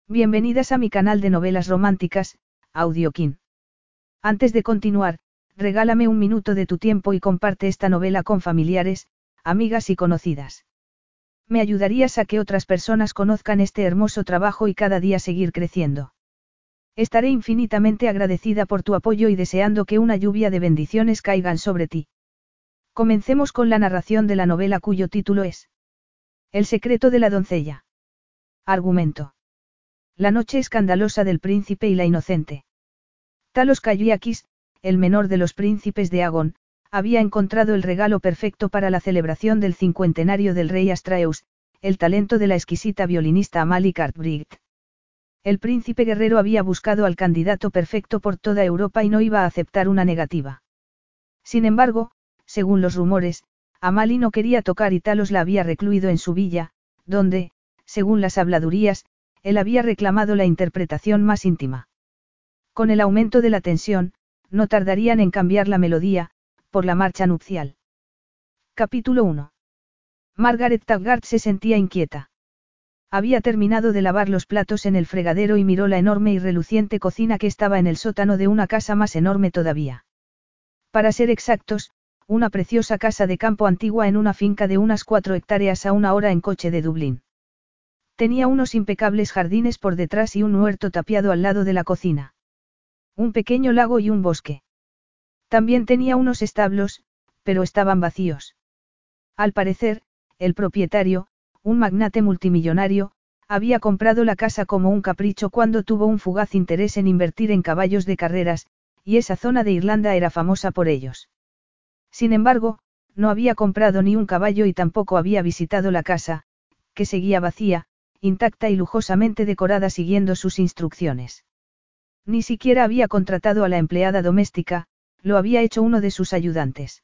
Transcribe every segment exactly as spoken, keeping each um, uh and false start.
Bienvenidas a mi canal de novelas románticas, Audiokin. Antes de continuar, regálame un minuto de tu tiempo y comparte esta novela con familiares, amigas y conocidas. Me ayudarías a que otras personas conozcan este hermoso trabajo y cada día seguir creciendo. Estaré infinitamente agradecida por tu apoyo y deseando que una lluvia de bendiciones caigan sobre ti. Comencemos con la narración de la novela cuyo título es El secreto de la doncella. Argumento. La noche escandalosa del príncipe y la inocente. Talos Kayakis, el menor de los príncipes de Agon, había encontrado el regalo perfecto para la celebración del cincuentenario del rey Astraeus, el talento de la exquisita violinista Amalie Cartwright. El príncipe guerrero había buscado al candidato perfecto por toda Europa y no iba a aceptar una negativa. Sin embargo, según los rumores, Amalie no quería tocar y Talos la había recluido en su villa, donde, según las habladurías, él había reclamado la interpretación más íntima. Con el aumento de la tensión, no tardarían en cambiar la melodía, por la marcha nupcial. Capítulo uno. Margaret Taggart se sentía inquieta. Había terminado de lavar los platos en el fregadero y miró la enorme y reluciente cocina que estaba en el sótano de una casa más enorme todavía. Para ser exactos, una preciosa casa de campo antigua en una finca de unas cuatro hectáreas a una hora en coche de Dublín. Tenía unos impecables jardines por detrás y un huerto tapiado al lado de la cocina. Un pequeño lago y un bosque. También tenía unos establos, pero estaban vacíos. Al parecer, el propietario, un magnate multimillonario, había comprado la casa como un capricho cuando tuvo un fugaz interés en invertir en caballos de carreras, y esa zona de Irlanda era famosa por ellos. Sin embargo, no había comprado ni un caballo y tampoco había visitado la casa, que seguía vacía, intacta y lujosamente decorada siguiendo sus instrucciones. Ni siquiera había contratado a la empleada doméstica, lo había hecho uno de sus ayudantes.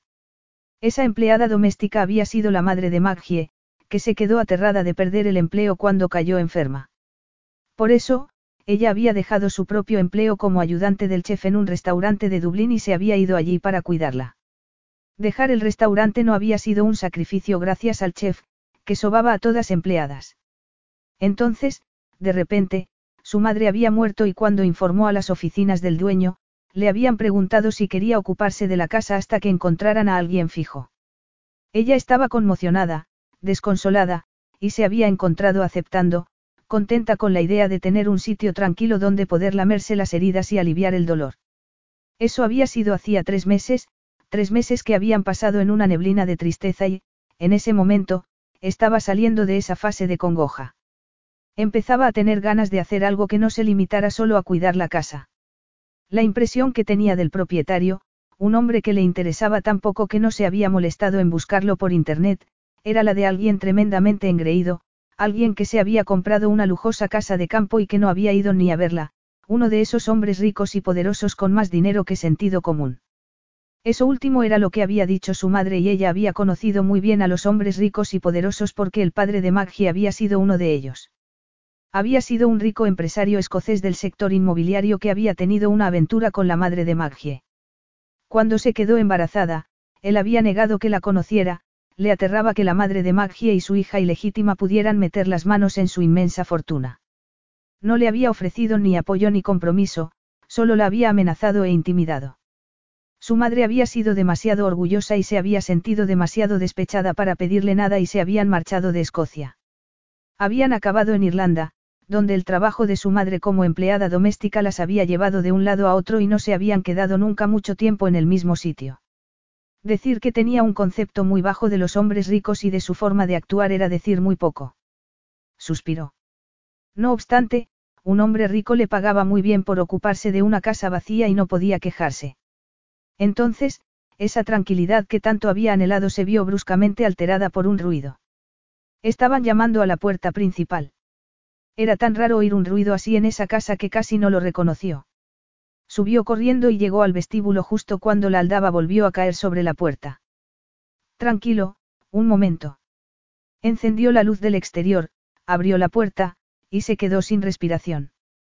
Esa empleada doméstica había sido la madre de Maggie, que se quedó aterrada de perder el empleo cuando cayó enferma. Por eso, ella había dejado su propio empleo como ayudante del chef en un restaurante de Dublín y se había ido allí para cuidarla. Dejar el restaurante no había sido un sacrificio gracias al chef, que sobaba a todas empleadas. Entonces, de repente, su madre había muerto y cuando informó a las oficinas del dueño, le habían preguntado si quería ocuparse de la casa hasta que encontraran a alguien fijo. Ella estaba conmocionada, desconsolada, y se había encontrado aceptando, contenta con la idea de tener un sitio tranquilo donde poder lamerse las heridas y aliviar el dolor. Eso había sido hacía tres meses, tres meses que habían pasado en una neblina de tristeza y, en ese momento, estaba saliendo de esa fase de congoja. Empezaba a tener ganas de hacer algo que no se limitara solo a cuidar la casa. La impresión que tenía del propietario, un hombre que le interesaba tan poco que no se había molestado en buscarlo por internet, era la de alguien tremendamente engreído, alguien que se había comprado una lujosa casa de campo y que no había ido ni a verla, uno de esos hombres ricos y poderosos con más dinero que sentido común. Eso último era lo que había dicho su madre y ella había conocido muy bien a los hombres ricos y poderosos porque el padre de Maggie había sido uno de ellos. Había sido un rico empresario escocés del sector inmobiliario que había tenido una aventura con la madre de Maggie. Cuando se quedó embarazada, él había negado que la conociera, le aterraba que la madre de Maggie y su hija ilegítima pudieran meter las manos en su inmensa fortuna. No le había ofrecido ni apoyo ni compromiso, solo la había amenazado e intimidado. Su madre había sido demasiado orgullosa y se había sentido demasiado despechada para pedirle nada y se habían marchado de Escocia. Habían acabado en Irlanda, donde el trabajo de su madre como empleada doméstica las había llevado de un lado a otro y no se habían quedado nunca mucho tiempo en el mismo sitio. Decir que tenía un concepto muy bajo de los hombres ricos y de su forma de actuar era decir muy poco. Suspiró. No obstante, un hombre rico le pagaba muy bien por ocuparse de una casa vacía y no podía quejarse. Entonces, esa tranquilidad que tanto había anhelado se vio bruscamente alterada por un ruido. Estaban llamando a la puerta principal. Era tan raro oír un ruido así en esa casa que casi no lo reconoció. Subió corriendo y llegó al vestíbulo justo cuando la aldaba volvió a caer sobre la puerta. Tranquilo, un momento. Encendió la luz del exterior, abrió la puerta, y se quedó sin respiración.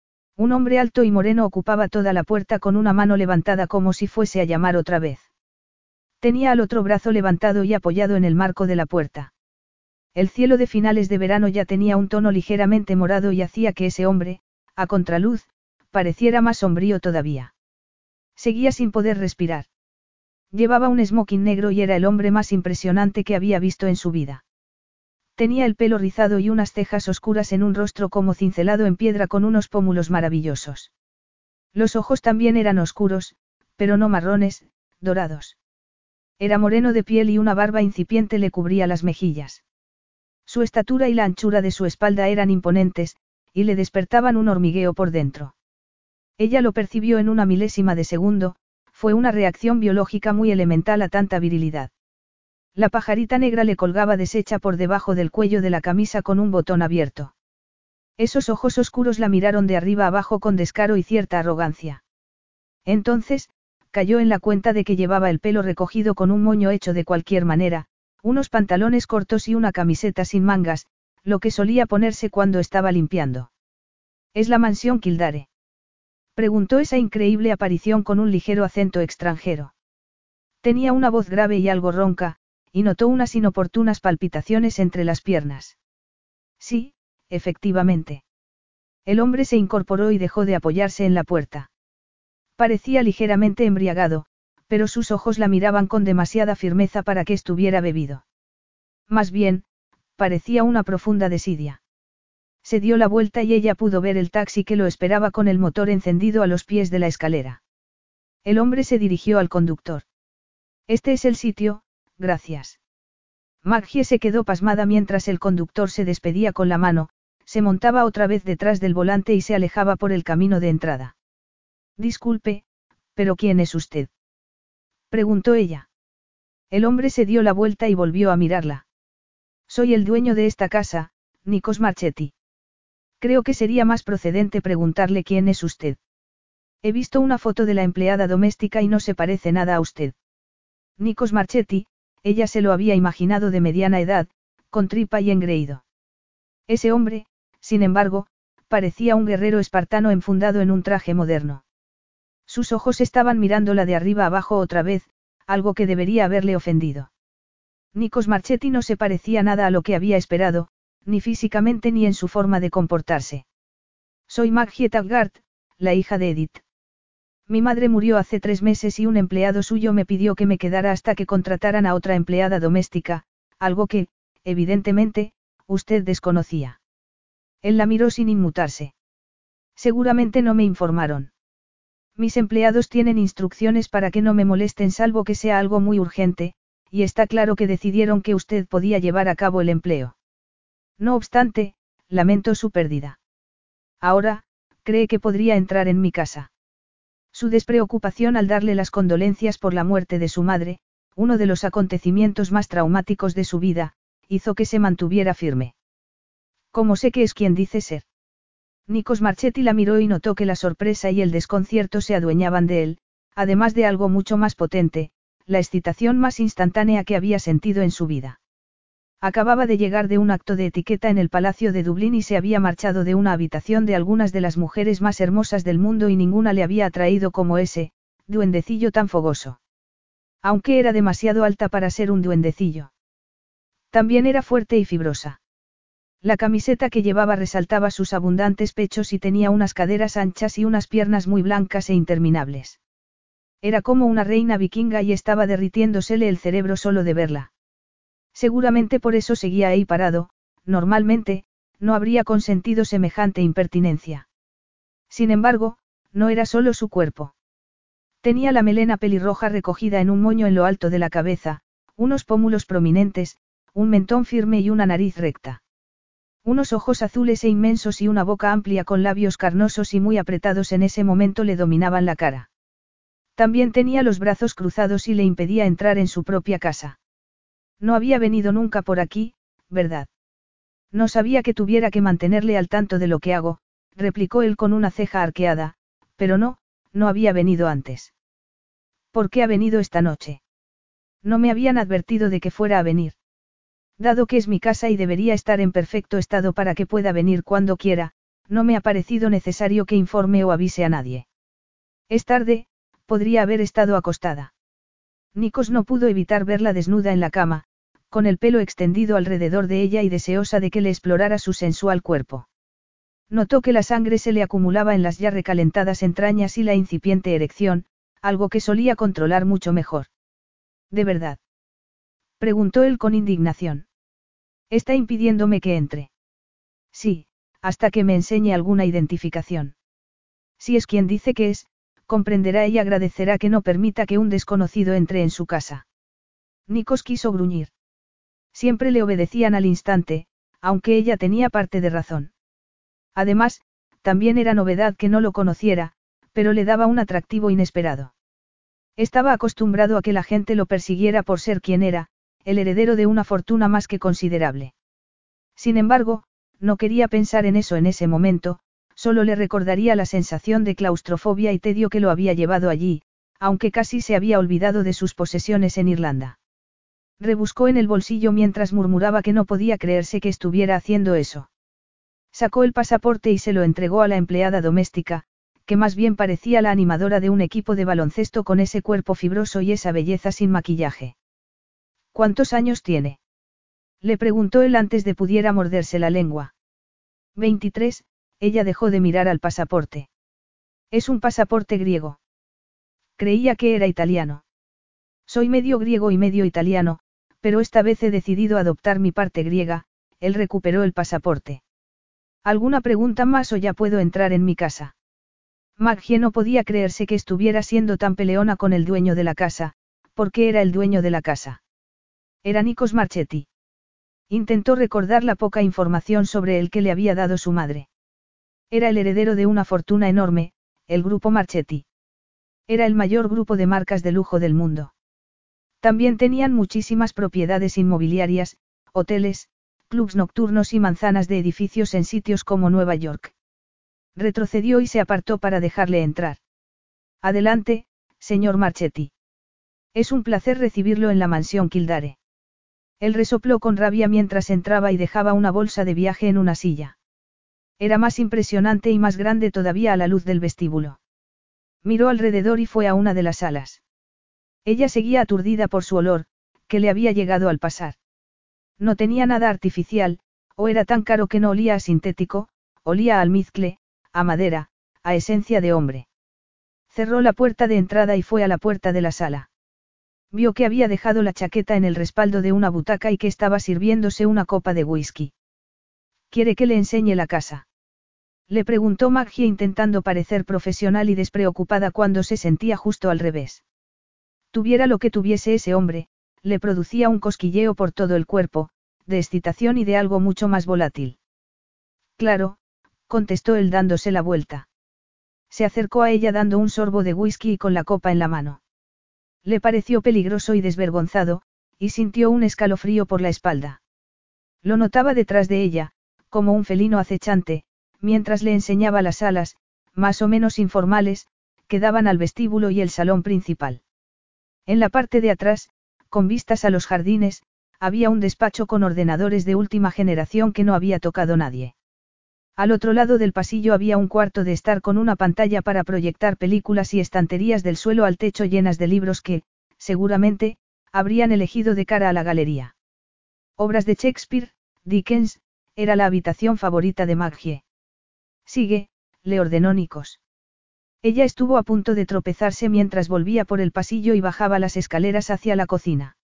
Un hombre alto y moreno ocupaba toda la puerta con una mano levantada como si fuese a llamar otra vez. Tenía al otro brazo levantado y apoyado en el marco de la puerta. El cielo de finales de verano ya tenía un tono ligeramente morado y hacía que ese hombre, a contraluz, pareciera más sombrío todavía. Seguía sin poder respirar. Llevaba un smoking negro y era el hombre más impresionante que había visto en su vida. Tenía el pelo rizado y unas cejas oscuras en un rostro como cincelado en piedra con unos pómulos maravillosos. Los ojos también eran oscuros, pero no marrones, dorados. Era moreno de piel y una barba incipiente le cubría las mejillas. Su estatura y la anchura de su espalda eran imponentes, y le despertaban un hormigueo por dentro. Ella lo percibió en una milésima de segundo, fue una reacción biológica muy elemental a tanta virilidad. La pajarita negra le colgaba deshecha por debajo del cuello de la camisa con un botón abierto. Esos ojos oscuros la miraron de arriba abajo con descaro y cierta arrogancia. Entonces, cayó en la cuenta de que llevaba el pelo recogido con un moño hecho de cualquier manera, unos pantalones cortos y una camiseta sin mangas, lo que solía ponerse cuando estaba limpiando. ¿Es la mansión Kildare?, preguntó esa increíble aparición con un ligero acento extranjero. Tenía una voz grave y algo ronca, y notó unas inoportunas palpitaciones entre las piernas. Sí, efectivamente. El hombre se incorporó y dejó de apoyarse en la puerta. Parecía ligeramente embriagado, pero sus ojos la miraban con demasiada firmeza para que estuviera bebido. Más bien, parecía una profunda desidia. Se dio la vuelta y ella pudo ver el taxi que lo esperaba con el motor encendido a los pies de la escalera. El hombre se dirigió al conductor. Este es el sitio, gracias. Maggie se quedó pasmada mientras el conductor se despedía con la mano, se montaba otra vez detrás del volante y se alejaba por el camino de entrada. Disculpe, pero ¿quién es usted?, preguntó ella. El hombre se dio la vuelta y volvió a mirarla. Soy el dueño de esta casa, Nikos Marchetti. Creo que sería más procedente preguntarle quién es usted. He visto una foto de la empleada doméstica y no se parece nada a usted. Nikos Marchetti, ella se lo había imaginado de mediana edad, con tripa y engreído. Ese hombre, sin embargo, parecía un guerrero espartano enfundado en un traje moderno. Sus ojos estaban mirándola de arriba abajo otra vez, algo que debería haberle ofendido. Nikos Marchetti no se parecía nada a lo que había esperado, ni físicamente ni en su forma de comportarse. Soy Maggie Taggart, la hija de Edith. Mi madre murió hace tres meses y un empleado suyo me pidió que me quedara hasta que contrataran a otra empleada doméstica, algo que, evidentemente, usted desconocía. Él la miró sin inmutarse. Seguramente no me informaron. Mis empleados tienen instrucciones para que no me molesten salvo que sea algo muy urgente, y está claro que decidieron que usted podía llevar a cabo el empleo. No obstante, lamento su pérdida. Ahora, ¿cree que podría entrar en mi casa? Su despreocupación al darle las condolencias por la muerte de su madre, uno de los acontecimientos más traumáticos de su vida, hizo que se mantuviera firme. ¿Cómo sé que es quien dice ser? Nikos Marchetti la miró y notó que la sorpresa y el desconcierto se adueñaban de él, además de algo mucho más potente, la excitación más instantánea que había sentido en su vida. Acababa de llegar de un acto de etiqueta en el Palacio de Dublín y se había marchado de una habitación de algunas de las mujeres más hermosas del mundo y ninguna le había atraído como ese, duendecillo tan fogoso. Aunque era demasiado alta para ser un duendecillo. También era fuerte y fibrosa. La camiseta que llevaba resaltaba sus abundantes pechos y tenía unas caderas anchas y unas piernas muy blancas e interminables. Era como una reina vikinga y estaba derritiéndosele el cerebro solo de verla. Seguramente por eso seguía ahí parado, normalmente, no habría consentido semejante impertinencia. Sin embargo, no era solo su cuerpo. Tenía la melena pelirroja recogida en un moño en lo alto de la cabeza, unos pómulos prominentes, un mentón firme y una nariz recta. Unos ojos azules e inmensos y una boca amplia con labios carnosos y muy apretados en ese momento le dominaban la cara. También tenía los brazos cruzados y le impedía entrar en su propia casa. No había venido nunca por aquí, ¿verdad? No sabía que tuviera que mantenerle al tanto de lo que hago, replicó él con una ceja arqueada, pero no, no había venido antes. ¿Por qué ha venido esta noche? No me habían advertido de que fuera a venir. Dado que es mi casa y debería estar en perfecto estado para que pueda venir cuando quiera, no me ha parecido necesario que informe o avise a nadie. Es tarde, podría haber estado acostada. Nikos no pudo evitar verla desnuda en la cama, con el pelo extendido alrededor de ella y deseosa de que le explorara su sensual cuerpo. Notó que la sangre se le acumulaba en las ya recalentadas entrañas y la incipiente erección, algo que solía controlar mucho mejor. ¿De verdad?, preguntó él con indignación. ¿Está impidiéndome que entre? Sí, hasta que me enseñe alguna identificación. Si es quien dice que es, comprenderá y agradecerá que no permita que un desconocido entre en su casa. Nikos quiso gruñir. Siempre le obedecían al instante, aunque ella tenía parte de razón. Además, también era novedad que no lo conociera, pero le daba un atractivo inesperado. Estaba acostumbrado a que la gente lo persiguiera por ser quien era, el heredero de una fortuna más que considerable. Sin embargo, no quería pensar en eso en ese momento, solo le recordaría la sensación de claustrofobia y tedio que lo había llevado allí, aunque casi se había olvidado de sus posesiones en Irlanda. Rebuscó en el bolsillo mientras murmuraba que no podía creerse que estuviera haciendo eso. Sacó el pasaporte y se lo entregó a la empleada doméstica, que más bien parecía la animadora de un equipo de baloncesto con ese cuerpo fibroso y esa belleza sin maquillaje. ¿Cuántos años tiene?, le preguntó él antes de pudiera morderse la lengua. Veintitrés, ella dejó de mirar al pasaporte. Es un pasaporte griego. Creía que era italiano. Soy medio griego y medio italiano, pero esta vez he decidido adoptar mi parte griega. Él recuperó el pasaporte. ¿Alguna pregunta más o ya puedo entrar en mi casa? Maggie no podía creerse que estuviera siendo tan peleona con el dueño de la casa, porque era el dueño de la casa. Era Nikos Marchetti. Intentó recordar la poca información sobre él que le había dado su madre. Era el heredero de una fortuna enorme, el grupo Marchetti. Era el mayor grupo de marcas de lujo del mundo. También tenían muchísimas propiedades inmobiliarias, hoteles, clubs nocturnos y manzanas de edificios en sitios como Nueva York. Retrocedió y se apartó para dejarle entrar. Adelante, señor Marchetti. Es un placer recibirlo en la mansión Kildare. Él resopló con rabia mientras entraba y dejaba una bolsa de viaje en una silla. Era más impresionante y más grande todavía a la luz del vestíbulo. Miró alrededor y fue a una de las salas. Ella seguía aturdida por su olor, que le había llegado al pasar. No tenía nada artificial, o era tan caro que no olía a sintético, olía a almizcle, a madera, a esencia de hombre. Cerró la puerta de entrada y fue a la puerta de la sala. Vio que había dejado la chaqueta en el respaldo de una butaca y que estaba sirviéndose una copa de whisky. ¿Quiere que le enseñe la casa?, le preguntó Maggie intentando parecer profesional y despreocupada cuando se sentía justo al revés. Tuviera lo que tuviese ese hombre, le producía un cosquilleo por todo el cuerpo, de excitación y de algo mucho más volátil. Claro, contestó él dándose la vuelta. Se acercó a ella dando un sorbo de whisky y con la copa en la mano. Le pareció peligroso y desvergonzado, y sintió un escalofrío por la espalda. Lo notaba detrás de ella, como un felino acechante, mientras le enseñaba las salas, más o menos informales, que daban al vestíbulo y el salón principal. En la parte de atrás, con vistas a los jardines, había un despacho con ordenadores de última generación que no había tocado nadie. Al otro lado del pasillo había un cuarto de estar con una pantalla para proyectar películas y estanterías del suelo al techo llenas de libros que, seguramente, habrían elegido de cara a la galería. Obras de Shakespeare, Dickens, era la habitación favorita de Maggie. Sigue, le ordenó Nikos. Ella estuvo a punto de tropezarse mientras volvía por el pasillo y bajaba las escaleras hacia la cocina.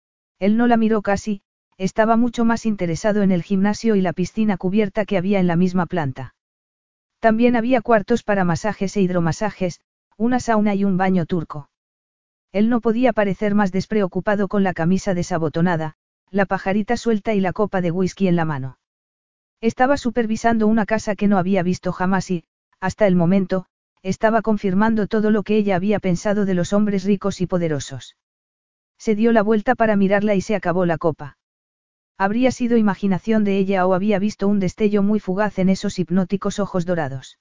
Él no la miró casi, estaba mucho más interesado en el gimnasio y la piscina cubierta que había en la misma planta. También había cuartos para masajes e hidromasajes, una sauna y un baño turco. Él no podía parecer más despreocupado con la camisa desabotonada, la pajarita suelta y la copa de whisky en la mano. Estaba supervisando una casa que no había visto jamás y, hasta el momento, estaba confirmando todo lo que ella había pensado de los hombres ricos y poderosos. Se dio la vuelta para mirarla y se acabó la copa. Habría sido imaginación de ella o había visto un destello muy fugaz en esos hipnóticos ojos dorados.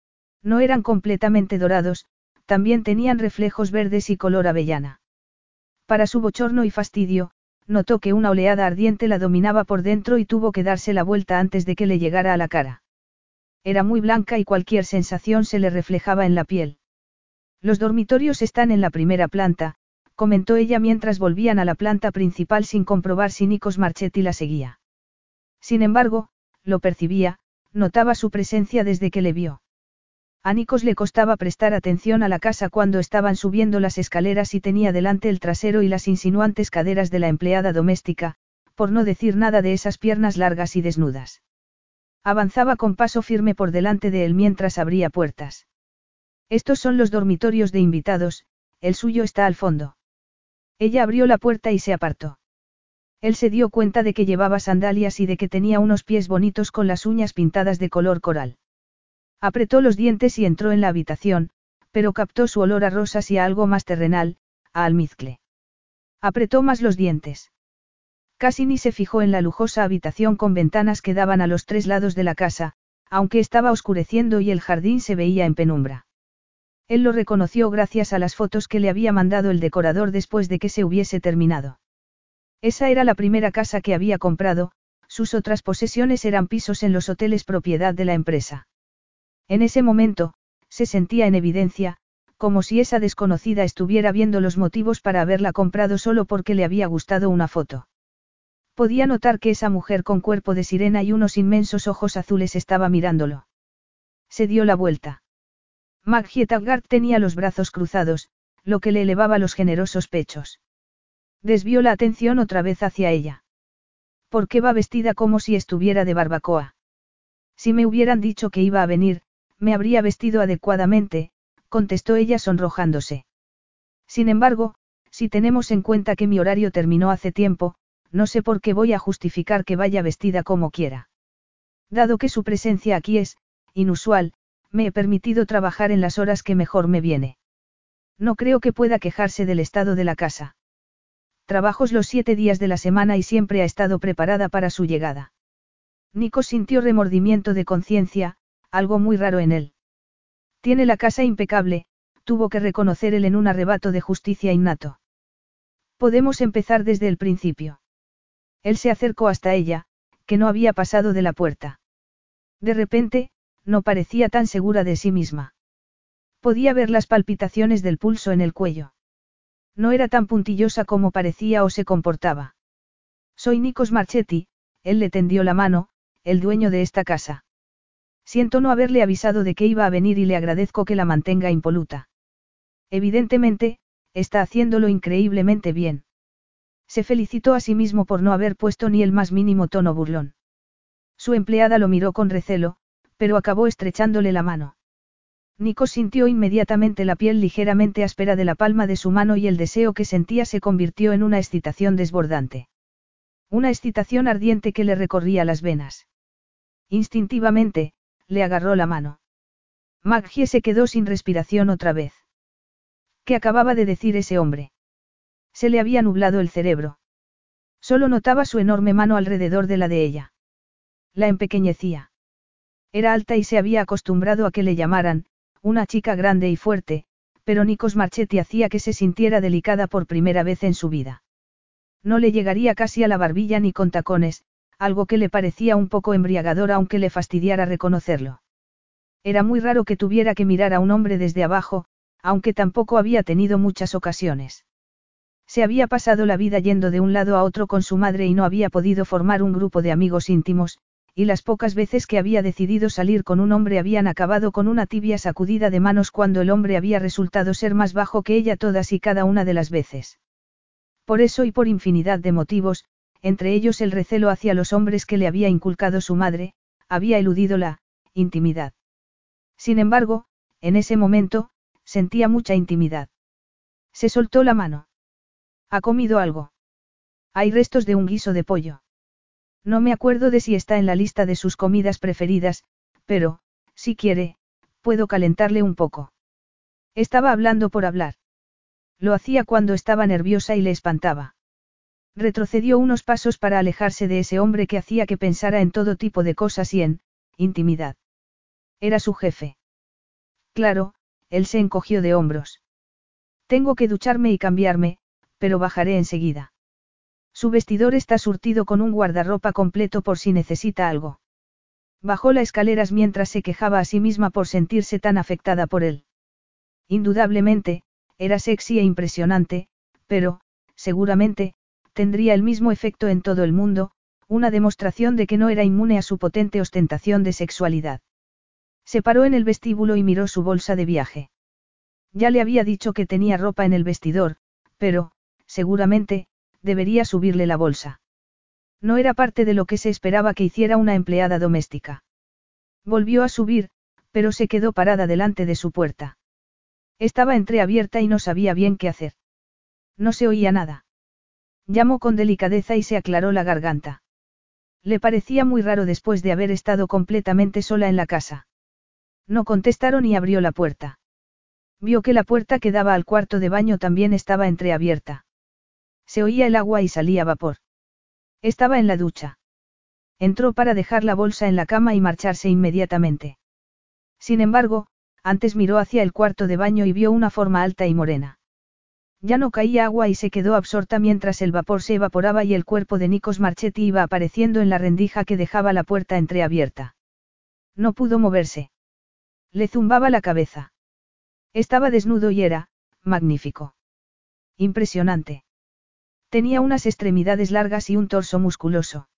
No eran completamente dorados, también tenían reflejos verdes y color avellana. Para su bochorno y fastidio, notó que una oleada ardiente la dominaba por dentro y tuvo que darse la vuelta antes de que le llegara a la cara. Era muy blanca y cualquier sensación se le reflejaba en la piel. Los dormitorios están en la primera planta, comentó ella mientras volvían a la planta principal sin comprobar si Nikos Marchetti la seguía. Sin embargo, lo percibía, notaba su presencia desde que le vio. A Nikos le costaba prestar atención a la casa cuando estaban subiendo las escaleras y tenía delante el trasero y las insinuantes caderas de la empleada doméstica, por no decir nada de esas piernas largas y desnudas. Avanzaba con paso firme por delante de él mientras abría puertas. Estos son los dormitorios de invitados, el suyo está al fondo. Ella abrió la puerta y se apartó. Él se dio cuenta de que llevaba sandalias y de que tenía unos pies bonitos con las uñas pintadas de color coral. Apretó los dientes y entró en la habitación, pero captó su olor a rosas y a algo más terrenal, a almizcle. Apretó más los dientes. Casi ni se fijó en la lujosa habitación con ventanas que daban a los tres lados de la casa, aunque estaba oscureciendo y el jardín se veía en penumbra. Él lo reconoció gracias a las fotos que le había mandado el decorador después de que se hubiese terminado. Esa era la primera casa que había comprado, sus otras posesiones eran pisos en los hoteles propiedad de la empresa. En ese momento, se sentía en evidencia, como si esa desconocida estuviera viendo los motivos para haberla comprado solo porque le había gustado una foto. Podía notar que esa mujer con cuerpo de sirena y unos inmensos ojos azules estaba mirándolo. Se dio la vuelta. Maggie Taggart tenía los brazos cruzados, lo que le elevaba los generosos pechos. Desvió la atención otra vez hacia ella. ¿Por qué va vestida como si estuviera de barbacoa? Si me hubieran dicho que iba a venir, me habría vestido adecuadamente, contestó ella sonrojándose. Sin embargo, si tenemos en cuenta que mi horario terminó hace tiempo, no sé por qué voy a justificar que vaya vestida como quiera. Dado que su presencia aquí es inusual, me he permitido trabajar en las horas que mejor me viene. No creo que pueda quejarse del estado de la casa. Trabajos los siete días de la semana y siempre ha estado preparada para su llegada. Nikos sintió remordimiento de conciencia, algo muy raro en él. Tiene la casa impecable, tuvo que reconocer él en un arrebato de justicia innato. Podemos empezar desde el principio. Él se acercó hasta ella, que no había pasado de la puerta. De repente, no parecía tan segura de sí misma. Podía ver las palpitaciones del pulso en el cuello. No era tan puntillosa como parecía o se comportaba. Soy Nikos Marchetti, él le tendió la mano, el dueño de esta casa. Siento no haberle avisado de que iba a venir y le agradezco que la mantenga impoluta. Evidentemente, está haciéndolo increíblemente bien. Se felicitó a sí mismo por no haber puesto ni el más mínimo tono burlón. Su empleada lo miró con recelo, pero acabó estrechándole la mano. Nikos sintió inmediatamente la piel ligeramente áspera de la palma de su mano y el deseo que sentía se convirtió en una excitación desbordante. Una excitación ardiente que le recorría las venas. Instintivamente, le agarró la mano. Maggie se quedó sin respiración otra vez. ¿Qué acababa de decir ese hombre? Se le había nublado el cerebro. Solo notaba su enorme mano alrededor de la de ella. La empequeñecía. Era alta y se había acostumbrado a que le llamaran, una chica grande y fuerte, pero Nikos Marchetti hacía que se sintiera delicada por primera vez en su vida. No le llegaría casi a la barbilla ni con tacones, algo que le parecía un poco embriagador aunque le fastidiara reconocerlo. Era muy raro que tuviera que mirar a un hombre desde abajo, aunque tampoco había tenido muchas ocasiones. Se había pasado la vida yendo de un lado a otro con su madre y no había podido formar un grupo de amigos íntimos, y las pocas veces que había decidido salir con un hombre habían acabado con una tibia sacudida de manos cuando el hombre había resultado ser más bajo que ella todas y cada una de las veces. Por eso y por infinidad de motivos, entre ellos el recelo hacia los hombres que le había inculcado su madre, había eludido la intimidad. Sin embargo, en ese momento, sentía mucha intimidad. Se soltó la mano. ¿Ha comido algo? Hay restos de un guiso de pollo. No me acuerdo de si está en la lista de sus comidas preferidas, pero, si quiere, puedo calentarle un poco. Estaba hablando por hablar. Lo hacía cuando estaba nerviosa y le espantaba. Retrocedió unos pasos para alejarse de ese hombre que hacía que pensara en todo tipo de cosas y en intimidad. Era su jefe. Claro, él se encogió de hombros. Tengo que ducharme y cambiarme, pero bajaré enseguida. Su vestidor está surtido con un guardarropa completo por si necesita algo. Bajó las escaleras mientras se quejaba a sí misma por sentirse tan afectada por él. Indudablemente, era sexy e impresionante, pero, seguramente, tendría el mismo efecto en todo el mundo, una demostración de que no era inmune a su potente ostentación de sexualidad. Se paró en el vestíbulo y miró su bolsa de viaje. Ya le había dicho que tenía ropa en el vestidor, pero, seguramente, debería subirle la bolsa. No era parte de lo que se esperaba que hiciera una empleada doméstica. Volvió a subir, pero se quedó parada delante de su puerta. Estaba entreabierta y no sabía bien qué hacer. No se oía nada. Llamó con delicadeza y se aclaró la garganta. Le parecía muy raro después de haber estado completamente sola en la casa. No contestaron y abrió la puerta. Vio que la puerta que daba al cuarto de baño también estaba entreabierta. Se oía el agua y salía vapor. Estaba en la ducha. Entró para dejar la bolsa en la cama y marcharse inmediatamente. Sin embargo, antes miró hacia el cuarto de baño y vio una forma alta y morena. Ya no caía agua y se quedó absorta mientras el vapor se evaporaba y el cuerpo de Nikos Marchetti iba apareciendo en la rendija que dejaba la puerta entreabierta. No pudo moverse. Le zumbaba la cabeza. Estaba desnudo y era, magnífico. Impresionante. Tenía unas extremidades largas y un torso musculoso.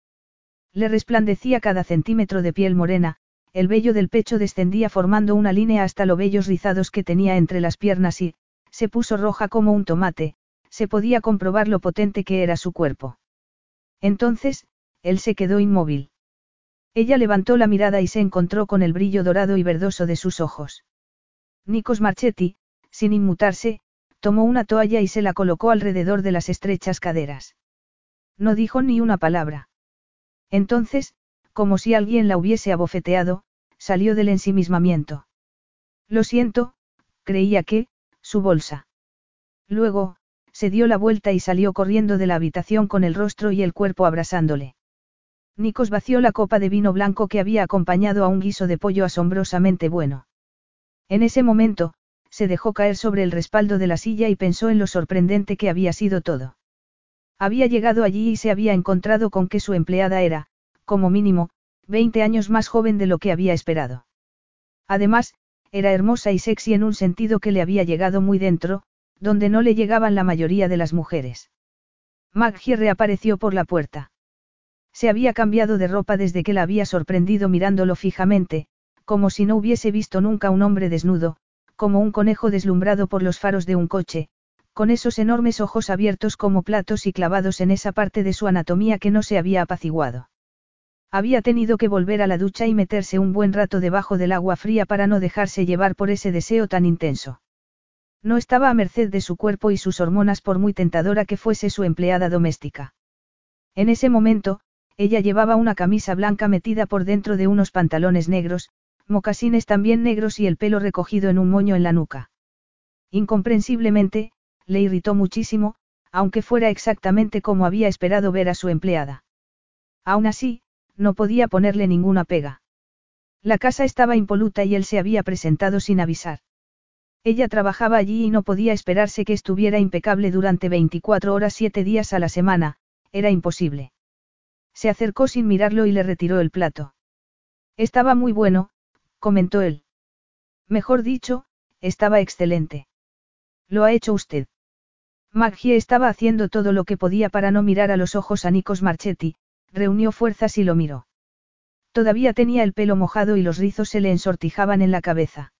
Le resplandecía cada centímetro de piel morena, el vello del pecho descendía formando una línea hasta los vellos rizados que tenía entre las piernas y, se puso roja como un tomate, se podía comprobar lo potente que era su cuerpo. Entonces, él se quedó inmóvil. Ella levantó la mirada y se encontró con el brillo dorado y verdoso de sus ojos. Nikos Marchetti, sin inmutarse, tomó una toalla y se la colocó alrededor de las estrechas caderas. No dijo ni una palabra. Entonces, como si alguien la hubiese abofeteado, salió del ensimismamiento. Lo siento, creía que, su bolsa. Luego, se dio la vuelta y salió corriendo de la habitación con el rostro y el cuerpo abrasándole. Nikos vació la copa de vino blanco que había acompañado a un guiso de pollo asombrosamente bueno. En ese momento, se dejó caer sobre el respaldo de la silla y pensó en lo sorprendente que había sido todo. Había llegado allí y se había encontrado con que su empleada era, como mínimo, veinte años más joven de lo que había esperado. Además, era hermosa y sexy en un sentido que le había llegado muy dentro, donde no le llegaban la mayoría de las mujeres. Maggie reapareció por la puerta. Se había cambiado de ropa desde que la había sorprendido mirándolo fijamente, como si no hubiese visto nunca un hombre desnudo, como un conejo deslumbrado por los faros de un coche, con esos enormes ojos abiertos como platos y clavados en esa parte de su anatomía que no se había apaciguado. Había tenido que volver a la ducha y meterse un buen rato debajo del agua fría para no dejarse llevar por ese deseo tan intenso. No estaba a merced de su cuerpo y sus hormonas por muy tentadora que fuese su empleada doméstica. En ese momento, ella llevaba una camisa blanca metida por dentro de unos pantalones negros, mocasines también negros y el pelo recogido en un moño en la nuca. Incomprensiblemente, le irritó muchísimo, aunque fuera exactamente como había esperado ver a su empleada. Aún así, no podía ponerle ninguna pega. La casa estaba impoluta y él se había presentado sin avisar. Ella trabajaba allí y no podía esperarse que estuviera impecable durante veinticuatro horas siete días a la semana, era imposible. Se acercó sin mirarlo y le retiró el plato. Estaba muy bueno, comentó él. Mejor dicho, estaba excelente. Lo ha hecho usted. Maggie estaba haciendo todo lo que podía para no mirar a los ojos a Nikos Marchetti, reunió fuerzas y lo miró. Todavía tenía el pelo mojado y los rizos se le ensortijaban en la cabeza.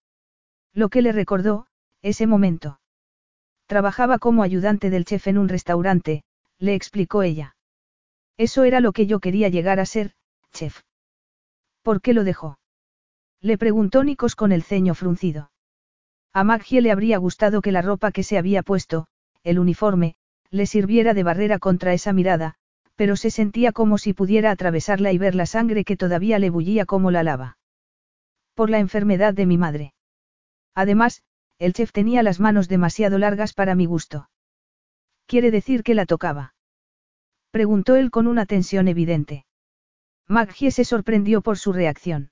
Lo que le recordó, ese momento. Trabajaba como ayudante del chef en un restaurante, le explicó ella. Eso era lo que yo quería llegar a ser, chef. ¿Por qué lo dejó? Le preguntó Nikos con el ceño fruncido. A Maggie le habría gustado que la ropa que se había puesto, el uniforme, le sirviera de barrera contra esa mirada, pero se sentía como si pudiera atravesarla y ver la sangre que todavía le bullía como la lava. Por la enfermedad de mi madre. Además, el chef tenía las manos demasiado largas para mi gusto. ¿Quiere decir que la tocaba? Preguntó él con una tensión evidente. Maggie se sorprendió por su reacción.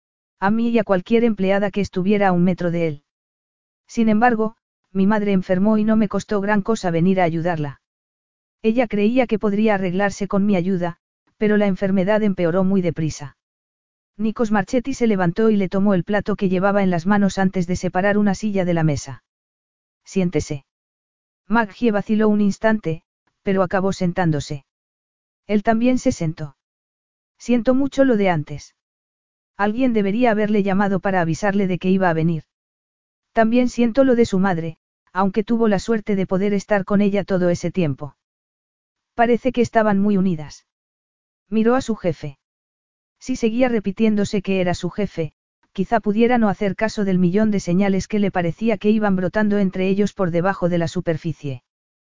A mí y a cualquier empleada que estuviera a un metro de él. Sin embargo, mi madre enfermó y no me costó gran cosa venir a ayudarla. Ella creía que podría arreglarse con mi ayuda, pero la enfermedad empeoró muy deprisa. Nikos Marchetti se levantó y le tomó el plato que llevaba en las manos antes de separar una silla de la mesa. Siéntese. Maggie vaciló un instante, pero acabó sentándose. Él también se sentó. Siento mucho lo de antes. Alguien debería haberle llamado para avisarle de que iba a venir. También siento lo de su madre, aunque tuvo la suerte de poder estar con ella todo ese tiempo. Parece que estaban muy unidas. Miró a su jefe. Si seguía repitiéndose que era su jefe, quizá pudiera no hacer caso del millón de señales que le parecía que iban brotando entre ellos por debajo de la superficie.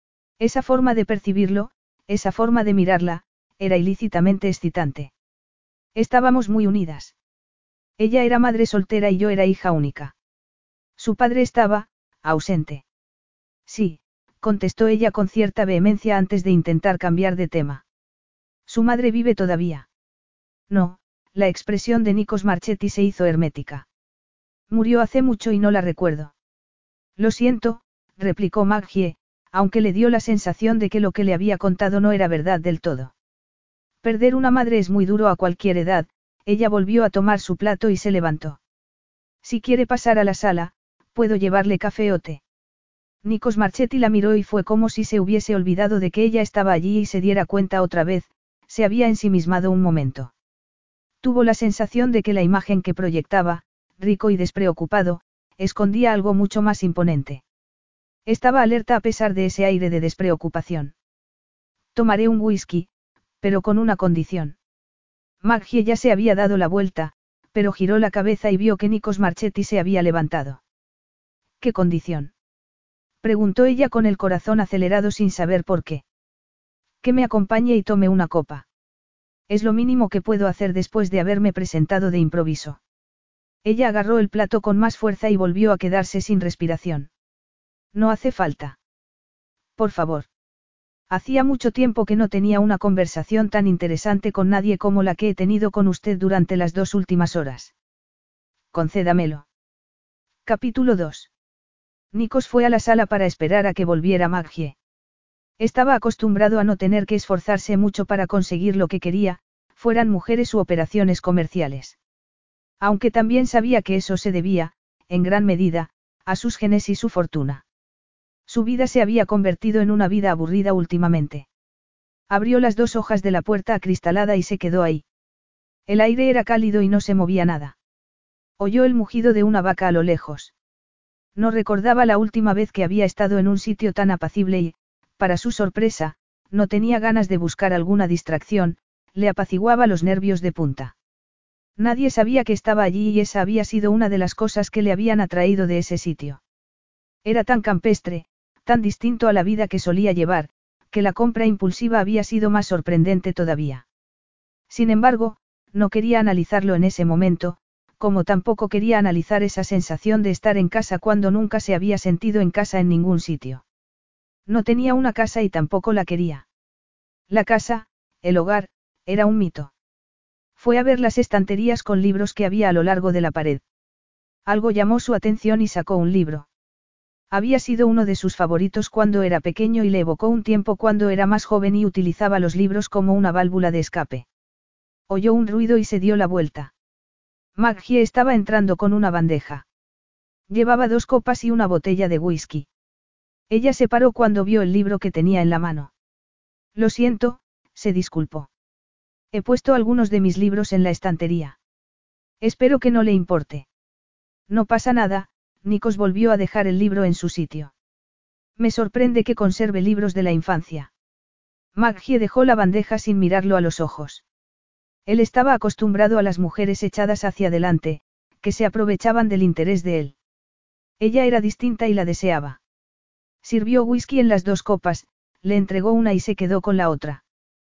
Esa forma de percibirlo, esa forma de mirarla, era ilícitamente excitante. Estábamos muy unidas. Ella era madre soltera y yo era hija única. Su padre estaba, ausente. Sí, contestó ella con cierta vehemencia antes de intentar cambiar de tema. Su madre vive todavía. No, la expresión de Nikos Marchetti se hizo hermética. Murió hace mucho y no la recuerdo. Lo siento, replicó Maggie, aunque le dio la sensación de que lo que le había contado no era verdad del todo. Perder una madre es muy duro a cualquier edad, ella volvió a tomar su plato y se levantó. Si quiere pasar a la sala, puedo llevarle café o té. Nikos Marchetti la miró y fue como si se hubiese olvidado de que ella estaba allí y se diera cuenta otra vez, se había ensimismado un momento. Tuvo la sensación de que la imagen que proyectaba, rico y despreocupado, escondía algo mucho más imponente. Estaba alerta a pesar de ese aire de despreocupación. Tomaré un whisky, pero con una condición. Maggie ya se había dado la vuelta, pero giró la cabeza y vio que Nikos Marchetti se había levantado. ¿Qué condición?, preguntó ella con el corazón acelerado sin saber por qué. Que me acompañe y tome una copa. Es lo mínimo que puedo hacer después de haberme presentado de improviso. Ella agarró el plato con más fuerza y volvió a quedarse sin respiración. No hace falta. Por favor. Hacía mucho tiempo que no tenía una conversación tan interesante con nadie como la que he tenido con usted durante las dos últimas horas. Concédamelo. Capítulo dos. Nikos fue a la sala para esperar a que volviera Maggie. Estaba acostumbrado a no tener que esforzarse mucho para conseguir lo que quería, fueran mujeres u operaciones comerciales. Aunque también sabía que eso se debía, en gran medida, a sus genes y su fortuna. Su vida se había convertido en una vida aburrida últimamente. Abrió las dos hojas de la puerta acristalada y se quedó ahí. El aire era cálido y no se movía nada. Oyó el mugido de una vaca a lo lejos. No recordaba la última vez que había estado en un sitio tan apacible y, para su sorpresa, no tenía ganas de buscar alguna distracción, le apaciguaba los nervios de punta. Nadie sabía que estaba allí y esa había sido una de las cosas que le habían atraído de ese sitio. Era tan campestre, tan distinto a la vida que solía llevar, que la compra impulsiva había sido más sorprendente todavía. Sin embargo, no quería analizarlo en ese momento, como tampoco quería analizar esa sensación de estar en casa cuando nunca se había sentido en casa en ningún sitio. No tenía una casa y tampoco la quería. La casa, el hogar, era un mito. Fue a ver las estanterías con libros que había a lo largo de la pared. Algo llamó su atención y sacó un libro. Había sido uno de sus favoritos cuando era pequeño y le evocó un tiempo cuando era más joven y utilizaba los libros como una válvula de escape. Oyó un ruido y se dio la vuelta. Maggie estaba entrando con una bandeja. Llevaba dos copas y una botella de whisky. Ella se paró cuando vio el libro que tenía en la mano. Lo siento, se disculpó. He puesto algunos de mis libros en la estantería. Espero que no le importe. No pasa nada, Nikos volvió a dejar el libro en su sitio. Me sorprende que conserve libros de la infancia. Maggie dejó la bandeja sin mirarlo a los ojos. Él estaba acostumbrado a las mujeres echadas hacia adelante, que se aprovechaban del interés de él. Ella era distinta y la deseaba. Sirvió whisky en las dos copas, le entregó una y se quedó con la otra.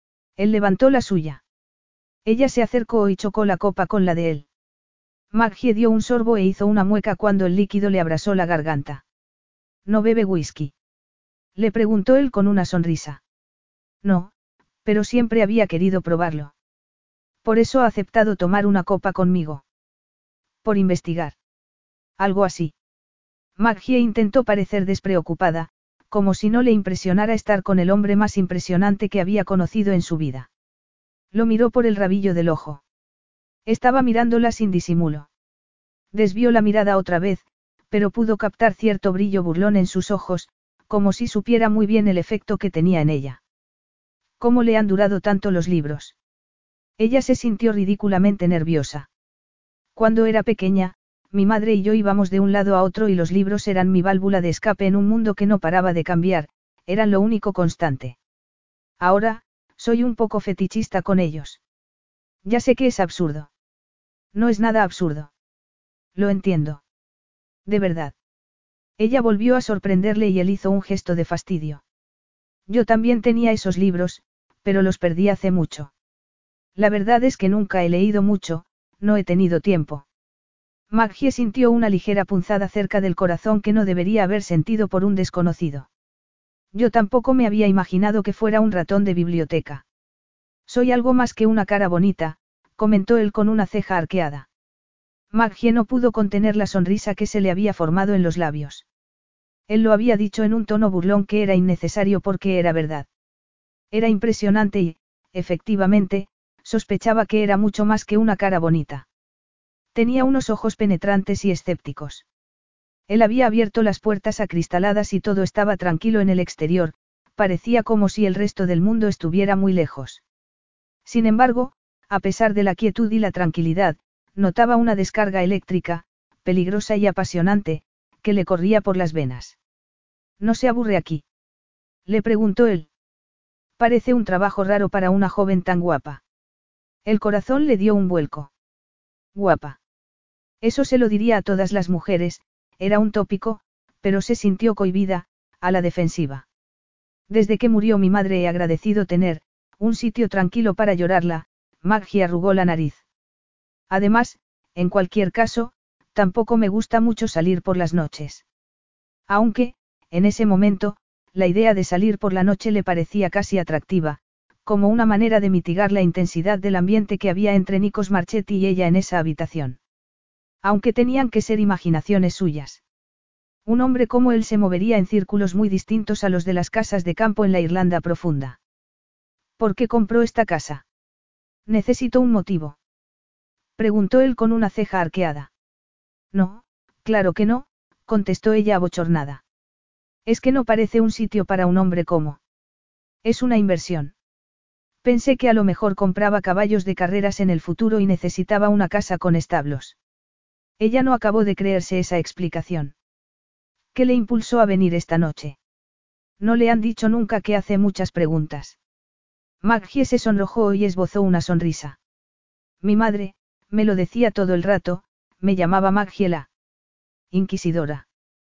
Él levantó la suya. Ella se acercó y chocó la copa con la de él. Maggie dio un sorbo e hizo una mueca cuando el líquido le abrasó la garganta. ¿No bebe whisky?, le preguntó él con una sonrisa. No, pero siempre había querido probarlo. Por eso ha aceptado tomar una copa conmigo. Por investigar. Algo así. Maggie intentó parecer despreocupada, como si no le impresionara estar con el hombre más impresionante que había conocido en su vida. Lo miró por el rabillo del ojo. Estaba mirándola sin disimulo. Desvió la mirada otra vez, pero pudo captar cierto brillo burlón en sus ojos, como si supiera muy bien el efecto que tenía en ella. ¿Cómo le han durado tanto los libros? Ella se sintió ridículamente nerviosa. Cuando era pequeña, mi madre y yo íbamos de un lado a otro y los libros eran mi válvula de escape en un mundo que no paraba de cambiar, eran lo único constante. Ahora, soy un poco fetichista con ellos. Ya sé que es absurdo. No es nada absurdo. Lo entiendo. De verdad. Ella volvió a sorprenderle y él hizo un gesto de fastidio. Yo también tenía esos libros, pero los perdí hace mucho. La verdad es que nunca he leído mucho, no he tenido tiempo. Maggie sintió una ligera punzada cerca del corazón que no debería haber sentido por un desconocido. Yo tampoco me había imaginado que fuera un ratón de biblioteca. Soy algo más que una cara bonita, comentó él con una ceja arqueada. Maggie no pudo contener la sonrisa que se le había formado en los labios. Él lo había dicho en un tono burlón que era innecesario porque era verdad. Era impresionante y, efectivamente, sospechaba que era mucho más que una cara bonita. Tenía unos ojos penetrantes y escépticos. Él había abierto las puertas acristaladas y todo estaba tranquilo en el exterior, parecía como si el resto del mundo estuviera muy lejos. Sin embargo, a pesar de la quietud y la tranquilidad, notaba una descarga eléctrica, peligrosa y apasionante, que le corría por las venas. ¿No se aburre aquí?, le preguntó él. Parece un trabajo raro para una joven tan guapa. El corazón le dio un vuelco. Guapa. Eso se lo diría a todas las mujeres, era un tópico, pero se sintió cohibida, a la defensiva. Desde que murió mi madre he agradecido tener un sitio tranquilo para llorarla. Maggie arrugó la nariz. Además, en cualquier caso, tampoco me gusta mucho salir por las noches. Aunque, en ese momento, la idea de salir por la noche le parecía casi atractiva, como una manera de mitigar la intensidad del ambiente que había entre Nikos Marchetti y ella en esa habitación. Aunque tenían que ser imaginaciones suyas. Un hombre como él se movería en círculos muy distintos a los de las casas de campo en la Irlanda profunda. ¿Por qué compró esta casa? Necesito un motivo. Preguntó él con una ceja arqueada. No, claro que no, contestó ella abochornada. Es que no parece un sitio para un hombre como. Es una inversión. Pensé que a lo mejor compraba caballos de carreras en el futuro y necesitaba una casa con establos. Ella no acabó de creerse esa explicación. ¿Qué le impulsó a venir esta noche? No le han dicho nunca que hace muchas preguntas. Maggie se sonrojó y esbozó una sonrisa. Mi madre, me lo decía todo el rato, me llamaba Maggie la inquisidora.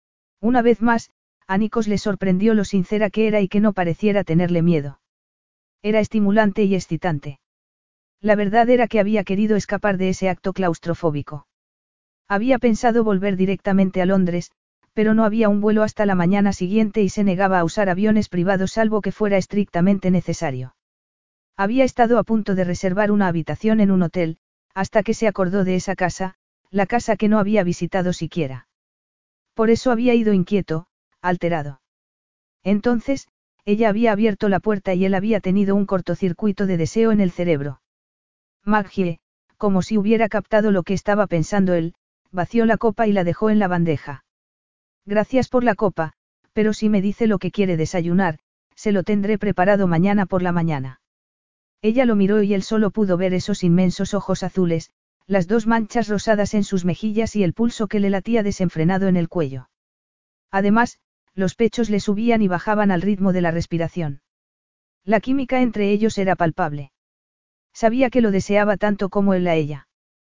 Una vez más, a Nikos le sorprendió lo sincera que era y que no pareciera tenerle miedo. Era estimulante y excitante. La verdad era que había querido escapar de ese acto claustrofóbico. Había pensado volver directamente a Londres, pero no había un vuelo hasta la mañana siguiente y se negaba a usar aviones privados salvo que fuera estrictamente necesario. Había estado a punto de reservar una habitación en un hotel, hasta que se acordó de esa casa, la casa que no había visitado siquiera. Por eso había ido inquieto, alterado. Entonces, ella había abierto la puerta y él había tenido un cortocircuito de deseo en el cerebro. Maggie, como si hubiera captado lo que estaba pensando él, vació la copa y la dejó en la bandeja. Gracias por la copa, pero si me dice lo que quiere desayunar, se lo tendré preparado mañana por la mañana. Ella lo miró y él solo pudo ver esos inmensos ojos azules, las dos manchas rosadas en sus mejillas y el pulso que le latía desenfrenado en el cuello. Además, los pechos le subían y bajaban al ritmo de la respiración. La química entre ellos era palpable. Sabía que lo deseaba tanto como él a ella.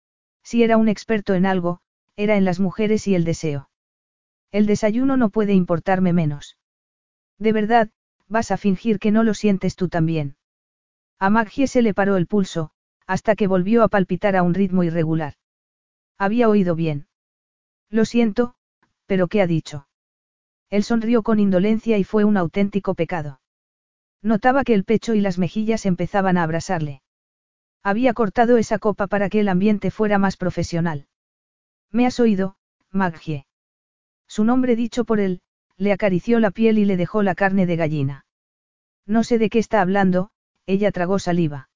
Si era un experto en algo, era en las mujeres y el deseo. El desayuno no puede importarme menos. De verdad, vas a fingir que no lo sientes tú también. A Maggie se le paró el pulso, hasta que volvió a palpitar a un ritmo irregular. Había oído bien. Lo siento, pero ¿qué ha dicho? Él sonrió con indolencia y fue un auténtico pecado. Notaba que el pecho y las mejillas empezaban a abrasarle. Había cortado esa copa para que el ambiente fuera más profesional. ¿Me has oído, Maggie? Su nombre dicho por él, le acarició la piel y le dejó la carne de gallina. No sé de qué está hablando, ella tragó saliva.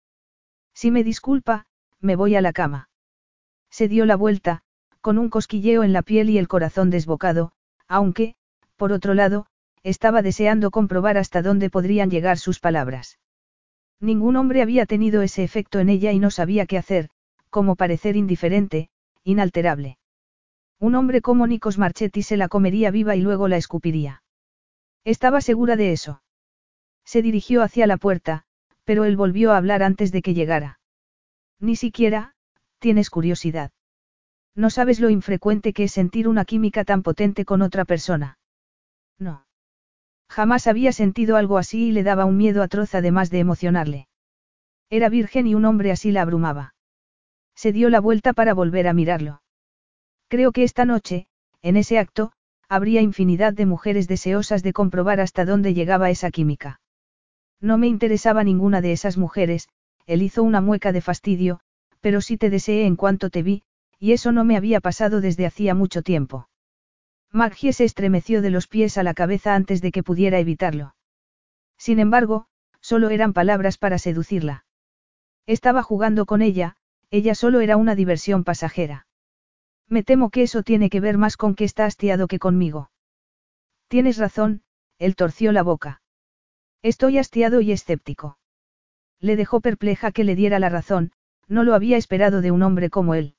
Si me disculpa, me voy a la cama. Se dio la vuelta, con un cosquilleo en la piel y el corazón desbocado, aunque, por otro lado, estaba deseando comprobar hasta dónde podrían llegar sus palabras. Ningún hombre había tenido ese efecto en ella y no sabía qué hacer, cómo parecer indiferente, inalterable. Un hombre como Nikos Marchetti se la comería viva y luego la escupiría. Estaba segura de eso. Se dirigió hacia la puerta, pero él volvió a hablar antes de que llegara. Ni siquiera, tienes curiosidad. No sabes lo infrecuente que es sentir una química tan potente con otra persona. No. Jamás había sentido algo así y le daba un miedo atroz además de emocionarle. Era virgen y un hombre así la abrumaba. Se dio la vuelta para volver a mirarlo. Creo que esta noche, en ese acto, habría infinidad de mujeres deseosas de comprobar hasta dónde llegaba esa química. No me interesaba ninguna de esas mujeres, él hizo una mueca de fastidio, pero sí te deseé en cuanto te vi, y eso no me había pasado desde hacía mucho tiempo. Maggie se estremeció de los pies a la cabeza antes de que pudiera evitarlo. Sin embargo, solo eran palabras para seducirla. Estaba jugando con ella, ella solo era una diversión pasajera. Me temo que eso tiene que ver más con que está hastiado que conmigo. Tienes razón, él torció la boca. Estoy hastiado y escéptico. Le dejó perpleja que le diera la razón, no lo había esperado de un hombre como él.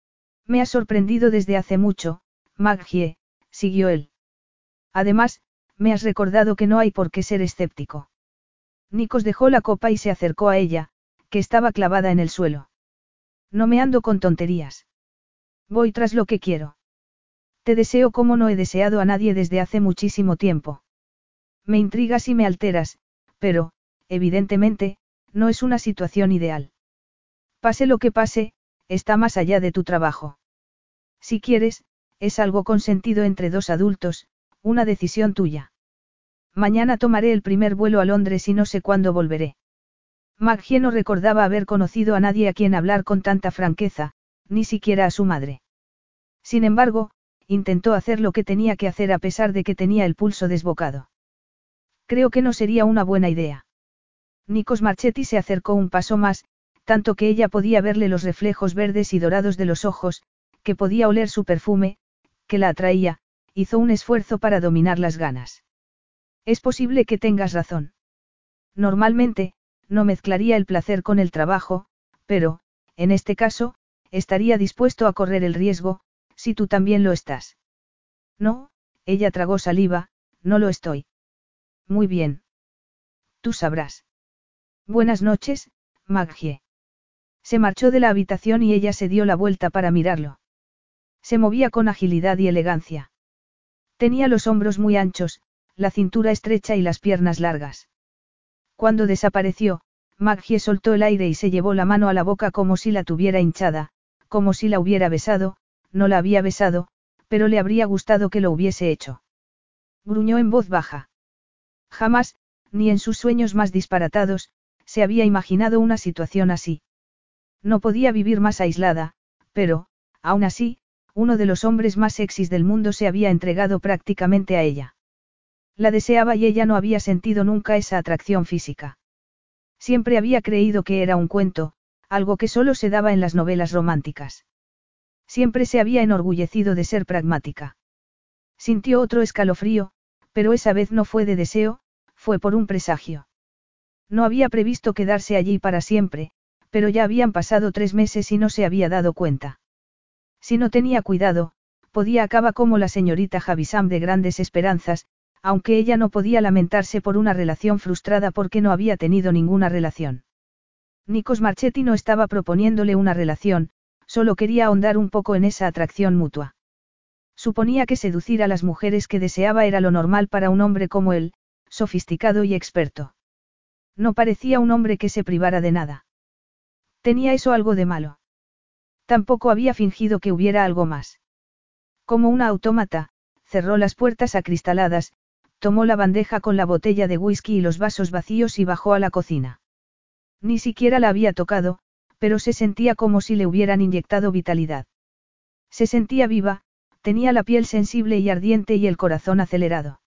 Me ha sorprendido desde hace mucho, Maggie, siguió él. Además, me has recordado que no hay por qué ser escéptico. Nikos dejó la copa y se acercó a ella, que estaba clavada en el suelo. No me ando con tonterías. Voy tras lo que quiero. Te deseo como no he deseado a nadie desde hace muchísimo tiempo. Me intrigas y me alteras, pero, evidentemente, no es una situación ideal. Pase lo que pase, está más allá de tu trabajo. Si quieres, es algo consentido entre dos adultos, una decisión tuya. Mañana tomaré el primer vuelo a Londres y no sé cuándo volveré. Maggie no recordaba haber conocido a nadie a quien hablar con tanta franqueza, ni siquiera a su madre. Sin embargo, intentó hacer lo que tenía que hacer a pesar de que tenía el pulso desbocado. Creo que no sería una buena idea. Nikos Marchetti se acercó un paso más, tanto que ella podía verle los reflejos verdes y dorados de los ojos, que podía oler su perfume, que la atraía, hizo un esfuerzo para dominar las ganas. Es posible que tengas razón. Normalmente, no mezclaría el placer con el trabajo, pero, en este caso, estaría dispuesto a correr el riesgo, si tú también lo estás. No, ella tragó saliva, no lo estoy. Muy bien. Tú sabrás. Buenas noches, Maggie. Se marchó de la habitación y ella se dio la vuelta para mirarlo. Se movía con agilidad y elegancia. Tenía los hombros muy anchos, la cintura estrecha y las piernas largas. Cuando desapareció, Maggie soltó el aire y se llevó la mano a la boca como si la tuviera hinchada, como si la hubiera besado, no la había besado, pero le habría gustado que lo hubiese hecho. Gruñó en voz baja. Jamás, ni en sus sueños más disparatados, se había imaginado una situación así. No podía vivir más aislada, pero, aún así, uno de los hombres más sexys del mundo se había entregado prácticamente a ella. La deseaba y ella no había sentido nunca esa atracción física. Siempre había creído que era un cuento, algo que solo se daba en las novelas románticas. Siempre se había enorgullecido de ser pragmática. Sintió otro escalofrío, pero esa vez no fue de deseo, fue por un presagio. No había previsto quedarse allí para siempre, pero ya habían pasado tres meses y no se había dado cuenta. Si no tenía cuidado, podía acabar como la señorita Javisam de Grandes Esperanzas, aunque ella no podía lamentarse por una relación frustrada porque no había tenido ninguna relación. Nikos Marchetti no estaba proponiéndole una relación, solo quería ahondar un poco en esa atracción mutua. Suponía que seducir a las mujeres que deseaba era lo normal para un hombre como él, sofisticado y experto. No parecía un hombre que se privara de nada. ¿Tenía eso algo de malo? Tampoco había fingido que hubiera algo más. Como una autómata, cerró las puertas acristaladas, tomó la bandeja con la botella de whisky y los vasos vacíos y bajó a la cocina. Ni siquiera la había tocado, pero se sentía como si le hubieran inyectado vitalidad. Se sentía viva, tenía la piel sensible y ardiente y el corazón acelerado.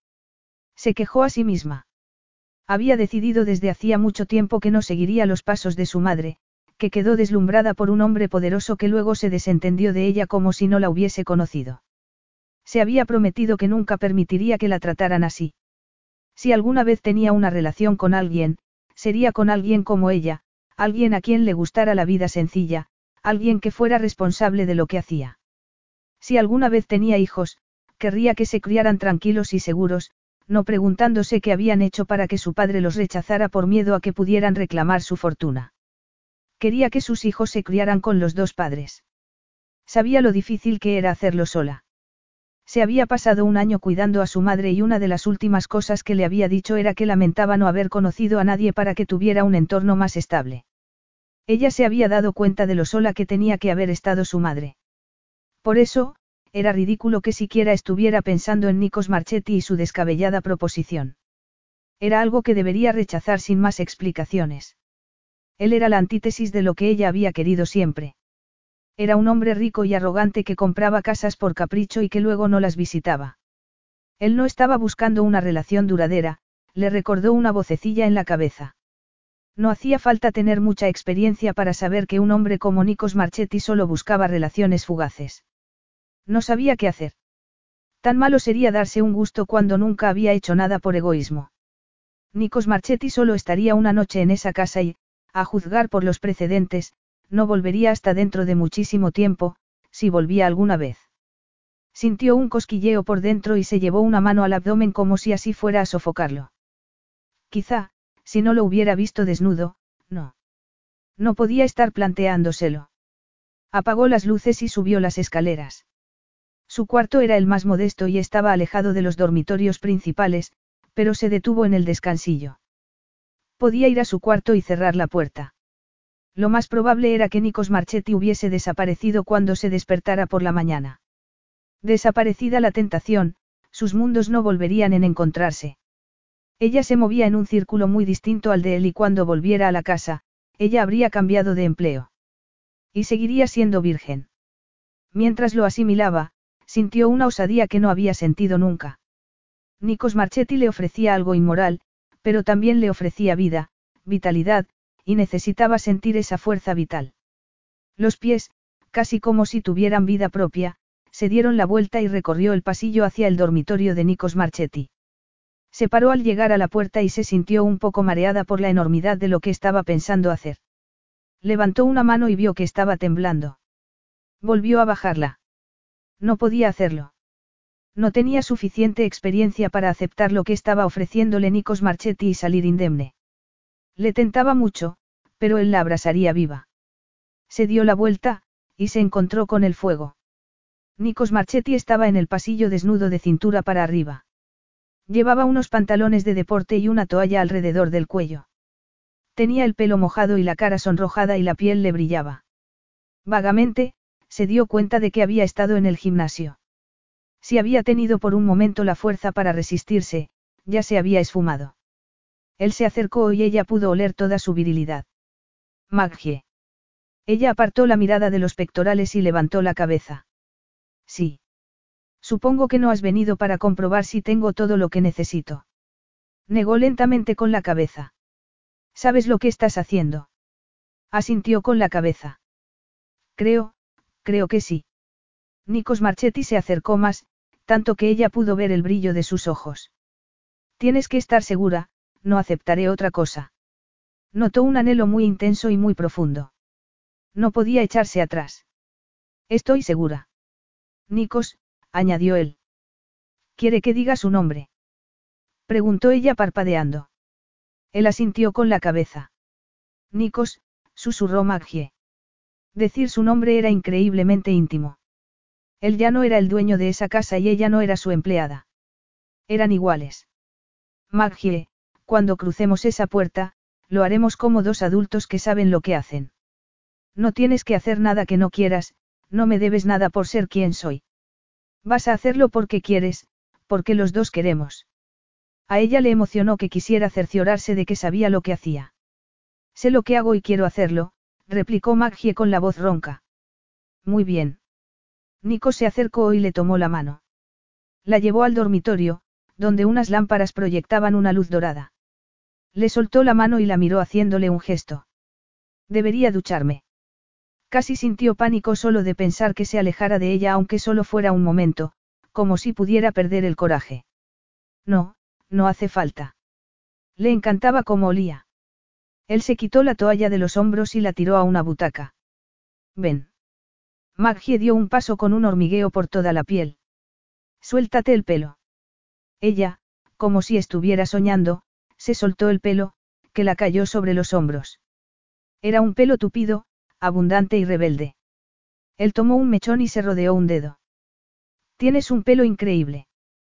Se quejó a sí misma. Había decidido desde hacía mucho tiempo que no seguiría los pasos de su madre, que quedó deslumbrada por un hombre poderoso que luego se desentendió de ella como si no la hubiese conocido. Se había prometido que nunca permitiría que la trataran así. Si alguna vez tenía una relación con alguien, sería con alguien como ella, alguien a quien le gustara la vida sencilla, alguien que fuera responsable de lo que hacía. Si alguna vez tenía hijos, querría que se criaran tranquilos y seguros, no preguntándose qué habían hecho para que su padre los rechazara por miedo a que pudieran reclamar su fortuna. Quería que sus hijos se criaran con los dos padres. Sabía lo difícil que era hacerlo sola. Se había pasado un año cuidando a su madre y una de las últimas cosas que le había dicho era que lamentaba no haber conocido a nadie para que tuviera un entorno más estable. Ella se había dado cuenta de lo sola que tenía que haber estado su madre. Por eso, era ridículo que siquiera estuviera pensando en Nikos Marchetti y su descabellada proposición. Era algo que debería rechazar sin más explicaciones. Él era la antítesis de lo que ella había querido siempre. Era un hombre rico y arrogante que compraba casas por capricho y que luego no las visitaba. Él no estaba buscando una relación duradera, le recordó una vocecilla en la cabeza. No hacía falta tener mucha experiencia para saber que un hombre como Nikos Marchetti solo buscaba relaciones fugaces. No sabía qué hacer. Tan malo sería darse un gusto cuando nunca había hecho nada por egoísmo. Nikos Marchetti solo estaría una noche en esa casa y, a juzgar por los precedentes, no volvería hasta dentro de muchísimo tiempo, si volvía alguna vez. Sintió un cosquilleo por dentro y se llevó una mano al abdomen como si así fuera a sofocarlo. Quizá, si no lo hubiera visto desnudo, no. No podía estar planteándoselo. Apagó las luces y subió las escaleras. Su cuarto era el más modesto y estaba alejado de los dormitorios principales, pero se detuvo en el descansillo. Podía ir a su cuarto y cerrar la puerta. Lo más probable era que Nikos Marchetti hubiese desaparecido cuando se despertara por la mañana. Desaparecida la tentación, sus mundos no volverían en encontrarse. Ella se movía en un círculo muy distinto al de él y cuando volviera a la casa, ella habría cambiado de empleo. Y seguiría siendo virgen. Mientras lo asimilaba, sintió una osadía que no había sentido nunca. Nikos Marchetti le ofrecía algo inmoral, pero también le ofrecía vida, vitalidad, y necesitaba sentir esa fuerza vital. Los pies, casi como si tuvieran vida propia, se dieron la vuelta y recorrió el pasillo hacia el dormitorio de Nikos Marchetti. Se paró al llegar a la puerta y se sintió un poco mareada por la enormidad de lo que estaba pensando hacer. Levantó una mano y vio que estaba temblando. Volvió a bajarla. No podía hacerlo. No tenía suficiente experiencia para aceptar lo que estaba ofreciéndole Nikos Marchetti y salir indemne. Le tentaba mucho, pero él la abrasaría viva. Se dio la vuelta, y se encontró con el fuego. Nikos Marchetti estaba en el pasillo desnudo de cintura para arriba. Llevaba unos pantalones de deporte y una toalla alrededor del cuello. Tenía el pelo mojado y la cara sonrojada y la piel le brillaba. Vagamente, se dio cuenta de que había estado en el gimnasio. Si había tenido por un momento la fuerza para resistirse, ya se había esfumado. Él se acercó y ella pudo oler toda su virilidad. Maggie. Ella apartó la mirada de los pectorales y levantó la cabeza. Sí. Supongo que no has venido para comprobar si tengo todo lo que necesito. Negó lentamente con la cabeza. ¿Sabes lo que estás haciendo? Asintió con la cabeza. Creo, creo que sí. Nikos Marchetti se acercó más, tanto que ella pudo ver el brillo de sus ojos. Tienes que estar segura, no aceptaré otra cosa. Notó un anhelo muy intenso y muy profundo. No podía echarse atrás. Estoy segura. Nikos, añadió él. ¿Quiere que diga su nombre? Preguntó ella parpadeando. Él asintió con la cabeza. Nikos, susurró Maggie. Decir su nombre era increíblemente íntimo. Él ya no era el dueño de esa casa y ella no era su empleada. Eran iguales. Maggie, cuando crucemos esa puerta, lo haremos como dos adultos que saben lo que hacen. No tienes que hacer nada que no quieras, no me debes nada por ser quien soy. Vas a hacerlo porque quieres, porque los dos queremos. A ella le emocionó que quisiera cerciorarse de que sabía lo que hacía. Sé lo que hago y quiero hacerlo, replicó Maggie con la voz ronca. Muy bien. Nico se acercó y le tomó la mano. La llevó al dormitorio, donde unas lámparas proyectaban una luz dorada. Le soltó la mano y la miró haciéndole un gesto. Debería ducharme. Casi sintió pánico solo de pensar que se alejara de ella aunque solo fuera un momento, como si pudiera perder el coraje. No, no hace falta. Le encantaba cómo olía. Él se quitó la toalla de los hombros y la tiró a una butaca. Ven. Maggie dio un paso con un hormigueo por toda la piel. Suéltate el pelo. Ella, como si estuviera soñando, se soltó el pelo, que la cayó sobre los hombros. Era un pelo tupido, abundante y rebelde. Él tomó un mechón y se rodeó un dedo. Tienes un pelo increíble.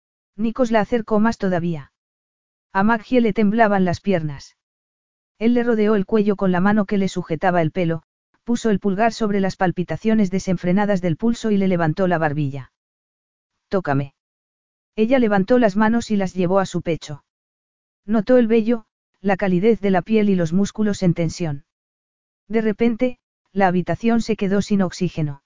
Nikos la acercó más todavía. A Maggie le temblaban las piernas. Él le rodeó el cuello con la mano que le sujetaba el pelo, puso el pulgar sobre las palpitaciones desenfrenadas del pulso y le levantó la barbilla. Tócame. Ella levantó las manos y las llevó a su pecho. Notó el vello, la calidez de la piel y los músculos en tensión. De repente, la habitación se quedó sin oxígeno.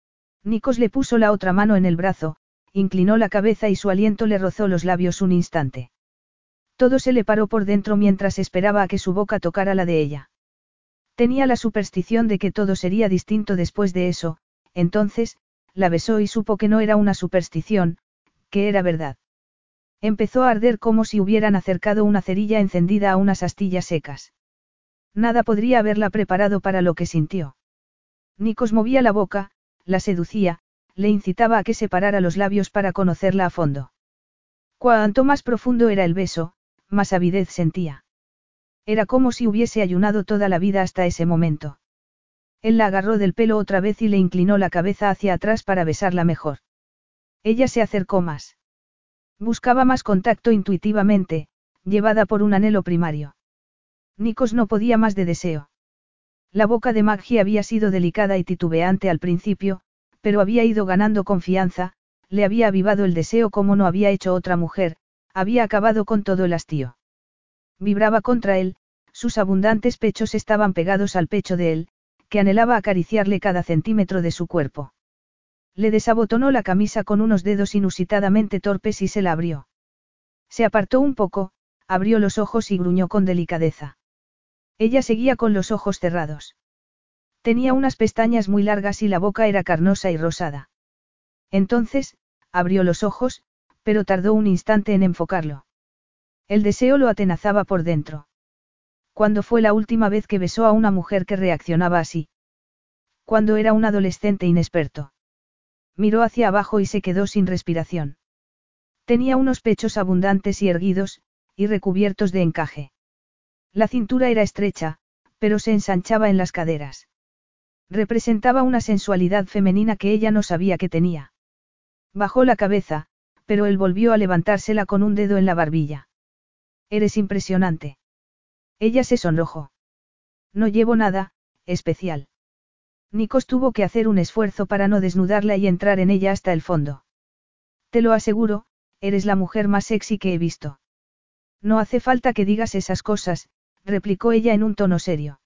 Nikos le puso la otra mano en el brazo, inclinó la cabeza y su aliento le rozó los labios un instante. Todo se le paró por dentro mientras esperaba a que su boca tocara la de ella. Tenía la superstición de que todo sería distinto después de eso, entonces, la besó y supo que no era una superstición, que era verdad. Empezó a arder como si hubieran acercado una cerilla encendida a unas astillas secas. Nada podría haberla preparado para lo que sintió. Nikos movía la boca, la seducía, le incitaba a que separara los labios para conocerla a fondo. Cuanto más profundo era el beso, más avidez sentía. Era como si hubiese ayunado toda la vida hasta ese momento. Él la agarró del pelo otra vez y le inclinó la cabeza hacia atrás para besarla mejor. Ella se acercó más. Buscaba más contacto intuitivamente, llevada por un anhelo primario. Nikos no podía más de deseo. La boca de Maggie había sido delicada y titubeante al principio, pero había ido ganando confianza, le había avivado el deseo como no había hecho otra mujer, había acabado con todo el hastío. Vibraba contra él, sus abundantes pechos estaban pegados al pecho de él, que anhelaba acariciarle cada centímetro de su cuerpo. Le desabotonó la camisa con unos dedos inusitadamente torpes y se la abrió. Se apartó un poco, abrió los ojos y gruñó con delicadeza. Ella seguía con los ojos cerrados. Tenía unas pestañas muy largas y la boca era carnosa y rosada. Entonces, abrió los ojos, pero tardó un instante en enfocarlo. El deseo lo atenazaba por dentro. ¿Cuándo fue la última vez que besó a una mujer que reaccionaba así? Cuando era un adolescente inexperto. Miró hacia abajo y se quedó sin respiración. Tenía unos pechos abundantes y erguidos, y recubiertos de encaje. La cintura era estrecha, pero se ensanchaba en las caderas. Representaba una sensualidad femenina que ella no sabía que tenía. Bajó la cabeza, pero él volvió a levantársela con un dedo en la barbilla. Eres impresionante. Ella se sonrojó. No llevo nada, especial. Nikos tuvo que hacer un esfuerzo para no desnudarla y entrar en ella hasta el fondo. Te lo aseguro, eres la mujer más sexy que he visto. No hace falta que digas esas cosas, replicó ella en un tono serio.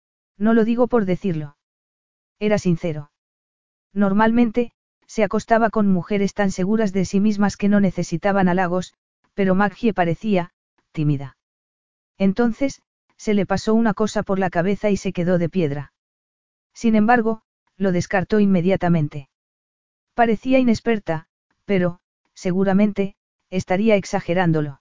No lo digo por decirlo. Era sincero. Normalmente, se acostaba con mujeres tan seguras de sí mismas que no necesitaban halagos, pero Maggie parecía, tímida. Entonces, se le pasó una cosa por la cabeza y se quedó de piedra. Sin embargo, lo descartó inmediatamente. Parecía inexperta, pero, seguramente, estaría exagerándolo.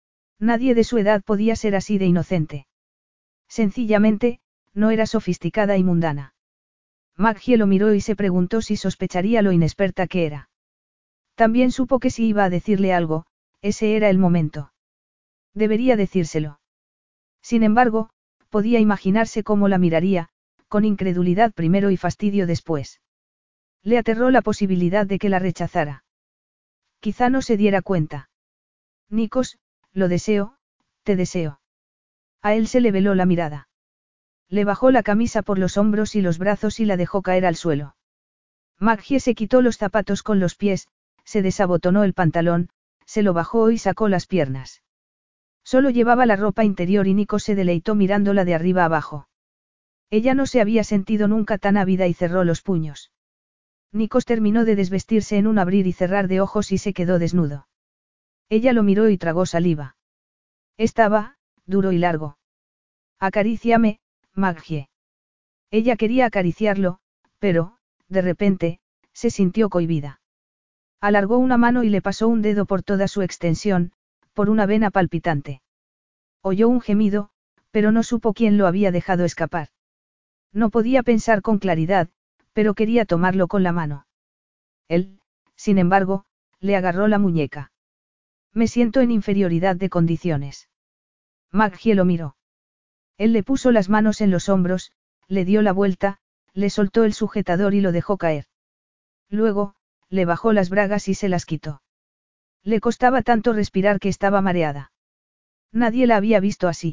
Nadie de su edad podía ser así de inocente. Sencillamente, no era sofisticada y mundana. Maggie lo miró y se preguntó si sospecharía lo inexperta que era. También supo que si iba a decirle algo, ese era el momento. Debería decírselo. Sin embargo, podía imaginarse cómo la miraría, con incredulidad primero y fastidio después. Le aterró la posibilidad de que la rechazara. Quizá no se diera cuenta. Nikos, lo deseo, te deseo. A él se le veló la mirada. Le bajó la camisa por los hombros y los brazos y la dejó caer al suelo. Maggie se quitó los zapatos con los pies, se desabotonó el pantalón, se lo bajó y sacó las piernas. Solo llevaba la ropa interior y Nikos se deleitó mirándola de arriba abajo. Ella no se había sentido nunca tan ávida y cerró los puños. Nikos terminó de desvestirse en un abrir y cerrar de ojos y se quedó desnudo. Ella lo miró y tragó saliva. Estaba, duro y largo. Acaríciame, Maggie. Ella quería acariciarlo, pero, de repente, se sintió cohibida. Alargó una mano y le pasó un dedo por toda su extensión, por una vena palpitante. Oyó un gemido, pero no supo quién lo había dejado escapar. No podía pensar con claridad, pero quería tomarlo con la mano. Él, sin embargo, le agarró la muñeca. Me siento en inferioridad de condiciones. Maggie lo miró. Él le puso las manos en los hombros, le dio la vuelta, le soltó el sujetador y lo dejó caer. Luego, le bajó las bragas y se las quitó. Le costaba tanto respirar que estaba mareada. Nadie la había visto así.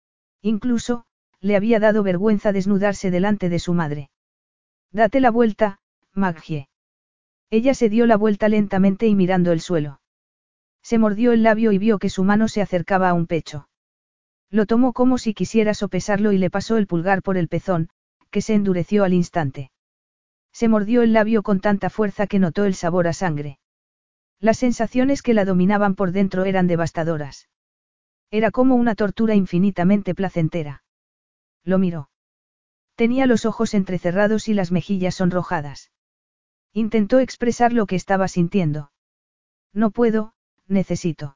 Incluso, le había dado vergüenza desnudarse delante de su madre. Date la vuelta, Maggie. Ella se dio la vuelta lentamente y mirando el suelo. Se mordió el labio y vio que su mano se acercaba a un pecho. Lo tomó como si quisiera sopesarlo y le pasó el pulgar por el pezón, que se endureció al instante. Se mordió el labio con tanta fuerza que notó el sabor a sangre. Las sensaciones que la dominaban por dentro eran devastadoras. Era como una tortura infinitamente placentera. Lo miró. Tenía los ojos entrecerrados y las mejillas sonrojadas. Intentó expresar lo que estaba sintiendo. No puedo, necesito.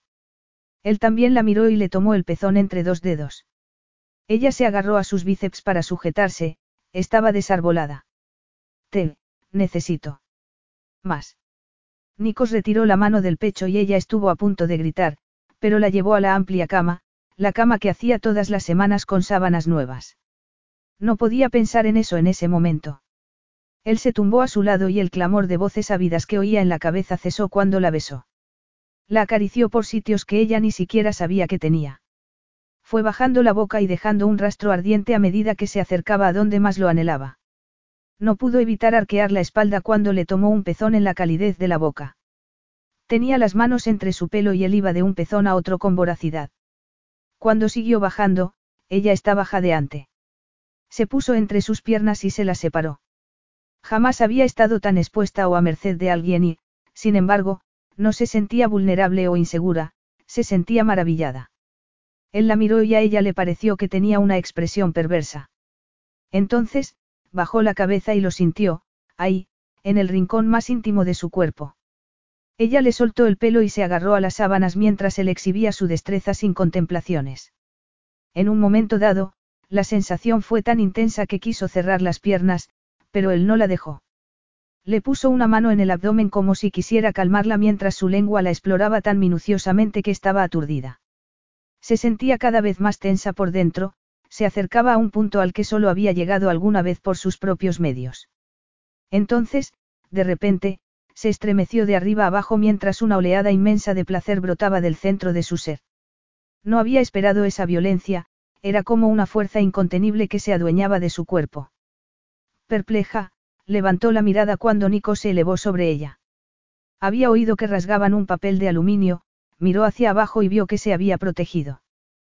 Él también la miró y le tomó el pezón entre dos dedos. Ella se agarró a sus bíceps para sujetarse, estaba desarbolada. Te, necesito. Más. Nikos retiró la mano del pecho y ella estuvo a punto de gritar, pero la llevó a la amplia cama, la cama que hacía todas las semanas con sábanas nuevas. No podía pensar en eso en ese momento. Él se tumbó a su lado y el clamor de voces ávidas que oía en la cabeza cesó cuando la besó. La acarició por sitios que ella ni siquiera sabía que tenía. Fue bajando la boca y dejando un rastro ardiente a medida que se acercaba a donde más lo anhelaba. No pudo evitar arquear la espalda cuando le tomó un pezón en la calidez de la boca. Tenía las manos entre su pelo y él iba de un pezón a otro con voracidad. Cuando siguió bajando, ella estaba jadeante. Se puso entre sus piernas y se las separó. Jamás había estado tan expuesta o a merced de alguien y, sin embargo, no se sentía vulnerable o insegura, se sentía maravillada. Él la miró y a ella le pareció que tenía una expresión perversa. Entonces, bajó la cabeza y lo sintió, ahí, en el rincón más íntimo de su cuerpo. Ella le soltó el pelo y se agarró a las sábanas mientras él exhibía su destreza sin contemplaciones. En un momento dado, la sensación fue tan intensa que quiso cerrar las piernas, pero él no la dejó. Le puso una mano en el abdomen como si quisiera calmarla mientras su lengua la exploraba tan minuciosamente que estaba aturdida. Se sentía cada vez más tensa por dentro, se acercaba a un punto al que solo había llegado alguna vez por sus propios medios. Entonces, de repente, se estremeció de arriba abajo mientras una oleada inmensa de placer brotaba del centro de su ser. No había esperado esa violencia, era como una fuerza incontenible que se adueñaba de su cuerpo. Perpleja, levantó la mirada cuando Nico se elevó sobre ella. Había oído que rasgaban un papel de aluminio, miró hacia abajo y vio que se había protegido.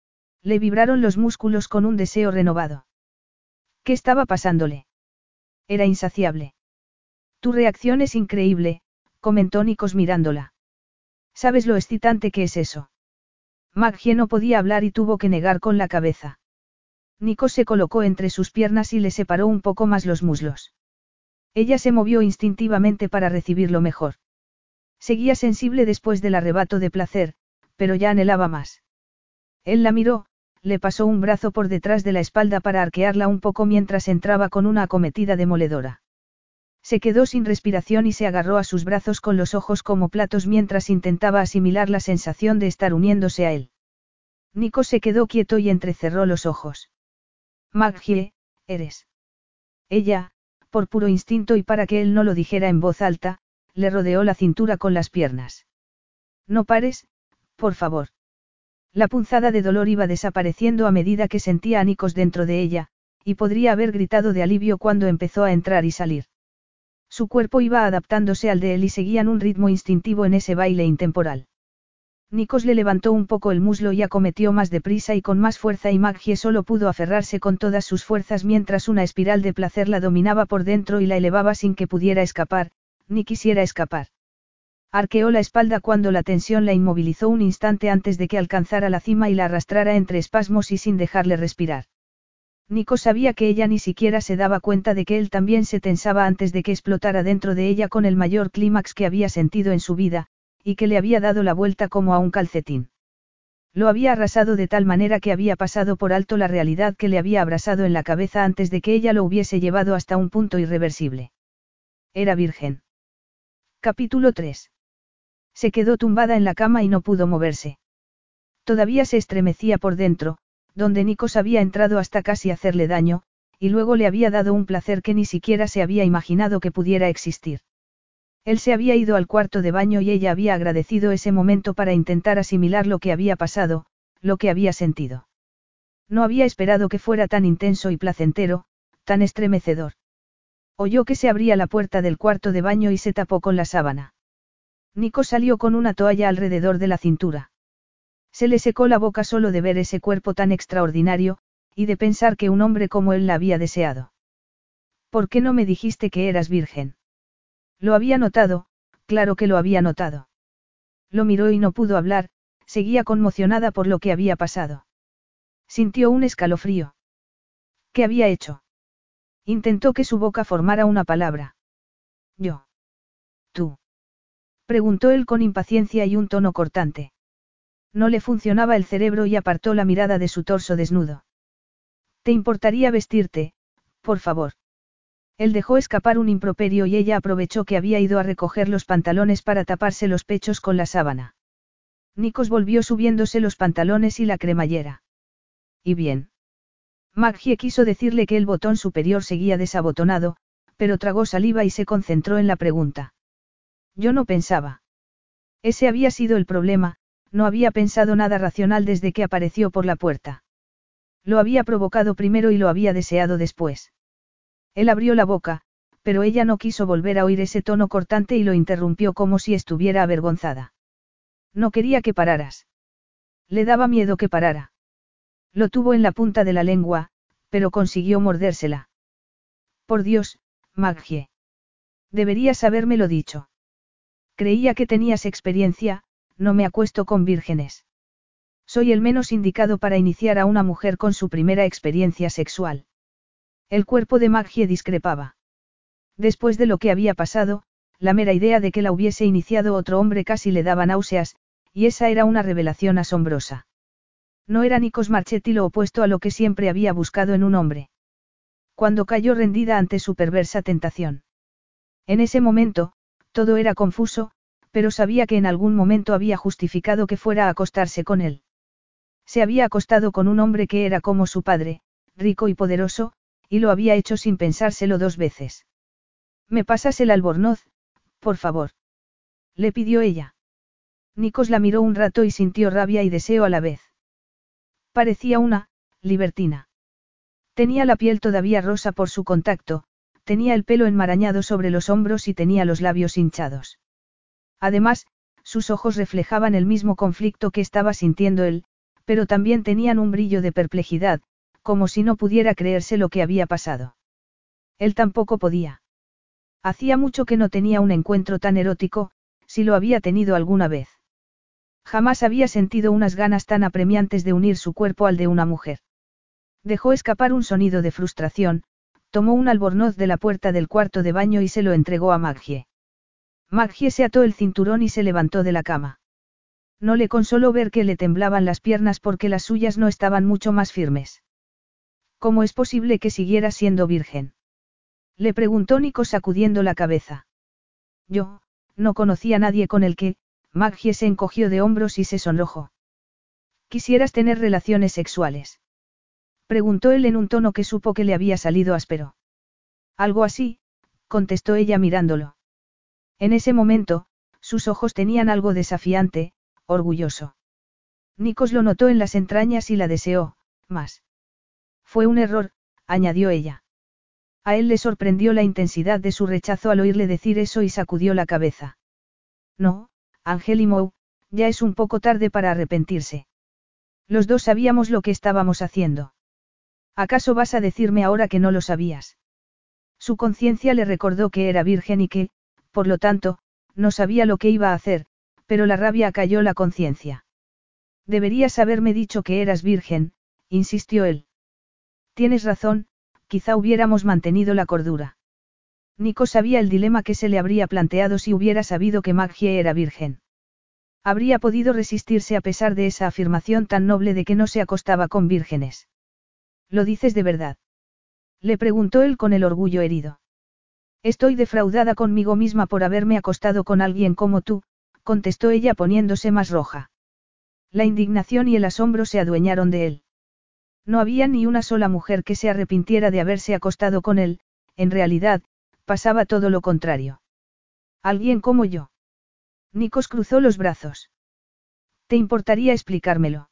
Le vibraron los músculos con un deseo renovado. ¿Qué estaba pasándole? Era insaciable. Tu reacción es increíble, comentó Nikos mirándola. ¿Sabes lo excitante que es eso? Maggie no podía hablar y tuvo que negar con la cabeza. Nikos se colocó entre sus piernas y le separó un poco más los muslos. Ella se movió instintivamente para recibirlo mejor. Seguía sensible después del arrebato de placer, pero ya anhelaba más. Él la miró, le pasó un brazo por detrás de la espalda para arquearla un poco mientras entraba con una acometida demoledora. Se quedó sin respiración y se agarró a sus brazos con los ojos como platos mientras intentaba asimilar la sensación de estar uniéndose a él. Nico se quedó quieto y entrecerró los ojos. Maggie, eres. Ella, por puro instinto y para que él no lo dijera en voz alta, le rodeó la cintura con las piernas. No pares, por favor. La punzada de dolor iba desapareciendo a medida que sentía a Nikos dentro de ella, y podría haber gritado de alivio cuando empezó a entrar y salir. Su cuerpo iba adaptándose al de él y seguían un ritmo instintivo en ese baile intemporal. Nikos le levantó un poco el muslo y acometió más deprisa y con más fuerza y Maggie solo pudo aferrarse con todas sus fuerzas mientras una espiral de placer la dominaba por dentro y la elevaba sin que pudiera escapar, ni quisiera escapar. Arqueó la espalda cuando la tensión la inmovilizó un instante antes de que alcanzara la cima y la arrastrara entre espasmos y sin dejarle respirar. Nikos sabía que ella ni siquiera se daba cuenta de que él también se tensaba antes de que explotara dentro de ella con el mayor clímax que había sentido en su vida, y que le había dado la vuelta como a un calcetín. Lo había arrasado de tal manera que había pasado por alto la realidad que le había abrasado en la cabeza antes de que ella lo hubiese llevado hasta un punto irreversible. Era virgen. Capítulo tres. Se quedó tumbada en la cama y no pudo moverse. Todavía se estremecía por dentro, donde Nikos había entrado hasta casi hacerle daño, y luego le había dado un placer que ni siquiera se había imaginado que pudiera existir. Él se había ido al cuarto de baño y ella había agradecido ese momento para intentar asimilar lo que había pasado, lo que había sentido. No había esperado que fuera tan intenso y placentero, tan estremecedor. Oyó que se abría la puerta del cuarto de baño y se tapó con la sábana. Nico salió con una toalla alrededor de la cintura. Se le secó la boca solo de ver ese cuerpo tan extraordinario, y de pensar que un hombre como él la había deseado. ¿Por qué no me dijiste que eras virgen? Lo había notado, claro que lo había notado. Lo miró y no pudo hablar, seguía conmocionada por lo que había pasado. Sintió un escalofrío. ¿Qué había hecho? Intentó que su boca formara una palabra. Yo. Tú. Preguntó él con impaciencia y un tono cortante. No le funcionaba el cerebro y apartó la mirada de su torso desnudo. ¿Te importaría vestirte, por favor? Él dejó escapar un improperio y ella aprovechó que había ido a recoger los pantalones para taparse los pechos con la sábana. Nikos volvió subiéndose los pantalones y la cremallera. ¿Y bien? Maggie quiso decirle que el botón superior seguía desabotonado, pero tragó saliva y se concentró en la pregunta. Yo no pensaba. Ese había sido el problema, no había pensado nada racional desde que apareció por la puerta. Lo había provocado primero y lo había deseado después. Él abrió la boca, pero ella no quiso volver a oír ese tono cortante y lo interrumpió como si estuviera avergonzada. No quería que pararas. Le daba miedo que parara. Lo tuvo en la punta de la lengua, pero consiguió mordérsela. Por Dios, Maggie. Deberías habérmelo dicho. Creía que tenías experiencia, no me acuesto con vírgenes. Soy el menos indicado para iniciar a una mujer con su primera experiencia sexual. El cuerpo de Maggie discrepaba. Después de lo que había pasado, la mera idea de que la hubiese iniciado otro hombre casi le daba náuseas, y esa era una revelación asombrosa. No era Nikos Marchetti lo opuesto a lo que siempre había buscado en un hombre. Cuando cayó rendida ante su perversa tentación. En ese momento, todo era confuso, pero sabía que en algún momento había justificado que fuera a acostarse con él. Se había acostado con un hombre que era como su padre, rico y poderoso, y lo había hecho sin pensárselo dos veces. ¿Me pasas el albornoz, por favor? Le pidió ella. Nikos la miró un rato y sintió rabia y deseo a la vez. Parecía una libertina. Tenía la piel todavía rosa por su contacto, tenía el pelo enmarañado sobre los hombros y tenía los labios hinchados. Además, sus ojos reflejaban el mismo conflicto que estaba sintiendo él, pero también tenían un brillo de perplejidad, como si no pudiera creerse lo que había pasado. Él tampoco podía. Hacía mucho que no tenía un encuentro tan erótico, si lo había tenido alguna vez. Jamás había sentido unas ganas tan apremiantes de unir su cuerpo al de una mujer. Dejó escapar un sonido de frustración, tomó un albornoz de la puerta del cuarto de baño y se lo entregó a Maggie. Maggie se ató el cinturón y se levantó de la cama. No le consoló ver que le temblaban las piernas porque las suyas no estaban mucho más firmes. ¿Cómo es posible que siguiera siendo virgen? Le preguntó Nico sacudiendo la cabeza. Yo, no conocí a nadie con el que, Maggie se encogió de hombros y se sonrojó. ¿Quisieras tener relaciones sexuales? Preguntó él en un tono que supo que le había salido áspero. Algo así, contestó ella mirándolo. En ese momento, sus ojos tenían algo desafiante, orgulloso. Nikos lo notó en las entrañas y la deseó, más. Fue un error, añadió ella. A él le sorprendió la intensidad de su rechazo al oírle decir eso y sacudió la cabeza. No, Angelimo, ya es un poco tarde para arrepentirse. Los dos sabíamos lo que estábamos haciendo. ¿Acaso vas a decirme ahora que no lo sabías? Su conciencia le recordó que era virgen y que, por lo tanto, no sabía lo que iba a hacer, pero la rabia acalló la conciencia. Deberías haberme dicho que eras virgen, insistió él. Tienes razón, quizá hubiéramos mantenido la cordura. Nico sabía el dilema que se le habría planteado si hubiera sabido que Maggie era virgen. Habría podido resistirse a pesar de esa afirmación tan noble de que no se acostaba con vírgenes. ¿Lo dices de verdad? Le preguntó él con el orgullo herido. Estoy defraudada conmigo misma por haberme acostado con alguien como tú, contestó ella poniéndose más roja. La indignación y el asombro se adueñaron de él. No había ni una sola mujer que se arrepintiera de haberse acostado con él, en realidad, pasaba todo lo contrario. Alguien como yo. Nikos cruzó los brazos. ¿Te importaría explicármelo?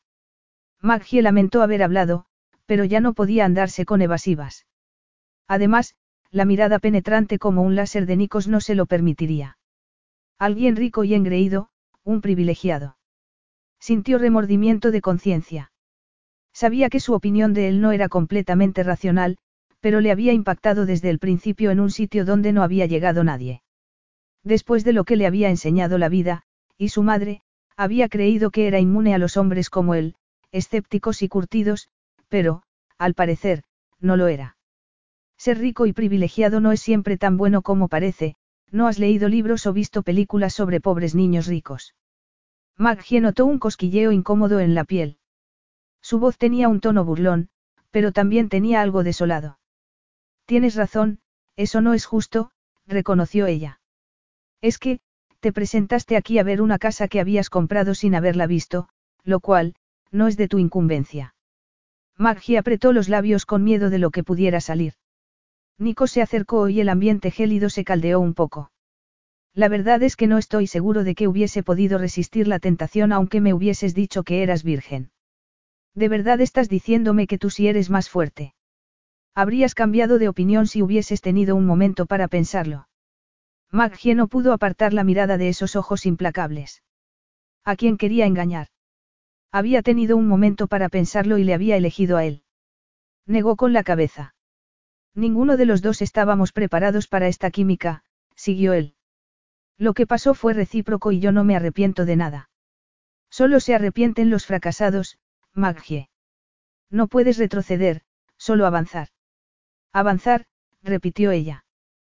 Maggie lamentó haber hablado, pero ya no podía andarse con evasivas. Además, la mirada penetrante como un láser de Nikos no se lo permitiría. Alguien rico y engreído, un privilegiado. Sintió remordimiento de conciencia. Sabía que su opinión de él no era completamente racional, pero le había impactado desde el principio en un sitio donde no había llegado nadie. Después de lo que le había enseñado la vida, y su madre, había creído que era inmune a los hombres como él, escépticos y curtidos, pero, al parecer, no lo era. Ser rico y privilegiado no es siempre tan bueno como parece, ¿no has leído libros o visto películas sobre pobres niños ricos? Maggie notó un cosquilleo incómodo en la piel. Su voz tenía un tono burlón, pero también tenía algo desolado. Tienes razón, eso no es justo, reconoció ella. Es que, te presentaste aquí a ver una casa que habías comprado sin haberla visto, lo cual, no es de tu incumbencia. Maggie apretó los labios con miedo de lo que pudiera salir. Nico se acercó y el ambiente gélido se caldeó un poco. La verdad es que no estoy seguro de que hubiese podido resistir la tentación aunque me hubieses dicho que eras virgen. ¿De verdad estás diciéndome que tú sí eres más fuerte? Habrías cambiado de opinión si hubieses tenido un momento para pensarlo. Maggie no pudo apartar la mirada de esos ojos implacables. ¿A quién quería engañar? Había tenido un momento para pensarlo y le había elegido a él. Negó con la cabeza. Ninguno de los dos estábamos preparados para esta química, siguió él. Lo que pasó fue recíproco y yo no me arrepiento de nada. Solo se arrepienten los fracasados, Maggie. No puedes retroceder, solo avanzar. Avanzar, repitió ella.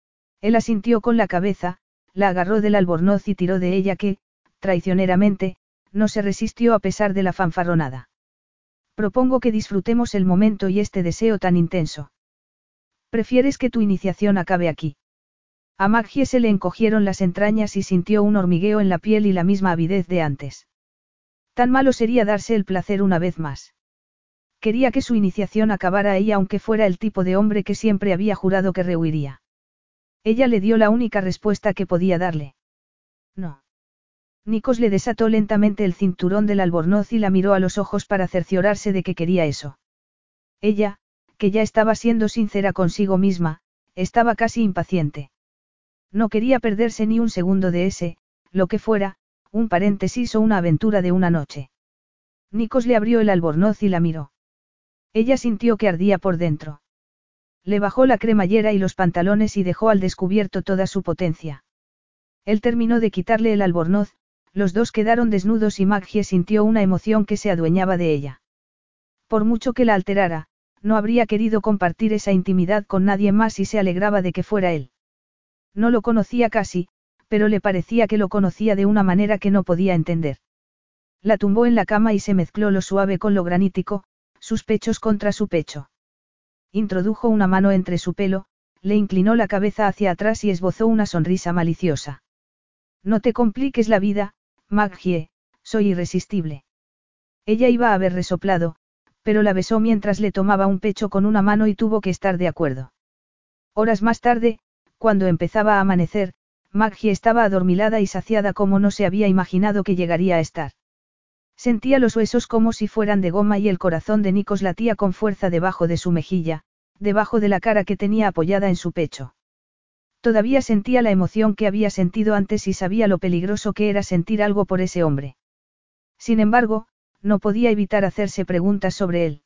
Él asintió con la cabeza, la agarró del albornoz y tiró de ella que, traicioneramente, no se resistió a pesar de la fanfarronada. Propongo que disfrutemos el momento y este deseo tan intenso. ¿Prefieres que tu iniciación acabe aquí? A Maggie se le encogieron las entrañas y sintió un hormigueo en la piel y la misma avidez de antes. Tan malo sería darse el placer una vez más. Quería que su iniciación acabara ahí aunque fuera el tipo de hombre que siempre había jurado que rehuiría. Ella le dio la única respuesta que podía darle. No. Nikos le desató lentamente el cinturón del albornoz y la miró a los ojos para cerciorarse de que quería eso. Ella, que ya estaba siendo sincera consigo misma, estaba casi impaciente. No quería perderse ni un segundo de ese, lo que fuera, un paréntesis o una aventura de una noche. Nikos le abrió el albornoz y la miró. Ella sintió que ardía por dentro. Le bajó la cremallera y los pantalones y dejó al descubierto toda su potencia. Él terminó de quitarle el albornoz, los dos quedaron desnudos y Maggie sintió una emoción que se adueñaba de ella. Por mucho que la alterara, no habría querido compartir esa intimidad con nadie más y se alegraba de que fuera él. No lo conocía casi, pero le parecía que lo conocía de una manera que no podía entender. La tumbó en la cama y se mezcló lo suave con lo granítico, sus pechos contra su pecho. Introdujo una mano entre su pelo, le inclinó la cabeza hacia atrás y esbozó una sonrisa maliciosa. No te compliques la vida, Maggie, soy irresistible. Ella iba a haber resoplado, pero la besó mientras le tomaba un pecho con una mano y tuvo que estar de acuerdo. Horas más tarde, cuando empezaba a amanecer, Maggie estaba adormilada y saciada como no se había imaginado que llegaría a estar. Sentía los huesos como si fueran de goma y el corazón de Nikos latía con fuerza debajo de su mejilla, debajo de la cara que tenía apoyada en su pecho. Todavía sentía la emoción que había sentido antes y sabía lo peligroso que era sentir algo por ese hombre. Sin embargo, no podía evitar hacerse preguntas sobre él.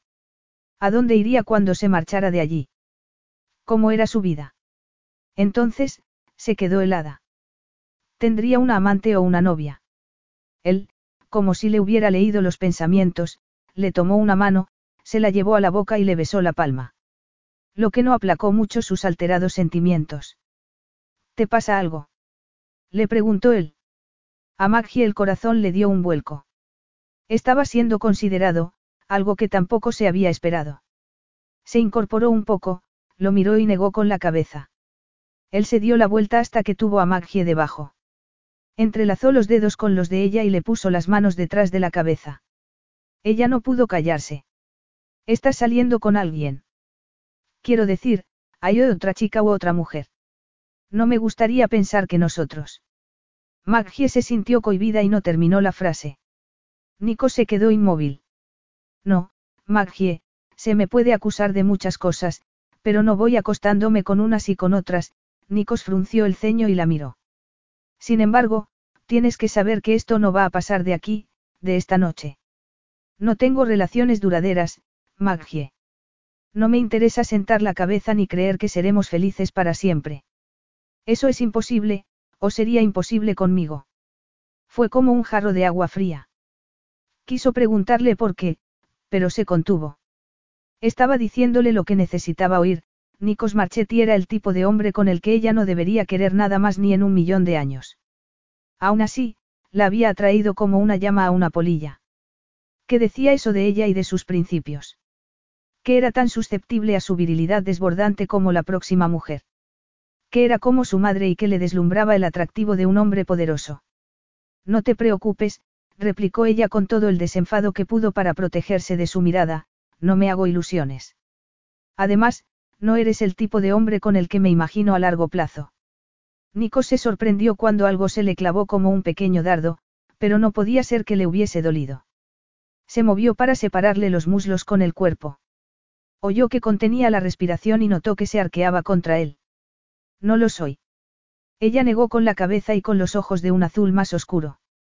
¿A dónde iría cuando se marchara de allí? ¿Cómo era su vida? Entonces, se quedó helada. ¿Tendría una amante o una novia? Él, como si le hubiera leído los pensamientos, le tomó una mano, se la llevó a la boca y le besó la palma. Lo que no aplacó mucho sus alterados sentimientos. ¿Te pasa algo? Le preguntó él. A Maggie el corazón le dio un vuelco. Estaba siendo considerado, algo que tampoco se había esperado. Se incorporó un poco, lo miró y negó con la cabeza. Él se dio la vuelta hasta que tuvo a Maggie debajo. Entrelazó los dedos con los de ella y le puso las manos detrás de la cabeza. Ella no pudo callarse. ¿Estás saliendo con alguien? Quiero decir, ¿hay otra chica u otra mujer? No me gustaría pensar que nosotros. Maggie se sintió cohibida y no terminó la frase. Nico se quedó inmóvil. No, Maggie, se me puede acusar de muchas cosas, pero no voy acostándome con unas y con otras. Nikos frunció el ceño y la miró. Sin embargo, tienes que saber que esto no va a pasar de aquí, de esta noche. No tengo relaciones duraderas, Maggie. No me interesa sentar la cabeza ni creer que seremos felices para siempre. Eso es imposible, o sería imposible conmigo. Fue como un jarro de agua fría. Quiso preguntarle por qué, pero se contuvo. Estaba diciéndole lo que necesitaba oír. Nikos Marchetti era el tipo de hombre con el que ella no debería querer nada más ni en un millón de años. Aún así, la había atraído como una llama a una polilla. ¿Qué decía eso de ella y de sus principios? Que era tan susceptible a su virilidad desbordante como la próxima mujer. Que era como su madre y que le deslumbraba el atractivo de un hombre poderoso. No te preocupes, replicó ella con todo el desenfado que pudo para protegerse de su mirada, no me hago ilusiones. Además, no eres el tipo de hombre con el que me imagino a largo plazo. Nico se sorprendió cuando algo se le clavó como un pequeño dardo, pero no podía ser que le hubiese dolido. Se movió para separarle los muslos con el cuerpo. Oyó que contenía la respiración y notó que se arqueaba contra él. No lo soy. Ella negó con la cabeza y con los ojos de un azul más oscuro.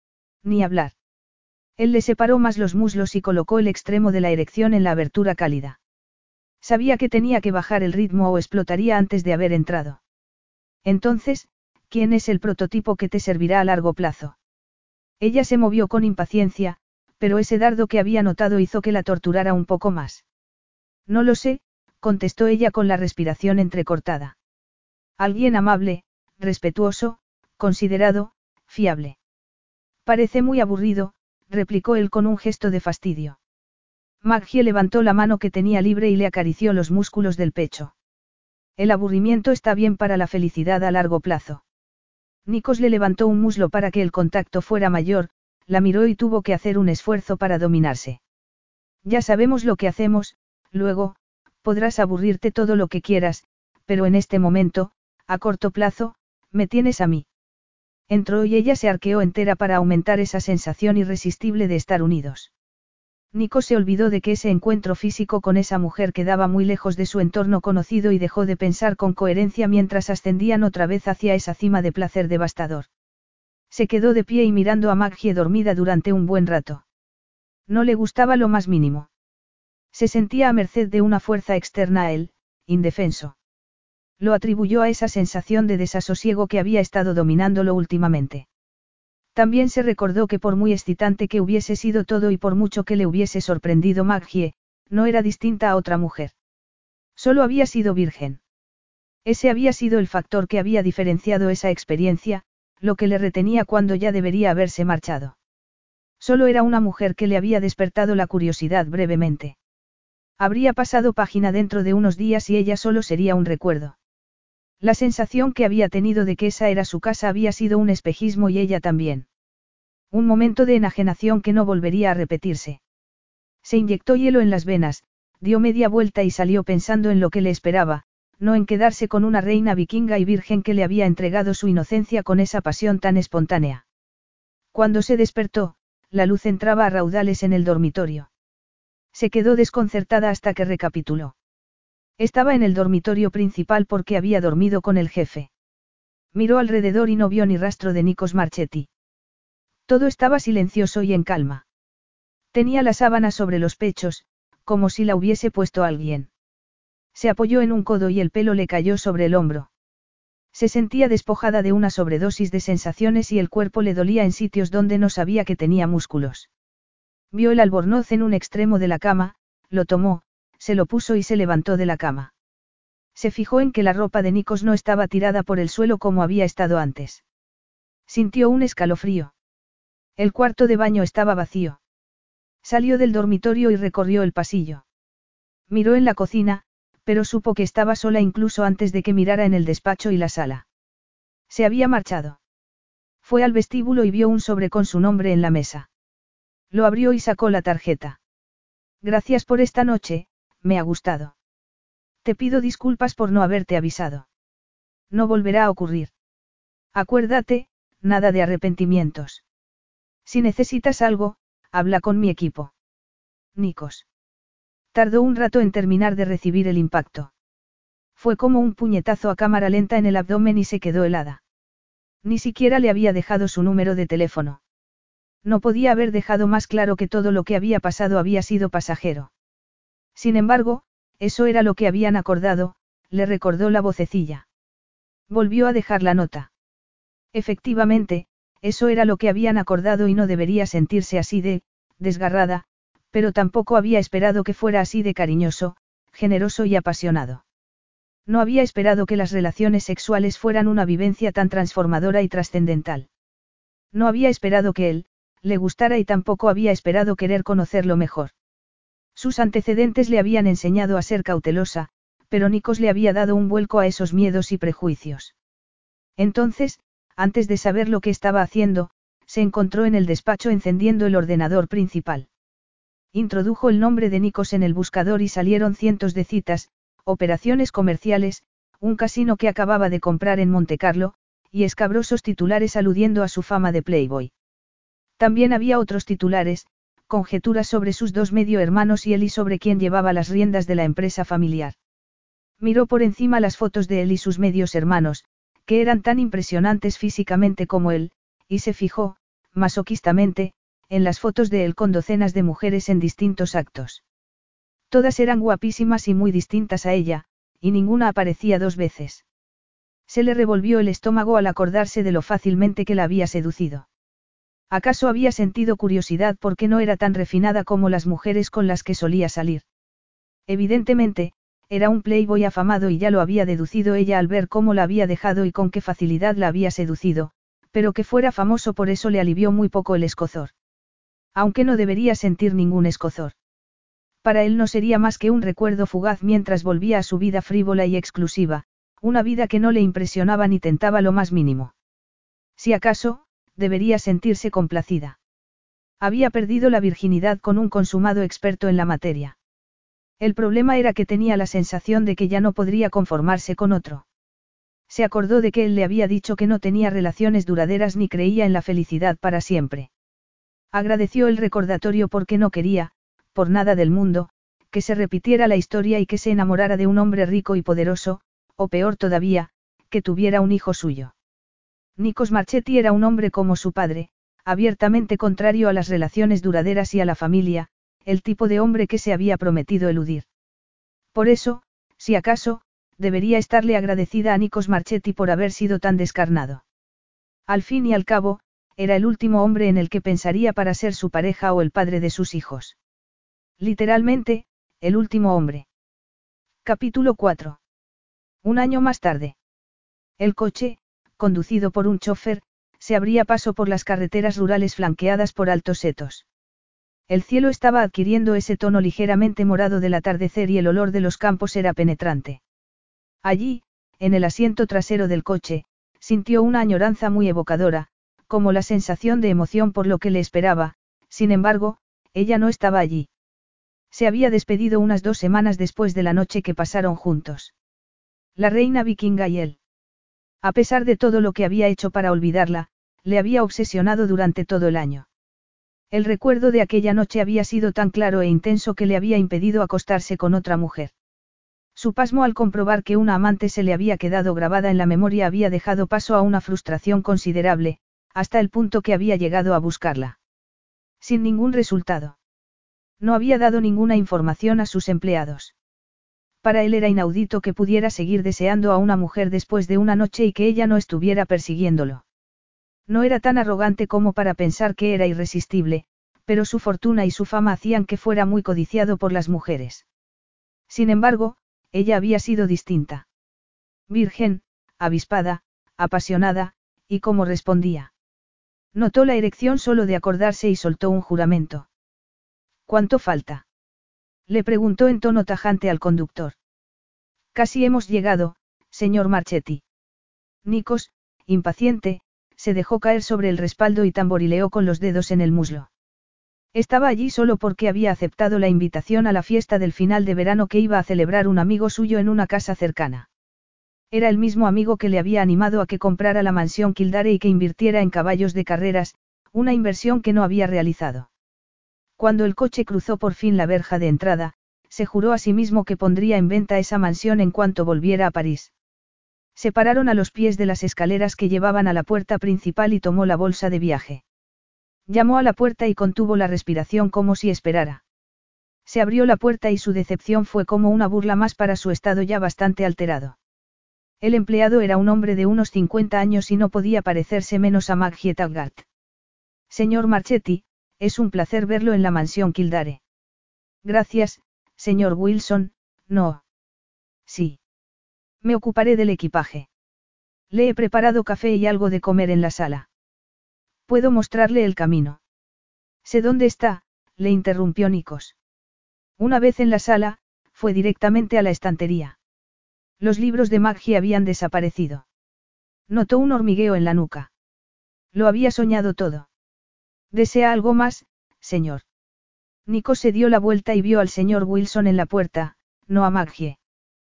Ni hablar. Él le separó más los muslos y colocó el extremo de la erección en la abertura cálida. Sabía que tenía que bajar el ritmo o explotaría antes de haber entrado. Entonces, ¿quién es el prototipo que te servirá a largo plazo? Ella se movió con impaciencia, pero ese dardo que había notado hizo que la torturara un poco más. No lo sé, contestó ella con la respiración entrecortada. Alguien amable, respetuoso, considerado, fiable. Parece muy aburrido, replicó él con un gesto de fastidio. Maggie levantó la mano que tenía libre y le acarició los músculos del pecho. El aburrimiento está bien para la felicidad a largo plazo. Nikos le levantó un muslo para que el contacto fuera mayor, la miró y tuvo que hacer un esfuerzo para dominarse. Ya sabemos lo que hacemos, luego, podrás aburrirte todo lo que quieras, pero en este momento, a corto plazo, me tienes a mí. Entró y ella se arqueó entera para aumentar esa sensación irresistible de estar unidos. Nico se olvidó de que ese encuentro físico con esa mujer quedaba muy lejos de su entorno conocido y dejó de pensar con coherencia mientras ascendían otra vez hacia esa cima de placer devastador. Se quedó de pie y mirando a Maggie dormida durante un buen rato. No le gustaba lo más mínimo. Se sentía a merced de una fuerza externa a él, indefenso. Lo atribuyó a esa sensación de desasosiego que había estado dominándolo últimamente. También se recordó que por muy excitante que hubiese sido todo y por mucho que le hubiese sorprendido Maggie, no era distinta a otra mujer. Solo había sido virgen. Ese había sido el factor que había diferenciado esa experiencia, lo que le retenía cuando ya debería haberse marchado. Solo era una mujer que le había despertado la curiosidad brevemente. Habría pasado página dentro de unos días y ella solo sería un recuerdo. La sensación que había tenido de que esa era su casa había sido un espejismo y ella también. Un momento de enajenación que no volvería a repetirse. Se inyectó hielo en las venas, dio media vuelta y salió pensando en lo que le esperaba, no en quedarse con una reina vikinga y virgen que le había entregado su inocencia con esa pasión tan espontánea. Cuando se despertó, la luz entraba a raudales en el dormitorio. Se quedó desconcertada hasta que recapituló. Estaba en el dormitorio principal porque había dormido con el jefe. Miró alrededor y no vio ni rastro de Nikos Marchetti. Todo estaba silencioso y en calma. Tenía la sábana sobre los pechos, como si la hubiese puesto alguien. Se apoyó en un codo y el pelo le cayó sobre el hombro. Se sentía despojada de una sobredosis de sensaciones y el cuerpo le dolía en sitios donde no sabía que tenía músculos. Vio el albornoz en un extremo de la cama, lo tomó, se lo puso y se levantó de la cama. Se fijó en que la ropa de Nikos no estaba tirada por el suelo como había estado antes. Sintió un escalofrío. El cuarto de baño estaba vacío. Salió del dormitorio y recorrió el pasillo. Miró en la cocina, pero supo que estaba sola incluso antes de que mirara en el despacho y la sala. Se había marchado. Fue al vestíbulo y vio un sobre con su nombre en la mesa. Lo abrió y sacó la tarjeta. Gracias por esta noche, me ha gustado. Te pido disculpas por no haberte avisado. No volverá a ocurrir. Acuérdate, nada de arrepentimientos. Si necesitas algo, habla con mi equipo. Nikos. Tardó un rato en terminar de recibir el impacto. Fue como un puñetazo a cámara lenta en el abdomen y se quedó helada. Ni siquiera le había dejado su número de teléfono. No podía haber dejado más claro que todo lo que había pasado había sido pasajero. Sin embargo, eso era lo que habían acordado, le recordó la vocecilla. Volvió a dejar la nota. Efectivamente, eso era lo que habían acordado y no debería sentirse así de, desgarrada, pero tampoco había esperado que fuera así de cariñoso, generoso y apasionado. No había esperado que las relaciones sexuales fueran una vivencia tan transformadora y trascendental. No había esperado que él, le gustara y tampoco había esperado querer conocerlo mejor. Sus antecedentes le habían enseñado a ser cautelosa, pero Nikos le había dado un vuelco a esos miedos y prejuicios. Entonces, antes de saber lo que estaba haciendo, se encontró en el despacho encendiendo el ordenador principal. Introdujo el nombre de Nikos en el buscador y salieron cientos de citas, operaciones comerciales, un casino que acababa de comprar en Montecarlo, y escabrosos titulares aludiendo a su fama de playboy. También había otros titulares, conjeturas sobre sus dos medio hermanos y él y sobre quién llevaba las riendas de la empresa familiar. Miró por encima las fotos de él y sus medios hermanos, que eran tan impresionantes físicamente como él, y se fijó, masoquistamente, en las fotos de él con docenas de mujeres en distintos actos. Todas eran guapísimas y muy distintas a ella, y ninguna aparecía dos veces. Se le revolvió el estómago al acordarse de lo fácilmente que la había seducido. ¿Acaso había sentido curiosidad porque no era tan refinada como las mujeres con las que solía salir? Evidentemente, era un playboy afamado y ya lo había deducido ella al ver cómo la había dejado y con qué facilidad la había seducido, pero que fuera famoso por eso le alivió muy poco el escozor. Aunque no debería sentir ningún escozor. Para él no sería más que un recuerdo fugaz mientras volvía a su vida frívola y exclusiva, una vida que no le impresionaba ni tentaba lo más mínimo. Si acaso, debería sentirse complacida. Había perdido la virginidad con un consumado experto en la materia. El problema era que tenía la sensación de que ya no podría conformarse con otro. Se acordó de que él le había dicho que no tenía relaciones duraderas ni creía en la felicidad para siempre. Agradeció el recordatorio porque no quería, por nada del mundo, que se repitiera la historia y que se enamorara de un hombre rico y poderoso, o peor todavía, que tuviera un hijo suyo. Nikos Marchetti era un hombre como su padre, abiertamente contrario a las relaciones duraderas y a la familia, el tipo de hombre que se había prometido eludir. Por eso, si acaso, debería estarle agradecida a Nikos Marchetti por haber sido tan descarnado. Al fin y al cabo, era el último hombre en el que pensaría para ser su pareja o el padre de sus hijos. Literalmente, el último hombre. Capítulo cuatro. Un año más tarde. El coche, conducido por un chofer, se abría paso por las carreteras rurales flanqueadas por altos setos. El cielo estaba adquiriendo ese tono ligeramente morado del atardecer y el olor de los campos era penetrante. Allí, en el asiento trasero del coche, sintió una añoranza muy evocadora, como la sensación de emoción por lo que le esperaba, sin embargo, ella no estaba allí. Se había despedido unas dos semanas después de la noche que pasaron juntos. La reina vikinga y él. A pesar de todo lo que había hecho para olvidarla, le había obsesionado durante todo el año. El recuerdo de aquella noche había sido tan claro e intenso que le había impedido acostarse con otra mujer. Su pasmo al comprobar que una amante se le había quedado grabada en la memoria había dejado paso a una frustración considerable, hasta el punto que había llegado a buscarla. Sin ningún resultado. No había dado ninguna información a sus empleados. Para él era inaudito que pudiera seguir deseando a una mujer después de una noche y que ella no estuviera persiguiéndolo. No era tan arrogante como para pensar que era irresistible, pero su fortuna y su fama hacían que fuera muy codiciado por las mujeres. Sin embargo, ella había sido distinta. Virgen, avispada, apasionada, y cómo respondía. Notó la erección solo de acordarse y soltó un juramento. ¿Cuánto falta? Le preguntó en tono tajante al conductor. Casi hemos llegado, señor Marchetti. Nikos, impaciente, se dejó caer sobre el respaldo y tamborileó con los dedos en el muslo. Estaba allí solo porque había aceptado la invitación a la fiesta del final de verano que iba a celebrar un amigo suyo en una casa cercana. Era el mismo amigo que le había animado a que comprara la mansión Kildare y que invirtiera en caballos de carreras, una inversión que no había realizado. Cuando el coche cruzó por fin la verja de entrada, se juró a sí mismo que pondría en venta esa mansión en cuanto volviera a París. Se pararon a los pies de las escaleras que llevaban a la puerta principal y tomó la bolsa de viaje. Llamó a la puerta y contuvo la respiración como si esperara. Se abrió la puerta y su decepción fue como una burla más para su estado ya bastante alterado. El empleado era un hombre de unos cincuenta años y no podía parecerse menos a Maggie Taggart. Señor Marchetti, es un placer verlo en la mansión Kildare. Gracias, señor Wilson, no. Sí. Me ocuparé del equipaje. Le he preparado café y algo de comer en la sala. Puedo mostrarle el camino. Sé dónde está, le interrumpió Nikos. Una vez en la sala, fue directamente a la estantería. Los libros de Maggie habían desaparecido. Notó un hormigueo en la nuca. Lo había soñado todo. ¿Desea algo más, señor? Nikos se dio la vuelta y vio al señor Wilson en la puerta, no a Maggie.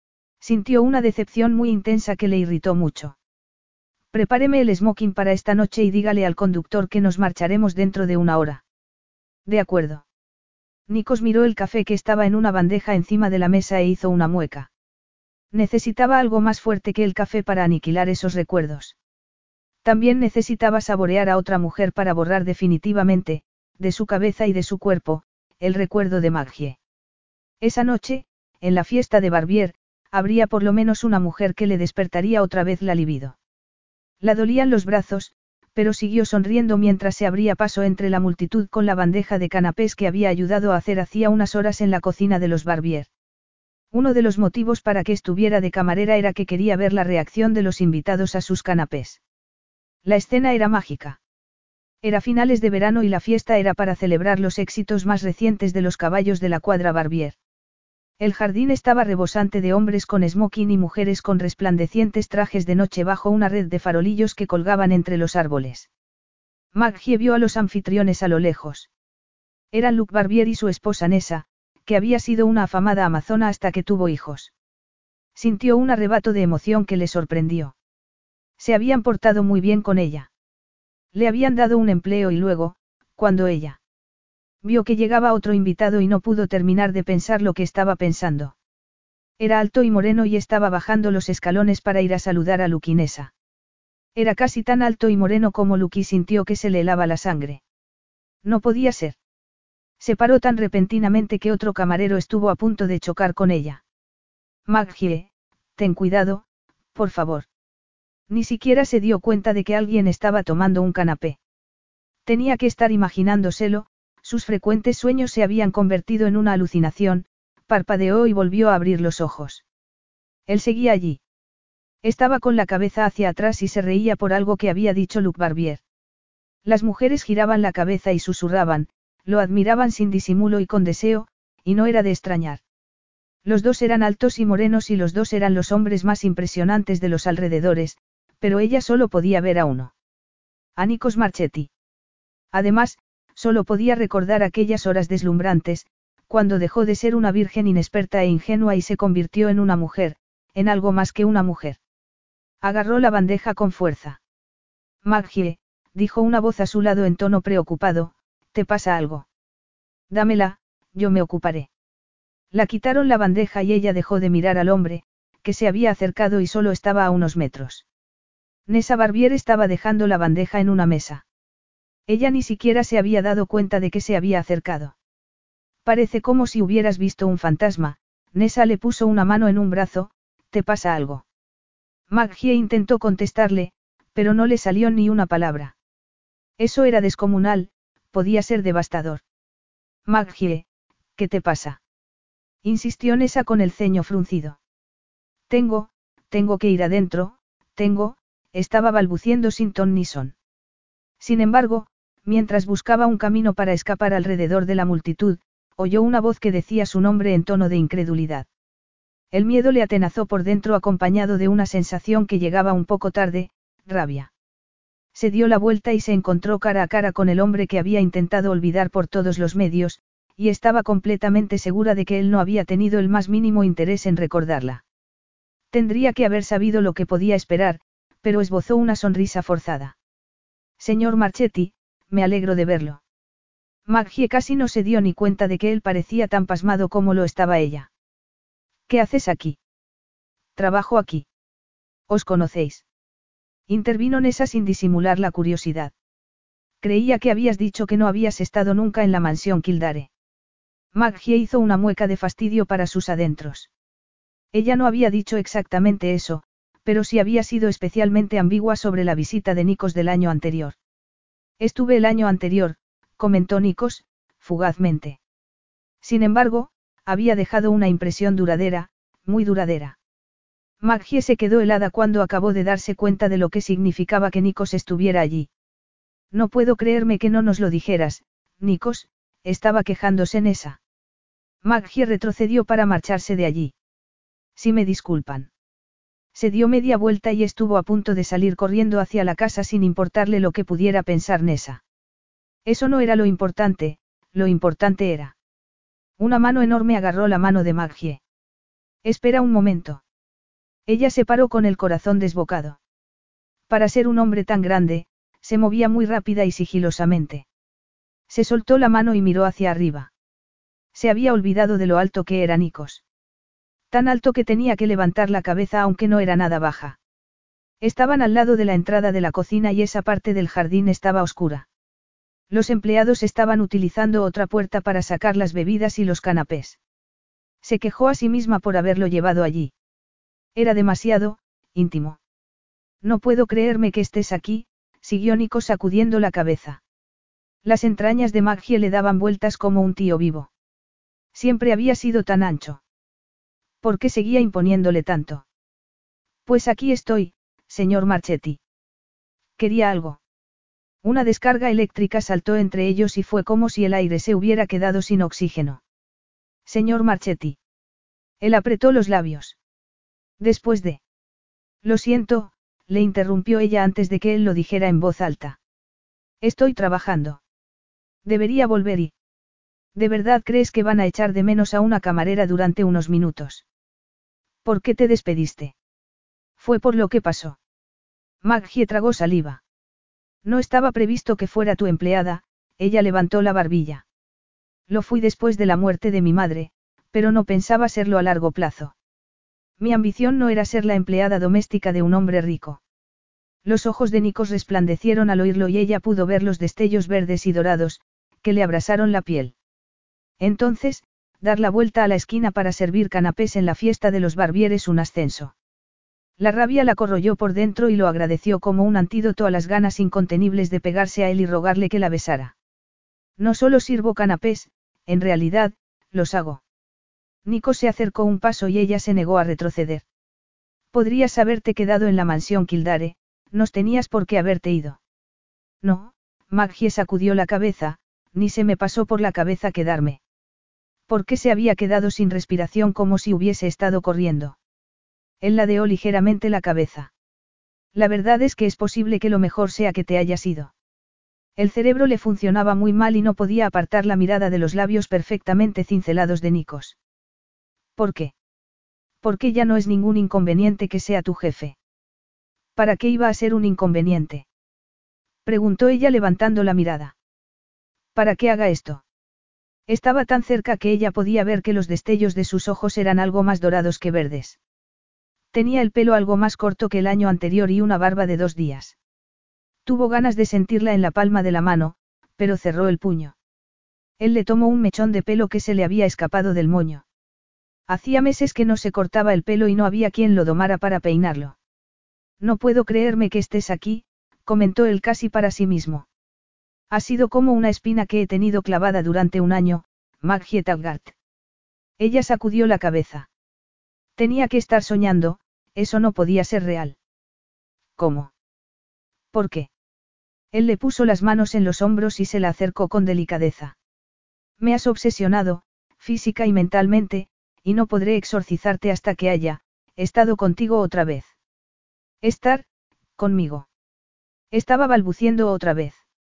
Sintió una decepción muy intensa que le irritó mucho. Prepáreme el smoking para esta noche y dígale al conductor que nos marcharemos dentro de una hora. De acuerdo. Nikos miró el café que estaba en una bandeja encima de la mesa e hizo una mueca. Necesitaba algo más fuerte que el café para aniquilar esos recuerdos. También necesitaba saborear a otra mujer para borrar definitivamente, de su cabeza y de su cuerpo, el recuerdo de Maggie. Esa noche, en la fiesta de Barbier, habría por lo menos una mujer que le despertaría otra vez la libido. La dolían los brazos, pero siguió sonriendo mientras se abría paso entre la multitud con la bandeja de canapés que había ayudado a hacer hacía unas horas en la cocina de los Barbier. Uno de los motivos para que estuviera de camarera era que quería ver la reacción de los invitados a sus canapés. La escena era mágica. Era finales de verano y la fiesta era para celebrar los éxitos más recientes de los caballos de la cuadra Barbier. El jardín estaba rebosante de hombres con smoking y mujeres con resplandecientes trajes de noche bajo una red de farolillos que colgaban entre los árboles. Maggie vio a los anfitriones a lo lejos. Eran Luc Barbier y su esposa Nessa, que había sido una afamada amazona hasta que tuvo hijos. Sintió un arrebato de emoción que le sorprendió. Se habían portado muy bien con ella. Le habían dado un empleo y luego, cuando ella vio que llegaba otro invitado y no pudo terminar de pensar lo que estaba pensando. Era alto y moreno y estaba bajando los escalones para ir a saludar a Luc y Nessa. Era casi tan alto y moreno como Luc y sintió que se le helaba la sangre. No podía ser. Se paró tan repentinamente que otro camarero estuvo a punto de chocar con ella. Maggie, ten cuidado, por favor. Ni siquiera se dio cuenta de que alguien estaba tomando un canapé. Tenía que estar imaginándoselo, sus frecuentes sueños se habían convertido en una alucinación, parpadeó y volvió a abrir los ojos. Él seguía allí. Estaba con la cabeza hacia atrás y se reía por algo que había dicho Luc Barbier. Las mujeres giraban la cabeza y susurraban, lo admiraban sin disimulo y con deseo, y no era de extrañar. Los dos eran altos y morenos y los dos eran los hombres más impresionantes de los alrededores, pero ella solo podía ver a uno. A Nikos Marchetti. Además, solo podía recordar aquellas horas deslumbrantes, cuando dejó de ser una virgen inexperta e ingenua y se convirtió en una mujer, en algo más que una mujer. Agarró la bandeja con fuerza. Maggie, dijo una voz a su lado en tono preocupado, ¿te pasa algo? Dámela, yo me ocuparé. La quitaron la bandeja y ella dejó de mirar al hombre, que se había acercado y solo estaba a unos metros. Nessa Barbier estaba dejando la bandeja en una mesa. Ella ni siquiera se había dado cuenta de que se había acercado. Parece como si hubieras visto un fantasma, Nessa le puso una mano en un brazo, ¿te pasa algo? Maggie intentó contestarle, pero no le salió ni una palabra. Eso era descomunal, podía ser devastador. Maggie, ¿qué te pasa? Insistió Nessa con el ceño fruncido. Tengo, tengo que ir adentro, tengo, estaba balbuciendo sin ton ni son. Sin embargo, mientras buscaba un camino para escapar alrededor de la multitud, oyó una voz que decía su nombre en tono de incredulidad. El miedo le atenazó por dentro acompañado de una sensación que llegaba un poco tarde, rabia. Se dio la vuelta y se encontró cara a cara con el hombre que había intentado olvidar por todos los medios, y estaba completamente segura de que él no había tenido el más mínimo interés en recordarla. Tendría que haber sabido lo que podía esperar, pero esbozó una sonrisa forzada. Señor Marchetti, me alegro de verlo. Maggie casi no se dio ni cuenta de que él parecía tan pasmado como lo estaba ella. ¿Qué haces aquí? Trabajo aquí. ¿Os conocéis? Intervino Nessa sin disimular la curiosidad. Creía que habías dicho que no habías estado nunca en la mansión Kildare. Maggie hizo una mueca de fastidio para sus adentros. Ella no había dicho exactamente eso, pero sí había sido especialmente ambigua sobre la visita de Nikos del año anterior. Estuve el año anterior, comentó Nikos, fugazmente. Sin embargo, había dejado una impresión duradera, muy duradera. Maggie se quedó helada cuando acabó de darse cuenta de lo que significaba que Nikos estuviera allí. No puedo creerme que no nos lo dijeras, Nikos, estaba quejándose Nessa. Maggie retrocedió para marcharse de allí. Si me disculpan. Se dio media vuelta y estuvo a punto de salir corriendo hacia la casa sin importarle lo que pudiera pensar Nessa. Eso no era lo importante, lo importante era. Una mano enorme agarró la mano de Maggie. Espera un momento. Ella se paró con el corazón desbocado. Para ser un hombre tan grande, se movía muy rápida y sigilosamente. Se soltó la mano y miró hacia arriba. Se había olvidado de lo alto que era Nikos. Tan alto que tenía que levantar la cabeza aunque no era nada baja. Estaban al lado de la entrada de la cocina y esa parte del jardín estaba oscura. Los empleados estaban utilizando otra puerta para sacar las bebidas y los canapés. Se quejó a sí misma por haberlo llevado allí. Era demasiado, íntimo. No puedo creerme que estés aquí, siguió Nikos sacudiendo la cabeza. Las entrañas de Maggie le daban vueltas como un tío vivo. Siempre había sido tan ancho. ¿Por qué seguía imponiéndole tanto? Pues aquí estoy, señor Marchetti. Quería algo. Una descarga eléctrica saltó entre ellos y fue como si el aire se hubiera quedado sin oxígeno. Señor Marchetti. Él apretó los labios. Después de... Lo siento, le interrumpió ella antes de que él lo dijera en voz alta. Estoy trabajando. Debería volver y... ¿De verdad crees que van a echar de menos a una camarera durante unos minutos? ¿Por qué te despediste? Fue por lo que pasó. Maggie tragó saliva. No estaba previsto que fuera tu empleada, ella levantó la barbilla. Lo fui después de la muerte de mi madre, pero no pensaba serlo a largo plazo. Mi ambición no era ser la empleada doméstica de un hombre rico. Los ojos de Nikos resplandecieron al oírlo y ella pudo ver los destellos verdes y dorados, que le abrasaron la piel. Entonces, dar la vuelta a la esquina para servir canapés en la fiesta de los Barbieres un ascenso. La rabia la corroyó por dentro y lo agradeció como un antídoto a las ganas incontenibles de pegarse a él y rogarle que la besara. No solo sirvo canapés, en realidad, los hago. Nikos se acercó un paso y ella se negó a retroceder. Podrías haberte quedado en la mansión Kildare, no tenías por qué haberte ido. No, Maggie sacudió la cabeza, ni se me pasó por la cabeza quedarme. ¿Por qué se había quedado sin respiración como si hubiese estado corriendo? Él ladeó ligeramente la cabeza. La verdad es que es posible que lo mejor sea que te hayas ido. El cerebro le funcionaba muy mal y no podía apartar la mirada de los labios perfectamente cincelados de Nikos. ¿Por qué? Porque ya no es ningún inconveniente que sea tu jefe. ¿Para qué iba a ser un inconveniente? Preguntó ella levantando la mirada. ¿Para qué haga esto? Estaba tan cerca que ella podía ver que los destellos de sus ojos eran algo más dorados que verdes. Tenía el pelo algo más corto que el año anterior y una barba de dos días. Tuvo ganas de sentirla en la palma de la mano, pero cerró el puño. Él le tomó un mechón de pelo que se le había escapado del moño. Hacía meses que no se cortaba el pelo y no había quien lo domara para peinarlo. No puedo creerme que estés aquí, comentó él casi para sí mismo. Ha sido como una espina que he tenido clavada durante un año, Maggie Taggart. Ella sacudió la cabeza. Tenía que estar soñando, eso no podía ser real. ¿Cómo? ¿Por qué? Él le puso las manos en los hombros y se la acercó con delicadeza. Me has obsesionado, física y mentalmente, y no podré exorcizarte hasta que haya estado contigo otra vez. Estar, conmigo. Estaba balbuciendo otra vez.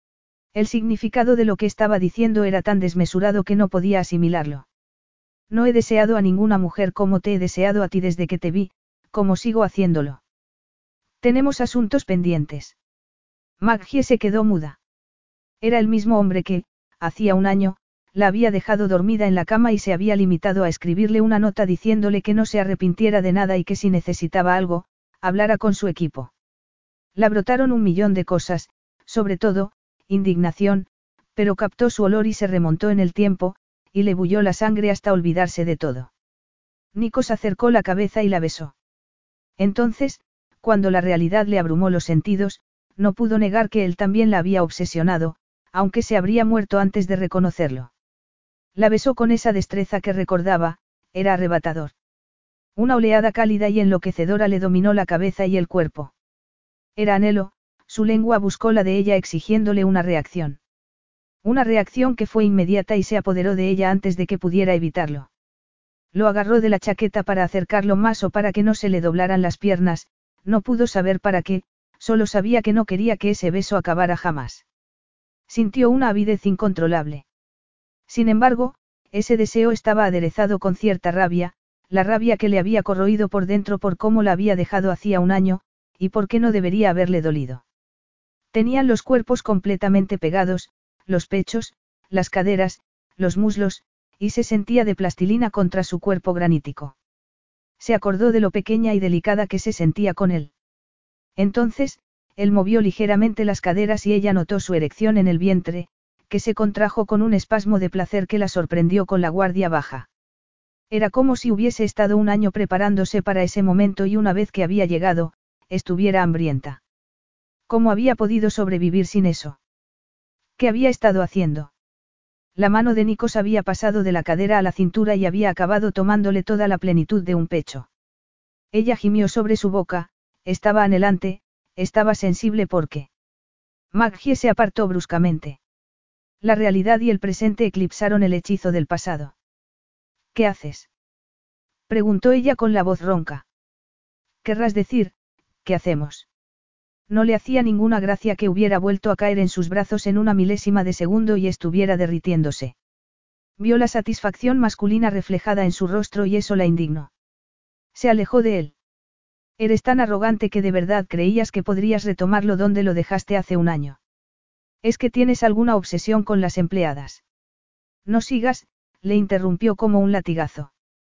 El significado de lo que estaba diciendo era tan desmesurado que no podía asimilarlo. No he deseado a ninguna mujer como te he deseado a ti desde que te vi, como sigo haciéndolo. Tenemos asuntos pendientes. Maggie se quedó muda. Era el mismo hombre que, hacía un año, la había dejado dormida en la cama y se había limitado a escribirle una nota diciéndole que no se arrepintiera de nada y que si necesitaba algo, hablara con su equipo. La brotaron un millón de cosas, sobre todo, indignación, pero captó su olor y se remontó en el tiempo, y le bulló la sangre hasta olvidarse de todo. Nikos acercó la cabeza y la besó. Entonces, cuando la realidad le abrumó los sentidos, no pudo negar que él también la había obsesionado, aunque se habría muerto antes de reconocerlo. La besó con esa destreza que recordaba, era arrebatador. Una oleada cálida y enloquecedora le dominó la cabeza y el cuerpo. Era anhelo, su lengua buscó la de ella exigiéndole una reacción. Una reacción que fue inmediata y se apoderó de ella antes de que pudiera evitarlo. Lo agarró de la chaqueta para acercarlo más o para que no se le doblaran las piernas, no pudo saber para qué, solo sabía que no quería que ese beso acabara jamás. Sintió una avidez incontrolable. Sin embargo, ese deseo estaba aderezado con cierta rabia, la rabia que le había corroído por dentro por cómo la había dejado hacía un año, y por qué no debería haberle dolido. Tenían los cuerpos completamente pegados, los pechos, las caderas, los muslos, y se sentía de plastilina contra su cuerpo granítico. Se acordó de lo pequeña y delicada que se sentía con él. Entonces, él movió ligeramente las caderas y ella notó su erección en el vientre, que se contrajo con un espasmo de placer que la sorprendió con la guardia baja. Era como si hubiese estado un año preparándose para ese momento y una vez que había llegado, estuviera hambrienta. ¿Cómo había podido sobrevivir sin eso? ¿Qué había estado haciendo? La mano de Nikos había pasado de la cadera a la cintura y había acabado tomándole toda la plenitud de un pecho. Ella gimió sobre su boca, estaba anhelante, estaba sensible porque. Maggie se apartó bruscamente. La realidad y el presente eclipsaron el hechizo del pasado. ¿Qué haces? Preguntó ella con la voz ronca. Querrás decir, ¿qué hacemos? No le hacía ninguna gracia que hubiera vuelto a caer en sus brazos en una milésima de segundo y estuviera derritiéndose. Vio la satisfacción masculina reflejada en su rostro y eso la indignó. Se alejó de él. Eres tan arrogante que de verdad creías que podrías retomarlo donde lo dejaste hace un año. ¿Es que tienes alguna obsesión con las empleadas? No sigas, le interrumpió como un latigazo.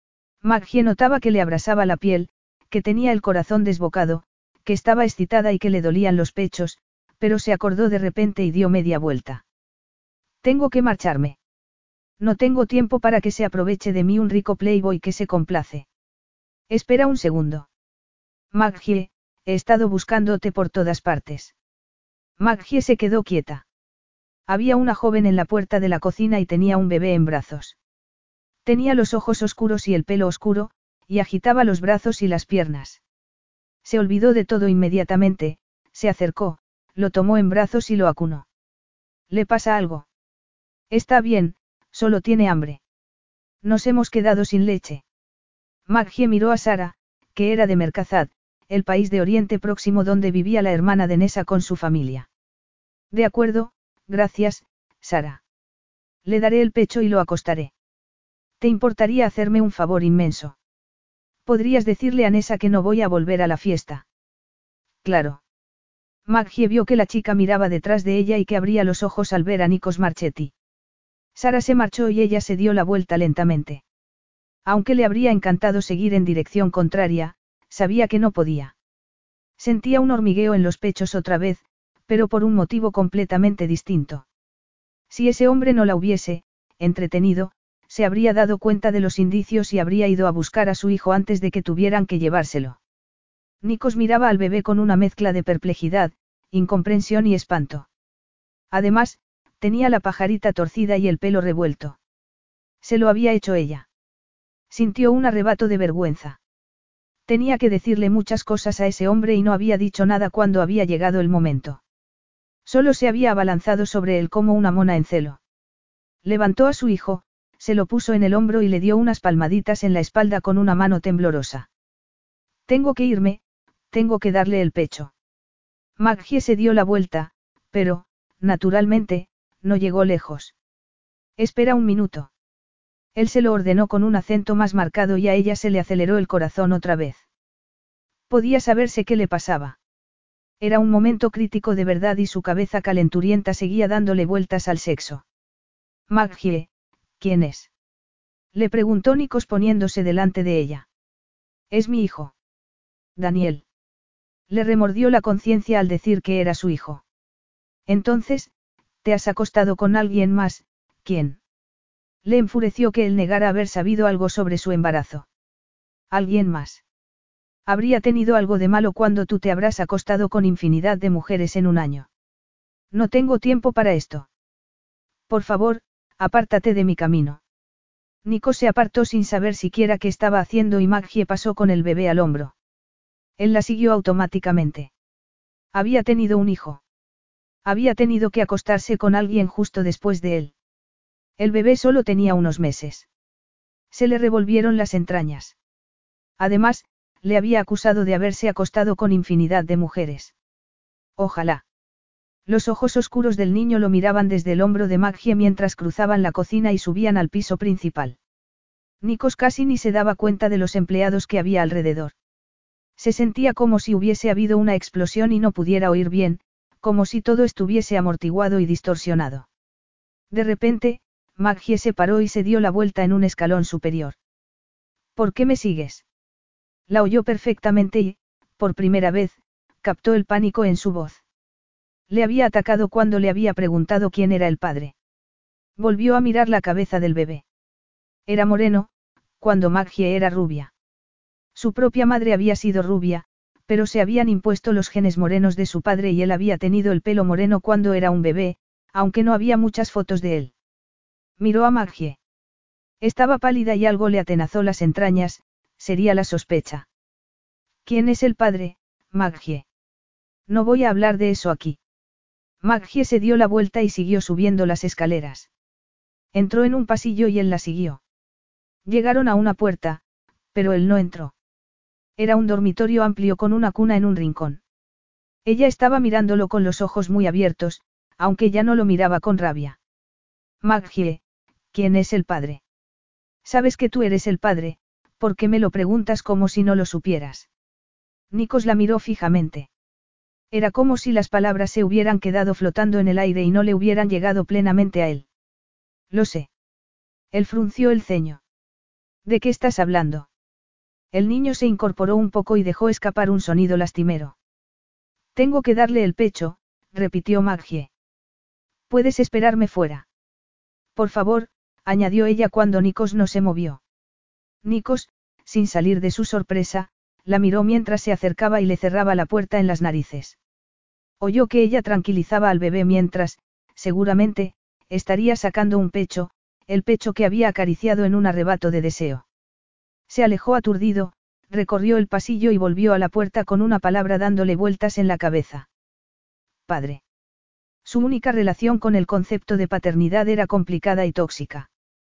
Maggie notaba que le abrasaba la piel, que tenía el corazón desbocado, que estaba excitada y que le dolían los pechos, pero se acordó de repente y dio media vuelta. Tengo que marcharme. No tengo tiempo para que se aproveche de mí un rico playboy que se complace. Espera un segundo. Maggie, he estado buscándote por todas partes. Maggie se quedó quieta. Había una joven en la puerta de la cocina y tenía un bebé en brazos. Tenía los ojos oscuros y el pelo oscuro, y agitaba los brazos y las piernas. Se olvidó de todo inmediatamente, se acercó, lo tomó en brazos y lo acunó. ¿Le pasa algo? Está bien, solo tiene hambre. Nos hemos quedado sin leche. Maggie miró a Sara, que era de Merkazad, el país de Oriente Próximo donde vivía la hermana de Nessa con su familia. De acuerdo, gracias, Sara. Le daré el pecho y lo acostaré. ¿Te importaría hacerme un favor inmenso? ¿Podrías decirle a Nessa que no voy a volver a la fiesta? Claro. Maggie vio que la chica miraba detrás de ella y que abría los ojos al ver a Nikos Marchetti. Sara se marchó y ella se dio la vuelta lentamente. Aunque le habría encantado seguir en dirección contraria, sabía que no podía. Sentía un hormigueo en los pechos otra vez, pero por un motivo completamente distinto. Si ese hombre no la hubiese, entretenido, se habría dado cuenta de los indicios y habría ido a buscar a su hijo antes de que tuvieran que llevárselo. Nikos miraba al bebé con una mezcla de perplejidad, incomprensión y espanto. Además, tenía la pajarita torcida y el pelo revuelto. Se lo había hecho ella. Sintió un arrebato de vergüenza. Tenía que decirle muchas cosas a ese hombre y no había dicho nada cuando había llegado el momento. Solo se había abalanzado sobre él como una mona en celo. Levantó a su hijo, se lo puso en el hombro y le dio unas palmaditas en la espalda con una mano temblorosa. Tengo que irme, tengo que darle el pecho. Maggie se dio la vuelta, pero, naturalmente, no llegó lejos. Espera un minuto. Él se lo ordenó con un acento más marcado y a ella se le aceleró el corazón otra vez. Podía saberse qué le pasaba. Era un momento crítico de verdad y su cabeza calenturienta seguía dándole vueltas al sexo. Maggie, ¿quién es? Le preguntó Nikos poniéndose delante de ella. Es mi hijo. Daniel. Le remordió la conciencia al decir que era su hijo. Entonces, ¿te has acostado con alguien más? ¿Quién? Le enfureció que él negara haber sabido algo sobre su embarazo. ¿Alguien más? Habría tenido algo de malo cuando tú te habrás acostado con infinidad de mujeres en un año. No tengo tiempo para esto. Por favor, apártate de mi camino. Nico se apartó sin saber siquiera qué estaba haciendo y Maggie pasó con el bebé al hombro. Él la siguió automáticamente. Había tenido un hijo. Había tenido que acostarse con alguien justo después de él. El bebé solo tenía unos meses. Se le revolvieron las entrañas. Además, le había acusado de haberse acostado con infinidad de mujeres. Ojalá. Los ojos oscuros del niño lo miraban desde el hombro de Maggie mientras cruzaban la cocina y subían al piso principal. Nikos casi ni se daba cuenta de los empleados que había alrededor. Se sentía como si hubiese habido una explosión y no pudiera oír bien, como si todo estuviese amortiguado y distorsionado. De repente, Maggie se paró y se dio la vuelta en un escalón superior. ¿Por qué me sigues? La oyó perfectamente y, por primera vez, captó el pánico en su voz. Le había atacado cuando le había preguntado quién era el padre. Volvió a mirar la cabeza del bebé. Era moreno, cuando Maggie era rubia. Su propia madre había sido rubia, pero se habían impuesto los genes morenos de su padre y él había tenido el pelo moreno cuando era un bebé, aunque no había muchas fotos de él. Miró a Maggie. Estaba pálida y algo le atenazó las entrañas, sería la sospecha. ¿Quién es el padre, Maggie? No voy a hablar de eso aquí. Maggie se dio la vuelta y siguió subiendo las escaleras. Entró en un pasillo y él la siguió. Llegaron a una puerta, pero él no entró. Era un dormitorio amplio con una cuna en un rincón. Ella estaba mirándolo con los ojos muy abiertos, aunque ya no lo miraba con rabia. Maggie, ¿quién es el padre? Sabes que tú eres el padre, ¿por qué me lo preguntas como si no lo supieras? Nikos la miró fijamente. Era como si las palabras se hubieran quedado flotando en el aire y no le hubieran llegado plenamente a él. Lo sé. Él frunció el ceño. ¿De qué estás hablando? El niño se incorporó un poco y dejó escapar un sonido lastimero. Tengo que darle el pecho, repitió Maggie. ¿Puedes esperarme fuera? Por favor, añadió ella cuando Nikos no se movió. Nikos, sin salir de su sorpresa, la miró mientras se acercaba y le cerraba la puerta en las narices. Oyó que ella tranquilizaba al bebé mientras, seguramente, estaría sacando un pecho, el pecho que había acariciado en un arrebato de deseo. Se alejó aturdido, recorrió el pasillo y volvió a la puerta con una palabra dándole vueltas en la cabeza. Padre. Su única relación con el concepto de paternidad era complicada y tóxica.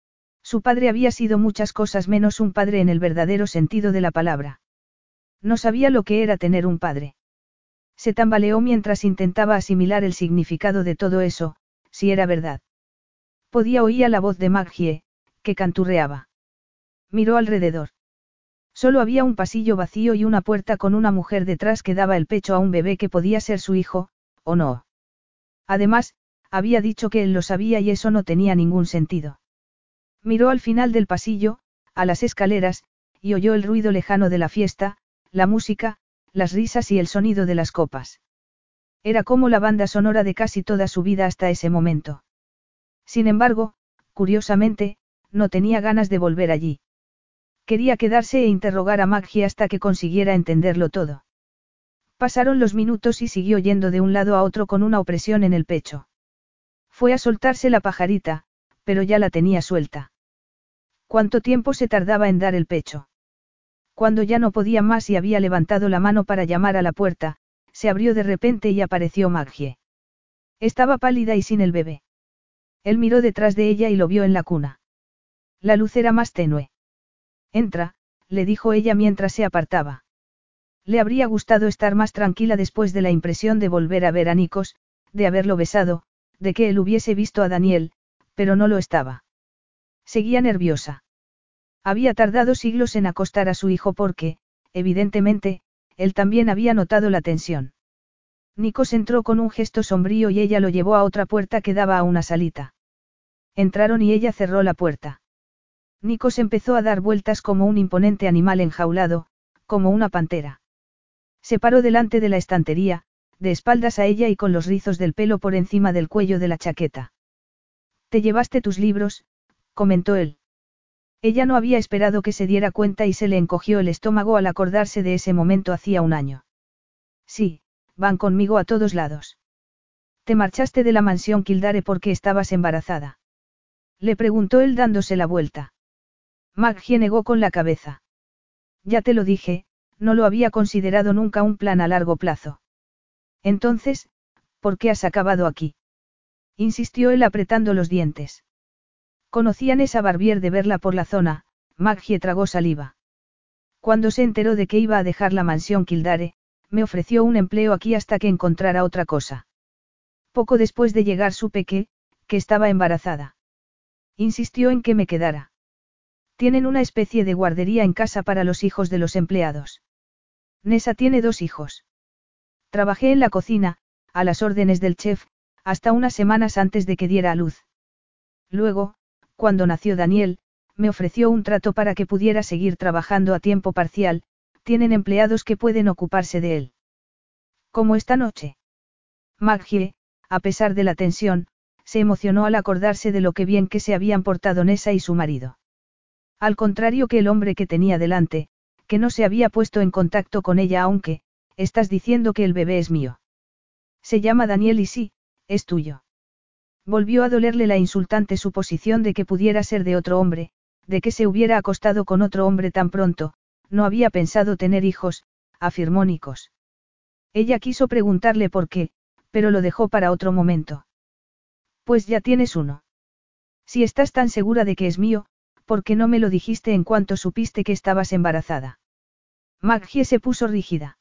Su padre había sido muchas cosas menos un padre en el verdadero sentido de la palabra. No sabía lo que era tener un padre. Se tambaleó mientras intentaba asimilar el significado de todo eso, si era verdad. Podía oír la voz de Maggie, que canturreaba. Miró alrededor. Solo había un pasillo vacío y una puerta con una mujer detrás que daba el pecho a un bebé que podía ser su hijo, o no. Además, había dicho que él lo sabía y eso no tenía ningún sentido. Miró al final del pasillo, a las escaleras, y oyó el ruido lejano de la fiesta, la música, las risas y el sonido de las copas. Era como la banda sonora de casi toda su vida hasta ese momento. Sin embargo, curiosamente, no tenía ganas de volver allí. Quería quedarse e interrogar a Maggie hasta que consiguiera entenderlo todo. Pasaron los minutos y siguió yendo de un lado a otro con una opresión en el pecho. Fue a soltarse la pajarita, pero ya la tenía suelta. ¿Cuánto tiempo se tardaba en dar el pecho? Cuando ya no podía más y había levantado la mano para llamar a la puerta, se abrió de repente y apareció Maggie. Estaba pálida y sin el bebé. Él miró detrás de ella y lo vio en la cuna. La luz era más tenue. Entra, le dijo ella mientras se apartaba. Le habría gustado estar más tranquila después de la impresión de volver a ver a Nikos, de haberlo besado, de que él hubiese visto a Daniel, pero no lo estaba. Seguía nerviosa. Había tardado siglos en acostar a su hijo porque, evidentemente, él también había notado la tensión. Nikos entró con un gesto sombrío y ella lo llevó a otra puerta que daba a una salita. Entraron y ella cerró la puerta. Nikos empezó a dar vueltas como un imponente animal enjaulado, como una pantera. Se paró delante de la estantería, de espaldas a ella y con los rizos del pelo por encima del cuello de la chaqueta. «Te llevaste tus libros», comentó él. Ella no había esperado que se diera cuenta y se le encogió el estómago al acordarse de ese momento hacía un año. «Sí, van conmigo a todos lados». «¿Te marchaste de la mansión Kildare porque estabas embarazada?», le preguntó él dándose la vuelta. Maggie negó con la cabeza. «Ya te lo dije, no lo había considerado nunca un plan a largo plazo». «Entonces, ¿por qué has acabado aquí?», insistió él apretando los dientes. Conocían esa Barbier de verla por la zona, Maggie tragó saliva. «Cuando se enteró de que iba a dejar la mansión Kildare, me ofreció un empleo aquí hasta que encontrara otra cosa. Poco después de llegar supe que, que estaba embarazada. Insistió en que me quedara. Tienen una especie de guardería en casa para los hijos de los empleados. Nessa tiene dos hijos. Trabajé en la cocina, a las órdenes del chef, hasta unas semanas antes de que diera a luz. Luego, cuando nació Daniel, me ofreció un trato para que pudiera seguir trabajando a tiempo parcial, tienen empleados que pueden ocuparse de él. Como esta noche. Maggie, a pesar de la tensión, se emocionó al acordarse de lo que bien que se habían portado Nessa y su marido. Al contrario que el hombre que tenía delante, que no se había puesto en contacto con ella aunque, estás diciendo que el bebé es mío. Se llama Daniel y sí, es tuyo. Volvió a dolerle la insultante suposición de que pudiera ser de otro hombre, de que se hubiera acostado con otro hombre tan pronto, no había pensado tener hijos, afirmó Nikos. Ella quiso preguntarle por qué, pero lo dejó para otro momento. Pues ya tienes uno. Si estás tan segura de que es mío, ¿por qué no me lo dijiste en cuanto supiste que estabas embarazada? Maggie se puso rígida.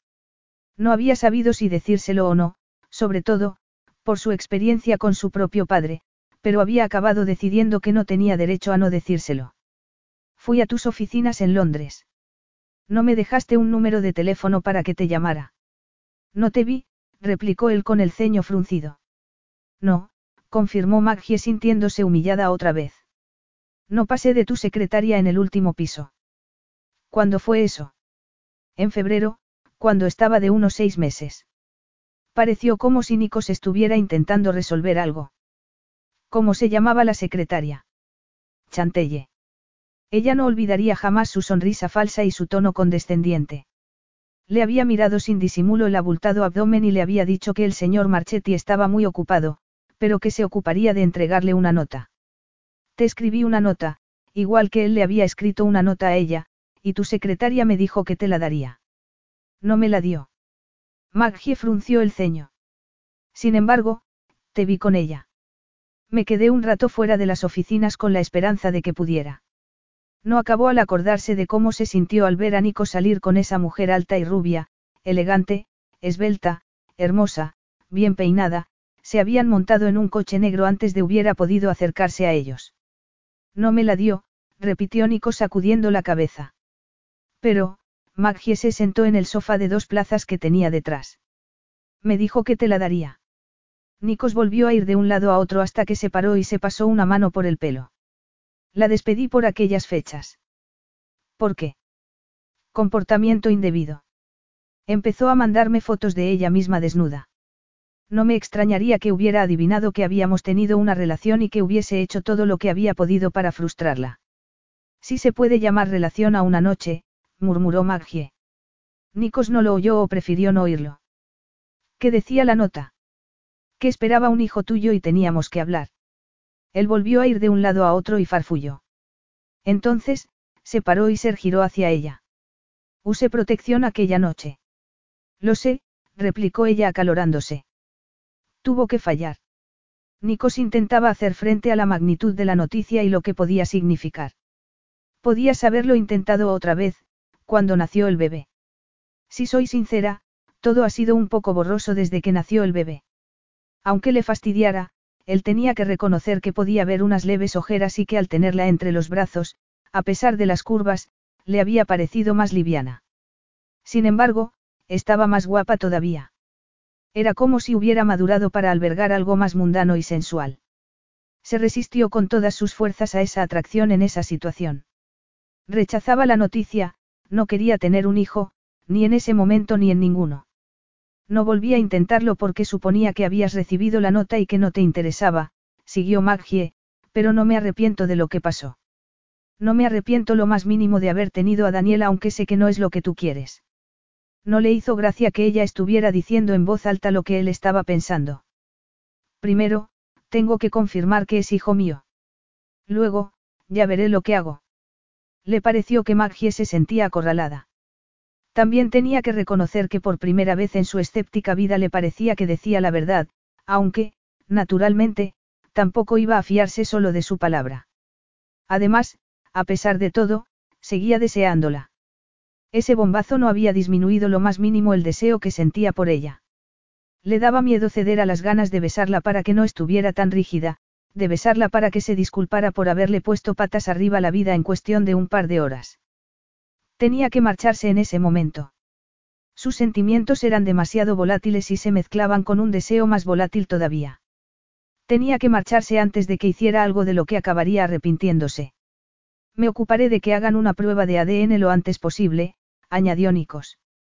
No había sabido si decírselo o no, sobre todo, por su experiencia con su propio padre, pero había acabado decidiendo que no tenía derecho a no decírselo. Fui a tus oficinas en Londres. No me dejaste un número de teléfono para que te llamara. No te vi, replicó él con el ceño fruncido. No, confirmó Maggie sintiéndose humillada otra vez. No pasé de tu secretaria en el último piso. ¿Cuándo fue eso? En febrero, cuando estaba de unos seis meses. Pareció como si Nikos estuviera intentando resolver algo. ¿Cómo se llamaba la secretaria? Chantelle. Ella no olvidaría jamás su sonrisa falsa y su tono condescendiente. Le había mirado sin disimulo el abultado abdomen y le había dicho que el señor Marchetti estaba muy ocupado, pero que se ocuparía de entregarle una nota. Te escribí una nota, igual que él le había escrito una nota a ella, y tu secretaria me dijo que te la daría. No me la dio. Maggie frunció el ceño. Sin embargo, te vi con ella. Me quedé un rato fuera de las oficinas con la esperanza de que pudiera. No acabó al acordarse de cómo se sintió al ver a Nico salir con esa mujer alta y rubia, elegante, esbelta, hermosa, bien peinada, se habían montado en un coche negro antes de hubiera podido acercarse a ellos. No me la dio, repitió Nico sacudiendo la cabeza. Pero, Maggie se sentó en el sofá de dos plazas que tenía detrás. Me dijo que te la daría. Nikos volvió a ir de un lado a otro hasta que se paró y se pasó una mano por el pelo. La despedí por aquellas fechas. ¿Por qué? Comportamiento indebido. Empezó a mandarme fotos de ella misma desnuda. No me extrañaría que hubiera adivinado que habíamos tenido una relación y que hubiese hecho todo lo que había podido para frustrarla. Si se puede llamar relación a una noche, murmuró Maggie. Nikos no lo oyó o prefirió no oírlo. ¿Qué decía la nota? Que esperaba un hijo tuyo y teníamos que hablar. Él volvió a ir de un lado a otro y farfulló. Entonces, se paró y se giró hacia ella. Usé protección aquella noche. Lo sé, replicó ella acalorándose. Tuvo que fallar. Nikos intentaba hacer frente a la magnitud de la noticia y lo que podía significar. Podías haberlo intentado otra vez, cuando nació el bebé. Si soy sincera, todo ha sido un poco borroso desde que nació el bebé. Aunque le fastidiara, él tenía que reconocer que podía ver unas leves ojeras y que al tenerla entre los brazos, a pesar de las curvas, le había parecido más liviana. Sin embargo, estaba más guapa todavía. Era como si hubiera madurado para albergar algo más mundano y sensual. Se resistió con todas sus fuerzas a esa atracción en esa situación. Rechazaba la noticia, no quería tener un hijo, ni en ese momento ni en ninguno. No volví a intentarlo porque suponía que habías recibido la nota y que no te interesaba, siguió Maggie, pero no me arrepiento de lo que pasó. No me arrepiento lo más mínimo de haber tenido a Daniela, aunque sé que no es lo que tú quieres. No le hizo gracia que ella estuviera diciendo en voz alta lo que él estaba pensando. Primero, tengo que confirmar que es hijo mío. Luego, ya veré lo que hago. Le pareció que Maggie se sentía acorralada. También tenía que reconocer que por primera vez en su escéptica vida le parecía que decía la verdad, aunque, naturalmente, tampoco iba a fiarse solo de su palabra. Además, a pesar de todo, seguía deseándola. Ese bombazo no había disminuido lo más mínimo el deseo que sentía por ella. Le daba miedo ceder a las ganas de besarla para que no estuviera tan rígida, de besarla para que se disculpara por haberle puesto patas arriba la vida en cuestión de un par de horas. Tenía que marcharse en ese momento. Sus sentimientos eran demasiado volátiles y se mezclaban con un deseo más volátil todavía. Tenía que marcharse antes de que hiciera algo de lo que acabaría arrepintiéndose. Me ocuparé de que hagan una prueba de A D N lo antes posible, añadió Nikos.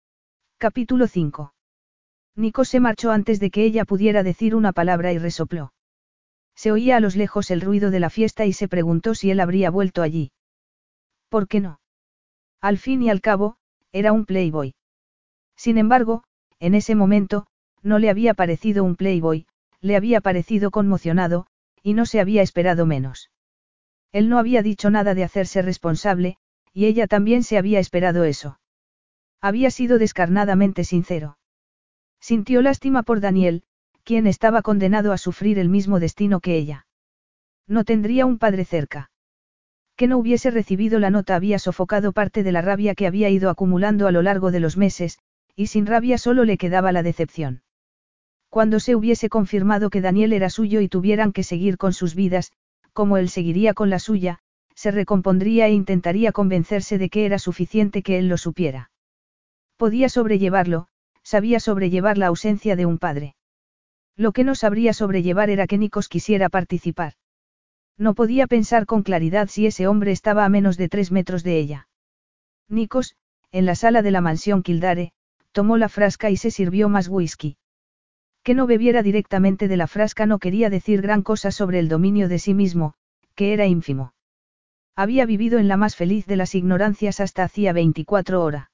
Capítulo cinco. Nikos se marchó antes de que ella pudiera decir una palabra y resopló. Se oía a los lejos el ruido de la fiesta y se preguntó si él habría vuelto allí. ¿Por qué no? Al fin y al cabo, era un playboy. Sin embargo, en ese momento, no le había parecido un playboy, le había parecido conmocionado, y no se había esperado menos. Él no había dicho nada de hacerse responsable, y ella también se había esperado eso. Había sido descarnadamente sincero. Sintió lástima por Daniel, quien estaba condenado a sufrir el mismo destino que ella. No tendría un padre cerca. Que no hubiese recibido la nota había sofocado parte de la rabia que había ido acumulando a lo largo de los meses, y sin rabia solo le quedaba la decepción. Cuando se hubiese confirmado que Daniel era suyo y tuvieran que seguir con sus vidas, como él seguiría con la suya, se recompondría e intentaría convencerse de que era suficiente que él lo supiera. Podía sobrellevarlo, sabía sobrellevar la ausencia de un padre. Lo que no sabría sobrellevar era que Nikos quisiera participar. No podía pensar con claridad si ese hombre estaba a menos de tres metros de ella. Nikos, en la sala de la mansión Kildare, tomó la frasca y se sirvió más whisky. Que no bebiera directamente de la frasca no quería decir gran cosa sobre el dominio de sí mismo, que era ínfimo. Había vivido en la más feliz de las ignorancias hasta hacía veinticuatro horas.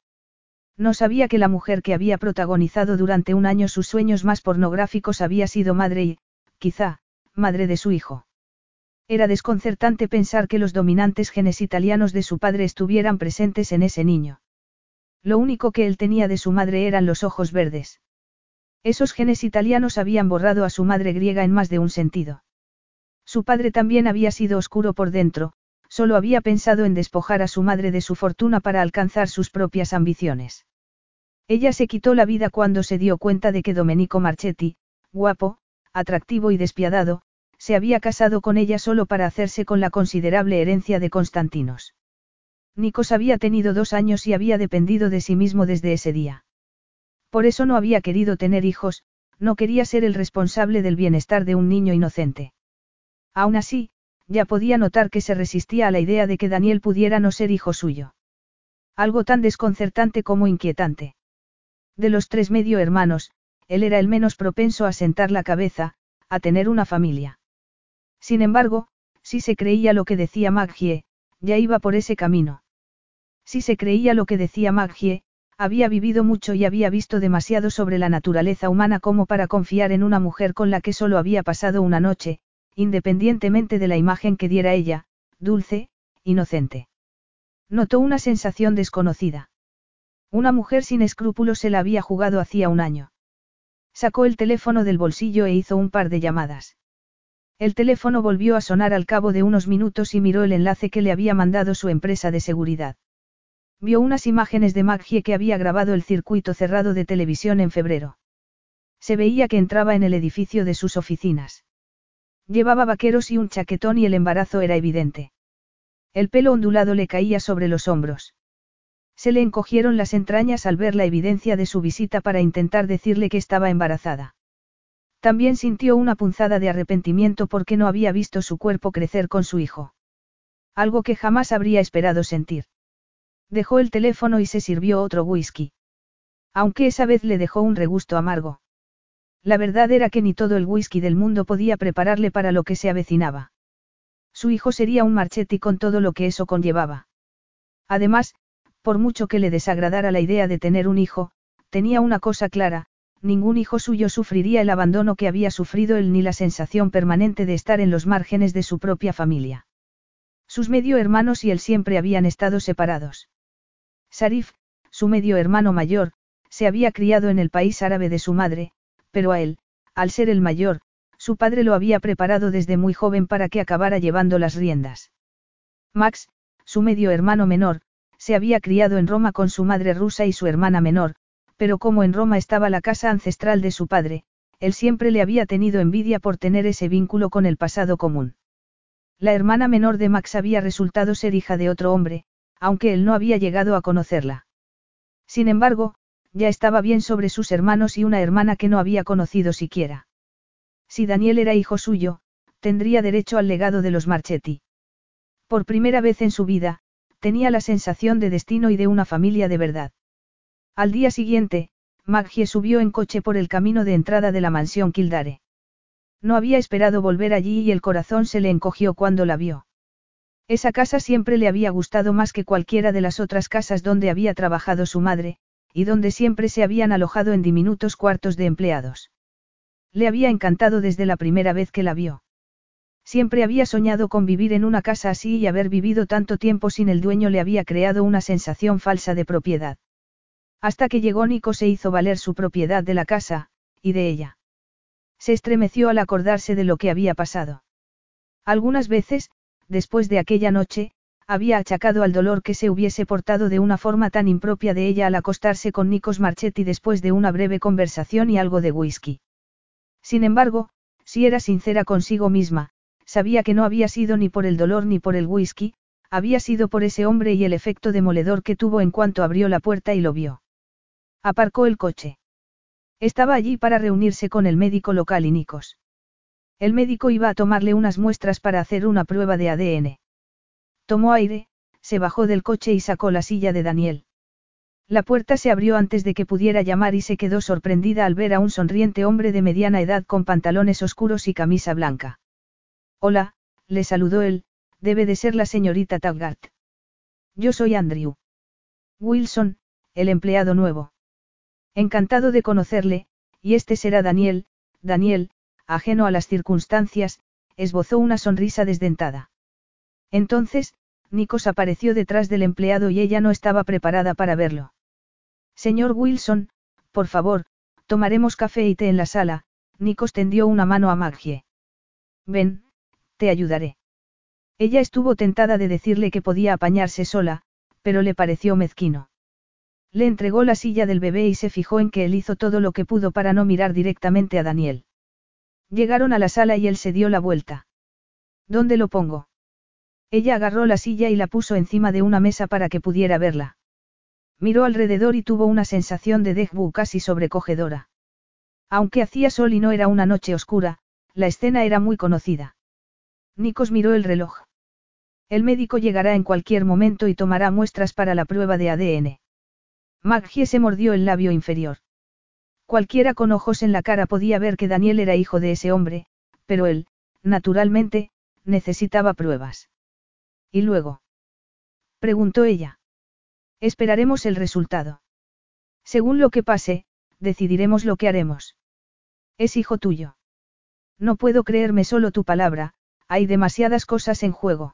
No sabía que la mujer que había protagonizado durante un año sus sueños más pornográficos había sido madre y, quizá, madre de su hijo. Era desconcertante pensar que los dominantes genes italianos de su padre estuvieran presentes en ese niño. Lo único que él tenía de su madre eran los ojos verdes. Esos genes italianos habían borrado a su madre griega en más de un sentido. Su padre también había sido oscuro por dentro, solo había pensado en despojar a su madre de su fortuna para alcanzar sus propias ambiciones. Ella se quitó la vida cuando se dio cuenta de que Domenico Marchetti, guapo, atractivo y despiadado, se había casado con ella solo para hacerse con la considerable herencia de Constantinos. Nikos había tenido dos años y había dependido de sí mismo desde ese día. Por eso no había querido tener hijos, no quería ser el responsable del bienestar de un niño inocente. Aún así, ya podía notar que se resistía a la idea de que Daniel pudiera no ser hijo suyo. Algo tan desconcertante como inquietante. De los tres medio hermanos, él era el menos propenso a sentar la cabeza, a tener una familia. Sin embargo, si se creía lo que decía Maggie, ya iba por ese camino. Si se creía lo que decía Maggie, había vivido mucho y había visto demasiado sobre la naturaleza humana como para confiar en una mujer con la que solo había pasado una noche, independientemente de la imagen que diera ella, dulce, inocente. Notó una sensación desconocida. Una mujer sin escrúpulos se la había jugado hacía un año. Sacó el teléfono del bolsillo e hizo un par de llamadas. El teléfono volvió a sonar al cabo de unos minutos y miró el enlace que le había mandado su empresa de seguridad. Vio unas imágenes de Maggie que había grabado el circuito cerrado de televisión en febrero. Se veía que entraba en el edificio de sus oficinas. Llevaba vaqueros y un chaquetón y el embarazo era evidente. El pelo ondulado le caía sobre los hombros. Se le encogieron las entrañas al ver la evidencia de su visita para intentar decirle que estaba embarazada. También sintió una punzada de arrepentimiento porque no había visto su cuerpo crecer con su hijo. Algo que jamás habría esperado sentir. Dejó el teléfono y se sirvió otro whisky. Aunque esa vez le dejó un regusto amargo. La verdad era que ni todo el whisky del mundo podía prepararle para lo que se avecinaba. Su hijo sería un Marchetti con todo lo que eso conllevaba. Además, por mucho que le desagradara la idea de tener un hijo, tenía una cosa clara, ningún hijo suyo sufriría el abandono que había sufrido él ni la sensación permanente de estar en los márgenes de su propia familia. Sus medio hermanos y él siempre habían estado separados. Sarif, su medio hermano mayor, se había criado en el país árabe de su madre, pero a él, al ser el mayor, su padre lo había preparado desde muy joven para que acabara llevando las riendas. Max, su medio hermano menor, se había criado en Roma con su madre rusa y su hermana menor, pero como en Roma estaba la casa ancestral de su padre, él siempre le había tenido envidia por tener ese vínculo con el pasado común. La hermana menor de Max había resultado ser hija de otro hombre, aunque él no había llegado a conocerla. Sin embargo, ya estaba bien sobre sus hermanos y una hermana que no había conocido siquiera. Si Daniel era hijo suyo, tendría derecho al legado de los Marchetti. Por primera vez en su vida, tenía la sensación de destino y de una familia de verdad. Al día siguiente, Maggie subió en coche por el camino de entrada de la mansión Kildare. No había esperado volver allí y el corazón se le encogió cuando la vio. Esa casa siempre le había gustado más que cualquiera de las otras casas donde había trabajado su madre, y donde siempre se habían alojado en diminutos cuartos de empleados. Le había encantado desde la primera vez que la vio. Siempre había soñado con vivir en una casa así y haber vivido tanto tiempo sin el dueño le había creado una sensación falsa de propiedad. Hasta que llegó Nico se hizo valer su propiedad de la casa, y de ella. Se estremeció al acordarse de lo que había pasado. Algunas veces, después de aquella noche, había achacado al dolor que se hubiese portado de una forma tan impropia de ella al acostarse con Nikos Marchetti después de una breve conversación y algo de whisky. Sin embargo, si era sincera consigo misma, sabía que no había sido ni por el dolor ni por el whisky, había sido por ese hombre y el efecto demoledor que tuvo en cuanto abrió la puerta y lo vio. Aparcó el coche. Estaba allí para reunirse con el médico local y Nikos. El médico iba a tomarle unas muestras para hacer una prueba de A D N. Tomó aire, se bajó del coche y sacó la silla de Daniel. La puerta se abrió antes de que pudiera llamar y se quedó sorprendida al ver a un sonriente hombre de mediana edad con pantalones oscuros y camisa blanca. Hola, le saludó él, debe de ser la señorita Taggart. Yo soy Andrew Wilson, el empleado nuevo. Encantado de conocerle, y este será Daniel. Daniel, ajeno a las circunstancias, esbozó una sonrisa desdentada. Entonces, Nikos apareció detrás del empleado y ella no estaba preparada para verlo. Señor Wilson, por favor, tomaremos café y té en la sala. Nikos tendió una mano a Maggie. Ven, te ayudaré. Ella estuvo tentada de decirle que podía apañarse sola, pero le pareció mezquino. Le entregó la silla del bebé y se fijó en que él hizo todo lo que pudo para no mirar directamente a Daniel. Llegaron a la sala y él se dio la vuelta. ¿Dónde lo pongo? Ella agarró la silla y la puso encima de una mesa para que pudiera verla. Miró alrededor y tuvo una sensación de déjà vu casi sobrecogedora. Aunque hacía sol y no era una noche oscura, la escena era muy conocida. Nikos miró el reloj. El médico llegará en cualquier momento y tomará muestras para la prueba de A D N. Maggie se mordió el labio inferior. Cualquiera con ojos en la cara podía ver que Daniel era hijo de ese hombre, pero él, naturalmente, necesitaba pruebas. ¿Y luego? Preguntó ella. Esperaremos el resultado. Según lo que pase, decidiremos lo que haremos. Es hijo tuyo. No puedo creerme solo tu palabra, hay demasiadas cosas en juego.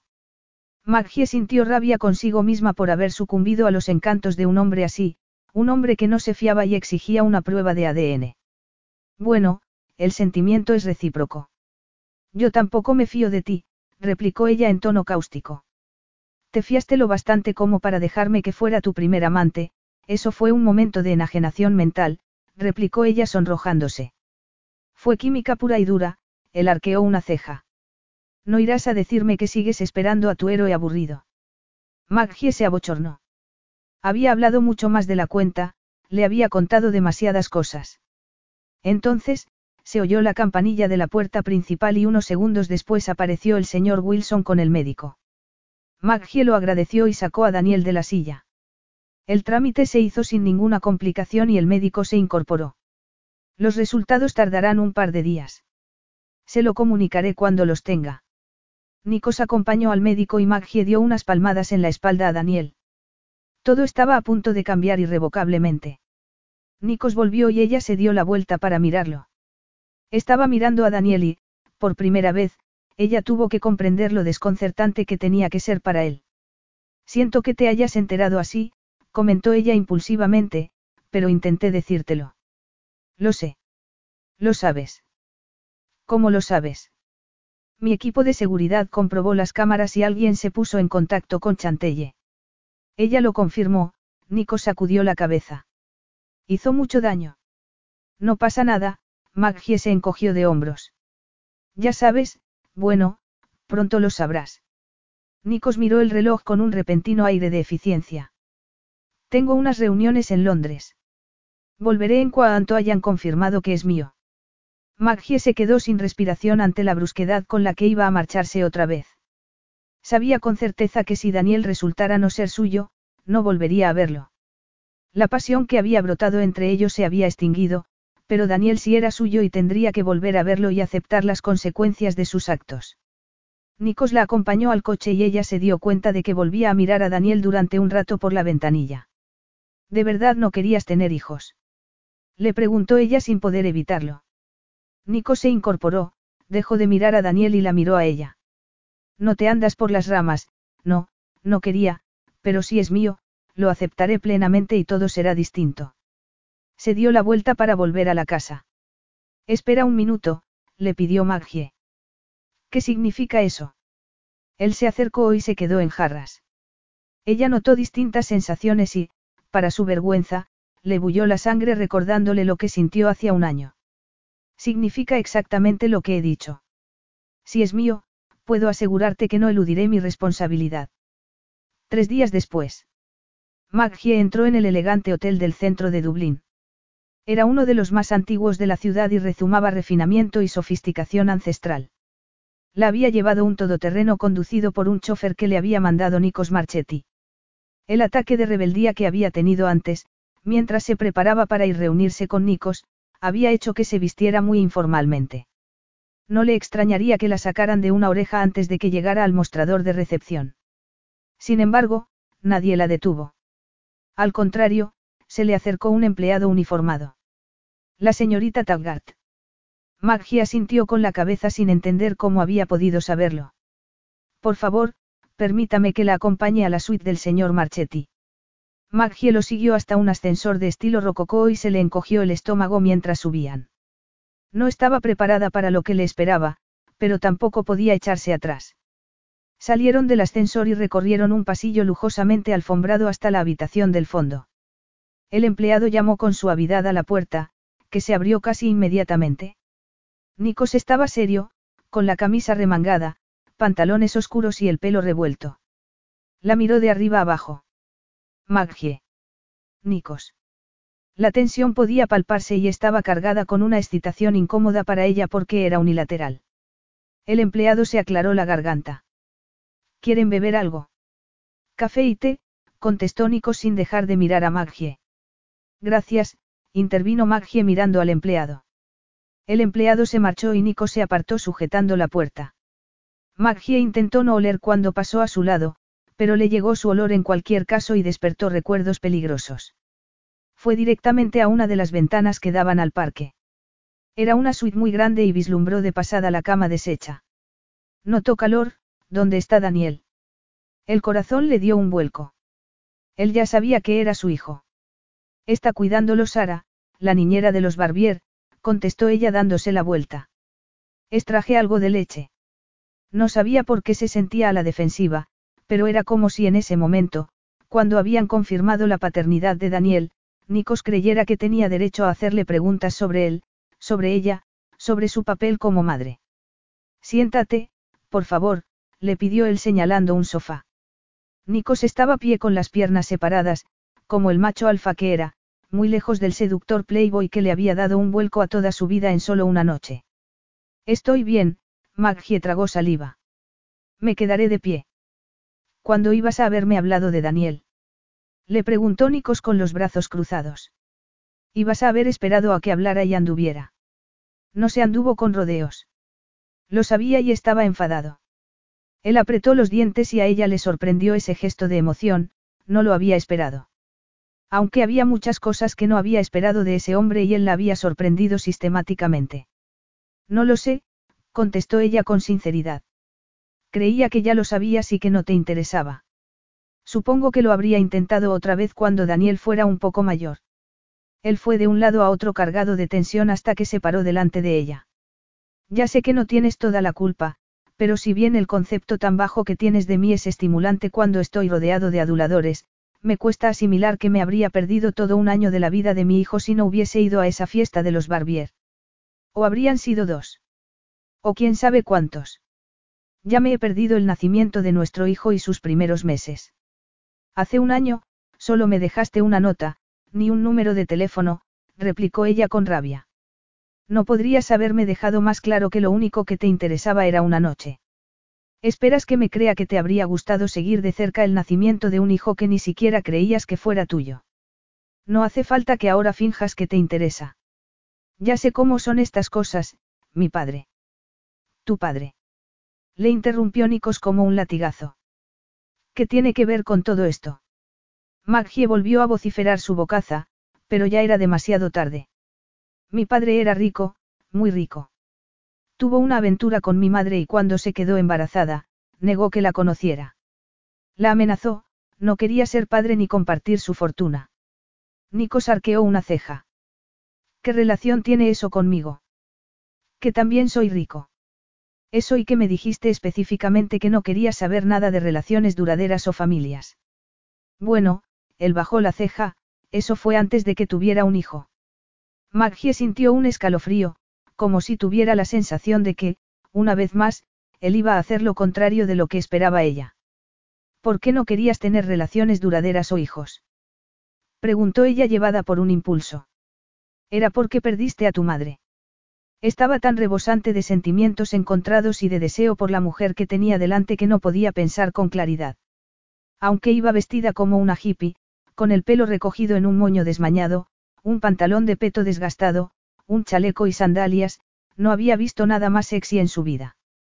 Maggie sintió rabia consigo misma por haber sucumbido a los encantos de un hombre así, un hombre que no se fiaba y exigía una prueba de A D N. Bueno, el sentimiento es recíproco. Yo tampoco me fío de ti, replicó ella en tono cáustico. Te fiaste lo bastante como para dejarme que fuera tu primer amante, eso fue un momento de enajenación mental, replicó ella sonrojándose. Fue química pura y dura, él arqueó una ceja. No irás a decirme que sigues esperando a tu héroe aburrido. Maggie se abochornó. Había hablado mucho más de la cuenta, le había contado demasiadas cosas. Entonces, se oyó la campanilla de la puerta principal y unos segundos después apareció el señor Wilson con el médico. Maggie lo agradeció y sacó a Daniel de la silla. El trámite se hizo sin ninguna complicación y el médico se incorporó. Los resultados tardarán un par de días. Se lo comunicaré cuando los tenga. Nikos acompañó al médico y Maggie dio unas palmadas en la espalda a Daniel. Todo estaba a punto de cambiar irrevocablemente. Nikos volvió y ella se dio la vuelta para mirarlo. Estaba mirando a Daniel y, por primera vez, ella tuvo que comprender lo desconcertante que tenía que ser para él. Siento que te hayas enterado así, comentó ella impulsivamente, pero intenté decírtelo. Lo sé. Lo sabes. ¿Cómo lo sabes? Mi equipo de seguridad comprobó las cámaras y alguien se puso en contacto con Chantelle. Ella lo confirmó, Nico sacudió la cabeza. Hizo mucho daño. No pasa nada, Maggie se encogió de hombros. Ya sabes, bueno, pronto lo sabrás. Nikos miró el reloj con un repentino aire de eficiencia. Tengo unas reuniones en Londres. Volveré en cuanto hayan confirmado que es mío. Maggie se quedó sin respiración ante la brusquedad con la que iba a marcharse otra vez. Sabía con certeza que si Daniel resultara no ser suyo, no volvería a verlo. La pasión que había brotado entre ellos se había extinguido, pero Daniel sí era suyo y tendría que volver a verlo y aceptar las consecuencias de sus actos. Nikos la acompañó al coche y ella se dio cuenta de que volvía a mirar a Daniel durante un rato por la ventanilla. ¿De verdad no querías tener hijos? Le preguntó ella sin poder evitarlo. Nikos se incorporó, dejó de mirar a Daniel y la miró a ella. No te andas por las ramas, no, no quería, pero si es mío, lo aceptaré plenamente y todo será distinto. Se dio la vuelta para volver a la casa. Espera un minuto, le pidió Maggie. ¿Qué significa eso? Él se acercó y se quedó en jarras. Ella notó distintas sensaciones y, para su vergüenza, le bulló la sangre recordándole lo que sintió hacía un año. Significa exactamente lo que he dicho. Si es mío, puedo asegurarte que no eludiré mi responsabilidad. Tres días después. Maggie entró en el elegante hotel del centro de Dublín. Era uno de los más antiguos de la ciudad y rezumaba refinamiento y sofisticación ancestral. La había llevado un todoterreno conducido por un chofer que le había mandado Nikos Marchetti. El ataque de rebeldía que había tenido antes, mientras se preparaba para ir a reunirse con Nikos, había hecho que se vistiera muy informalmente. No le extrañaría que la sacaran de una oreja antes de que llegara al mostrador de recepción. Sin embargo, nadie la detuvo. Al contrario, se le acercó un empleado uniformado. La señorita Taggart. Maggie asintió con la cabeza sin entender cómo había podido saberlo. Por favor, permítame que la acompañe a la suite del señor Marchetti. Maggie lo siguió hasta un ascensor de estilo rococó y se le encogió el estómago mientras subían. No estaba preparada para lo que le esperaba, pero tampoco podía echarse atrás. Salieron del ascensor y recorrieron un pasillo lujosamente alfombrado hasta la habitación del fondo. El empleado llamó con suavidad a la puerta, que se abrió casi inmediatamente. Nikos estaba serio, con la camisa remangada, pantalones oscuros y el pelo revuelto. La miró de arriba abajo. Maggie. Nikos. La tensión podía palparse y estaba cargada con una excitación incómoda para ella porque era unilateral. El empleado se aclaró la garganta. ¿Quieren beber algo? Café y té, contestó Nikos sin dejar de mirar a Maggie. Gracias, intervino Maggie mirando al empleado. El empleado se marchó y Nikos se apartó sujetando la puerta. Maggie intentó no oler cuando pasó a su lado, pero le llegó su olor en cualquier caso y despertó recuerdos peligrosos. Fue directamente a una de las ventanas que daban al parque. Era una suite muy grande y vislumbró de pasada la cama deshecha. Notó calor, ¿dónde está Daniel? El corazón le dio un vuelco. Él ya sabía que era su hijo. Está cuidándolo Sara, la niñera de los Barbier, contestó ella dándose la vuelta. Extraje algo de leche. No sabía por qué se sentía a la defensiva, pero era como si en ese momento, cuando habían confirmado la paternidad de Daniel, Nikos creyera que tenía derecho a hacerle preguntas sobre él, sobre ella, sobre su papel como madre. Siéntate, por favor, le pidió él señalando un sofá. Nikos estaba a pie con las piernas separadas, como el macho alfa que era, muy lejos del seductor playboy que le había dado un vuelco a toda su vida en solo una noche. Estoy bien, Maggie tragó saliva. Me quedaré de pie. ¿Cuándo ibas a haberme hablado de Daniel? Le preguntó Nikos con los brazos cruzados. Ibas a haber esperado a que hablara y anduviera. No se anduvo con rodeos. Lo sabía y estaba enfadado. Él apretó los dientes y a ella le sorprendió ese gesto de emoción, no lo había esperado. Aunque había muchas cosas que no había esperado de ese hombre y él la había sorprendido sistemáticamente. No lo sé, contestó ella con sinceridad. Creía que ya lo sabías y que no te interesaba. Supongo que lo habría intentado otra vez cuando Daniel fuera un poco mayor. Él fue de un lado a otro cargado de tensión hasta que se paró delante de ella. Ya sé que no tienes toda la culpa, pero si bien el concepto tan bajo que tienes de mí es estimulante cuando estoy rodeado de aduladores, me cuesta asimilar que me habría perdido todo un año de la vida de mi hijo si no hubiese ido a esa fiesta de los Barbier. O habrían sido dos. O quién sabe cuántos. Ya me he perdido el nacimiento de nuestro hijo y sus primeros meses. Hace un año, solo me dejaste una nota, ni un número de teléfono, replicó ella con rabia. No podrías haberme dejado más claro que lo único que te interesaba era una noche. ¿Esperas que me crea que te habría gustado seguir de cerca el nacimiento de un hijo que ni siquiera creías que fuera tuyo? No hace falta que ahora finjas que te interesa. Ya sé cómo son estas cosas, mi padre. Tu padre. Le interrumpió Nikos como un latigazo. ¿Qué tiene que ver con todo esto? Maggie volvió a vociferar su bocaza, pero ya era demasiado tarde. Mi padre era rico, muy rico. Tuvo una aventura con mi madre y cuando se quedó embarazada, negó que la conociera. La amenazó, no quería ser padre ni compartir su fortuna. Nikos arqueó una ceja. ¿Qué relación tiene eso conmigo? Que también soy rico. Eso y que me dijiste específicamente que no querías saber nada de relaciones duraderas o familias. Bueno, él bajó la ceja, eso fue antes de que tuviera un hijo. Maggie sintió un escalofrío, como si tuviera la sensación de que, una vez más, él iba a hacer lo contrario de lo que esperaba ella. ¿Por qué no querías tener relaciones duraderas o hijos? Preguntó ella llevada por un impulso. Era porque perdiste a tu madre. Estaba tan rebosante de sentimientos encontrados y de deseo por la mujer que tenía delante que no podía pensar con claridad. Aunque iba vestida como una hippie, con el pelo recogido en un moño desmañado, un pantalón de peto desgastado, un chaleco y sandalias, no había visto nada más sexy en su vida.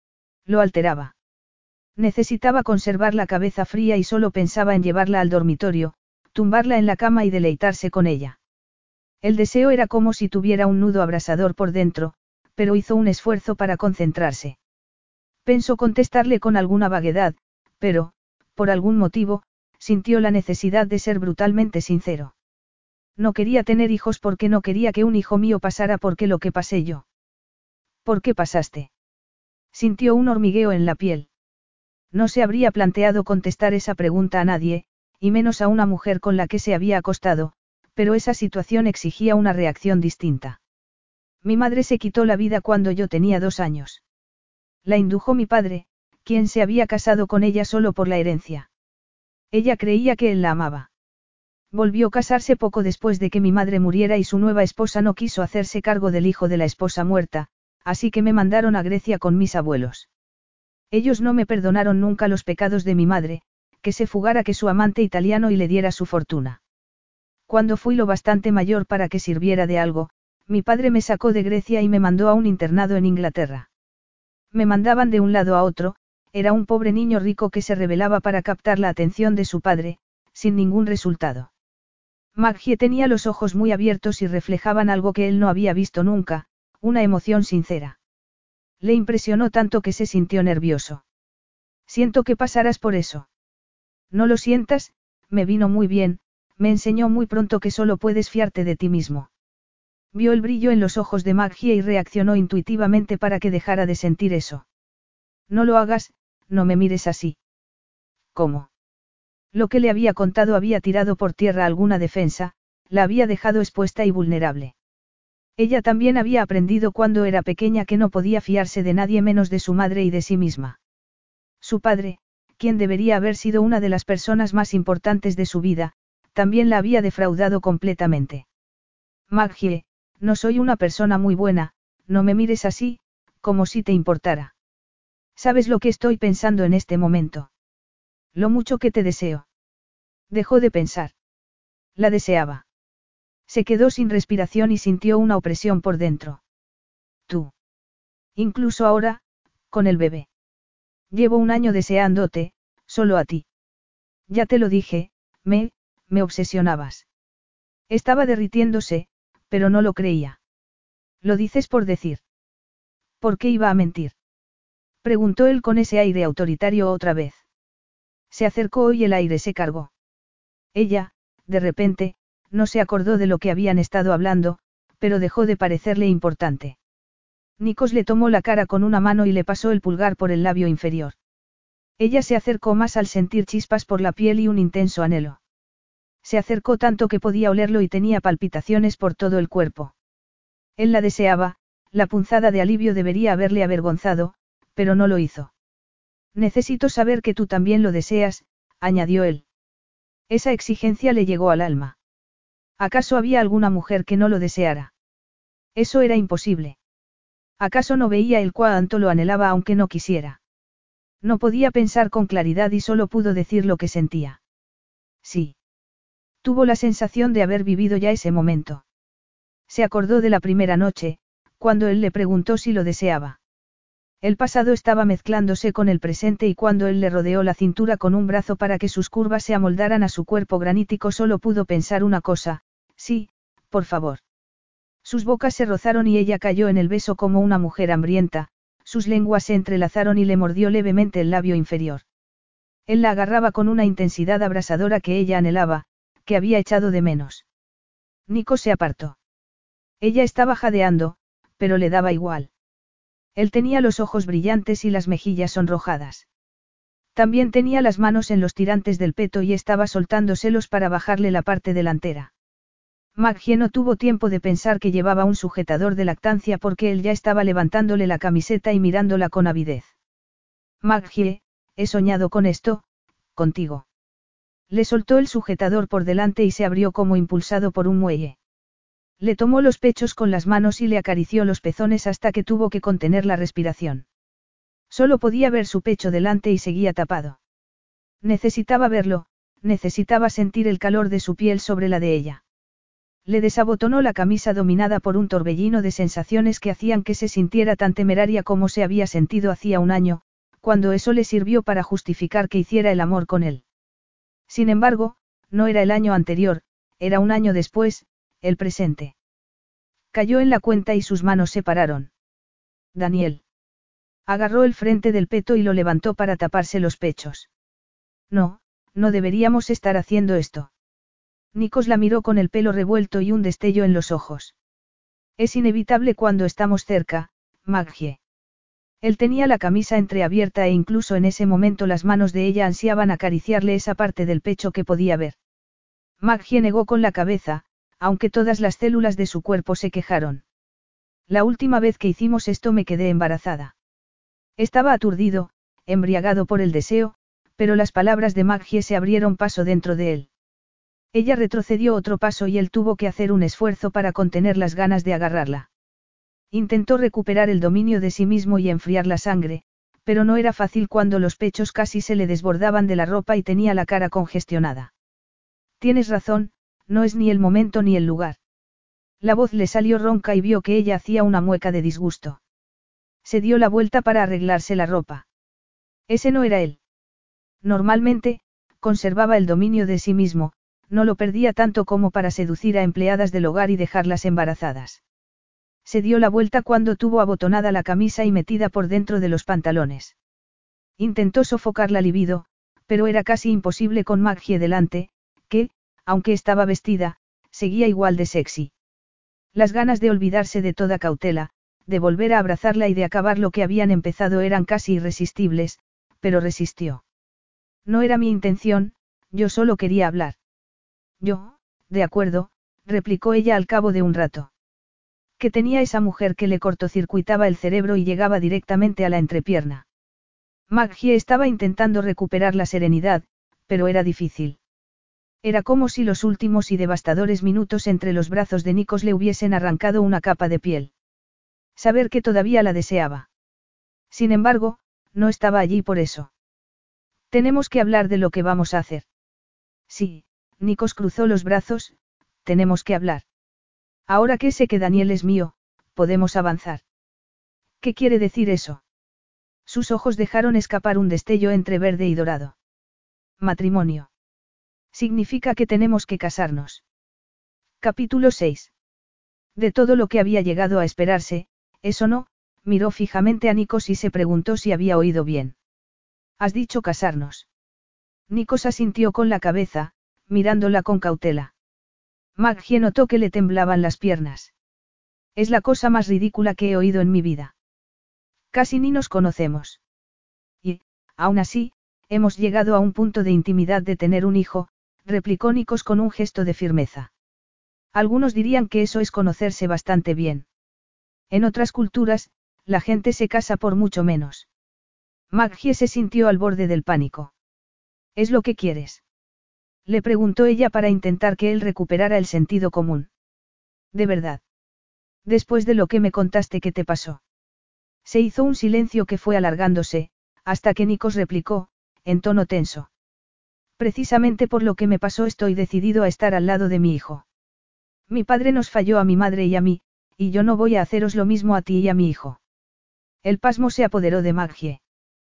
Lo alteraba. Necesitaba conservar la cabeza fría y solo pensaba en llevarla al dormitorio, tumbarla en la cama y deleitarse con ella. El deseo era como si tuviera un nudo abrasador por dentro, pero hizo un esfuerzo para concentrarse. Pensó contestarle con alguna vaguedad, pero, por algún motivo, sintió la necesidad de ser brutalmente sincero. No quería tener hijos porque no quería que un hijo mío pasara porque lo que pasé yo. ¿Por qué pasaste? Sintió un hormigueo en la piel. No se habría planteado contestar esa pregunta a nadie, y menos a una mujer con la que se había acostado, pero esa situación exigía una reacción distinta. Mi madre se quitó la vida cuando yo tenía dos años. La indujo mi padre, quien se había casado con ella solo por la herencia. Ella creía que él la amaba. Volvió a casarse poco después de que mi madre muriera y su nueva esposa no quiso hacerse cargo del hijo de la esposa muerta, así que me mandaron a Grecia con mis abuelos. Ellos no me perdonaron nunca los pecados de mi madre, que se fugara que su amante italiano y le diera su fortuna. Cuando fui lo bastante mayor para que sirviera de algo, mi padre me sacó de Grecia y me mandó a un internado en Inglaterra. Me mandaban de un lado a otro, era un pobre niño rico que se rebelaba para captar la atención de su padre, sin ningún resultado. Maggie tenía los ojos muy abiertos y reflejaban algo que él no había visto nunca, una emoción sincera. Le impresionó tanto que se sintió nervioso. Siento que pasaras por eso. No lo sientas, me vino muy bien, me enseñó muy pronto que solo puedes fiarte de ti mismo. Vio el brillo en los ojos de Maggie y reaccionó intuitivamente para que dejara de sentir eso. No lo hagas, no me mires así. ¿Cómo? Lo que le había contado había tirado por tierra alguna defensa, la había dejado expuesta y vulnerable. Ella también había aprendido cuando era pequeña que no podía fiarse de nadie menos de su madre y de sí misma. Su padre, quien debería haber sido una de las personas más importantes de su vida, también la había defraudado completamente. Maggie, no soy una persona muy buena, no me mires así, como si te importara. ¿Sabes lo que estoy pensando en este momento? Lo mucho que te deseo. Dejó de pensar. La deseaba. Se quedó sin respiración y sintió una opresión por dentro. Tú. Incluso ahora, con el bebé. Llevo un año deseándote, solo a ti. Ya te lo dije, me, me obsesionabas. Estaba derritiéndose, pero no lo creía. Lo dices por decir. ¿Por qué iba a mentir? Preguntó él con ese aire autoritario otra vez. Se acercó y el aire se cargó. Ella, de repente, no se acordó de lo que habían estado hablando, pero dejó de parecerle importante. Nikos le tomó la cara con una mano y le pasó el pulgar por el labio inferior. Ella se acercó más al sentir chispas por la piel y un intenso anhelo. Se acercó tanto que podía olerlo y tenía palpitaciones por todo el cuerpo. Él la deseaba, la punzada de alivio debería haberle avergonzado, pero no lo hizo. Necesito saber que tú también lo deseas, añadió él. Esa exigencia le llegó al alma. ¿Acaso había alguna mujer que no lo deseara? Eso era imposible. ¿Acaso no veía el cuánto lo anhelaba aunque no quisiera? No podía pensar con claridad y solo pudo decir lo que sentía. Sí. Tuvo la sensación de haber vivido ya ese momento. Se acordó de la primera noche, cuando él le preguntó si lo deseaba. El pasado estaba mezclándose con el presente y cuando él le rodeó la cintura con un brazo para que sus curvas se amoldaran a su cuerpo granítico solo pudo pensar una cosa, sí, por favor. Sus bocas se rozaron y ella cayó en el beso como una mujer hambrienta, sus lenguas se entrelazaron y le mordió levemente el labio inferior. Él la agarraba con una intensidad abrasadora que ella anhelaba, que había echado de menos. Nico se apartó. Ella estaba jadeando, pero le daba igual. Él tenía los ojos brillantes y las mejillas sonrojadas. También tenía las manos en los tirantes del peto y estaba soltándoselos para bajarle la parte delantera. Maggie no tuvo tiempo de pensar que llevaba un sujetador de lactancia porque él ya estaba levantándole la camiseta y mirándola con avidez. Maggie, he soñado con esto, contigo. Le soltó el sujetador por delante y se abrió como impulsado por un muelle. Le tomó los pechos con las manos y le acarició los pezones hasta que tuvo que contener la respiración. Solo podía ver su pecho delante y seguía tapado. Necesitaba verlo, necesitaba sentir el calor de su piel sobre la de ella. Le desabotonó la camisa dominada por un torbellino de sensaciones que hacían que se sintiera tan temeraria como se había sentido hacía un año, cuando eso le sirvió para justificar que hiciera el amor con él. Sin embargo, no era el año anterior, era un año después, el presente. Cayó en la cuenta y sus manos se pararon. Daniel. Agarró el frente del peto y lo levantó para taparse los pechos. No, no deberíamos estar haciendo esto. Nikos la miró con el pelo revuelto y un destello en los ojos. Es inevitable cuando estamos cerca, Maggie. Él tenía la camisa entreabierta e incluso en ese momento las manos de ella ansiaban acariciarle esa parte del pecho que podía ver. Maggie negó con la cabeza, aunque todas las células de su cuerpo se quejaron. La última vez que hicimos esto me quedé embarazada. Estaba aturdido, embriagado por el deseo, pero las palabras de Maggie se abrieron paso dentro de él. Ella retrocedió otro paso y él tuvo que hacer un esfuerzo para contener las ganas de agarrarla. Intentó recuperar el dominio de sí mismo y enfriar la sangre, pero no era fácil cuando los pechos casi se le desbordaban de la ropa y tenía la cara congestionada. Tienes razón, no es ni el momento ni el lugar. La voz le salió ronca y vio que ella hacía una mueca de disgusto. Se dio la vuelta para arreglarse la ropa. Ese no era él. Normalmente, conservaba el dominio de sí mismo, no lo perdía tanto como para seducir a empleadas del hogar y dejarlas embarazadas. Se dio la vuelta cuando tuvo abotonada la camisa y metida por dentro de los pantalones. Intentó sofocar la libido, pero era casi imposible con Maggie delante, que, aunque estaba vestida, seguía igual de sexy. Las ganas de olvidarse de toda cautela, de volver a abrazarla y de acabar lo que habían empezado eran casi irresistibles, pero resistió. No era mi intención, yo solo quería hablar. Yo, de acuerdo, replicó ella al cabo de un rato. ¿Qué tenía esa mujer que le cortocircuitaba el cerebro y llegaba directamente a la entrepierna? Maggie estaba intentando recuperar la serenidad, pero era difícil. Era como si los últimos y devastadores minutos entre los brazos de Nikos le hubiesen arrancado una capa de piel. Saber que todavía la deseaba. Sin embargo, no estaba allí por eso. Tenemos que hablar de lo que vamos a hacer. Sí, Nikos cruzó los brazos, tenemos que hablar. Ahora que sé que Daniel es mío, podemos avanzar. ¿Qué quiere decir eso? Sus ojos dejaron escapar un destello entre verde y dorado. Matrimonio. Significa que tenemos que casarnos. Capítulo seis. De todo lo que había llegado a esperarse, eso no, miró fijamente a Nikos y se preguntó si había oído bien. ¿Has dicho casarnos? Nikos asintió con la cabeza, mirándola con cautela. Maggie notó que le temblaban las piernas. Es la cosa más ridícula que he oído en mi vida. Casi ni nos conocemos. Y, aún así, hemos llegado a un punto de intimidad de tener un hijo, replicó Nikos con un gesto de firmeza. Algunos dirían que eso es conocerse bastante bien. En otras culturas, la gente se casa por mucho menos. Maggie se sintió al borde del pánico. ¿Es lo que quieres? Le preguntó ella para intentar que él recuperara el sentido común. ¿De verdad? Después de lo que me contaste que te pasó. Se hizo un silencio que fue alargándose, hasta que Nikos replicó, en tono tenso. Precisamente por lo que me pasó estoy decidido a estar al lado de mi hijo. Mi padre nos falló a mi madre y a mí, y yo no voy a haceros lo mismo a ti y a mi hijo. El pasmo se apoderó de Maggie.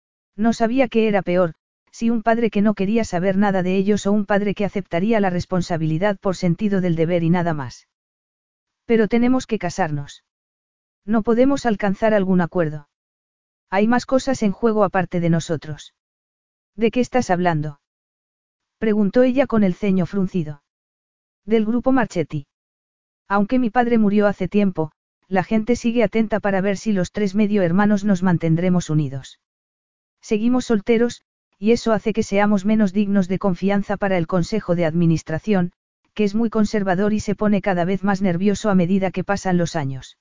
No sabía qué era peor, si un padre que no quería saber nada de ellos o un padre que aceptaría la responsabilidad por sentido del deber y nada más. Pero tenemos que casarnos. No podemos alcanzar algún acuerdo. Hay más cosas en juego aparte de nosotros. ¿De qué estás hablando? Preguntó ella con el ceño fruncido. Del grupo Marchetti. Aunque mi padre murió hace tiempo, la gente sigue atenta para ver si los tres medio hermanos nos mantendremos unidos. Seguimos solteros, y eso hace que seamos menos dignos de confianza para el Consejo de Administración, que es muy conservador y se pone cada vez más nervioso a medida que pasan los años.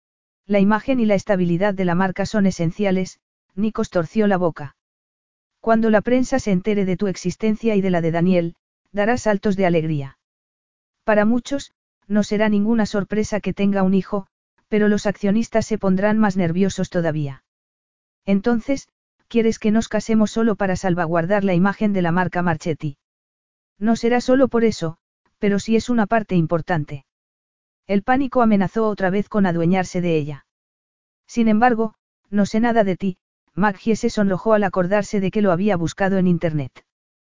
La imagen y la estabilidad de la marca son esenciales, Nikos torció la boca. Cuando la prensa se entere de tu existencia y de la de Daniel, dará saltos de alegría. Para muchos, no será ninguna sorpresa que tenga un hijo, pero los accionistas se pondrán más nerviosos todavía. Entonces, ¿quieres que nos casemos solo para salvaguardar la imagen de la marca Marchetti? No será solo por eso, pero sí es una parte importante. El pánico amenazó otra vez con adueñarse de ella. Sin embargo, no sé nada de ti, Maggie se sonrojó al acordarse de que lo había buscado en internet.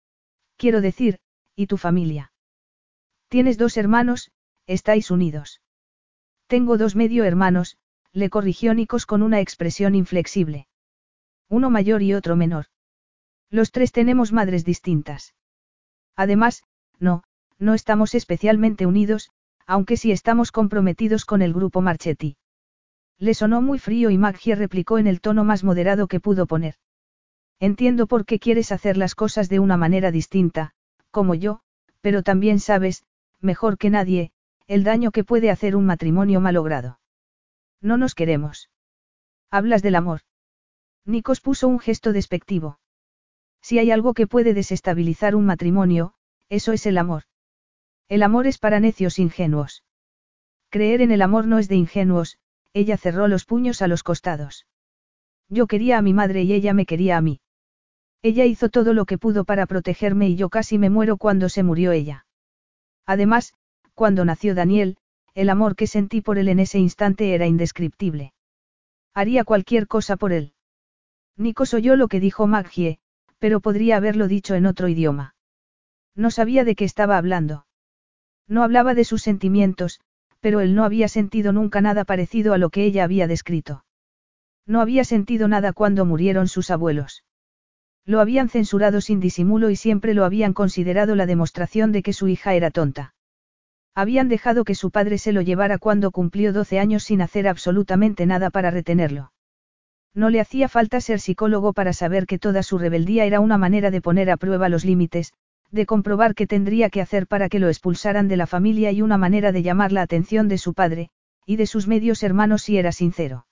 Quiero decir, ¿y tu familia? Tienes dos hermanos, estáis unidos. Tengo dos medio hermanos, le corrigió Nikos con una expresión inflexible. Uno mayor y otro menor. Los tres tenemos madres distintas. Además, no, no estamos especialmente unidos, aunque sí estamos comprometidos con el grupo Marchetti. Le sonó muy frío y Maggie replicó en el tono más moderado que pudo poner. Entiendo por qué quieres hacer las cosas de una manera distinta, como yo, pero también sabes, mejor que nadie, el daño que puede hacer un matrimonio malogrado. No nos queremos. Hablas del amor. Nikos puso un gesto despectivo. Si hay algo que puede desestabilizar un matrimonio, eso es el amor. El amor es para necios ingenuos. Creer en el amor no es de ingenuos, ella cerró los puños a los costados. Yo quería a mi madre y ella me quería a mí. Ella hizo todo lo que pudo para protegerme y yo casi me muero cuando se murió ella. Además, cuando nació Daniel, el amor que sentí por él en ese instante era indescriptible. Haría cualquier cosa por él. Nikos oyó lo que dijo Maggie, pero podría haberlo dicho en otro idioma. No sabía de qué estaba hablando. No hablaba de sus sentimientos, pero él no había sentido nunca nada parecido a lo que ella había descrito. No había sentido nada cuando murieron sus abuelos. Lo habían censurado sin disimulo y siempre lo habían considerado la demostración de que su hija era tonta. Habían dejado que su padre se lo llevara cuando cumplió doce años sin hacer absolutamente nada para retenerlo. No le hacía falta ser psicólogo para saber que toda su rebeldía era una manera de poner a prueba los límites, de comprobar qué tendría que hacer para que lo expulsaran de la familia y una manera de llamar la atención de su padre, y de sus medios hermanos si era sincero.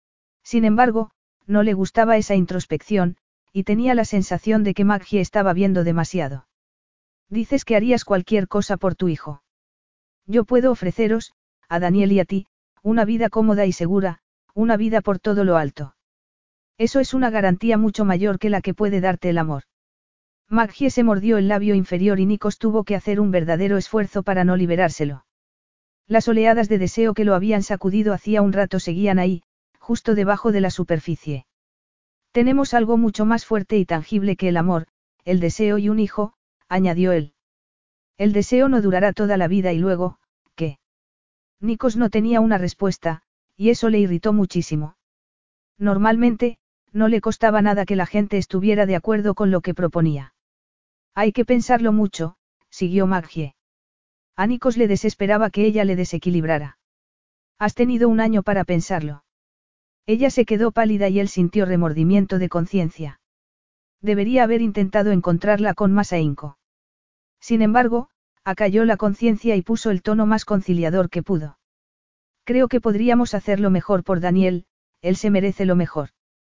Sin embargo, no le gustaba esa introspección, y tenía la sensación de que Maggie estaba viendo demasiado. Dices que harías cualquier cosa por tu hijo. Yo puedo ofreceros, a Daniel y a ti, una vida cómoda y segura, una vida por todo lo alto. Eso es una garantía mucho mayor que la que puede darte el amor. Maggie se mordió el labio inferior y Nikos tuvo que hacer un verdadero esfuerzo para no liberárselo. Las oleadas de deseo que lo habían sacudido hacía un rato seguían ahí, justo debajo de la superficie. Tenemos algo mucho más fuerte y tangible que el amor, el deseo y un hijo, añadió él. El deseo no durará toda la vida y luego, ¿qué? Nikos no tenía una respuesta, y eso le irritó muchísimo. Normalmente, no le costaba nada que la gente estuviera de acuerdo con lo que proponía. Hay que pensarlo mucho, siguió Maggie. A Nikos le desesperaba que ella le desequilibrara. Has tenido un año para pensarlo. Ella se quedó pálida y él sintió remordimiento de conciencia. Debería haber intentado encontrarla con más ahínco. Sin embargo, acalló la conciencia y puso el tono más conciliador que pudo. Creo que podríamos hacerlo mejor por Daniel, él se merece lo mejor.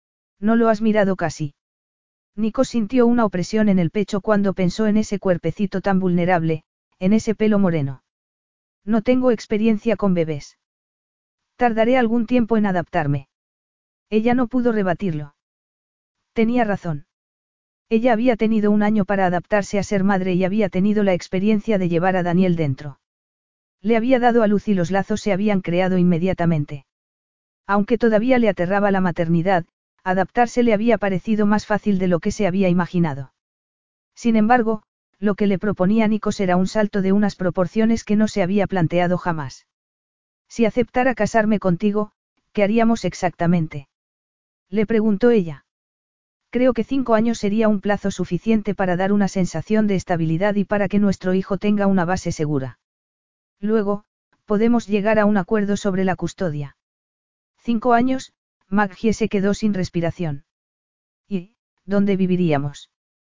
No lo has mirado casi. Nikos sintió una opresión en el pecho cuando pensó en ese cuerpecito tan vulnerable, en ese pelo moreno. No tengo experiencia con bebés. Tardaré algún tiempo en adaptarme. Ella no pudo rebatirlo. Tenía razón. Ella había tenido un año para adaptarse a ser madre y había tenido la experiencia de llevar a Daniel dentro. Le había dado a luz y los lazos se habían creado inmediatamente. Aunque todavía le aterraba la maternidad, adaptarse le había parecido más fácil de lo que se había imaginado. Sin embargo, lo que le proponía Nikos era un salto de unas proporciones que no se había planteado jamás. Si aceptara casarme contigo, ¿qué haríamos exactamente? Le preguntó ella. Creo que cinco años sería un plazo suficiente para dar una sensación de estabilidad y para que nuestro hijo tenga una base segura. Luego, podemos llegar a un acuerdo sobre la custodia. Cinco años, Maggie se quedó sin respiración. ¿Y dónde viviríamos?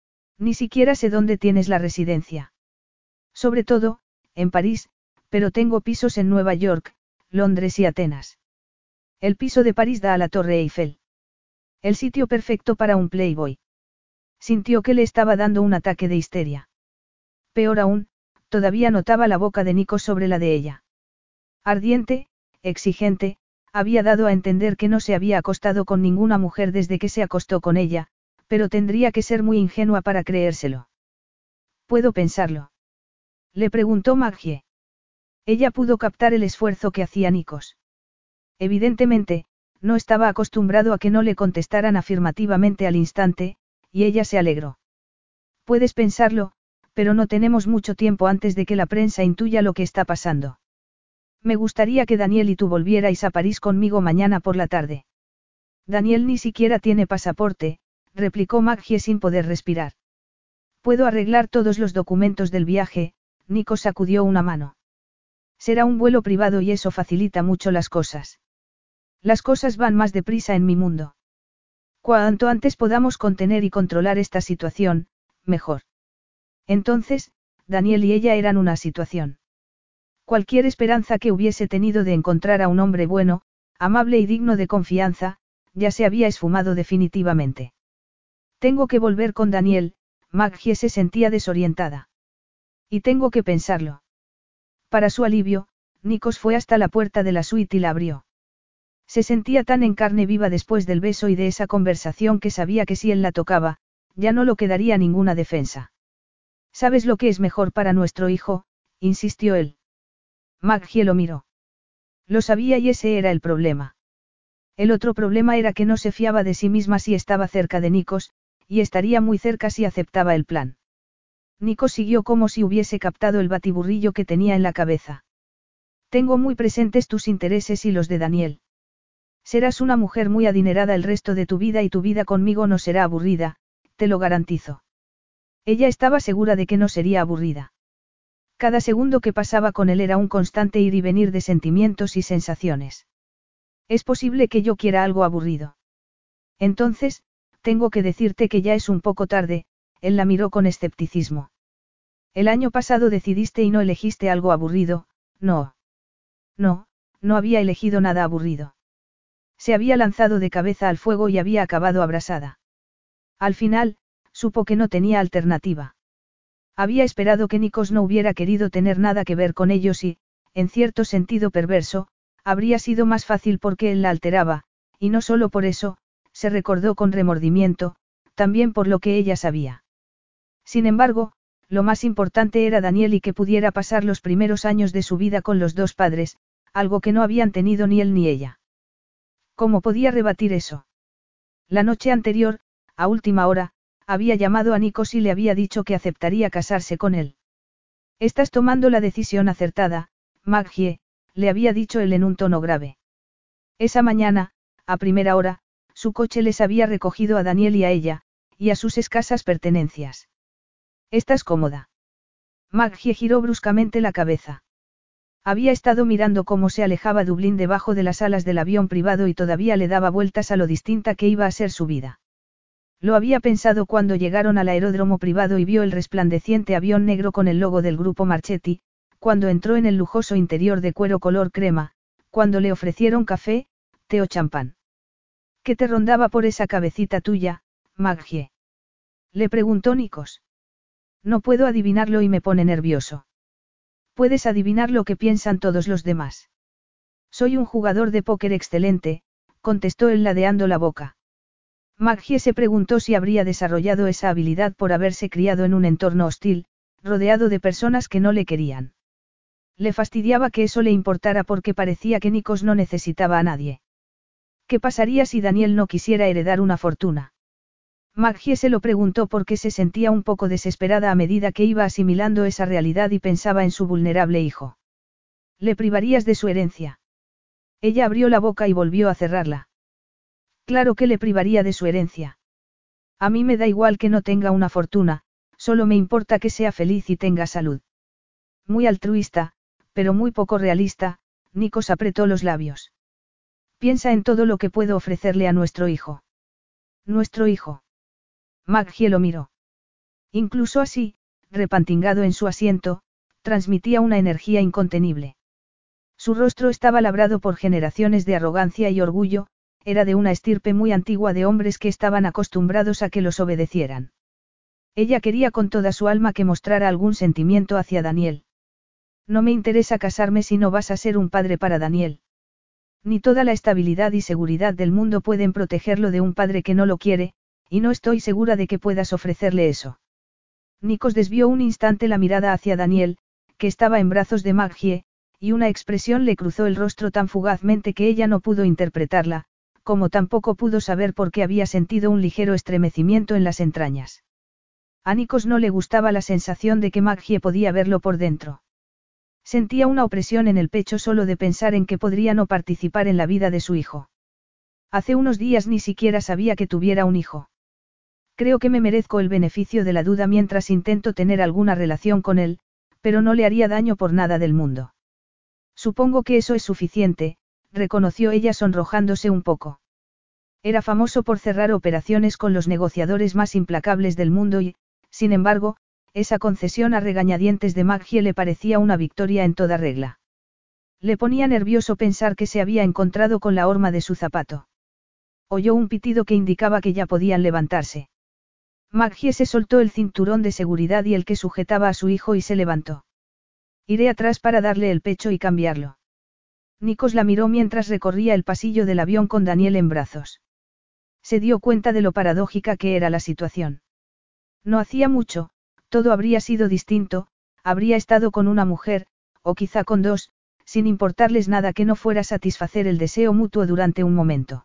Ni siquiera sé dónde tienes la residencia. Sobre todo, en París, pero tengo pisos en Nueva York, Londres y Atenas. El piso de París da a la Torre Eiffel. El sitio perfecto para un playboy. Sintió que le estaba dando un ataque de histeria. Peor aún, todavía notaba la boca de Nikos sobre la de ella. Ardiente, exigente, había dado a entender que no se había acostado con ninguna mujer desde que se acostó con ella, pero tendría que ser muy ingenua para creérselo. ¿Puedo pensarlo? Le preguntó Maggie. Ella pudo captar el esfuerzo que hacía Nikos. Evidentemente, no estaba acostumbrado a que no le contestaran afirmativamente al instante, y ella se alegró. Puedes pensarlo, pero no tenemos mucho tiempo antes de que la prensa intuya lo que está pasando. Me gustaría que Daniel y tú volvierais a París conmigo mañana por la tarde. Daniel ni siquiera tiene pasaporte, replicó Maggie sin poder respirar. Puedo arreglar todos los documentos del viaje, Nikos sacudió una mano. Será un vuelo privado y eso facilita mucho las cosas. Las cosas van más deprisa en mi mundo. Cuanto antes podamos contener y controlar esta situación, mejor. Entonces, Daniel y ella eran una situación. Cualquier esperanza que hubiese tenido de encontrar a un hombre bueno, amable y digno de confianza, ya se había esfumado definitivamente. Tengo que volver con Daniel, Maggie se sentía desorientada. Y tengo que pensarlo. Para su alivio, Nikos fue hasta la puerta de la suite y la abrió. Se sentía tan en carne viva después del beso y de esa conversación que sabía que si él la tocaba, ya no lo quedaría ninguna defensa. ¿Sabes lo que es mejor para nuestro hijo?, insistió él. Maggie lo miró. Lo sabía y ese era el problema. El otro problema era que no se fiaba de sí misma si estaba cerca de Nikos, y estaría muy cerca si aceptaba el plan. Nikos siguió como si hubiese captado el batiburrillo que tenía en la cabeza. Tengo muy presentes tus intereses y los de Daniel. Serás una mujer muy adinerada el resto de tu vida y tu vida conmigo no será aburrida, te lo garantizo. Ella estaba segura de que no sería aburrida. Cada segundo que pasaba con él era un constante ir y venir de sentimientos y sensaciones. Es posible que yo quiera algo aburrido. Entonces, tengo que decirte que ya es un poco tarde, él la miró con escepticismo. El año pasado decidiste y no elegiste algo aburrido, no. No, no había elegido nada aburrido. Se había lanzado de cabeza al fuego y había acabado abrasada. Al final, supo que no tenía alternativa. Había esperado que Nikos no hubiera querido tener nada que ver con ellos y, en cierto sentido perverso, habría sido más fácil porque él la alteraba, y no solo por eso, se recordó con remordimiento, también por lo que ella sabía. Sin embargo, lo más importante era Daniel y que pudiera pasar los primeros años de su vida con los dos padres, algo que no habían tenido ni él ni ella. ¿Cómo podía rebatir eso? La noche anterior, a última hora, había llamado a Nikos y le había dicho que aceptaría casarse con él. Estás tomando la decisión acertada, Maggie, le había dicho él en un tono grave. Esa mañana, a primera hora, su coche les había recogido a Daniel y a ella, y a sus escasas pertenencias. ¿Estás cómoda? Maggie giró bruscamente la cabeza. Había estado mirando cómo se alejaba Dublín debajo de las alas del avión privado y todavía le daba vueltas a lo distinta que iba a ser su vida. Lo había pensado cuando llegaron al aeródromo privado y vio el resplandeciente avión negro con el logo del grupo Marchetti, cuando entró en el lujoso interior de cuero color crema, cuando le ofrecieron café, té o champán. ¿Qué te rondaba por esa cabecita tuya, Maggie? Le preguntó Nikos. No puedo adivinarlo y me pone nervioso. Puedes adivinar lo que piensan todos los demás. Soy un jugador de póker excelente, contestó él ladeando la boca. Maggie se preguntó si habría desarrollado esa habilidad por haberse criado en un entorno hostil, rodeado de personas que no le querían. Le fastidiaba que eso le importara porque parecía que Nikos no necesitaba a nadie. ¿Qué pasaría si Daniel no quisiera heredar una fortuna? Maggie se lo preguntó porque se sentía un poco desesperada a medida que iba asimilando esa realidad y pensaba en su vulnerable hijo. ¿Le privarías de su herencia? Ella abrió la boca y volvió a cerrarla. Claro que le privaría de su herencia. A mí me da igual que no tenga una fortuna, solo me importa que sea feliz y tenga salud. Muy altruista, pero muy poco realista, Nikos apretó los labios. Piensa en todo lo que puedo ofrecerle a nuestro hijo. Nuestro hijo. Maggie lo miró. Incluso así, repantingado en su asiento, transmitía una energía incontenible. Su rostro estaba labrado por generaciones de arrogancia y orgullo, era de una estirpe muy antigua de hombres que estaban acostumbrados a que los obedecieran. Ella quería con toda su alma que mostrara algún sentimiento hacia Daniel. No me interesa casarme si no vas a ser un padre para Daniel. Ni toda la estabilidad y seguridad del mundo pueden protegerlo de un padre que no lo quiere, y no estoy segura de que puedas ofrecerle eso. Nikos desvió un instante la mirada hacia Daniel, que estaba en brazos de Maggie, y una expresión le cruzó el rostro tan fugazmente que ella no pudo interpretarla, como tampoco pudo saber por qué había sentido un ligero estremecimiento en las entrañas. A Nikos no le gustaba la sensación de que Maggie podía verlo por dentro. Sentía una opresión en el pecho solo de pensar en que podría no participar en la vida de su hijo. Hace unos días ni siquiera sabía que tuviera un hijo. Creo que me merezco el beneficio de la duda mientras intento tener alguna relación con él, pero no le haría daño por nada del mundo. Supongo que eso es suficiente, reconoció ella sonrojándose un poco. Era famoso por cerrar operaciones con los negociadores más implacables del mundo y, sin embargo, esa concesión a regañadientes de Maggie le parecía una victoria en toda regla. Le ponía nervioso pensar que se había encontrado con la horma de su zapato. Oyó un pitido que indicaba que ya podían levantarse. Maggie se soltó el cinturón de seguridad y el que sujetaba a su hijo y se levantó. Iré atrás para darle el pecho y cambiarlo. Nikos la miró mientras recorría el pasillo del avión con Daniel en brazos. Se dio cuenta de lo paradójica que era la situación. No hacía mucho, todo habría sido distinto, habría estado con una mujer, o quizá con dos, sin importarles nada que no fuera satisfacer el deseo mutuo durante un momento.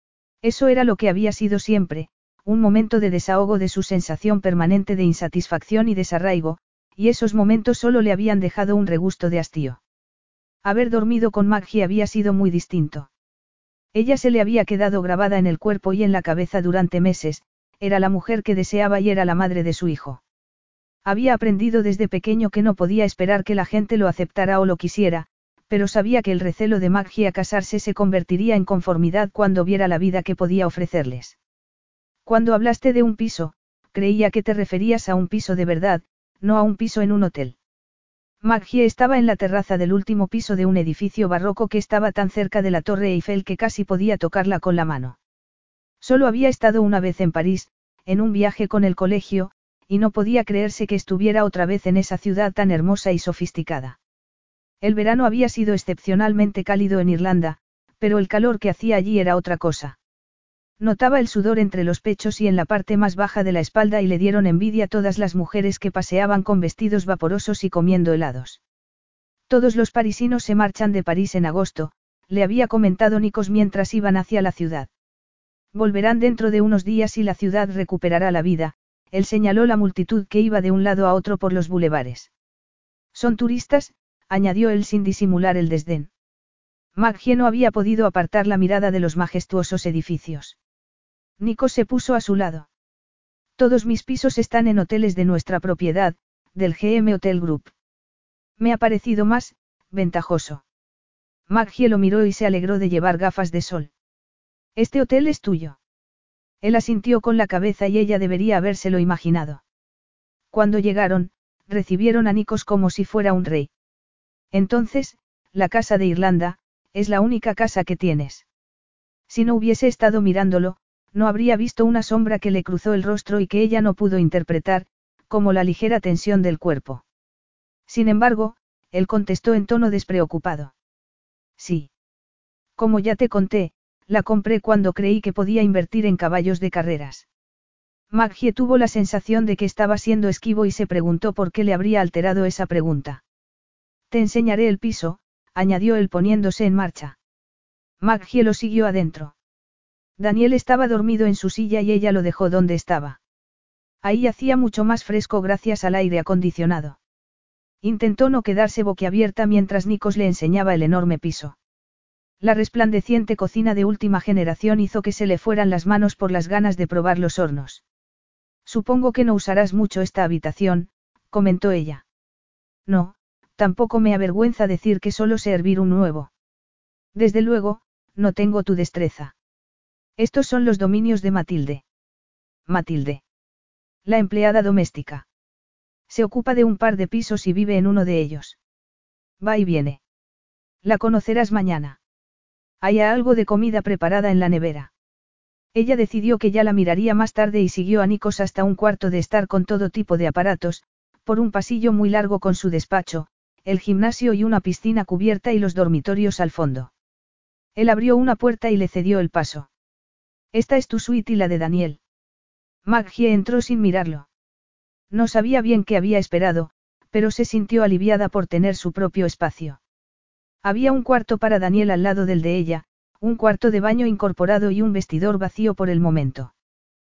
Eso era lo que había sido siempre, un momento de desahogo de su sensación permanente de insatisfacción y desarraigo, y esos momentos solo le habían dejado un regusto de hastío. Haber dormido con Maggie había sido muy distinto. Ella se le había quedado grabada en el cuerpo y en la cabeza durante meses, era la mujer que deseaba y era la madre de su hijo. Había aprendido desde pequeño que no podía esperar que la gente lo aceptara o lo quisiera, pero sabía que el recelo de Maggie a casarse se convertiría en conformidad cuando viera la vida que podía ofrecerles. Cuando hablaste de un piso, creía que te referías a un piso de verdad, no a un piso en un hotel. Maggie estaba en la terraza del último piso de un edificio barroco que estaba tan cerca de la Torre Eiffel que casi podía tocarla con la mano. Solo había estado una vez en París, en un viaje con el colegio, y no podía creerse que estuviera otra vez en esa ciudad tan hermosa y sofisticada. El verano había sido excepcionalmente cálido en Irlanda, pero el calor que hacía allí era otra cosa. Notaba el sudor entre los pechos y en la parte más baja de la espalda y le dieron envidia todas las mujeres que paseaban con vestidos vaporosos y comiendo helados. Todos los parisinos se marchan de París en agosto, le había comentado Nikos mientras iban hacia la ciudad. Volverán dentro de unos días y la ciudad recuperará la vida, él señaló la multitud que iba de un lado a otro por los bulevares. Son turistas, añadió él sin disimular el desdén. Maggie no había podido apartar la mirada de los majestuosos edificios. Nikos se puso a su lado. Todos mis pisos están en hoteles de nuestra propiedad, del G M Hotel Group. Me ha parecido más, ventajoso. Maggie lo miró y se alegró de llevar gafas de sol. Este hotel es tuyo. Él asintió con la cabeza y ella debería habérselo imaginado. Cuando llegaron, recibieron a Nikos como si fuera un rey. Entonces, la casa de Irlanda, es la única casa que tienes. Si no hubiese estado mirándolo, no habría visto una sombra que le cruzó el rostro y que ella no pudo interpretar, como la ligera tensión del cuerpo. Sin embargo, él contestó en tono despreocupado. Sí. Como ya te conté, la compré cuando creí que podía invertir en caballos de carreras. Maggie tuvo la sensación de que estaba siendo esquivo y se preguntó por qué le habría alterado esa pregunta. Te enseñaré el piso, añadió él poniéndose en marcha. Maggie lo siguió adentro. Daniel estaba dormido en su silla y ella lo dejó donde estaba. Ahí hacía mucho más fresco gracias al aire acondicionado. Intentó no quedarse boquiabierta mientras Nikos le enseñaba el enorme piso. La resplandeciente cocina de última generación hizo que se le fueran las manos por las ganas de probar los hornos. Supongo que no usarás mucho esta habitación, comentó ella. No, tampoco me avergüenza decir que solo sé hervir un huevo. Desde luego, no tengo tu destreza. Estos son los dominios de Matilde. Matilde. La empleada doméstica. Se ocupa de un par de pisos y vive en uno de ellos. Va y viene. La conocerás mañana. Hay algo de comida preparada en la nevera. Ella decidió que ya la miraría más tarde y siguió a Nikos hasta un cuarto de estar con todo tipo de aparatos, por un pasillo muy largo con su despacho, el gimnasio y una piscina cubierta y los dormitorios al fondo. Él abrió una puerta y le cedió el paso. Esta es tu suite y la de Daniel. Maggie entró sin mirarlo. No sabía bien qué había esperado, pero se sintió aliviada por tener su propio espacio. Había un cuarto para Daniel al lado del de ella, un cuarto de baño incorporado y un vestidor vacío por el momento.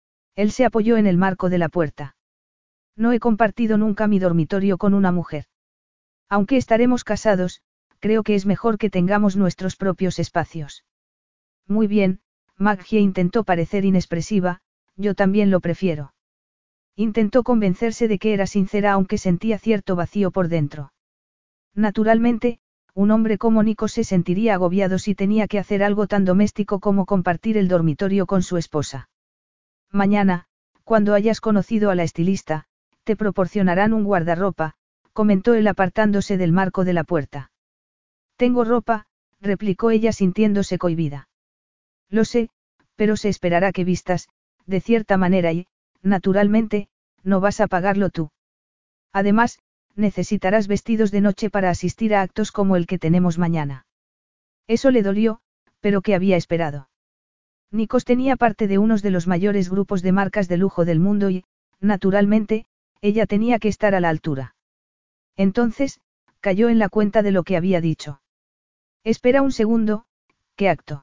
Él se apoyó en el marco de la puerta. No he compartido nunca mi dormitorio con una mujer. Aunque estaremos casados, creo que es mejor que tengamos nuestros propios espacios. Muy bien, Maggie intentó parecer inexpresiva, yo también lo prefiero. Intentó convencerse de que era sincera aunque sentía cierto vacío por dentro. Naturalmente, un hombre como Nico se sentiría agobiado si tenía que hacer algo tan doméstico como compartir el dormitorio con su esposa. Mañana, cuando hayas conocido a la estilista, te proporcionarán un guardarropa, comentó él apartándose del marco de la puerta. Tengo ropa, replicó ella sintiéndose cohibida. Lo sé, pero se esperará que vistas, de cierta manera y, naturalmente, no vas a pagarlo tú. Además, necesitarás vestidos de noche para asistir a actos como el que tenemos mañana. Eso le dolió, pero ¿qué había esperado? Nikos tenía parte de uno de los mayores grupos de marcas de lujo del mundo y, naturalmente, ella tenía que estar a la altura. Entonces, cayó en la cuenta de lo que había dicho. Espera un segundo, ¿qué acto?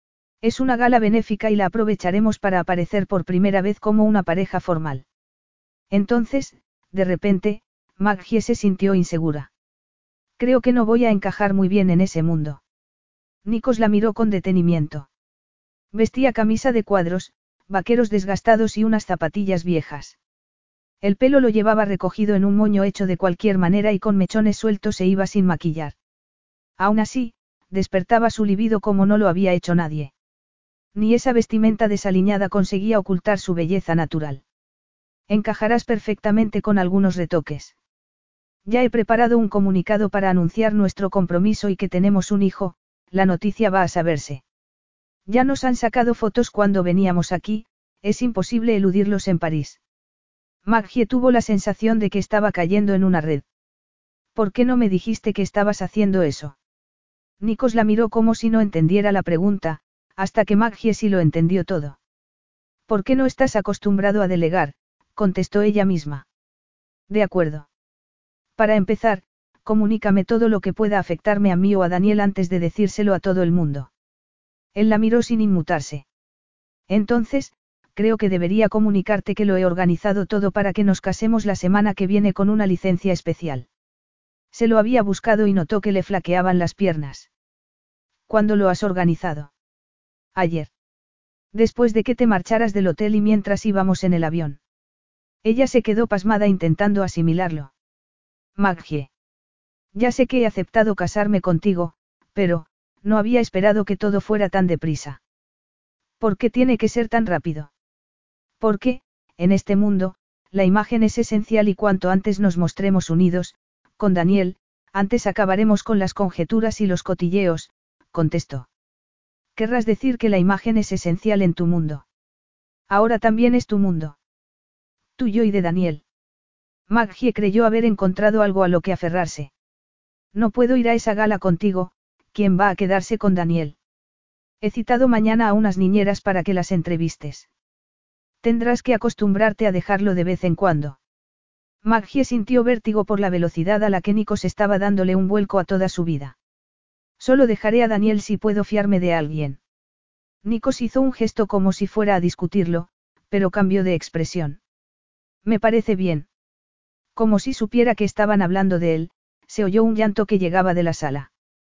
Es una gala benéfica y la aprovecharemos para aparecer por primera vez como una pareja formal. Entonces, de repente, Maggie se sintió insegura. Creo que no voy a encajar muy bien en ese mundo. Nikos la miró con detenimiento. Vestía camisa de cuadros, vaqueros desgastados y unas zapatillas viejas. El pelo lo llevaba recogido en un moño hecho de cualquier manera y con mechones sueltos se iba sin maquillar. Aún así, despertaba su libido como no lo había hecho nadie. Ni esa vestimenta desaliñada conseguía ocultar su belleza natural. Encajarás perfectamente con algunos retoques. Ya he preparado un comunicado para anunciar nuestro compromiso y que tenemos un hijo, la noticia va a saberse. Ya nos han sacado fotos cuando veníamos aquí, es imposible eludirlos en París. Maggie tuvo la sensación de que estaba cayendo en una red. ¿Por qué no me dijiste que estabas haciendo eso? Nikos la miró como si no entendiera la pregunta, hasta que Maggie sí lo entendió todo. ¿Por qué no estás acostumbrado a delegar?, contestó ella misma. De acuerdo. Para empezar, comunícame todo lo que pueda afectarme a mí o a Daniel antes de decírselo a todo el mundo. Él la miró sin inmutarse. Entonces, creo que debería comunicarte que lo he organizado todo para que nos casemos la semana que viene con una licencia especial. Se lo había buscado y notó que le flaqueaban las piernas. ¿Cuándo lo has organizado? Ayer. Después de que te marcharas del hotel y mientras íbamos en el avión. Ella se quedó pasmada intentando asimilarlo. Maggie. Ya sé que he aceptado casarme contigo, pero, no había esperado que todo fuera tan deprisa. ¿Por qué tiene que ser tan rápido? Porque, en este mundo, la imagen es esencial y cuanto antes nos mostremos unidos, con Daniel, antes acabaremos con las conjeturas y los cotilleos, contestó. Querrás decir que la imagen es esencial en tu mundo. Ahora también es tu mundo. Tuyo y de Daniel. Maggie creyó haber encontrado algo a lo que aferrarse. No puedo ir a esa gala contigo, ¿quién va a quedarse con Daniel? He citado mañana a unas niñeras para que las entrevistes. Tendrás que acostumbrarte a dejarlo de vez en cuando. Maggie sintió vértigo por la velocidad a la que Nikos estaba dándole un vuelco a toda su vida. Solo dejaré a Daniel si puedo fiarme de alguien. Nikos hizo un gesto como si fuera a discutirlo, pero cambió de expresión. Me parece bien. Como si supiera que estaban hablando de él, se oyó un llanto que llegaba de la sala.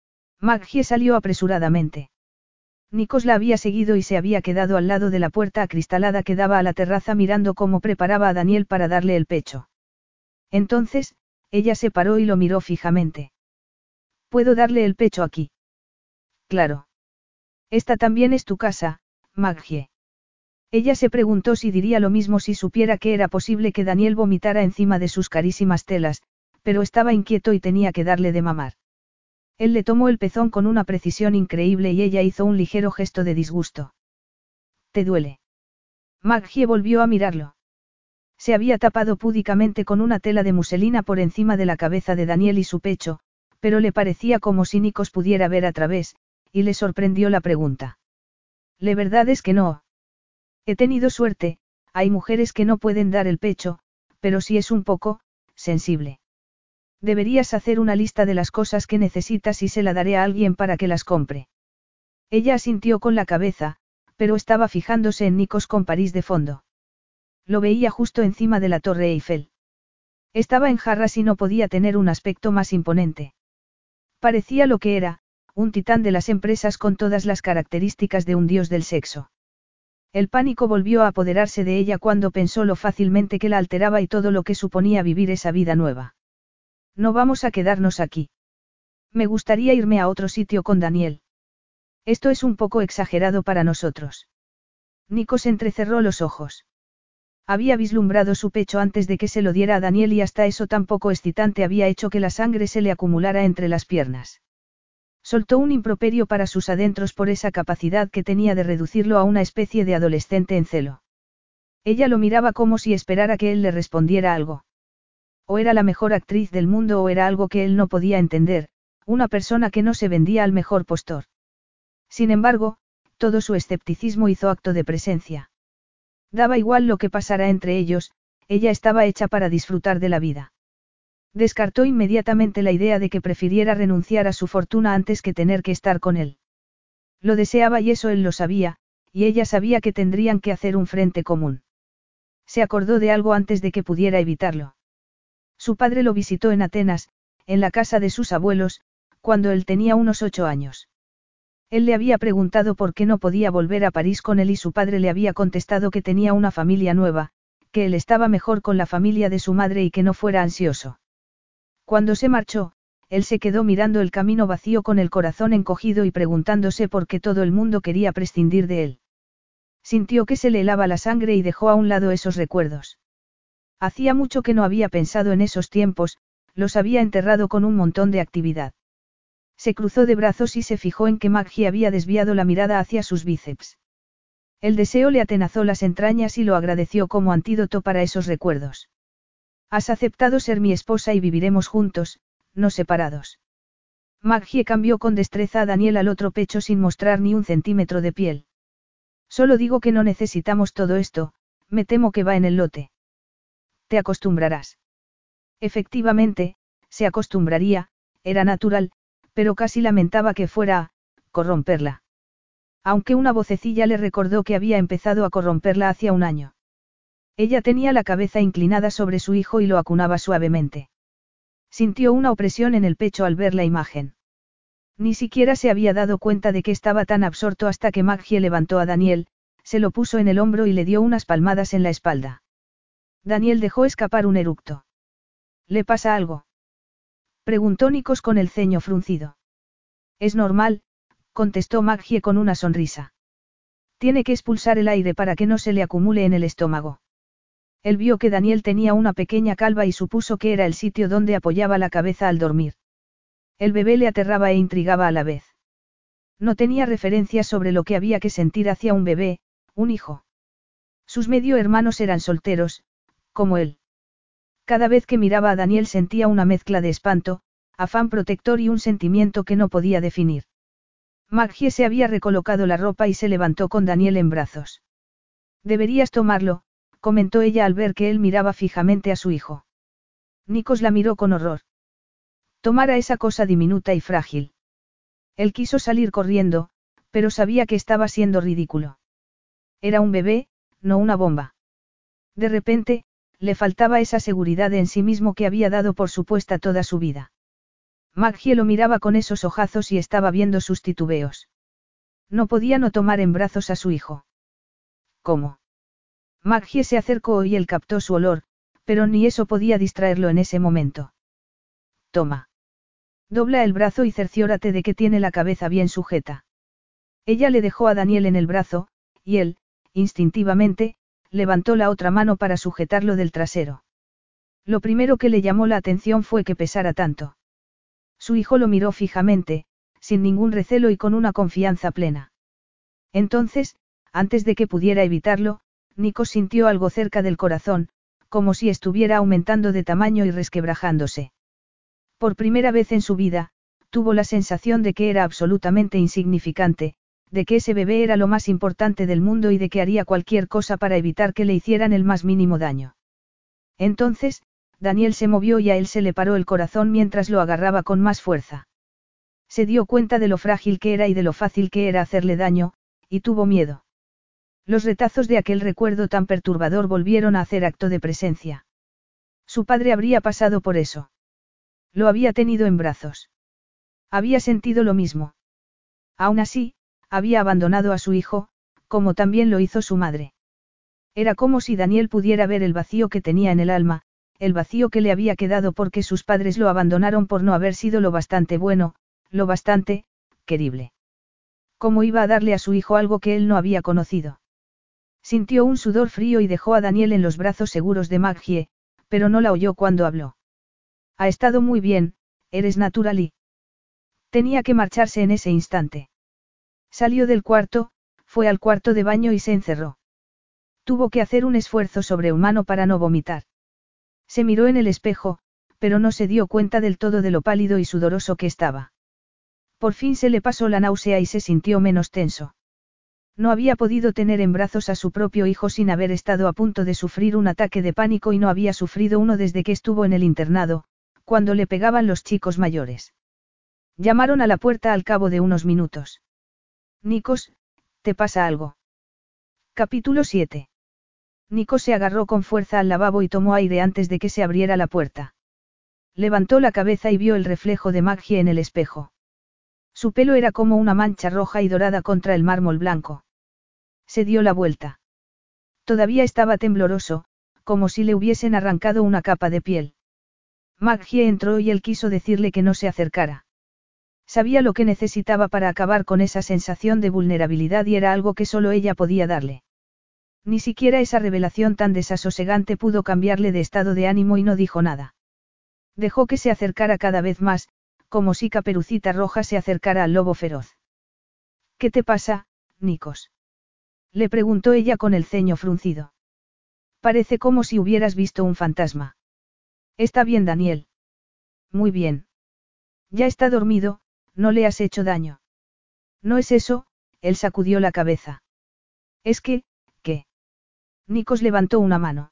Maggie salió apresuradamente. Nikos la había seguido y se había quedado al lado de la puerta acristalada que daba a la terraza mirando cómo preparaba a Daniel para darle el pecho. Entonces, ella se paró y lo miró fijamente. ¿Puedo darle el pecho aquí? Claro. Esta también es tu casa, Maggie. Ella se preguntó si diría lo mismo si supiera que era posible que Daniel vomitara encima de sus carísimas telas, pero estaba inquieto y tenía que darle de mamar. Él le tomó el pezón con una precisión increíble y ella hizo un ligero gesto de disgusto. ¿Te duele? Maggie volvió a mirarlo. Se había tapado púdicamente con una tela de muselina por encima de la cabeza de Daniel y su pecho, pero le parecía como si Nikos pudiera ver a través, y le sorprendió la pregunta. La verdad es que no. He tenido suerte, hay mujeres que no pueden dar el pecho, pero sí es un poco, sensible. Deberías hacer una lista de las cosas que necesitas y se la daré a alguien para que las compre. Ella asintió con la cabeza, pero estaba fijándose en Nikos con París de fondo. Lo veía justo encima de la Torre Eiffel. Estaba en jarras y no podía tener un aspecto más imponente. Parecía lo que era, un titán de las empresas con todas las características de un dios del sexo. El pánico volvió a apoderarse de ella cuando pensó lo fácilmente que la alteraba y todo lo que suponía vivir esa vida nueva. No vamos a quedarnos aquí. Me gustaría irme a otro sitio con Daniel. Esto es un poco exagerado para nosotros. Nikos entrecerró los ojos. Había vislumbrado su pecho antes de que se lo diera a Daniel y hasta eso tan poco excitante había hecho que la sangre se le acumulara entre las piernas. Soltó un improperio para sus adentros por esa capacidad que tenía de reducirlo a una especie de adolescente en celo. Ella lo miraba como si esperara que él le respondiera algo. O era la mejor actriz del mundo o era algo que él no podía entender, una persona que no se vendía al mejor postor. Sin embargo, todo su escepticismo hizo acto de presencia. Daba igual lo que pasara entre ellos, ella estaba hecha para disfrutar de la vida. Descartó inmediatamente la idea de que prefiriera renunciar a su fortuna antes que tener que estar con él. Lo deseaba y eso él lo sabía, y ella sabía que tendrían que hacer un frente común. Se acordó de algo antes de que pudiera evitarlo. Su padre lo visitó en Atenas, en la casa de sus abuelos, cuando él tenía unos ocho años. Él le había preguntado por qué no podía volver a París con él y su padre le había contestado que tenía una familia nueva, que él estaba mejor con la familia de su madre y que no fuera ansioso. Cuando se marchó, él se quedó mirando el camino vacío con el corazón encogido y preguntándose por qué todo el mundo quería prescindir de él. Sintió que se le helaba la sangre y dejó a un lado esos recuerdos. Hacía mucho que no había pensado en esos tiempos, los había enterrado con un montón de actividad. Se cruzó de brazos y se fijó en que Maggie había desviado la mirada hacia sus bíceps. El deseo le atenazó las entrañas y lo agradeció como antídoto para esos recuerdos. Has aceptado ser mi esposa y viviremos juntos, no separados. Maggie cambió con destreza a Daniel al otro pecho sin mostrar ni un centímetro de piel. Solo digo que no necesitamos todo esto, me temo que va en el lote. Te acostumbrarás. Efectivamente, se acostumbraría, era natural, pero casi lamentaba que fuera a corromperla. Aunque una vocecilla le recordó que había empezado a corromperla hacía un año. Ella tenía la cabeza inclinada sobre su hijo y lo acunaba suavemente. Sintió una opresión en el pecho al ver la imagen. Ni siquiera se había dado cuenta de que estaba tan absorto hasta que Maggie levantó a Daniel, se lo puso en el hombro y le dio unas palmadas en la espalda. Daniel dejó escapar un eructo. ¿Le pasa algo?, preguntó Nikos con el ceño fruncido. Es normal, contestó Maggie con una sonrisa. Tiene que expulsar el aire para que no se le acumule en el estómago. Él vio que Daniel tenía una pequeña calva y supuso que era el sitio donde apoyaba la cabeza al dormir. El bebé le aterraba e intrigaba a la vez. No tenía referencias sobre lo que había que sentir hacia un bebé, un hijo. Sus medio hermanos eran solteros, como él. Cada vez que miraba a Daniel sentía una mezcla de espanto, afán protector y un sentimiento que no podía definir. Maggie se había recolocado la ropa y se levantó con Daniel en brazos. Deberías tomarlo, comentó ella al ver que él miraba fijamente a su hijo. Nikos la miró con horror. Tomara esa cosa diminuta y frágil. Él quiso salir corriendo, pero sabía que estaba siendo ridículo. Era un bebé, no una bomba. De repente, le faltaba esa seguridad en sí mismo que había dado por supuesta toda su vida. Maggie lo miraba con esos ojazos y estaba viendo sus titubeos. No podía no tomar en brazos a su hijo. ¿Cómo? Maggie se acercó y él captó su olor, pero ni eso podía distraerlo en ese momento. Toma. Dobla el brazo y cerciórate de que tiene la cabeza bien sujeta. Ella le dejó a Daniel en el brazo, y él, instintivamente, levantó la otra mano para sujetarlo del trasero. Lo primero que le llamó la atención fue que pesara tanto. Su hijo lo miró fijamente, sin ningún recelo y con una confianza plena. Entonces, antes de que pudiera evitarlo, Nikos sintió algo cerca del corazón, como si estuviera aumentando de tamaño y resquebrajándose. Por primera vez en su vida, tuvo la sensación de que era absolutamente insignificante, de que ese bebé era lo más importante del mundo y de que haría cualquier cosa para evitar que le hicieran el más mínimo daño. Entonces, Daniel se movió y a él se le paró el corazón mientras lo agarraba con más fuerza. Se dio cuenta de lo frágil que era y de lo fácil que era hacerle daño, y tuvo miedo. Los retazos de aquel recuerdo tan perturbador volvieron a hacer acto de presencia. Su padre habría pasado por eso. Lo había tenido en brazos. Había sentido lo mismo. Aún así, había abandonado a su hijo, como también lo hizo su madre. Era como si Daniel pudiera ver el vacío que tenía en el alma, el vacío que le había quedado porque sus padres lo abandonaron por no haber sido lo bastante bueno, lo bastante querible. ¿Cómo iba a darle a su hijo algo que él no había conocido? Sintió un sudor frío y dejó a Daniel en los brazos seguros de Maggie, pero no la oyó cuando habló. Ha estado muy bien, eres natural y... Tenía que marcharse en ese instante. Salió del cuarto, fue al cuarto de baño y se encerró. Tuvo que hacer un esfuerzo sobrehumano para no vomitar. Se miró en el espejo, pero no se dio cuenta del todo de lo pálido y sudoroso que estaba. Por fin se le pasó la náusea y se sintió menos tenso. No había podido tener en brazos a su propio hijo sin haber estado a punto de sufrir un ataque de pánico y no había sufrido uno desde que estuvo en el internado, cuando le pegaban los chicos mayores. Llamaron a la puerta al cabo de unos minutos. Nikos, ¿te pasa algo? Capítulo siete. Nikos se agarró con fuerza al lavabo y tomó aire antes de que se abriera la puerta. Levantó la cabeza y vio el reflejo de Maggie en el espejo. Su pelo era como una mancha roja y dorada contra el mármol blanco. Se dio la vuelta. Todavía estaba tembloroso, como si le hubiesen arrancado una capa de piel. Maggie entró y él quiso decirle que no se acercara. Sabía lo que necesitaba para acabar con esa sensación de vulnerabilidad y era algo que solo ella podía darle. Ni siquiera esa revelación tan desasosegante pudo cambiarle de estado de ánimo y no dijo nada. Dejó que se acercara cada vez más, como si Caperucita Roja se acercara al lobo feroz. ¿Qué te pasa, Nikos? Le preguntó ella con el ceño fruncido. Parece como si hubieras visto un fantasma. ¿Está bien, Daniel? Muy bien. Ya está dormido, no le has hecho daño. No es eso, él sacudió la cabeza. Es que, ¿qué? Nikos levantó una mano.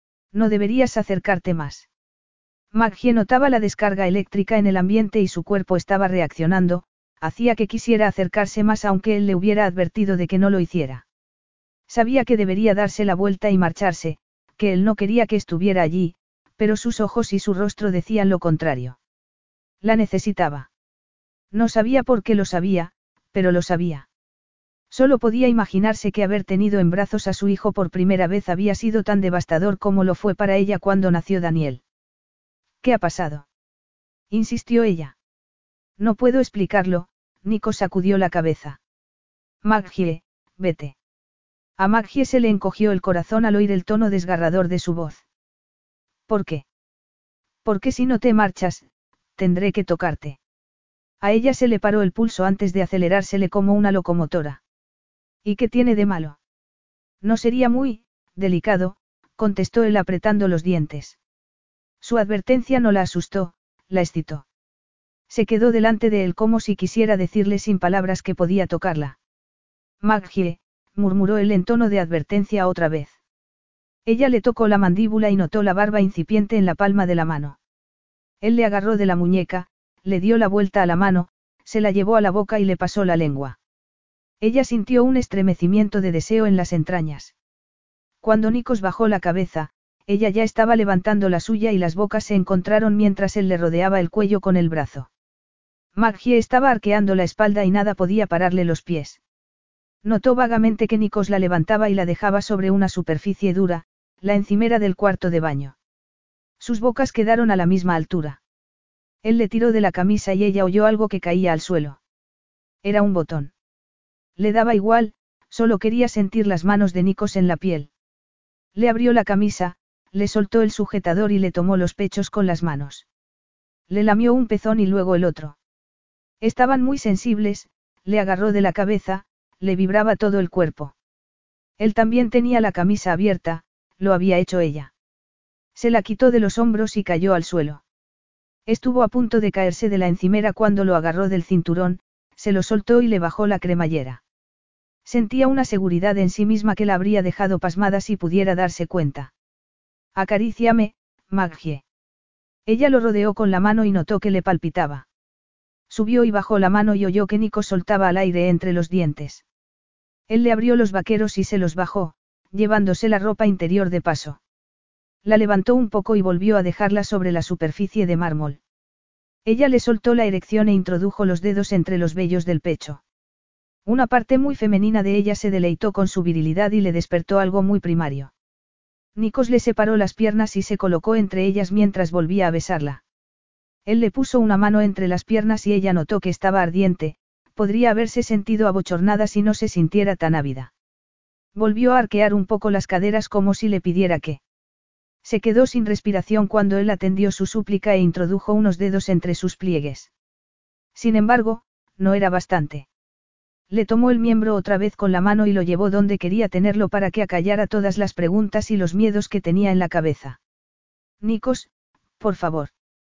No deberías acercarte más. Maggie notaba la descarga eléctrica en el ambiente y su cuerpo estaba reaccionando, hacía que quisiera acercarse más aunque él le hubiera advertido de que no lo hiciera. Sabía que debería darse la vuelta y marcharse, que él no quería que estuviera allí, pero sus ojos y su rostro decían lo contrario. La necesitaba. No sabía por qué lo sabía, pero lo sabía. Solo podía imaginarse que haber tenido en brazos a su hijo por primera vez había sido tan devastador como lo fue para ella cuando nació Daniel. ¿Qué ha pasado? Insistió ella. No puedo explicarlo, Nico sacudió la cabeza. Maggie, vete. A Maggie se le encogió el corazón al oír el tono desgarrador de su voz. ¿Por qué? Porque si no te marchas, tendré que tocarte. A ella se le paró el pulso antes de acelerársele como una locomotora. ¿Y qué tiene de malo? No sería muy, delicado, contestó él apretando los dientes. Su advertencia no la asustó, la excitó. Se quedó delante de él como si quisiera decirle sin palabras que podía tocarla. Maggie, murmuró él en tono de advertencia otra vez. Ella le tocó la mandíbula y notó la barba incipiente en la palma de la mano. Él le agarró de la muñeca, le dio la vuelta a la mano, se la llevó a la boca y le pasó la lengua. Ella sintió un estremecimiento de deseo en las entrañas. Cuando Nikos bajó la cabeza, ella ya estaba levantando la suya y las bocas se encontraron mientras él le rodeaba el cuello con el brazo. Maggie estaba arqueando la espalda y nada podía pararle los pies. Notó vagamente que Nikos la levantaba y la dejaba sobre una superficie dura, la encimera del cuarto de baño. Sus bocas quedaron a la misma altura. Él le tiró de la camisa y ella oyó algo que caía al suelo. Era un botón. Le daba igual, solo quería sentir las manos de Nikos en la piel. Le abrió la camisa, le soltó el sujetador y le tomó los pechos con las manos. Le lamió un pezón y luego el otro. Estaban muy sensibles, le agarró de la cabeza, le vibraba todo el cuerpo. Él también tenía la camisa abierta, lo había hecho ella. Se la quitó de los hombros y cayó al suelo. Estuvo a punto de caerse de la encimera cuando lo agarró del cinturón, se lo soltó y le bajó la cremallera. Sentía una seguridad en sí misma que la habría dejado pasmada si pudiera darse cuenta. Acaríciame, Maggie. Ella lo rodeó con la mano y notó que le palpitaba. Subió y bajó la mano y oyó que Nico soltaba al aire entre los dientes. Él le abrió los vaqueros y se los bajó, llevándose la ropa interior de paso. La levantó un poco y volvió a dejarla sobre la superficie de mármol. Ella le soltó la erección e introdujo los dedos entre los vellos del pecho. Una parte muy femenina de ella se deleitó con su virilidad y le despertó algo muy primario. Nikos le separó las piernas y se colocó entre ellas mientras volvía a besarla. Él le puso una mano entre las piernas y ella notó que estaba ardiente, podría haberse sentido abochornada si no se sintiera tan ávida. Volvió a arquear un poco las caderas como si le pidiera que. Se quedó sin respiración cuando él atendió su súplica e introdujo unos dedos entre sus pliegues. Sin embargo, no era bastante. Le tomó el miembro otra vez con la mano y lo llevó donde quería tenerlo para que acallara todas las preguntas y los miedos que tenía en la cabeza. Nikos, por favor.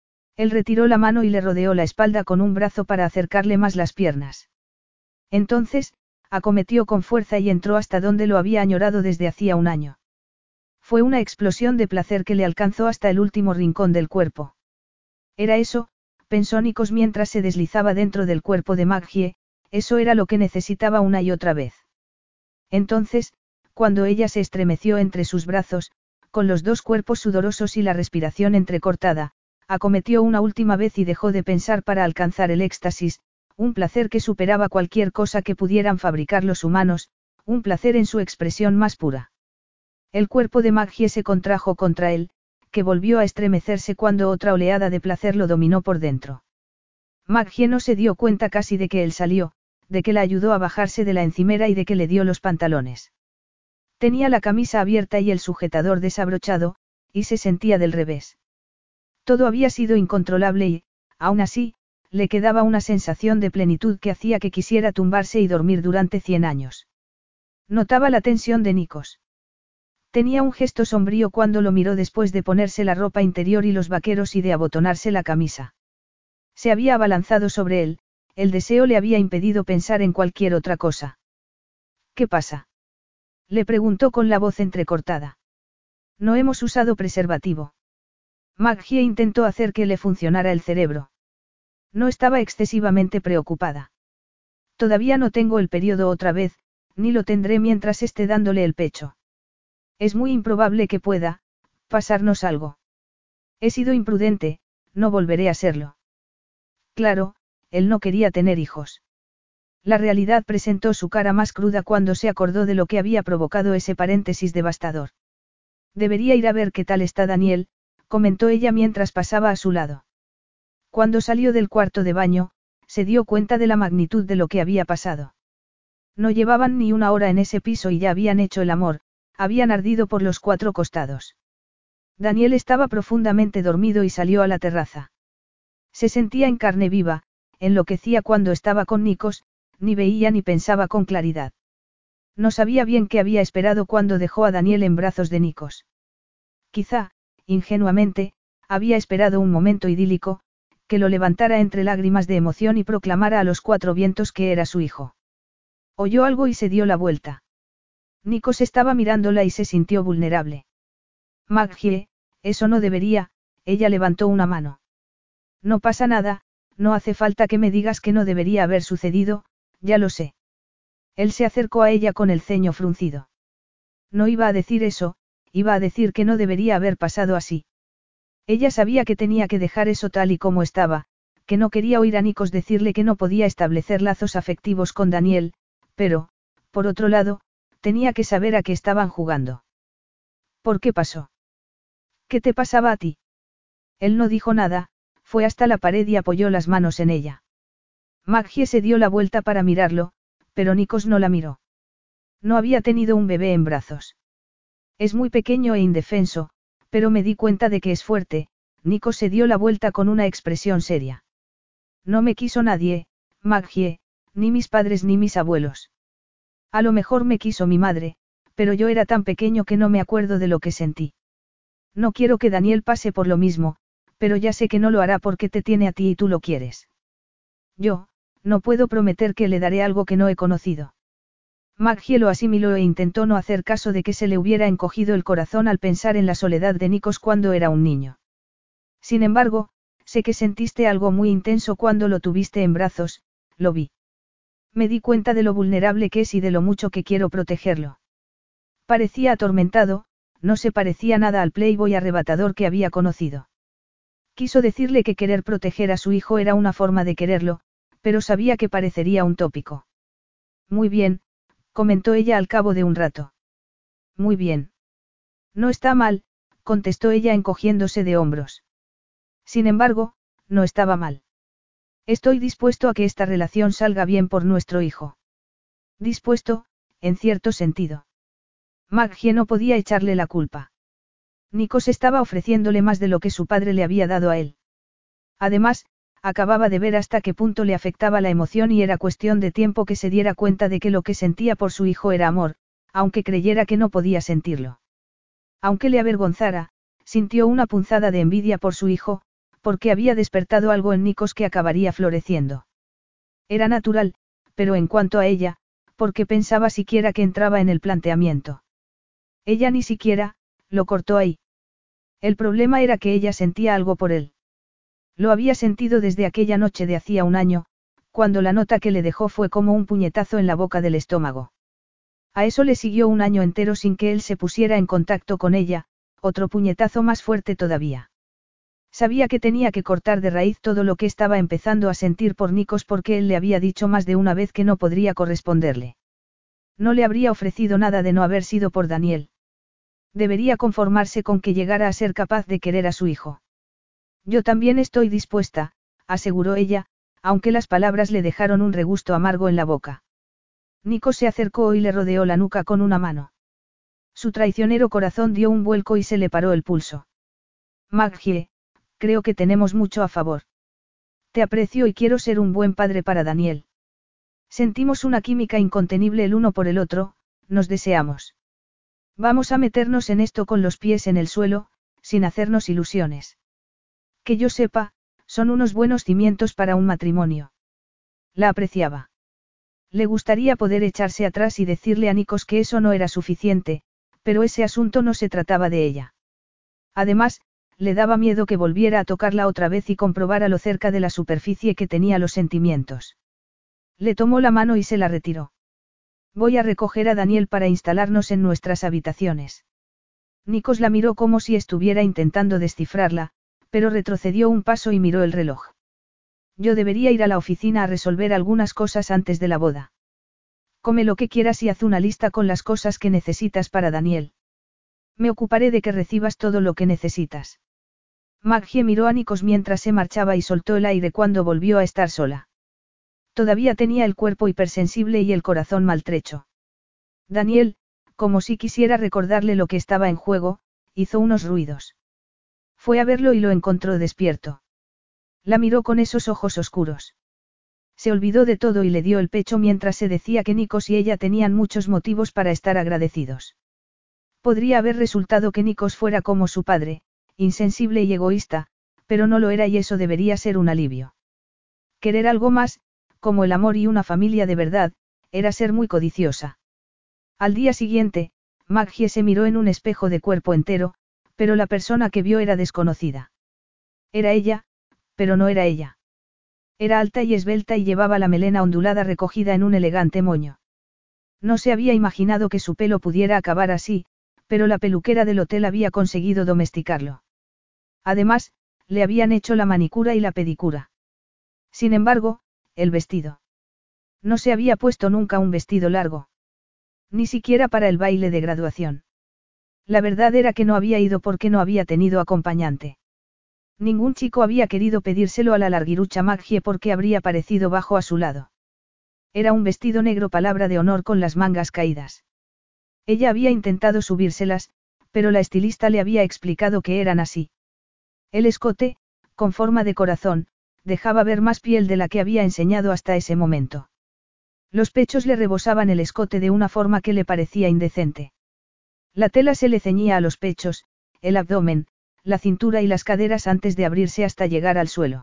Él retiró la mano y le rodeó la espalda con un brazo para acercarle más las piernas. Entonces, acometió con fuerza y entró hasta donde lo había añorado desde hacía un año. Fue una explosión de placer que le alcanzó hasta el último rincón del cuerpo. Era eso, pensó Nikos mientras se deslizaba dentro del cuerpo de Maggie, eso era lo que necesitaba una y otra vez. Entonces, cuando ella se estremeció entre sus brazos, con los dos cuerpos sudorosos y la respiración entrecortada, acometió una última vez y dejó de pensar para alcanzar el éxtasis, un placer que superaba cualquier cosa que pudieran fabricar los humanos, un placer en su expresión más pura. El cuerpo de Maggie se contrajo contra él, que volvió a estremecerse cuando otra oleada de placer lo dominó por dentro. Maggie no se dio cuenta casi de que él salió, de que la ayudó a bajarse de la encimera y de que le dio los pantalones. Tenía la camisa abierta y el sujetador desabrochado, y se sentía del revés. Todo había sido incontrolable y, aún así, le quedaba una sensación de plenitud que hacía que quisiera tumbarse y dormir durante cien años. Notaba la tensión de Nikos. Tenía un gesto sombrío cuando lo miró después de ponerse la ropa interior y los vaqueros y de abotonarse la camisa. Se había abalanzado sobre él, el deseo le había impedido pensar en cualquier otra cosa. ¿Qué pasa?, le preguntó con la voz entrecortada. No hemos usado preservativo. Maggie intentó hacer que le funcionara el cerebro. No estaba excesivamente preocupada. Todavía no tengo el periodo otra vez, ni lo tendré mientras esté dándole el pecho. Es muy improbable que pueda pasarnos algo. He sido imprudente, no volveré a serlo. Claro, él no quería tener hijos. La realidad presentó su cara más cruda cuando se acordó de lo que había provocado ese paréntesis devastador. Debería ir a ver qué tal está Daniel, comentó ella mientras pasaba a su lado. Cuando salió del cuarto de baño, se dio cuenta de la magnitud de lo que había pasado. No llevaban ni una hora en ese piso y ya habían hecho el amor, habían ardido por los cuatro costados. Daniel estaba profundamente dormido y salió a la terraza. Se sentía en carne viva, enloquecía cuando estaba con Nikos, ni veía ni pensaba con claridad. No sabía bien qué había esperado cuando dejó a Daniel en brazos de Nikos. Quizá, ingenuamente, había esperado un momento idílico, que lo levantara entre lágrimas de emoción y proclamara a los cuatro vientos que era su hijo. Oyó algo y se dio la vuelta. Nikos estaba mirándola y se sintió vulnerable. Maggie, eso no debería, ella levantó una mano. No pasa nada, no hace falta que me digas que no debería haber sucedido, ya lo sé. Él se acercó a ella con el ceño fruncido. No iba a decir eso, iba a decir que no debería haber pasado así. Ella sabía que tenía que dejar eso tal y como estaba, que no quería oír a Nikos decirle que no podía establecer lazos afectivos con Daniel, pero, por otro lado, tenía que saber a qué estaban jugando. ¿Por qué pasó? ¿Qué te pasaba a ti? Él no dijo nada, fue hasta la pared y apoyó las manos en ella. Maggie se dio la vuelta para mirarlo, pero Nikos no la miró. No había tenido un bebé en brazos. Es muy pequeño e indefenso, pero me di cuenta de que es fuerte. Nikos se dio la vuelta con una expresión seria. No me quiso nadie, Maggie, ni mis padres ni mis abuelos. A lo mejor me quiso mi madre, pero yo era tan pequeño que no me acuerdo de lo que sentí. No quiero que Daniel pase por lo mismo, pero ya sé que no lo hará porque te tiene a ti y tú lo quieres. Yo, no puedo prometer que le daré algo que no he conocido. Maggie lo asimiló e intentó no hacer caso de que se le hubiera encogido el corazón al pensar en la soledad de Nikos cuando era un niño. Sin embargo, sé que sentiste algo muy intenso cuando lo tuviste en brazos, lo vi. Me di cuenta de lo vulnerable que es y de lo mucho que quiero protegerlo. Parecía atormentado, no se parecía nada al playboy arrebatador que había conocido. Quiso decirle que querer proteger a su hijo era una forma de quererlo, pero sabía que parecería un tópico. Muy bien, comentó ella al cabo de un rato. Muy bien. No está mal, contestó ella encogiéndose de hombros. Sin embargo, no estaba mal. Estoy dispuesto a que esta relación salga bien por nuestro hijo. Dispuesto, en cierto sentido. Maggie no podía echarle la culpa. Nikos estaba ofreciéndole más de lo que su padre le había dado a él. Además, acababa de ver hasta qué punto le afectaba la emoción y era cuestión de tiempo que se diera cuenta de que lo que sentía por su hijo era amor, aunque creyera que no podía sentirlo. Aunque le avergonzara, sintió una punzada de envidia por su hijo, porque había despertado algo en Nikos que acabaría floreciendo. Era natural, pero en cuanto a ella, porque pensaba siquiera que entraba en el planteamiento. Ella ni siquiera, lo cortó ahí. El problema era que ella sentía algo por él. Lo había sentido desde aquella noche de hacía un año, cuando la nota que le dejó fue como un puñetazo en la boca del estómago. A eso le siguió un año entero sin que él se pusiera en contacto con ella, otro puñetazo más fuerte todavía. Sabía que tenía que cortar de raíz todo lo que estaba empezando a sentir por Nikos porque él le había dicho más de una vez que no podría corresponderle. No le habría ofrecido nada de no haber sido por Daniel. Debería conformarse con que llegara a ser capaz de querer a su hijo. Yo también estoy dispuesta, aseguró ella, aunque las palabras le dejaron un regusto amargo en la boca. Nico se acercó y le rodeó la nuca con una mano. Su traicionero corazón dio un vuelco y se le paró el pulso. Maggie, creo que tenemos mucho a favor. Te aprecio y quiero ser un buen padre para Daniel. Sentimos una química incontenible el uno por el otro, nos deseamos. Vamos a meternos en esto con los pies en el suelo, sin hacernos ilusiones. Que yo sepa, son unos buenos cimientos para un matrimonio. La apreciaba. Le gustaría poder echarse atrás y decirle a Nikos que eso no era suficiente, pero ese asunto no se trataba de ella. Además, le daba miedo que volviera a tocarla otra vez y comprobara lo cerca de la superficie que tenía los sentimientos. Le tomó la mano y se la retiró. Voy a recoger a Daniel para instalarnos en nuestras habitaciones. Nikos la miró como si estuviera intentando descifrarla, pero retrocedió un paso y miró el reloj. Yo debería ir a la oficina a resolver algunas cosas antes de la boda. Come lo que quieras y haz una lista con las cosas que necesitas para Daniel. Me ocuparé de que recibas todo lo que necesitas. Maggie miró a Nikos mientras se marchaba y soltó el aire cuando volvió a estar sola. Todavía tenía el cuerpo hipersensible y el corazón maltrecho. Daniel, como si quisiera recordarle lo que estaba en juego, hizo unos ruidos. Fue a verlo y lo encontró despierto. La miró con esos ojos oscuros. Se olvidó de todo y le dio el pecho mientras se decía que Nikos y ella tenían muchos motivos para estar agradecidos. Podría haber resultado que Nikos fuera como su padre, insensible y egoísta, pero no lo era y eso debería ser un alivio. Querer algo más, como el amor y una familia de verdad, era ser muy codiciosa. Al día siguiente, Maggie se miró en un espejo de cuerpo entero, pero la persona que vio era desconocida. Era ella, pero no era ella. Era alta y esbelta y llevaba la melena ondulada recogida en un elegante moño. No se había imaginado que su pelo pudiera acabar así, pero la peluquera del hotel había conseguido domesticarlo. Además, le habían hecho la manicura y la pedicura. Sin embargo, el vestido. No se había puesto nunca un vestido largo. Ni siquiera para el baile de graduación. La verdad era que no había ido porque no había tenido acompañante. Ningún chico había querido pedírselo a la larguirucha Maggie porque habría parecido bajo a su lado. Era un vestido negro palabra de honor con las mangas caídas. Ella había intentado subírselas, pero la estilista le había explicado que eran así. El escote, con forma de corazón, dejaba ver más piel de la que había enseñado hasta ese momento. Los pechos le rebosaban el escote de una forma que le parecía indecente. La tela se le ceñía a los pechos, el abdomen, la cintura y las caderas antes de abrirse hasta llegar al suelo.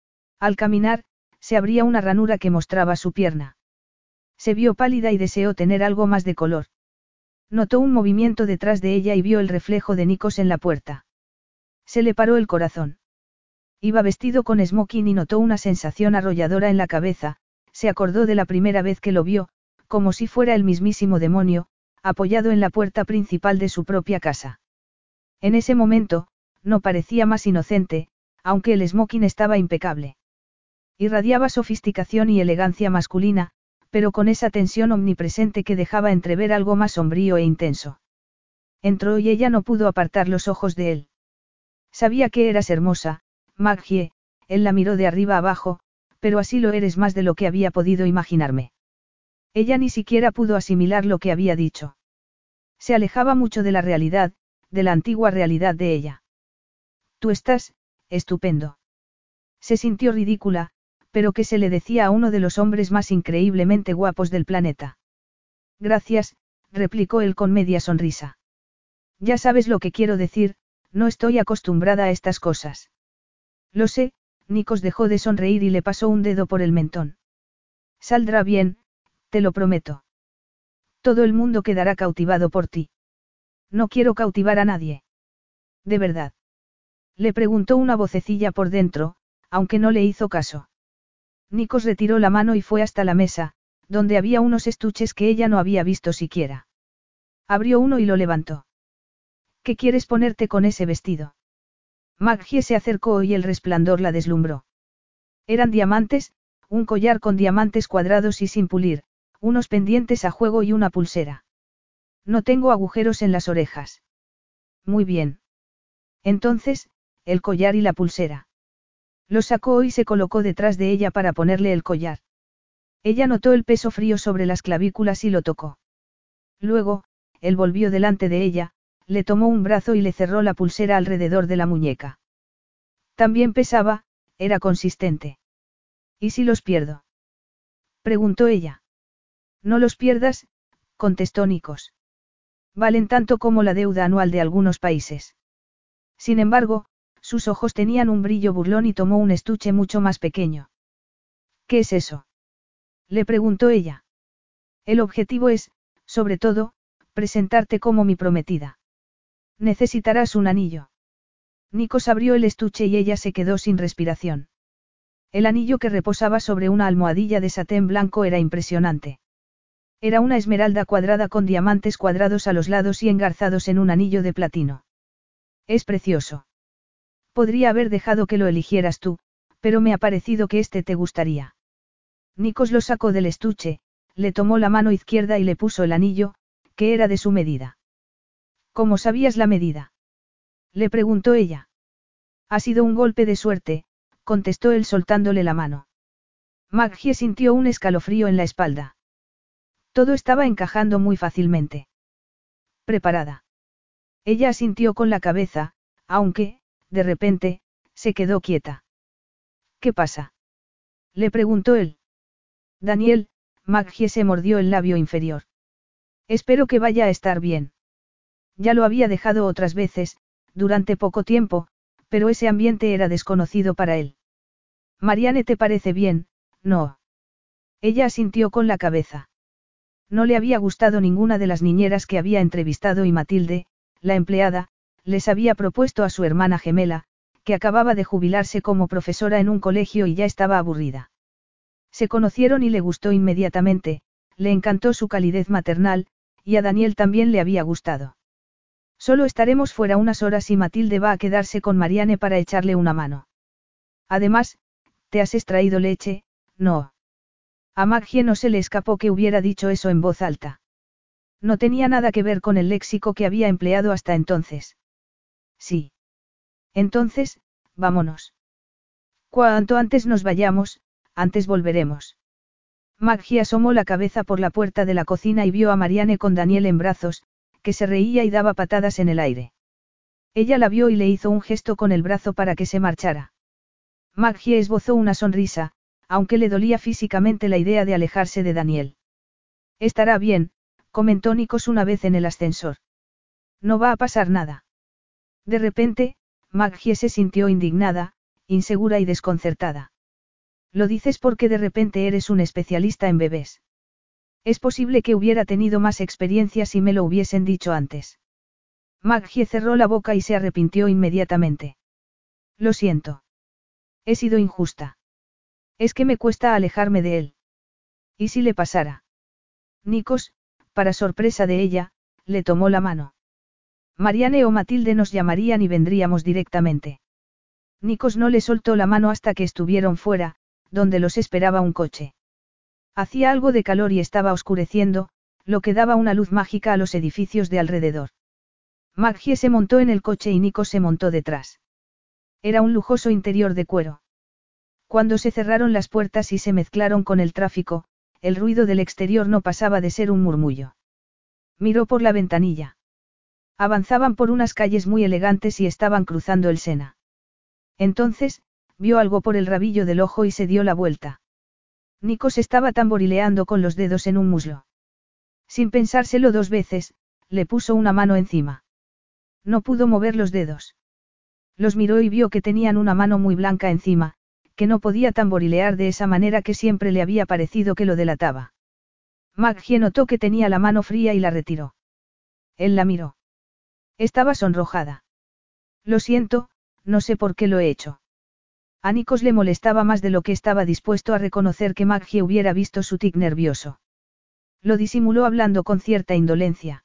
Al caminar, se abría una ranura que mostraba su pierna. Se vio pálida y deseó tener algo más de color. Notó un movimiento detrás de ella y vio el reflejo de Nikos en la puerta. Se le paró el corazón. Iba vestido con smoking y notó una sensación arrolladora en la cabeza, se acordó de la primera vez que lo vio, como si fuera el mismísimo demonio, apoyado en la puerta principal de su propia casa. En ese momento, no parecía más inocente, aunque el smoking estaba impecable. Irradiaba sofisticación y elegancia masculina, pero con esa tensión omnipresente que dejaba entrever algo más sombrío e intenso. Entró y ella no pudo apartar los ojos de él. Sabía que eras hermosa, Maggie, él la miró de arriba abajo, pero así lo eres más de lo que había podido imaginarme. Ella ni siquiera pudo asimilar lo que había dicho. Se alejaba mucho de la realidad, de la antigua realidad de ella. Tú estás, estupendo. Se sintió ridícula, pero que se le decía a uno de los hombres más increíblemente guapos del planeta. Gracias, replicó él con media sonrisa. Ya sabes lo que quiero decir, no estoy acostumbrada a estas cosas. Lo sé, Nikos dejó de sonreír y le pasó un dedo por el mentón. Saldrá bien, te lo prometo. Todo el mundo quedará cautivado por ti. No quiero cautivar a nadie. ¿De verdad? Le preguntó una vocecilla por dentro, aunque no le hizo caso. Nikos retiró la mano y fue hasta la mesa, donde había unos estuches que ella no había visto siquiera. Abrió uno y lo levantó. ¿Qué quieres ponerte con ese vestido? Maggie se acercó y el resplandor la deslumbró. Eran diamantes, un collar con diamantes cuadrados y sin pulir, unos pendientes a juego y una pulsera. No tengo agujeros en las orejas. Muy bien. Entonces, el collar y la pulsera. Lo sacó y se colocó detrás de ella para ponerle el collar. Ella notó el peso frío sobre las clavículas y lo tocó. Luego, él volvió delante de ella, le tomó un brazo y le cerró la pulsera alrededor de la muñeca. También pesaba, era consistente. ¿Y si los pierdo? Preguntó ella. No los pierdas, contestó Nikos. Valen tanto como la deuda anual de algunos países. Sin embargo, sus ojos tenían un brillo burlón y tomó un estuche mucho más pequeño. ¿Qué es eso? Le preguntó ella. El objetivo es, sobre todo, presentarte como mi prometida. Necesitarás un anillo. Nikos abrió el estuche y ella se quedó sin respiración. El anillo que reposaba sobre una almohadilla de satén blanco era impresionante. Era una esmeralda cuadrada con diamantes cuadrados a los lados y engarzados en un anillo de platino. Es precioso. Podría haber dejado que lo eligieras tú, pero me ha parecido que este te gustaría. Nikos lo sacó del estuche, le tomó la mano izquierda y le puso el anillo, que era de su medida. ¿Cómo sabías la medida? Le preguntó ella. Ha sido un golpe de suerte, contestó él soltándole la mano. Maggie sintió un escalofrío en la espalda. Todo estaba encajando muy fácilmente. ¿Preparada? Ella asintió con la cabeza, aunque, de repente, se quedó quieta. ¿Qué pasa? Le preguntó él. Daniel, Maggie se mordió el labio inferior. Espero que vaya a estar bien. Ya lo había dejado otras veces, durante poco tiempo, pero ese ambiente era desconocido para él. Marianne, ¿te parece bien? No. Ella asintió con la cabeza. No le había gustado ninguna de las niñeras que había entrevistado y Matilde, la empleada, les había propuesto a su hermana gemela, que acababa de jubilarse como profesora en un colegio y ya estaba aburrida. Se conocieron y le gustó inmediatamente, le encantó su calidez maternal, y a Daniel también le había gustado. Solo estaremos fuera unas horas y Matilde va a quedarse con Marianne para echarle una mano. Además, ¿te has extraído leche? No. A Maggie no se le escapó que hubiera dicho eso en voz alta. No tenía nada que ver con el léxico que había empleado hasta entonces. Sí. Entonces, vámonos. Cuanto antes nos vayamos, antes volveremos. Maggie asomó la cabeza por la puerta de la cocina y vio a Marianne con Daniel en brazos, que se reía y daba patadas en el aire. Ella la vio y le hizo un gesto con el brazo para que se marchara. Maggie esbozó una sonrisa, aunque le dolía físicamente la idea de alejarse de Daniel. Estará bien, comentó Nikos una vez en el ascensor. No va a pasar nada. De repente, Maggie se sintió indignada, insegura y desconcertada. Lo dices porque de repente eres un especialista en bebés. Es posible que hubiera tenido más experiencia si me lo hubiesen dicho antes. Maggie cerró la boca y se arrepintió inmediatamente. Lo siento. He sido injusta. Es que me cuesta alejarme de él. ¿Y si le pasara? Nikos, para sorpresa de ella, le tomó la mano. Marianne o Matilde nos llamarían y vendríamos directamente. Nikos no le soltó la mano hasta que estuvieron fuera, donde los esperaba un coche. Hacía algo de calor y estaba oscureciendo, lo que daba una luz mágica a los edificios de alrededor. Maggie se montó en el coche y Nikos se montó detrás. Era un lujoso interior de cuero. Cuando se cerraron las puertas y se mezclaron con el tráfico, el ruido del exterior no pasaba de ser un murmullo. Miró por la ventanilla. Avanzaban por unas calles muy elegantes y estaban cruzando el Sena. Entonces, vio algo por el rabillo del ojo y se dio la vuelta. Nikos estaba tamborileando con los dedos en un muslo. Sin pensárselo dos veces, le puso una mano encima. No pudo mover los dedos. Los miró y vio que tenían una mano muy blanca encima, que no podía tamborilear de esa manera que siempre le había parecido que lo delataba. Maggie notó que tenía la mano fría y la retiró. Él la miró. Estaba sonrojada. Lo siento, no sé por qué lo he hecho. A Nikos le molestaba más de lo que estaba dispuesto a reconocer que Maggie hubiera visto su tic nervioso. Lo disimuló hablando con cierta indolencia.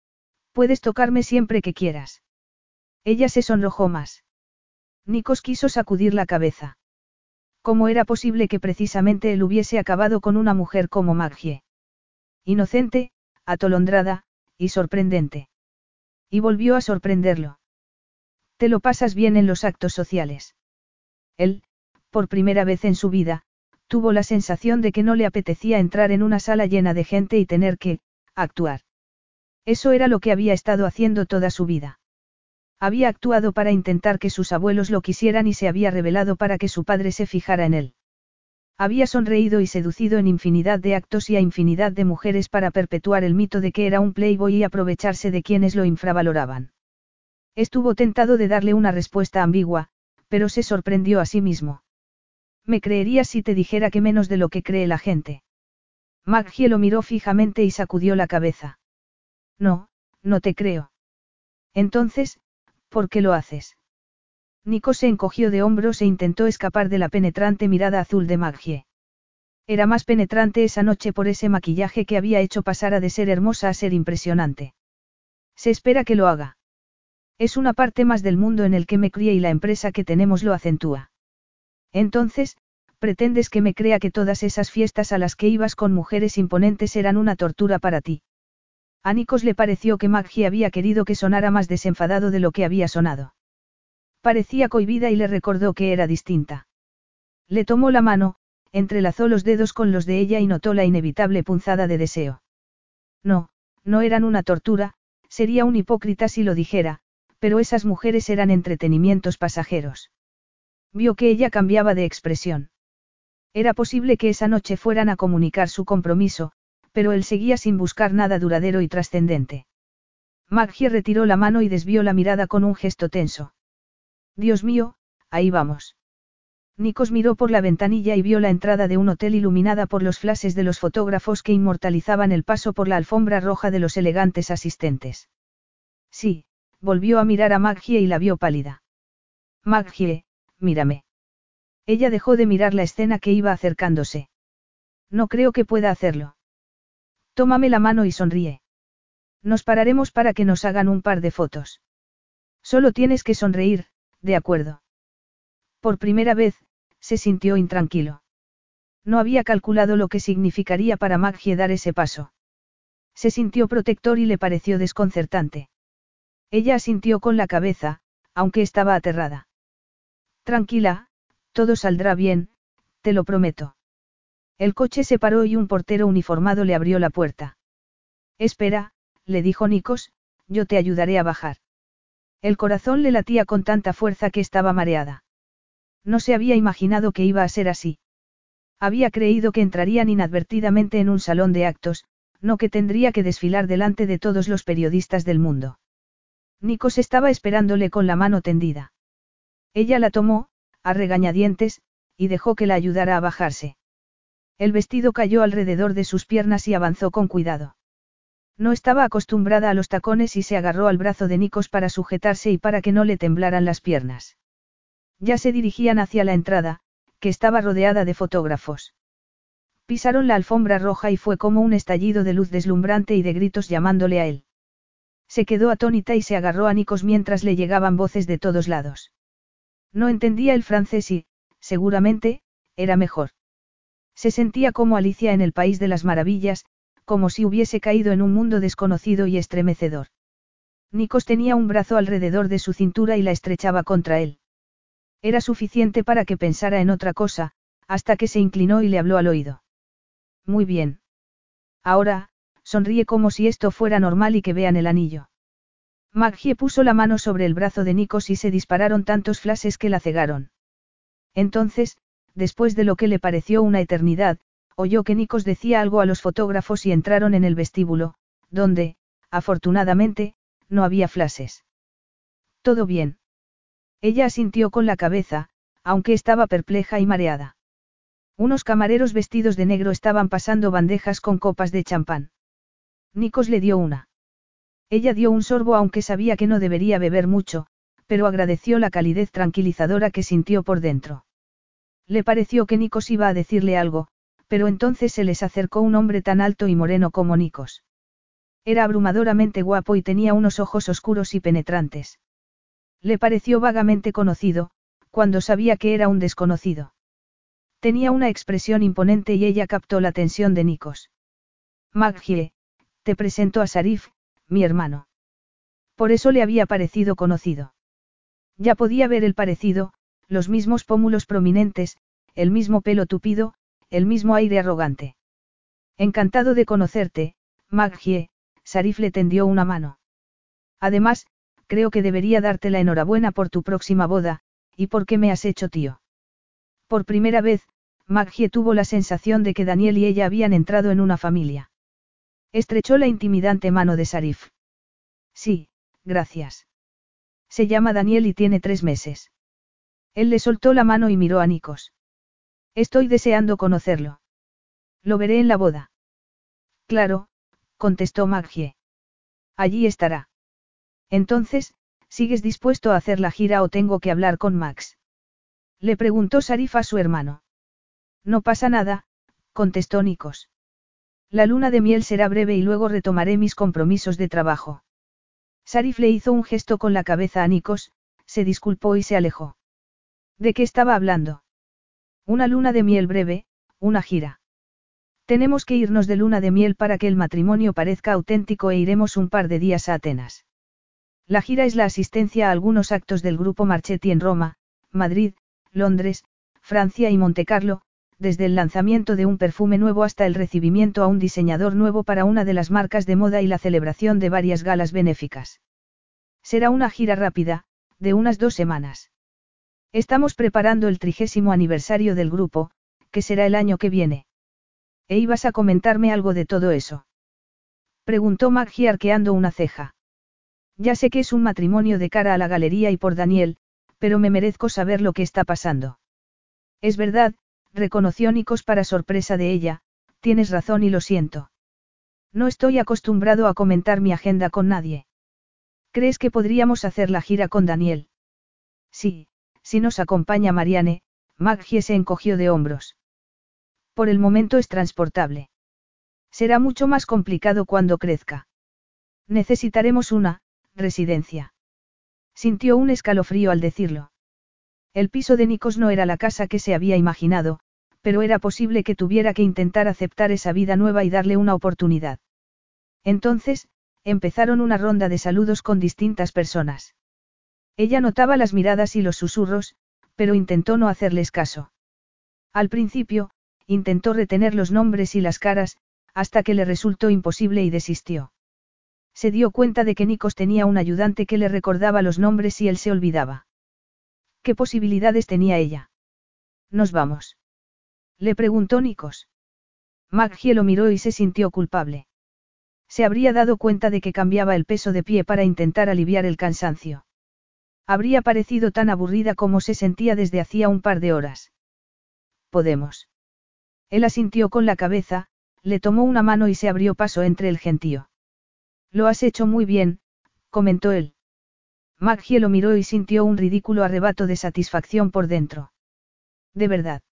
Puedes tocarme siempre que quieras. Ella se sonrojó más. Nikos quiso sacudir la cabeza. ¿Cómo era posible que precisamente él hubiese acabado con una mujer como Maggie? Inocente, atolondrada, y sorprendente. Y volvió a sorprenderlo. ¿Te lo pasas bien en los actos sociales? Él, por primera vez en su vida, tuvo la sensación de que no le apetecía entrar en una sala llena de gente y tener que, actuar. Eso era lo que había estado haciendo toda su vida. Había actuado para intentar que sus abuelos lo quisieran y se había revelado para que su padre se fijara en él. Había sonreído y seducido en infinidad de actos y a infinidad de mujeres para perpetuar el mito de que era un playboy y aprovecharse de quienes lo infravaloraban. Estuvo tentado de darle una respuesta ambigua, pero se sorprendió a sí mismo. ¿Me creerías si te dijera que menos de lo que cree la gente? Maggie lo miró fijamente y sacudió la cabeza. No, no te creo. Entonces, ¿por qué lo haces? Nico se encogió de hombros e intentó escapar de la penetrante mirada azul de Maggie. Era más penetrante esa noche por ese maquillaje que había hecho pasar a de ser hermosa a ser impresionante. Se espera que lo haga. Es una parte más del mundo en el que me crié y la empresa que tenemos lo acentúa. Entonces, ¿pretendes que me crea que todas esas fiestas a las que ibas con mujeres imponentes eran una tortura para ti? A Nikos le pareció que Maggie había querido que sonara más desenfadado de lo que había sonado. Parecía cohibida y le recordó que era distinta. Le tomó la mano, entrelazó los dedos con los de ella y notó la inevitable punzada de deseo. No, no eran una tortura, sería un hipócrita si lo dijera, pero esas mujeres eran entretenimientos pasajeros. Vio que ella cambiaba de expresión. Era posible que esa noche fueran a comunicar su compromiso, pero él seguía sin buscar nada duradero y trascendente. Maggie retiró la mano y desvió la mirada con un gesto tenso. Dios mío, ahí vamos. Nikos miró por la ventanilla y vio la entrada de un hotel iluminada por los flashes de los fotógrafos que inmortalizaban el paso por la alfombra roja de los elegantes asistentes. Sí, volvió a mirar a Maggie y la vio pálida. Maggie, mírame. Ella dejó de mirar la escena que iba acercándose. No creo que pueda hacerlo. Tómame la mano y sonríe. Nos pararemos para que nos hagan un par de fotos. Solo tienes que sonreír, de acuerdo. Por primera vez, se sintió intranquilo. No había calculado lo que significaría para Maggie dar ese paso. Se sintió protector y le pareció desconcertante. Ella asintió con la cabeza, aunque estaba aterrada. Tranquila, todo saldrá bien, te lo prometo. El coche se paró y un portero uniformado le abrió la puerta. Espera, le dijo Nikos, yo te ayudaré a bajar. El corazón le latía con tanta fuerza que estaba mareada. No se había imaginado que iba a ser así. Había creído que entrarían inadvertidamente en un salón de actos, no que tendría que desfilar delante de todos los periodistas del mundo. Nikos estaba esperándole con la mano tendida. Ella la tomó, a regañadientes, y dejó que la ayudara a bajarse. El vestido cayó alrededor de sus piernas y avanzó con cuidado. No estaba acostumbrada a los tacones y se agarró al brazo de Nikos para sujetarse y para que no le temblaran las piernas. Ya se dirigían hacia la entrada, que estaba rodeada de fotógrafos. Pisaron la alfombra roja y fue como un estallido de luz deslumbrante y de gritos llamándole a él. Se quedó atónita y se agarró a Nikos mientras le llegaban voces de todos lados. No entendía el francés y, seguramente, era mejor. Se sentía como Alicia en el País de las Maravillas, como si hubiese caído en un mundo desconocido y estremecedor. Nikos tenía un brazo alrededor de su cintura y la estrechaba contra él. Era suficiente para que pensara en otra cosa, hasta que se inclinó y le habló al oído. Muy bien. Ahora, sonríe como si esto fuera normal y que vean el anillo. Maggie puso la mano sobre el brazo de Nikos y se dispararon tantos flashes que la cegaron. Entonces, después de lo que le pareció una eternidad, oyó que Nikos decía algo a los fotógrafos y entraron en el vestíbulo, donde, afortunadamente, no había flashes. ¿Todo bien? Ella asintió con la cabeza, aunque estaba perpleja y mareada. Unos camareros vestidos de negro estaban pasando bandejas con copas de champán. Nikos le dio una. Ella dio un sorbo aunque sabía que no debería beber mucho, pero agradeció la calidez tranquilizadora que sintió por dentro. Le pareció que Nikos iba a decirle algo, pero entonces se les acercó un hombre tan alto y moreno como Nikos. Era abrumadoramente guapo y tenía unos ojos oscuros y penetrantes. Le pareció vagamente conocido, cuando sabía que era un desconocido. Tenía una expresión imponente y ella captó la tensión de Nikos. Maggie, te presento a Sarif, mi hermano. Por eso le había parecido conocido. Ya podía ver el parecido, los mismos pómulos prominentes, el mismo pelo tupido, el mismo aire arrogante. Encantado de conocerte, Maggie, Sarif le tendió una mano. Además, creo que debería darte la enhorabuena por tu próxima boda, y porque me has hecho tío. Por primera vez, Maggie tuvo la sensación de que Daniel y ella habían entrado en una familia. Estrechó la intimidante mano de Sarif. Sí, gracias. Se llama Daniel y tiene tres meses. Él le soltó la mano y miró a Nikos. Estoy deseando conocerlo. Lo veré en la boda. Claro, contestó Maggie. Allí estará. Entonces, ¿sigues dispuesto a hacer la gira o tengo que hablar con Max? Le preguntó Sarif a su hermano. No pasa nada, contestó Nikos. La luna de miel será breve y luego retomaré mis compromisos de trabajo. Sarif le hizo un gesto con la cabeza a Nikos, se disculpó y se alejó. ¿De qué estaba hablando? Una luna de miel breve, una gira. Tenemos que irnos de luna de miel para que el matrimonio parezca auténtico e iremos un par de días a Atenas. La gira es la asistencia a algunos actos del grupo Marchetti en Roma, Madrid, Londres, Francia y Montecarlo, desde el lanzamiento de un perfume nuevo hasta el recibimiento a un diseñador nuevo para una de las marcas de moda y la celebración de varias galas benéficas. Será una gira rápida, de unas dos semanas. Estamos preparando el trigésimo aniversario del grupo, que será el año que viene. ¿E ibas a comentarme algo de todo eso? Preguntó Maggie arqueando una ceja. Ya sé que es un matrimonio de cara a la galería y por Daniel, pero me merezco saber lo que está pasando. Es verdad, reconoció Nikos para sorpresa de ella, tienes razón y lo siento. No estoy acostumbrado a comentar mi agenda con nadie. ¿Crees que podríamos hacer la gira con Daniel? Sí, si nos acompaña Marianne, Maggie se encogió de hombros. Por el momento es transportable. Será mucho más complicado cuando crezca. Necesitaremos una residencia. Sintió un escalofrío al decirlo. El piso de Nikos no era la casa que se había imaginado, pero era posible que tuviera que intentar aceptar esa vida nueva y darle una oportunidad. Entonces, empezaron una ronda de saludos con distintas personas. Ella notaba las miradas y los susurros, pero intentó no hacerles caso. Al principio, intentó retener los nombres y las caras, hasta que le resultó imposible y desistió. Se dio cuenta de que Nikos tenía un ayudante que le recordaba los nombres y él se olvidaba. ¿Qué posibilidades tenía ella? ¿Nos vamos? Le preguntó Nikos. Maggie lo miró y se sintió culpable. Se habría dado cuenta de que cambiaba el peso de pie para intentar aliviar el cansancio. Habría parecido tan aburrida como se sentía desde hacía un par de horas. Podemos. Él asintió con la cabeza, le tomó una mano y se abrió paso entre el gentío. Lo has hecho muy bien, comentó él. Maggie lo miró y sintió un ridículo arrebato de satisfacción por dentro. ¿De verdad?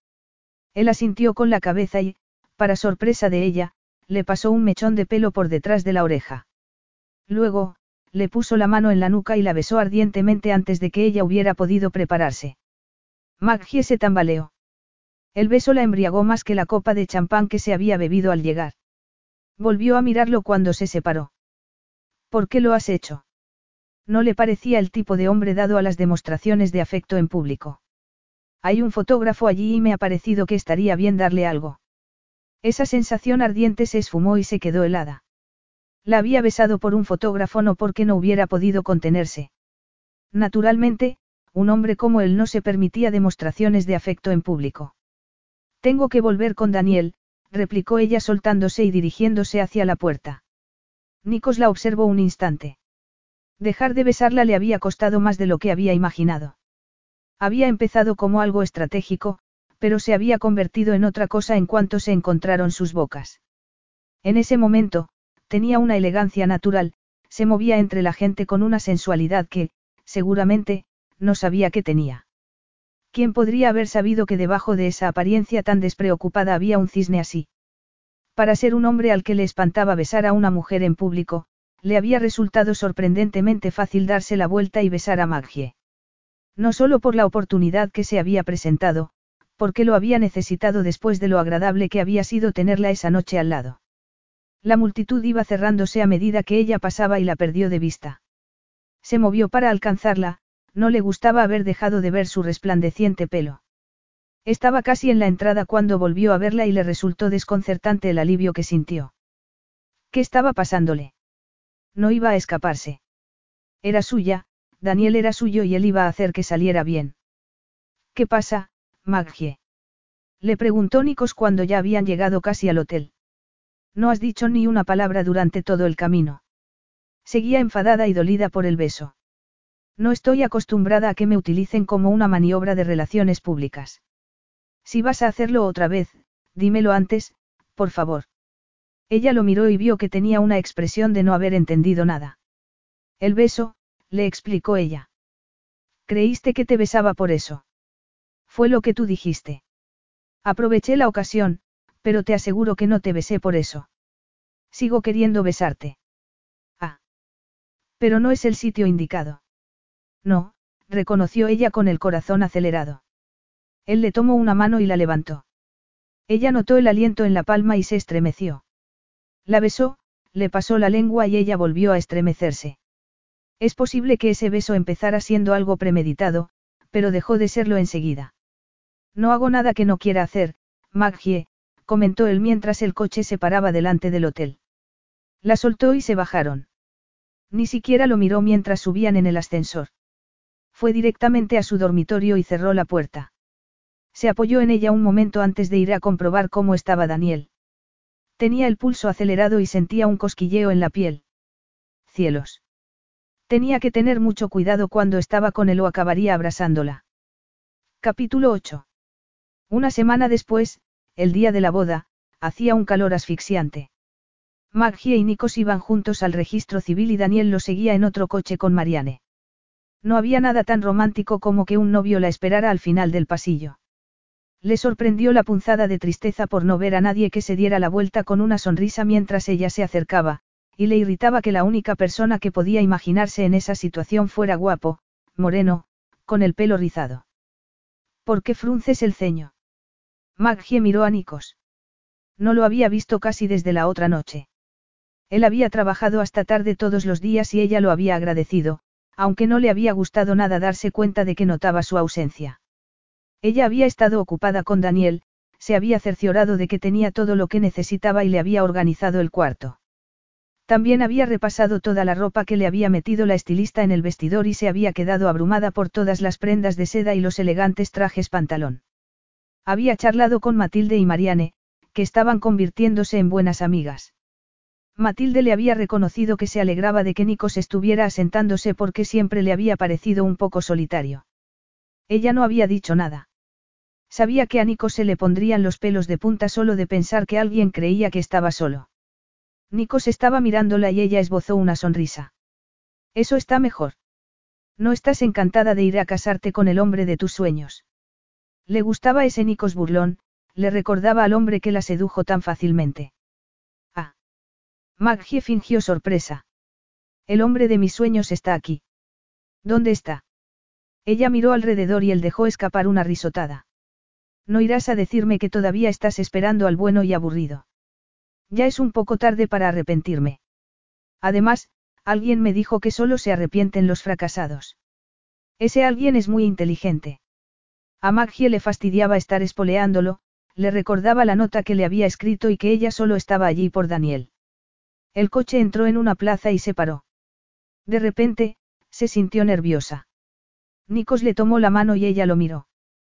Él asintió con la cabeza y, para sorpresa de ella, le pasó un mechón de pelo por detrás de la oreja. Luego, le puso la mano en la nuca y la besó ardientemente antes de que ella hubiera podido prepararse. Maggie se tambaleó. El beso la embriagó más que la copa de champán que se había bebido al llegar. Volvió a mirarlo cuando se separó. ¿Por qué lo has hecho? No le parecía el tipo de hombre dado a las demostraciones de afecto en público. Hay un fotógrafo allí y me ha parecido que estaría bien darle algo. Esa sensación ardiente se esfumó y se quedó helada. La había besado por un fotógrafo no porque no hubiera podido contenerse. Naturalmente, un hombre como él no se permitía demostraciones de afecto en público. Tengo que volver con Daniel, replicó ella soltándose y dirigiéndose hacia la puerta. Nikos la observó un instante. Dejar de besarla le había costado más de lo que había imaginado. Había empezado como algo estratégico, pero se había convertido en otra cosa en cuanto se encontraron sus bocas. En ese momento, tenía una elegancia natural, se movía entre la gente con una sensualidad que, seguramente, no sabía que tenía. ¿Quién podría haber sabido que debajo de esa apariencia tan despreocupada había un cisne así? Para ser un hombre al que le espantaba besar a una mujer en público, le había resultado sorprendentemente fácil darse la vuelta y besar a Maggie. No solo por la oportunidad que se había presentado, porque lo había necesitado después de lo agradable que había sido tenerla esa noche al lado. La multitud iba cerrándose a medida que ella pasaba y la perdió de vista. Se movió para alcanzarla, no le gustaba haber dejado de ver su resplandeciente pelo. Estaba casi en la entrada cuando volvió a verla y le resultó desconcertante el alivio que sintió. ¿Qué estaba pasándole? No iba a escaparse. Era suya, Daniel era suyo y él iba a hacer que saliera bien. ¿Qué pasa, Maggie? Le preguntó Nikos cuando ya habían llegado casi al hotel. No has dicho ni una palabra durante todo el camino. Seguía enfadada y dolida por el beso. No estoy acostumbrada a que me utilicen como una maniobra de relaciones públicas. Si vas a hacerlo otra vez, dímelo antes, por favor. Ella lo miró y vio que tenía una expresión de no haber entendido nada. El beso, le explicó ella. ¿Creíste que te besaba por eso? Fue lo que tú dijiste. Aproveché la ocasión, pero te aseguro que no te besé por eso. Sigo queriendo besarte. Ah. Pero no es el sitio indicado. No, reconoció ella con el corazón acelerado. Él le tomó una mano y la levantó. Ella notó el aliento en la palma y se estremeció. La besó, le pasó la lengua y ella volvió a estremecerse. Es posible que ese beso empezara siendo algo premeditado, pero dejó de serlo enseguida. No hago nada que no quiera hacer, Maggie, comentó él mientras el coche se paraba delante del hotel. La soltó y se bajaron. Ni siquiera lo miró mientras subían en el ascensor. Fue directamente a su dormitorio y cerró la puerta. Se apoyó en ella un momento antes de ir a comprobar cómo estaba Daniel. Tenía el pulso acelerado y sentía un cosquilleo en la piel. Cielos. Tenía que tener mucho cuidado cuando estaba con él o acabaría abrasándola. Capítulo ocho. Una semana después, el día de la boda, hacía un calor asfixiante. Maggie y Nikos iban juntos al registro civil y Daniel lo seguía en otro coche con Marianne. No había nada tan romántico como que un novio la esperara al final del pasillo. Le sorprendió la punzada de tristeza por no ver a nadie que se diera la vuelta con una sonrisa mientras ella se acercaba, y le irritaba que la única persona que podía imaginarse en esa situación fuera guapo, moreno, con el pelo rizado. ¿Por qué frunces el ceño? Maggie miró a Nikos. No lo había visto casi desde la otra noche. Él había trabajado hasta tarde todos los días y ella lo había agradecido, aunque no le había gustado nada darse cuenta de que notaba su ausencia. Ella había estado ocupada con Daniel, se había cerciorado de que tenía todo lo que necesitaba y le había organizado el cuarto. También había repasado toda la ropa que le había metido la estilista en el vestidor y se había quedado abrumada por todas las prendas de seda y los elegantes trajes pantalón. Había charlado con Matilde y Marianne, que estaban convirtiéndose en buenas amigas. Matilde le había reconocido que se alegraba de que Nikos estuviera asentándose porque siempre le había parecido un poco solitario. Ella no había dicho nada. Sabía que a Nikos se le pondrían los pelos de punta solo de pensar que alguien creía que estaba solo. Nikos estaba mirándola y ella esbozó una sonrisa. Eso está mejor. ¿No estás encantada de ir a casarte con el hombre de tus sueños? Le gustaba ese Nikos burlón, le recordaba al hombre que la sedujo tan fácilmente. Ah. Maggie fingió sorpresa. El hombre de mis sueños está aquí. ¿Dónde está? Ella miró alrededor y él dejó escapar una risotada. No irás a decirme que todavía estás esperando al bueno y aburrido. Ya es un poco tarde para arrepentirme. Además, alguien me dijo que solo se arrepienten los fracasados. Ese alguien es muy inteligente. A Maggie le fastidiaba estar espoleándolo, le recordaba la nota que le había escrito y que ella solo estaba allí por Daniel. El coche entró en una plaza y se paró. De repente, se sintió nerviosa. Nikos le tomó la mano y ella lo miró.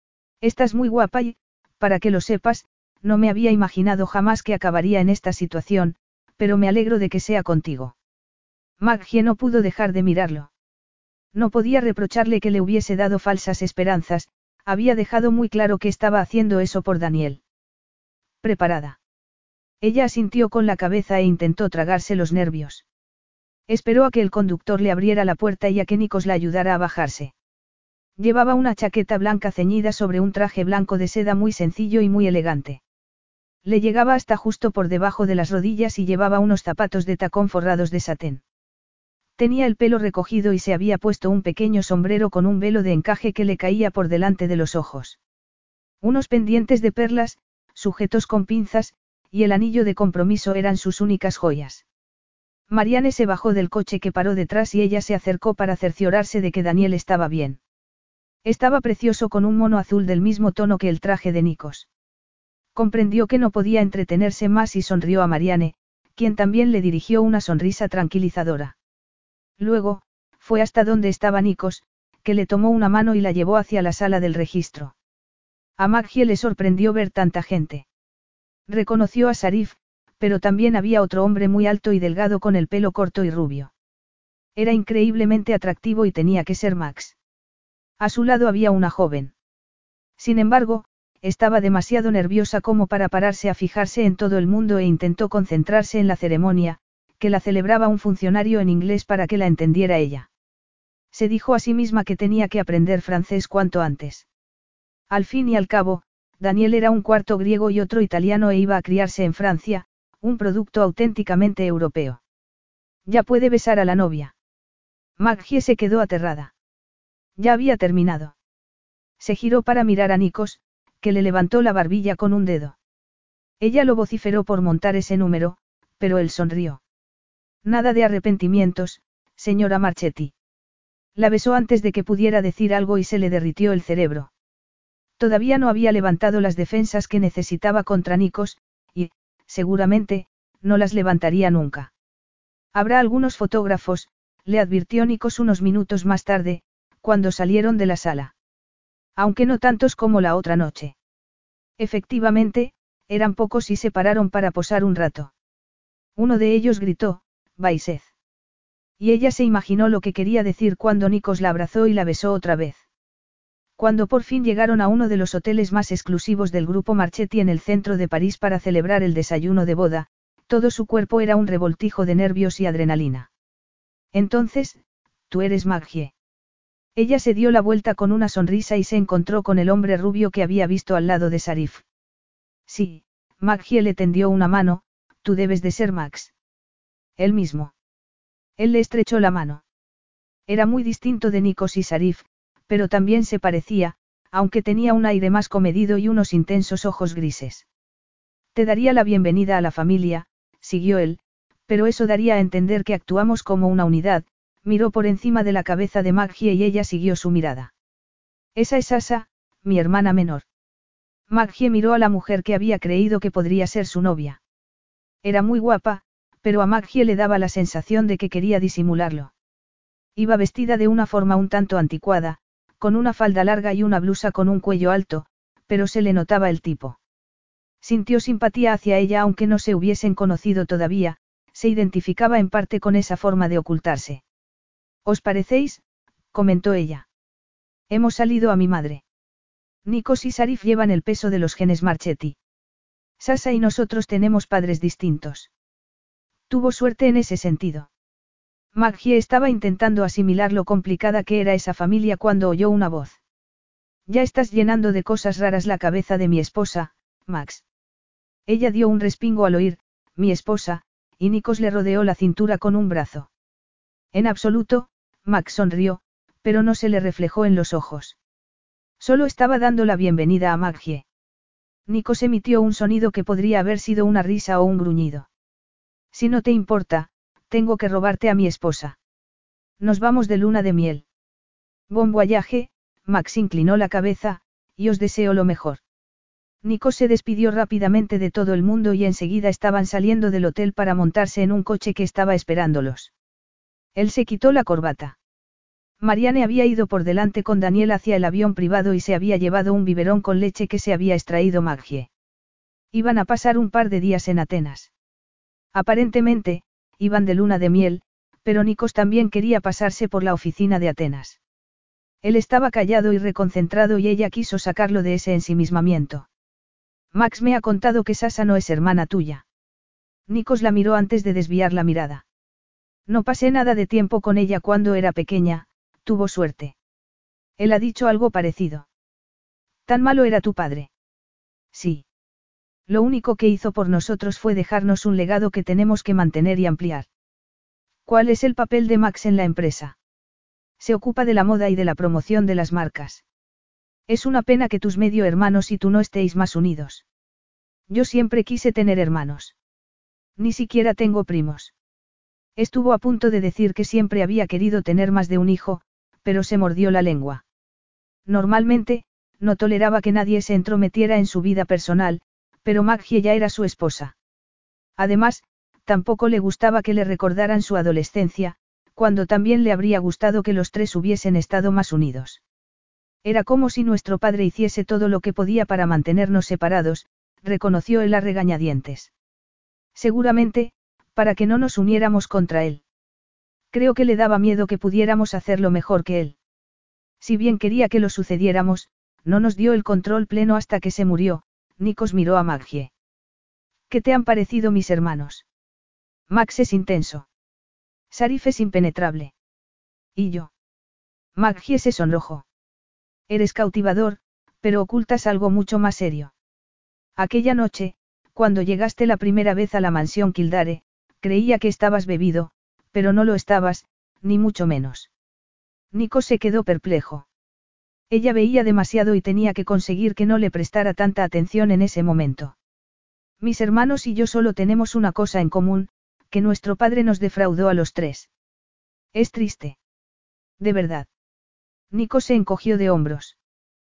Estás muy guapa y, para que lo sepas, no me había imaginado jamás que acabaría en esta situación, pero me alegro de que sea contigo. Maggie no pudo dejar de mirarlo. No podía reprocharle que le hubiese dado falsas esperanzas, había dejado muy claro que estaba haciendo eso por Daniel. ¿Preparada? Ella asintió con la cabeza e intentó tragarse los nervios. Esperó a que el conductor le abriera la puerta y a que Nikos la ayudara a bajarse. Llevaba una chaqueta blanca ceñida sobre un traje blanco de seda muy sencillo y muy elegante. Le llegaba hasta justo por debajo de las rodillas y llevaba unos zapatos de tacón forrados de satén. Tenía el pelo recogido y se había puesto un pequeño sombrero con un velo de encaje que le caía por delante de los ojos. Unos pendientes de perlas, sujetos con pinzas, y el anillo de compromiso eran sus únicas joyas. Marianne se bajó del coche que paró detrás y ella se acercó para cerciorarse de que Daniel estaba bien. Estaba precioso con un mono azul del mismo tono que el traje de Nikos. Comprendió que no podía entretenerse más y sonrió a Marianne, quien también le dirigió una sonrisa tranquilizadora. Luego, fue hasta donde estaba Nikos, que le tomó una mano y la llevó hacia la sala del registro. A Maggie le sorprendió ver tanta gente. Reconoció a Sarif, pero también había otro hombre muy alto y delgado con el pelo corto y rubio. Era increíblemente atractivo y tenía que ser Max. A su lado había una joven. Sin embargo, estaba demasiado nerviosa como para pararse a fijarse en todo el mundo e intentó concentrarse en la ceremonia, que la celebraba un funcionario en inglés para que la entendiera ella. Se dijo a sí misma que tenía que aprender francés cuanto antes. Al fin y al cabo, Daniel era un cuarto griego y otro italiano e iba a criarse en Francia, un producto auténticamente europeo. Ya puede besar a la novia. Maggie se quedó aterrada. Ya había terminado. Se giró para mirar a Nikos, que le levantó la barbilla con un dedo. Ella lo vociferó por montar ese número, pero él sonrió. Nada de arrepentimientos, señora Marchetti. La besó antes de que pudiera decir algo y se le derritió el cerebro. Todavía no había levantado las defensas que necesitaba contra Nikos, y, seguramente, no las levantaría nunca. Habrá algunos fotógrafos, le advirtió Nikos unos minutos más tarde, cuando salieron de la sala. Aunque no tantos como la otra noche. Efectivamente, eran pocos y se pararon para posar un rato. Uno de ellos gritó, Baisez. Y ella se imaginó lo que quería decir cuando Nikos la abrazó y la besó otra vez. Cuando por fin llegaron a uno de los hoteles más exclusivos del grupo Marchetti en el centro de París para celebrar el desayuno de boda, todo su cuerpo era un revoltijo de nervios y adrenalina. Entonces, tú eres Maggie. Ella se dio la vuelta con una sonrisa y se encontró con el hombre rubio que había visto al lado de Sarif. Sí, Maggie le tendió una mano, tú debes de ser Max. Él mismo. Él le estrechó la mano. Era muy distinto de Nikos y Sarif, pero también se parecía, aunque tenía un aire más comedido y unos intensos ojos grises. Te daría la bienvenida a la familia, siguió él, pero eso daría a entender que actuamos como una unidad, miró por encima de la cabeza de Maggie y ella siguió su mirada. Esa es Asa, mi hermana menor. Maggie miró a la mujer que había creído que podría ser su novia. Era muy guapa, pero a Maggie le daba la sensación de que quería disimularlo. Iba vestida de una forma un tanto anticuada, con una falda larga y una blusa con un cuello alto, pero se le notaba el tipo. Sintió simpatía hacia ella aunque no se hubiesen conocido todavía, se identificaba en parte con esa forma de ocultarse. ¿Os parecéis?, comentó ella. Hemos salido a mi madre. Nikos y Sarif llevan el peso de los genes Marchetti. Sasa y nosotros tenemos padres distintos. Tuvo suerte en ese sentido. Maggie estaba intentando asimilar lo complicada que era esa familia cuando oyó una voz. Ya estás llenando de cosas raras la cabeza de mi esposa, Max. Ella dio un respingo al oír, mi esposa, y Nikos le rodeó la cintura con un brazo. En absoluto, Max sonrió, pero no se le reflejó en los ojos. Solo estaba dando la bienvenida a Maggie. Nikos emitió un sonido que podría haber sido una risa o un gruñido. Si no te importa, tengo que robarte a mi esposa. Nos vamos de luna de miel. Bon voyage, Max inclinó la cabeza, y os deseo lo mejor. Nikos se despidió rápidamente de todo el mundo y enseguida estaban saliendo del hotel para montarse en un coche que estaba esperándolos. Él se quitó la corbata. Marianne había ido por delante con Daniel hacia el avión privado y se había llevado un biberón con leche que se había extraído Maggie. Iban a pasar un par de días en Atenas. Aparentemente, iban de luna de miel, pero Nikos también quería pasarse por la oficina de Atenas. Él estaba callado y reconcentrado y ella quiso sacarlo de ese ensimismamiento. Max me ha contado que Sasa no es hermana tuya. Nikos la miró antes de desviar la mirada. No pasé nada de tiempo con ella cuando era pequeña, tuvo suerte. Él ha dicho algo parecido. ¿Tan malo era tu padre? Sí. Lo único que hizo por nosotros fue dejarnos un legado que tenemos que mantener y ampliar. ¿Cuál es el papel de Max en la empresa? Se ocupa de la moda y de la promoción de las marcas. Es una pena que tus medio hermanos y tú no estéis más unidos. Yo siempre quise tener hermanos. Ni siquiera tengo primos. Estuvo a punto de decir que siempre había querido tener más de un hijo, pero se mordió la lengua. Normalmente, no toleraba que nadie se entrometiera en su vida personal, pero Maggie ya era su esposa. Además, tampoco le gustaba que le recordaran su adolescencia, cuando también le habría gustado que los tres hubiesen estado más unidos. Era como si nuestro padre hiciese todo lo que podía para mantenernos separados, reconoció él a regañadientes. Seguramente, para que no nos uniéramos contra él. Creo que le daba miedo que pudiéramos hacerlo mejor que él. Si bien quería que lo sucediéramos, no nos dio el control pleno hasta que se murió. Nikos miró a Maggie. ¿Qué te han parecido mis hermanos? Max es intenso. Sarif es impenetrable. ¿Y yo? Maggie se sonrojó. Eres cautivador, pero ocultas algo mucho más serio. Aquella noche, cuando llegaste la primera vez a la mansión Kildare, creía que estabas bebido, pero no lo estabas, ni mucho menos. Nico se quedó perplejo. Ella veía demasiado y tenía que conseguir que no le prestara tanta atención en ese momento. Mis hermanos y yo solo tenemos una cosa en común, que nuestro padre nos defraudó a los tres. Es triste. De verdad. Nico se encogió de hombros.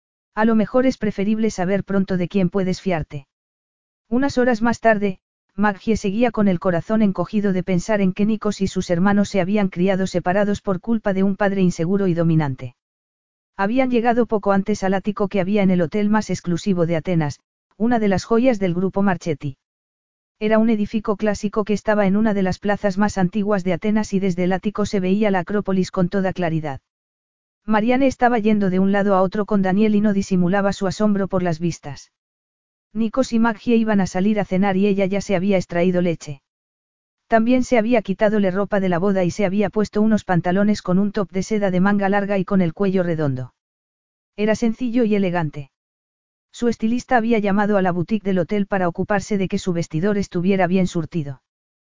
A lo mejor es preferible saber pronto de quién puedes fiarte. Unas horas más tarde, Maggie seguía con el corazón encogido de pensar en que Nikos y sus hermanos se habían criado separados por culpa de un padre inseguro y dominante. Habían llegado poco antes al ático que había en el hotel más exclusivo de Atenas, una de las joyas del grupo Marchetti. Era un edificio clásico que estaba en una de las plazas más antiguas de Atenas y desde el ático se veía la Acrópolis con toda claridad. Marianne estaba yendo de un lado a otro con Daniel y no disimulaba su asombro por las vistas. Nikos y Maggie iban a salir a cenar y ella ya se había extraído leche. También se había quitado la ropa de la boda y se había puesto unos pantalones con un top de seda de manga larga y con el cuello redondo. Era sencillo y elegante. Su estilista había llamado a la boutique del hotel para ocuparse de que su vestidor estuviera bien surtido.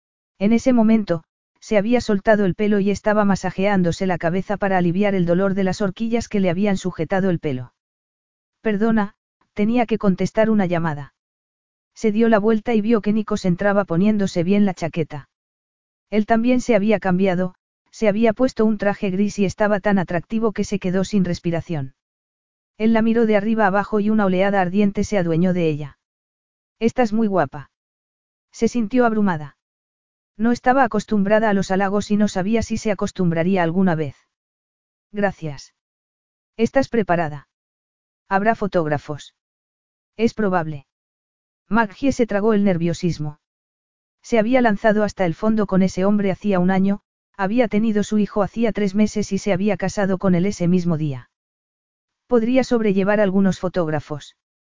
En ese momento, se había soltado el pelo y estaba masajeándose la cabeza para aliviar el dolor de las horquillas que le habían sujetado el pelo. Perdona, tenía que contestar una llamada. Se dio la vuelta y vio que Nikos entraba poniéndose bien la chaqueta. Él también se había cambiado, se había puesto un traje gris y estaba tan atractivo que se quedó sin respiración. Él la miró de arriba abajo y una oleada ardiente se adueñó de ella. Estás muy guapa. Se sintió abrumada. No estaba acostumbrada a los halagos y no sabía si se acostumbraría alguna vez. Gracias. ¿Estás preparada? ¿Habrá fotógrafos? Es probable. Maggie se tragó el nerviosismo. Se había lanzado hasta el fondo con ese hombre hacía un año, había tenido su hijo hacía tres meses y se había casado con él ese mismo día. Podría sobrellevar algunos fotógrafos.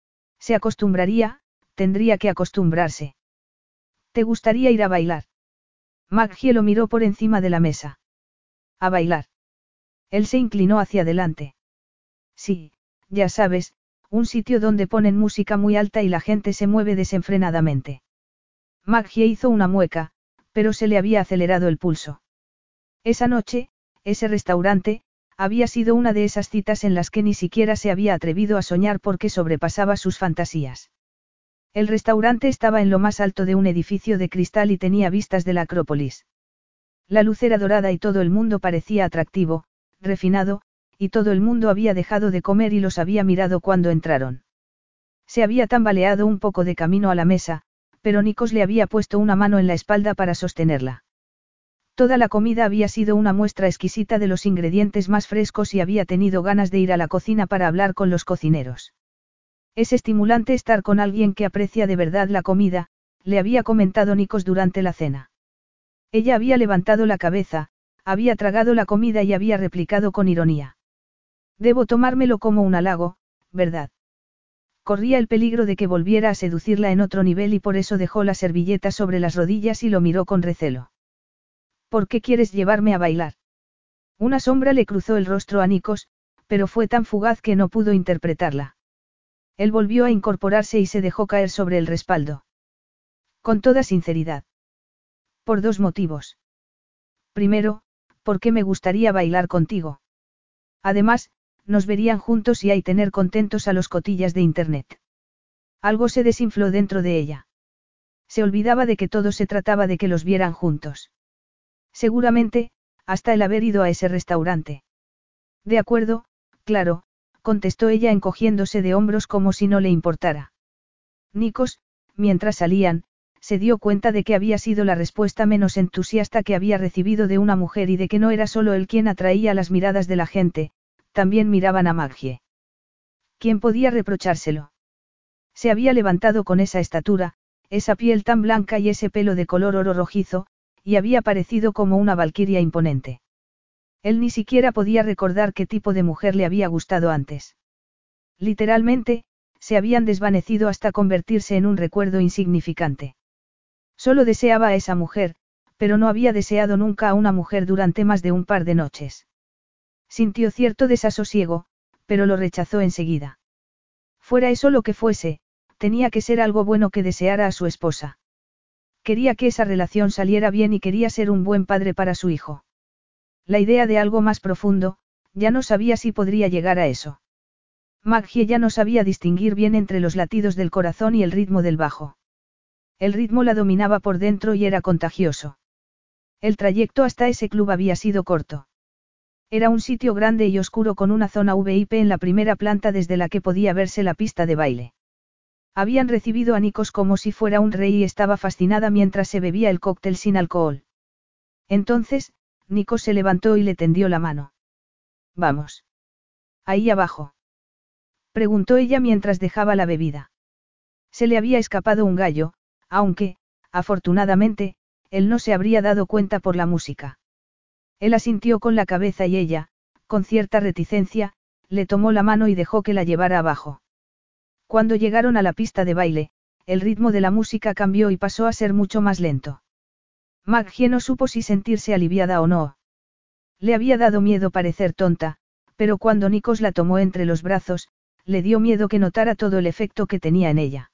Se acostumbraría, tendría que acostumbrarse. ¿Te gustaría ir a bailar? Maggie lo miró por encima de la mesa. ¿A bailar? Él se inclinó hacia adelante. Sí, ya sabes, un sitio donde ponen música muy alta y la gente se mueve desenfrenadamente. Maggie hizo una mueca, pero se le había acelerado el pulso. Esa noche, ese restaurante, había sido una de esas citas en las que ni siquiera se había atrevido a soñar porque sobrepasaba sus fantasías. El restaurante estaba en lo más alto de un edificio de cristal y tenía vistas de la Acrópolis. La luz era dorada y todo el mundo parecía atractivo, refinado, y todo el mundo había dejado de comer y los había mirado cuando entraron. Se había tambaleado un poco de camino a la mesa, pero Nikos le había puesto una mano en la espalda para sostenerla. Toda la comida había sido una muestra exquisita de los ingredientes más frescos y había tenido ganas de ir a la cocina para hablar con los cocineros. Es estimulante estar con alguien que aprecia de verdad la comida, le había comentado Nikos durante la cena. Ella había levantado la cabeza, había tragado la comida y había replicado con ironía. Debo tomármelo como un halago, ¿verdad? Corría el peligro de que volviera a seducirla en otro nivel y por eso dejó la servilleta sobre las rodillas y lo miró con recelo. ¿Por qué quieres llevarme a bailar? Una sombra le cruzó el rostro a Nikos, pero fue tan fugaz que no pudo interpretarla. Él volvió a incorporarse y se dejó caer sobre el respaldo. Con toda sinceridad. Por dos motivos. Primero, porque me gustaría bailar contigo. Además, nos verían juntos y hay tener contentos a los cotillas de internet. Algo se desinfló dentro de ella. Se olvidaba de que todo se trataba de que los vieran juntos. Seguramente, hasta el haber ido a ese restaurante. De acuerdo, claro, contestó ella encogiéndose de hombros como si no le importara. Nikos, mientras salían, se dio cuenta de que había sido la respuesta menos entusiasta que había recibido de una mujer y de que no era solo él quien atraía las miradas de la gente, también miraban a Maggie. ¿Quién podía reprochárselo? Se había levantado con esa estatura, esa piel tan blanca y ese pelo de color oro rojizo, y había parecido como una valquiria imponente. Él ni siquiera podía recordar qué tipo de mujer le había gustado antes. Literalmente, se habían desvanecido hasta convertirse en un recuerdo insignificante. Solo deseaba a esa mujer, pero no había deseado nunca a una mujer durante más de un par de noches. Sintió cierto desasosiego, pero lo rechazó enseguida. Fuera eso lo que fuese, tenía que ser algo bueno que deseara a su esposa. Quería que esa relación saliera bien y quería ser un buen padre para su hijo. La idea de algo más profundo, ya no sabía si podría llegar a eso. Maggie ya no sabía distinguir bien entre los latidos del corazón y el ritmo del bajo. El ritmo la dominaba por dentro y era contagioso. El trayecto hasta ese club había sido corto. Era un sitio grande y oscuro con una zona V I P en la primera planta desde la que podía verse la pista de baile. Habían recibido a Nikos como si fuera un rey y estaba fascinada mientras se bebía el cóctel sin alcohol. Entonces, Nikos se levantó y le tendió la mano. Vamos. Ahí abajo. Preguntó ella mientras dejaba la bebida. Se le había escapado un gallo, aunque, afortunadamente, él no se habría dado cuenta por la música. Él asintió con la cabeza y ella, con cierta reticencia, le tomó la mano y dejó que la llevara abajo. Cuando llegaron a la pista de baile, el ritmo de la música cambió y pasó a ser mucho más lento. Maggie no supo si sentirse aliviada o no. Le había dado miedo parecer tonta, pero cuando Nikos la tomó entre los brazos, le dio miedo que notara todo el efecto que tenía en ella.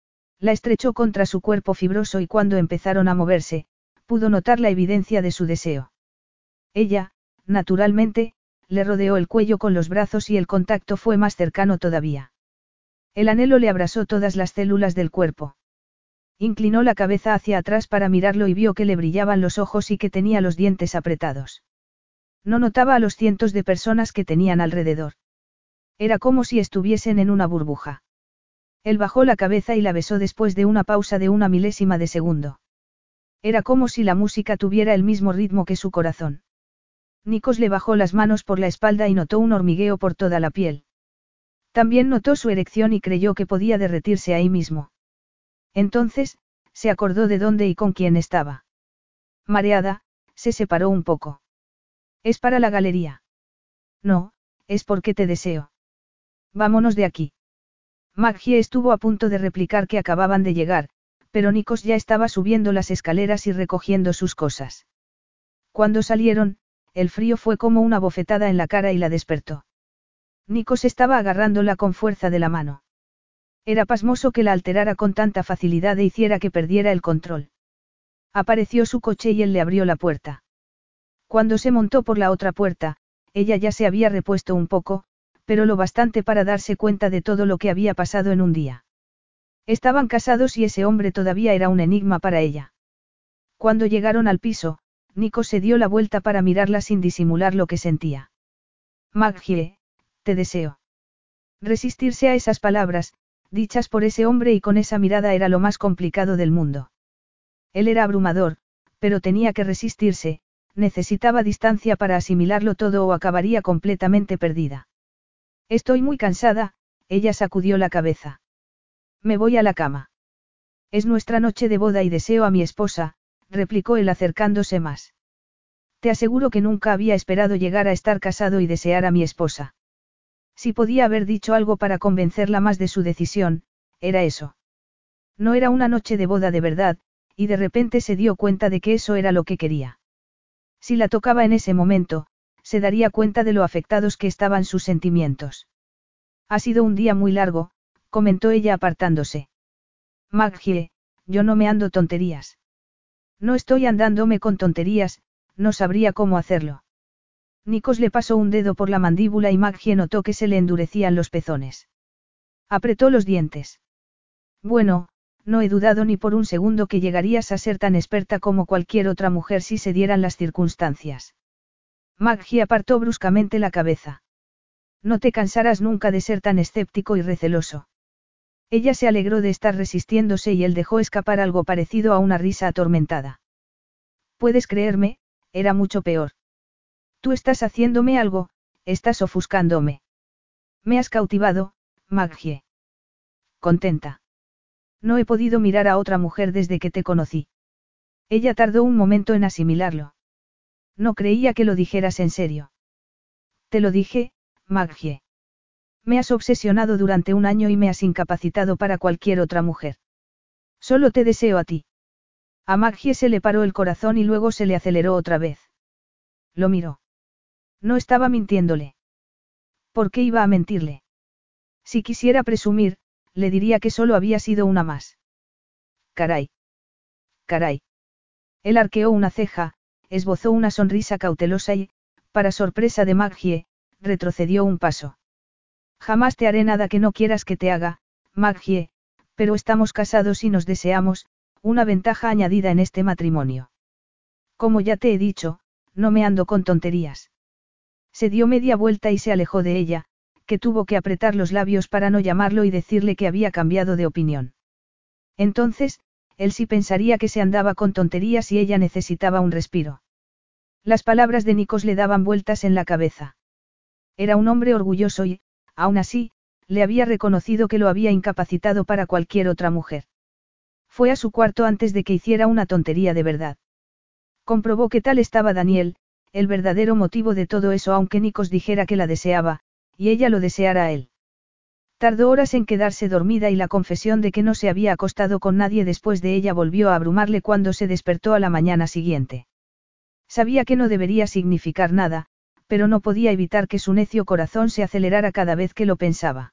La estrechó contra su cuerpo fibroso y cuando empezaron a moverse, pudo notar la evidencia de su deseo. Ella, naturalmente, le rodeó el cuello con los brazos y el contacto fue más cercano todavía. El anhelo le abrasó todas las células del cuerpo. Inclinó la cabeza hacia atrás para mirarlo y vio que le brillaban los ojos y que tenía los dientes apretados. No notaba a los cientos de personas que tenían alrededor. Era como si estuviesen en una burbuja. Él bajó la cabeza y la besó después de una pausa de una milésima de segundo. Era como si la música tuviera el mismo ritmo que su corazón. Nikos le bajó las manos por la espalda y notó un hormigueo por toda la piel. También notó su erección y creyó que podía derretirse ahí mismo. Entonces, se acordó de dónde y con quién estaba. Mareada, se separó un poco. ¿Es para la galería? No, es porque te deseo. Vámonos de aquí. Maggie estuvo a punto de replicar que acababan de llegar, pero Nikos ya estaba subiendo las escaleras y recogiendo sus cosas. Cuando salieron, el frío fue como una bofetada en la cara y la despertó. Nikos estaba agarrándola con fuerza de la mano. Era pasmoso que la alterara con tanta facilidad e hiciera que perdiera el control. Apareció su coche y él le abrió la puerta. Cuando se montó por la otra puerta, ella ya se había repuesto un poco, pero lo bastante para darse cuenta de todo lo que había pasado en un día. Estaban casados y ese hombre todavía era un enigma para ella. Cuando llegaron al piso, Nikos se dio la vuelta para mirarla sin disimular lo que sentía. Maggie, te deseo. Resistirse a esas palabras, dichas por ese hombre y con esa mirada era lo más complicado del mundo. Él era abrumador, pero tenía que resistirse, necesitaba distancia para asimilarlo todo o acabaría completamente perdida. Estoy muy cansada, ella sacudió la cabeza. Me voy a la cama. Es nuestra noche de boda y deseo a mi esposa, replicó él acercándose más. Te aseguro que nunca había esperado llegar a estar casado y desear a mi esposa. Si podía haber dicho algo para convencerla más de su decisión, era eso. No era una noche de boda de verdad, y de repente se dio cuenta de que eso era lo que quería. Si la tocaba en ese momento, se daría cuenta de lo afectados que estaban sus sentimientos. Ha sido un día muy largo, comentó ella apartándose. Maggie, yo no me ando tonterías. No estoy andándome con tonterías, no sabría cómo hacerlo. Nikos le pasó un dedo por la mandíbula y Maggie notó que se le endurecían los pezones. Apretó los dientes. Bueno, no he dudado ni por un segundo que llegarías a ser tan experta como cualquier otra mujer si se dieran las circunstancias. Maggie apartó bruscamente la cabeza. No te cansarás nunca de ser tan escéptico y receloso. Ella se alegró de estar resistiéndose y él dejó escapar algo parecido a una risa atormentada. Puedes creerme, era mucho peor. Tú estás haciéndome algo, estás ofuscándome. Me has cautivado, Maggie. Contenta. No he podido mirar a otra mujer desde que te conocí. Ella tardó un momento en asimilarlo. No creía que lo dijeras en serio. Te lo dije, Maggie. Me has obsesionado durante un año y me has incapacitado para cualquier otra mujer. Solo te deseo a ti. A Maggie se le paró el corazón y luego se le aceleró otra vez. Lo miró. No estaba mintiéndole. ¿Por qué iba a mentirle? Si quisiera presumir, le diría que solo había sido una más. Caray. Caray. Él arqueó una ceja, esbozó una sonrisa cautelosa y, para sorpresa de Maggie, retrocedió un paso. Jamás te haré nada que no quieras que te haga, Maggie, pero estamos casados y nos deseamos, una ventaja añadida en este matrimonio. Como ya te he dicho, no me ando con tonterías. Se dio media vuelta y se alejó de ella, que tuvo que apretar los labios para no llamarlo y decirle que había cambiado de opinión. Entonces, él sí pensaría que se andaba con tonterías y ella necesitaba un respiro. Las palabras de Nikos le daban vueltas en la cabeza. Era un hombre orgulloso y, aún así, le había reconocido que lo había incapacitado para cualquier otra mujer. Fue a su cuarto antes de que hiciera una tontería de verdad. Comprobó que tal estaba Daniel, el verdadero motivo de todo eso aunque Nikos dijera que la deseaba, y ella lo deseara a él. Tardó horas en quedarse dormida y la confesión de que no se había acostado con nadie después de ella volvió a abrumarle cuando se despertó a la mañana siguiente. Sabía que no debería significar nada, pero no podía evitar que su necio corazón se acelerara cada vez que lo pensaba.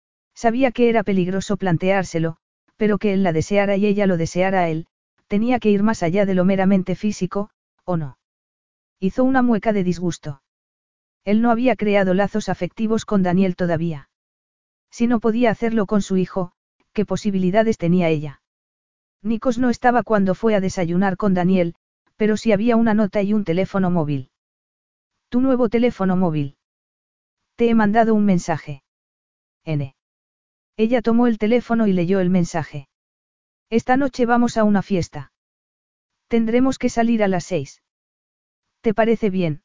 Sabía que era peligroso planteárselo, pero que él la deseara y ella lo deseara a él, tenía que ir más allá de lo meramente físico, ¿o no? Hizo una mueca de disgusto. Él no había creado lazos afectivos con Daniel todavía. Si no podía hacerlo con su hijo, ¿qué posibilidades tenía ella? Nikos no estaba cuando fue a desayunar con Daniel, pero sí había una nota y un teléfono móvil. Tu nuevo teléfono móvil. Te he mandado un mensaje. N. Ella tomó el teléfono y leyó el mensaje. Esta noche vamos a una fiesta. Tendremos que salir a las seis. ¿Te parece bien?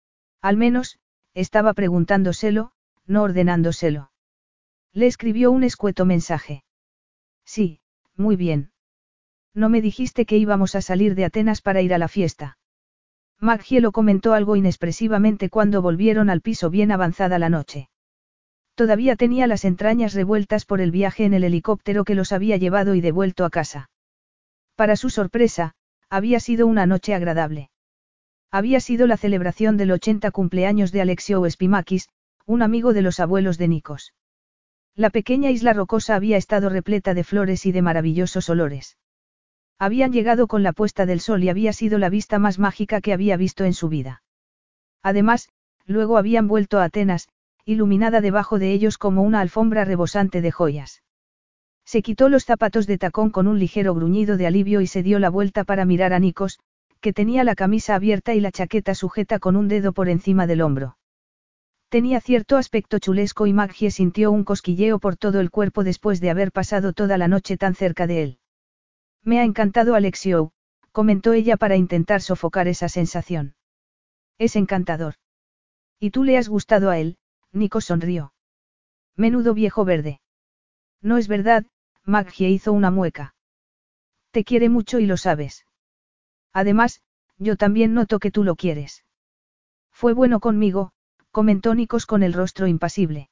Al menos, estaba preguntándoselo, no ordenándoselo. Le escribió un escueto mensaje. Sí, muy bien. No me dijiste que íbamos a salir de Atenas para ir a la fiesta. Maggie lo comentó algo inexpresivamente cuando volvieron al piso bien avanzada la noche. Todavía tenía las entrañas revueltas por el viaje en el helicóptero que los había llevado y devuelto a casa. Para su sorpresa, había sido una noche agradable. Había sido la celebración del ochenta cumpleaños de Alexiou Espimakis, un amigo de los abuelos de Nikos. La pequeña isla rocosa había estado repleta de flores y de maravillosos olores. Habían llegado con la puesta del sol y había sido la vista más mágica que había visto en su vida. Además, luego habían vuelto a Atenas, iluminada debajo de ellos como una alfombra rebosante de joyas. Se quitó los zapatos de tacón con un ligero gruñido de alivio y se dio la vuelta para mirar a Nikos, que tenía la camisa abierta y la chaqueta sujeta con un dedo por encima del hombro. Tenía cierto aspecto chulesco y Maggie sintió un cosquilleo por todo el cuerpo después de haber pasado toda la noche tan cerca de él. Me ha encantado Alexiou, comentó ella para intentar sofocar esa sensación. Es encantador. ¿Y tú le has gustado a él? Nikos sonrió. Menudo viejo verde. No es verdad, Maggie hizo una mueca. Te quiere mucho y lo sabes. Además, yo también noto que tú lo quieres. Fue bueno conmigo, comentó Nikos con el rostro impasible.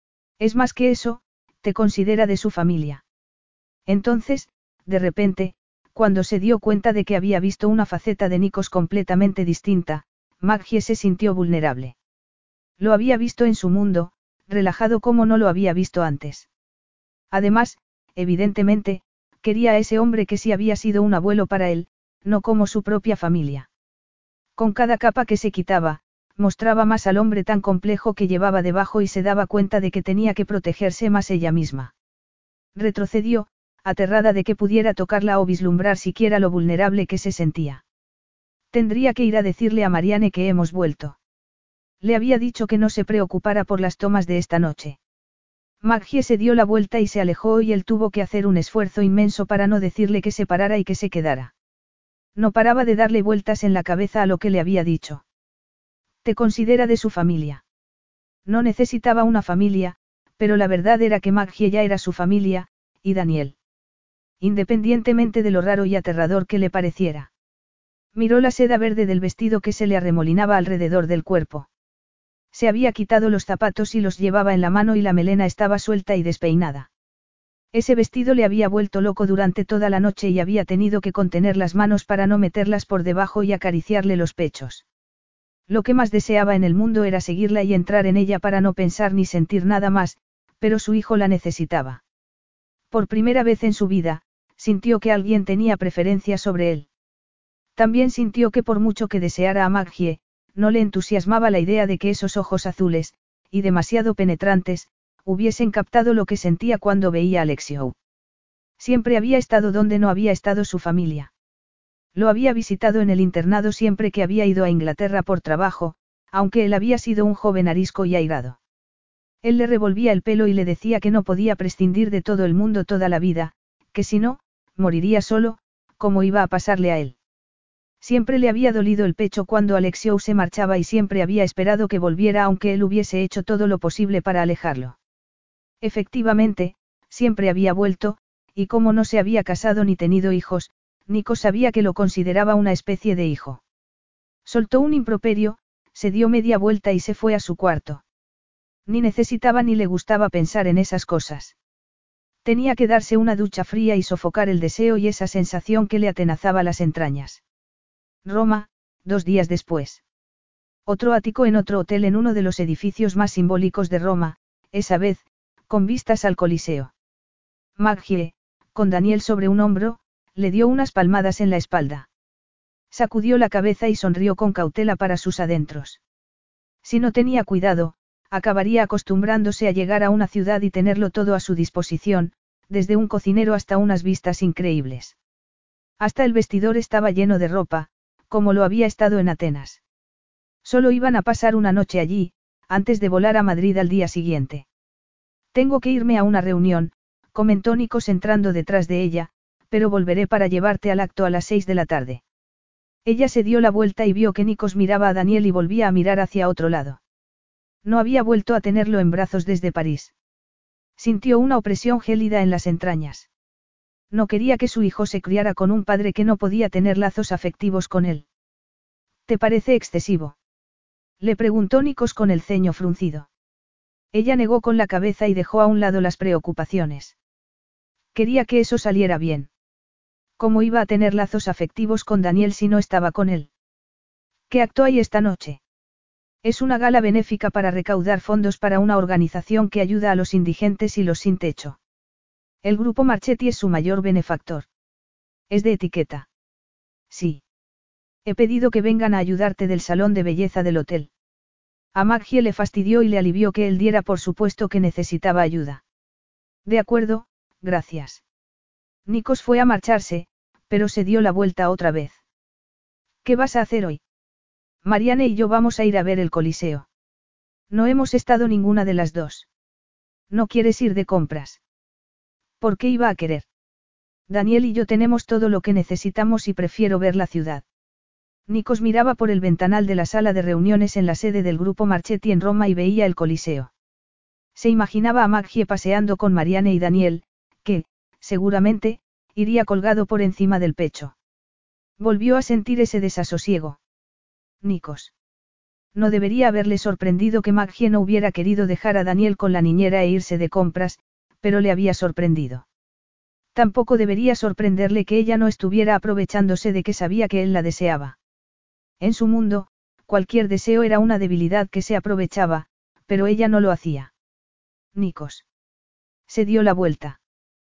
Es más que eso, te considera de su familia. Entonces, de repente, cuando se dio cuenta de que había visto una faceta de Nikos completamente distinta, Maggie se sintió vulnerable. Lo había visto en su mundo, relajado como no lo había visto antes. Además, evidentemente, quería a ese hombre que sí había sido un abuelo para él, no como su propia familia. Con cada capa que se quitaba, mostraba más al hombre tan complejo que llevaba debajo y se daba cuenta de que tenía que protegerse más ella misma. Retrocedió, aterrada de que pudiera tocarla o vislumbrar siquiera lo vulnerable que se sentía. Tendría que ir a decirle a Marianne que hemos vuelto. Le había dicho que no se preocupara por las tomas de esta noche. Maggie se dio la vuelta y se alejó y él tuvo que hacer un esfuerzo inmenso para no decirle que se parara y que se quedara. No paraba de darle vueltas en la cabeza a lo que le había dicho. Te considera de su familia. No necesitaba una familia, pero la verdad era que Maggie ya era su familia, y Daniel. Independientemente de lo raro y aterrador que le pareciera. Miró la seda verde del vestido que se le arremolinaba alrededor del cuerpo. Se había quitado los zapatos y los llevaba en la mano y la melena estaba suelta y despeinada. Ese vestido le había vuelto loco durante toda la noche y había tenido que contener las manos para no meterlas por debajo y acariciarle los pechos. Lo que más deseaba en el mundo era seguirla y entrar en ella para no pensar ni sentir nada más, pero su hijo la necesitaba. Por primera vez en su vida, sintió que alguien tenía preferencia sobre él. También sintió que por mucho que deseara a Maggie, no le entusiasmaba la idea de que esos ojos azules, y demasiado penetrantes, hubiesen captado lo que sentía cuando veía a Alexiou. Siempre había estado donde no había estado su familia. Lo había visitado en el internado siempre que había ido a Inglaterra por trabajo, aunque él había sido un joven arisco y airado. Él le revolvía el pelo y le decía que no podía prescindir de todo el mundo toda la vida, que si no, moriría solo, como iba a pasarle a él. Siempre le había dolido el pecho cuando Alexiou se marchaba y siempre había esperado que volviera aunque él hubiese hecho todo lo posible para alejarlo. Efectivamente, siempre había vuelto, y como no se había casado ni tenido hijos, Nico sabía que lo consideraba una especie de hijo. Soltó un improperio, se dio media vuelta y se fue a su cuarto. Ni necesitaba ni le gustaba pensar en esas cosas. Tenía que darse una ducha fría y sofocar el deseo y esa sensación que le atenazaba las entrañas. Roma, dos días después. Otro ático en otro hotel en uno de los edificios más simbólicos de Roma, esa vez, con vistas al Coliseo. Maggie, con Daniel sobre un hombro, le dio unas palmadas en la espalda. Sacudió la cabeza y sonrió con cautela para sus adentros. Si no tenía cuidado, acabaría acostumbrándose a llegar a una ciudad y tenerlo todo a su disposición, desde un cocinero hasta unas vistas increíbles. Hasta el vestidor estaba lleno de ropa, como lo había estado en Atenas. Solo iban a pasar una noche allí, antes de volar a Madrid al día siguiente. Tengo que irme a una reunión, comentó Nikos entrando detrás de ella, pero volveré para llevarte al acto a las seis de la tarde. Ella se dio la vuelta y vio que Nikos miraba a Daniel y volvía a mirar hacia otro lado. No había vuelto a tenerlo en brazos desde París. Sintió una opresión gélida en las entrañas. No quería que su hijo se criara con un padre que no podía tener lazos afectivos con él. ¿Te parece excesivo?, le preguntó Nikos con el ceño fruncido. Ella negó con la cabeza y dejó a un lado las preocupaciones. Quería que eso saliera bien. ¿Cómo iba a tener lazos afectivos con Daniel si no estaba con él? ¿Qué acto hay esta noche? Es una gala benéfica para recaudar fondos para una organización que ayuda a los indigentes y los sin techo. El grupo Marchetti es su mayor benefactor. ¿Es de etiqueta? Sí. He pedido que vengan a ayudarte del salón de belleza del hotel. A Maggie le fastidió y le alivió que él diera por supuesto que necesitaba ayuda. De acuerdo, gracias. Nikos fue a marcharse, pero se dio la vuelta otra vez. ¿Qué vas a hacer hoy? Marianne y yo vamos a ir a ver el Coliseo. No hemos estado ninguna de las dos. ¿No quieres ir de compras? ¿Por qué iba a querer? Daniel y yo tenemos todo lo que necesitamos y prefiero ver la ciudad. Nikos miraba por el ventanal de la sala de reuniones en la sede del grupo Marchetti en Roma y veía el Coliseo. Se imaginaba a Maggie paseando con Marianne y Daniel, que, seguramente, iría colgado por encima del pecho. Volvió a sentir ese desasosiego. Nikos. No debería haberle sorprendido que Maggie no hubiera querido dejar a Daniel con la niñera e irse de compras, pero le había sorprendido. Tampoco debería sorprenderle que ella no estuviera aprovechándose de que sabía que él la deseaba. En su mundo, cualquier deseo era una debilidad que se aprovechaba, pero ella no lo hacía. Nikos. Se dio la vuelta.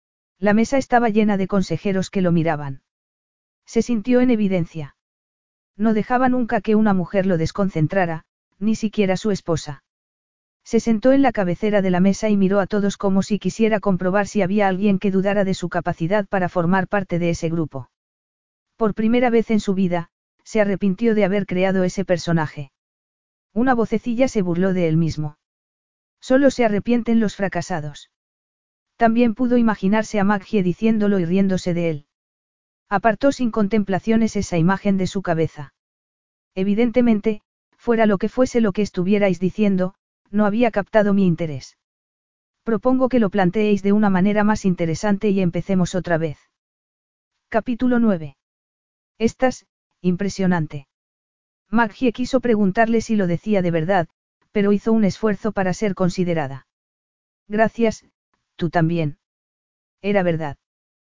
La mesa estaba llena de consejeros que lo miraban. Se sintió en evidencia. No dejaba nunca que una mujer lo desconcentrara, ni siquiera su esposa. Se sentó en la cabecera de la mesa y miró a todos como si quisiera comprobar si había alguien que dudara de su capacidad para formar parte de ese grupo. Por primera vez en su vida, se arrepintió de haber creado ese personaje. Una vocecilla se burló de él mismo. Solo se arrepienten los fracasados. También pudo imaginarse a Maggie diciéndolo y riéndose de él. Apartó sin contemplaciones esa imagen de su cabeza. Evidentemente, fuera lo que fuese lo que estuvierais diciendo, no había captado mi interés. Propongo que lo planteéis de una manera más interesante y empecemos otra vez. Capítulo nueve. Estás, impresionante. Maggie quiso preguntarle si lo decía de verdad, pero hizo un esfuerzo para ser considerada. Gracias, tú también. Era verdad.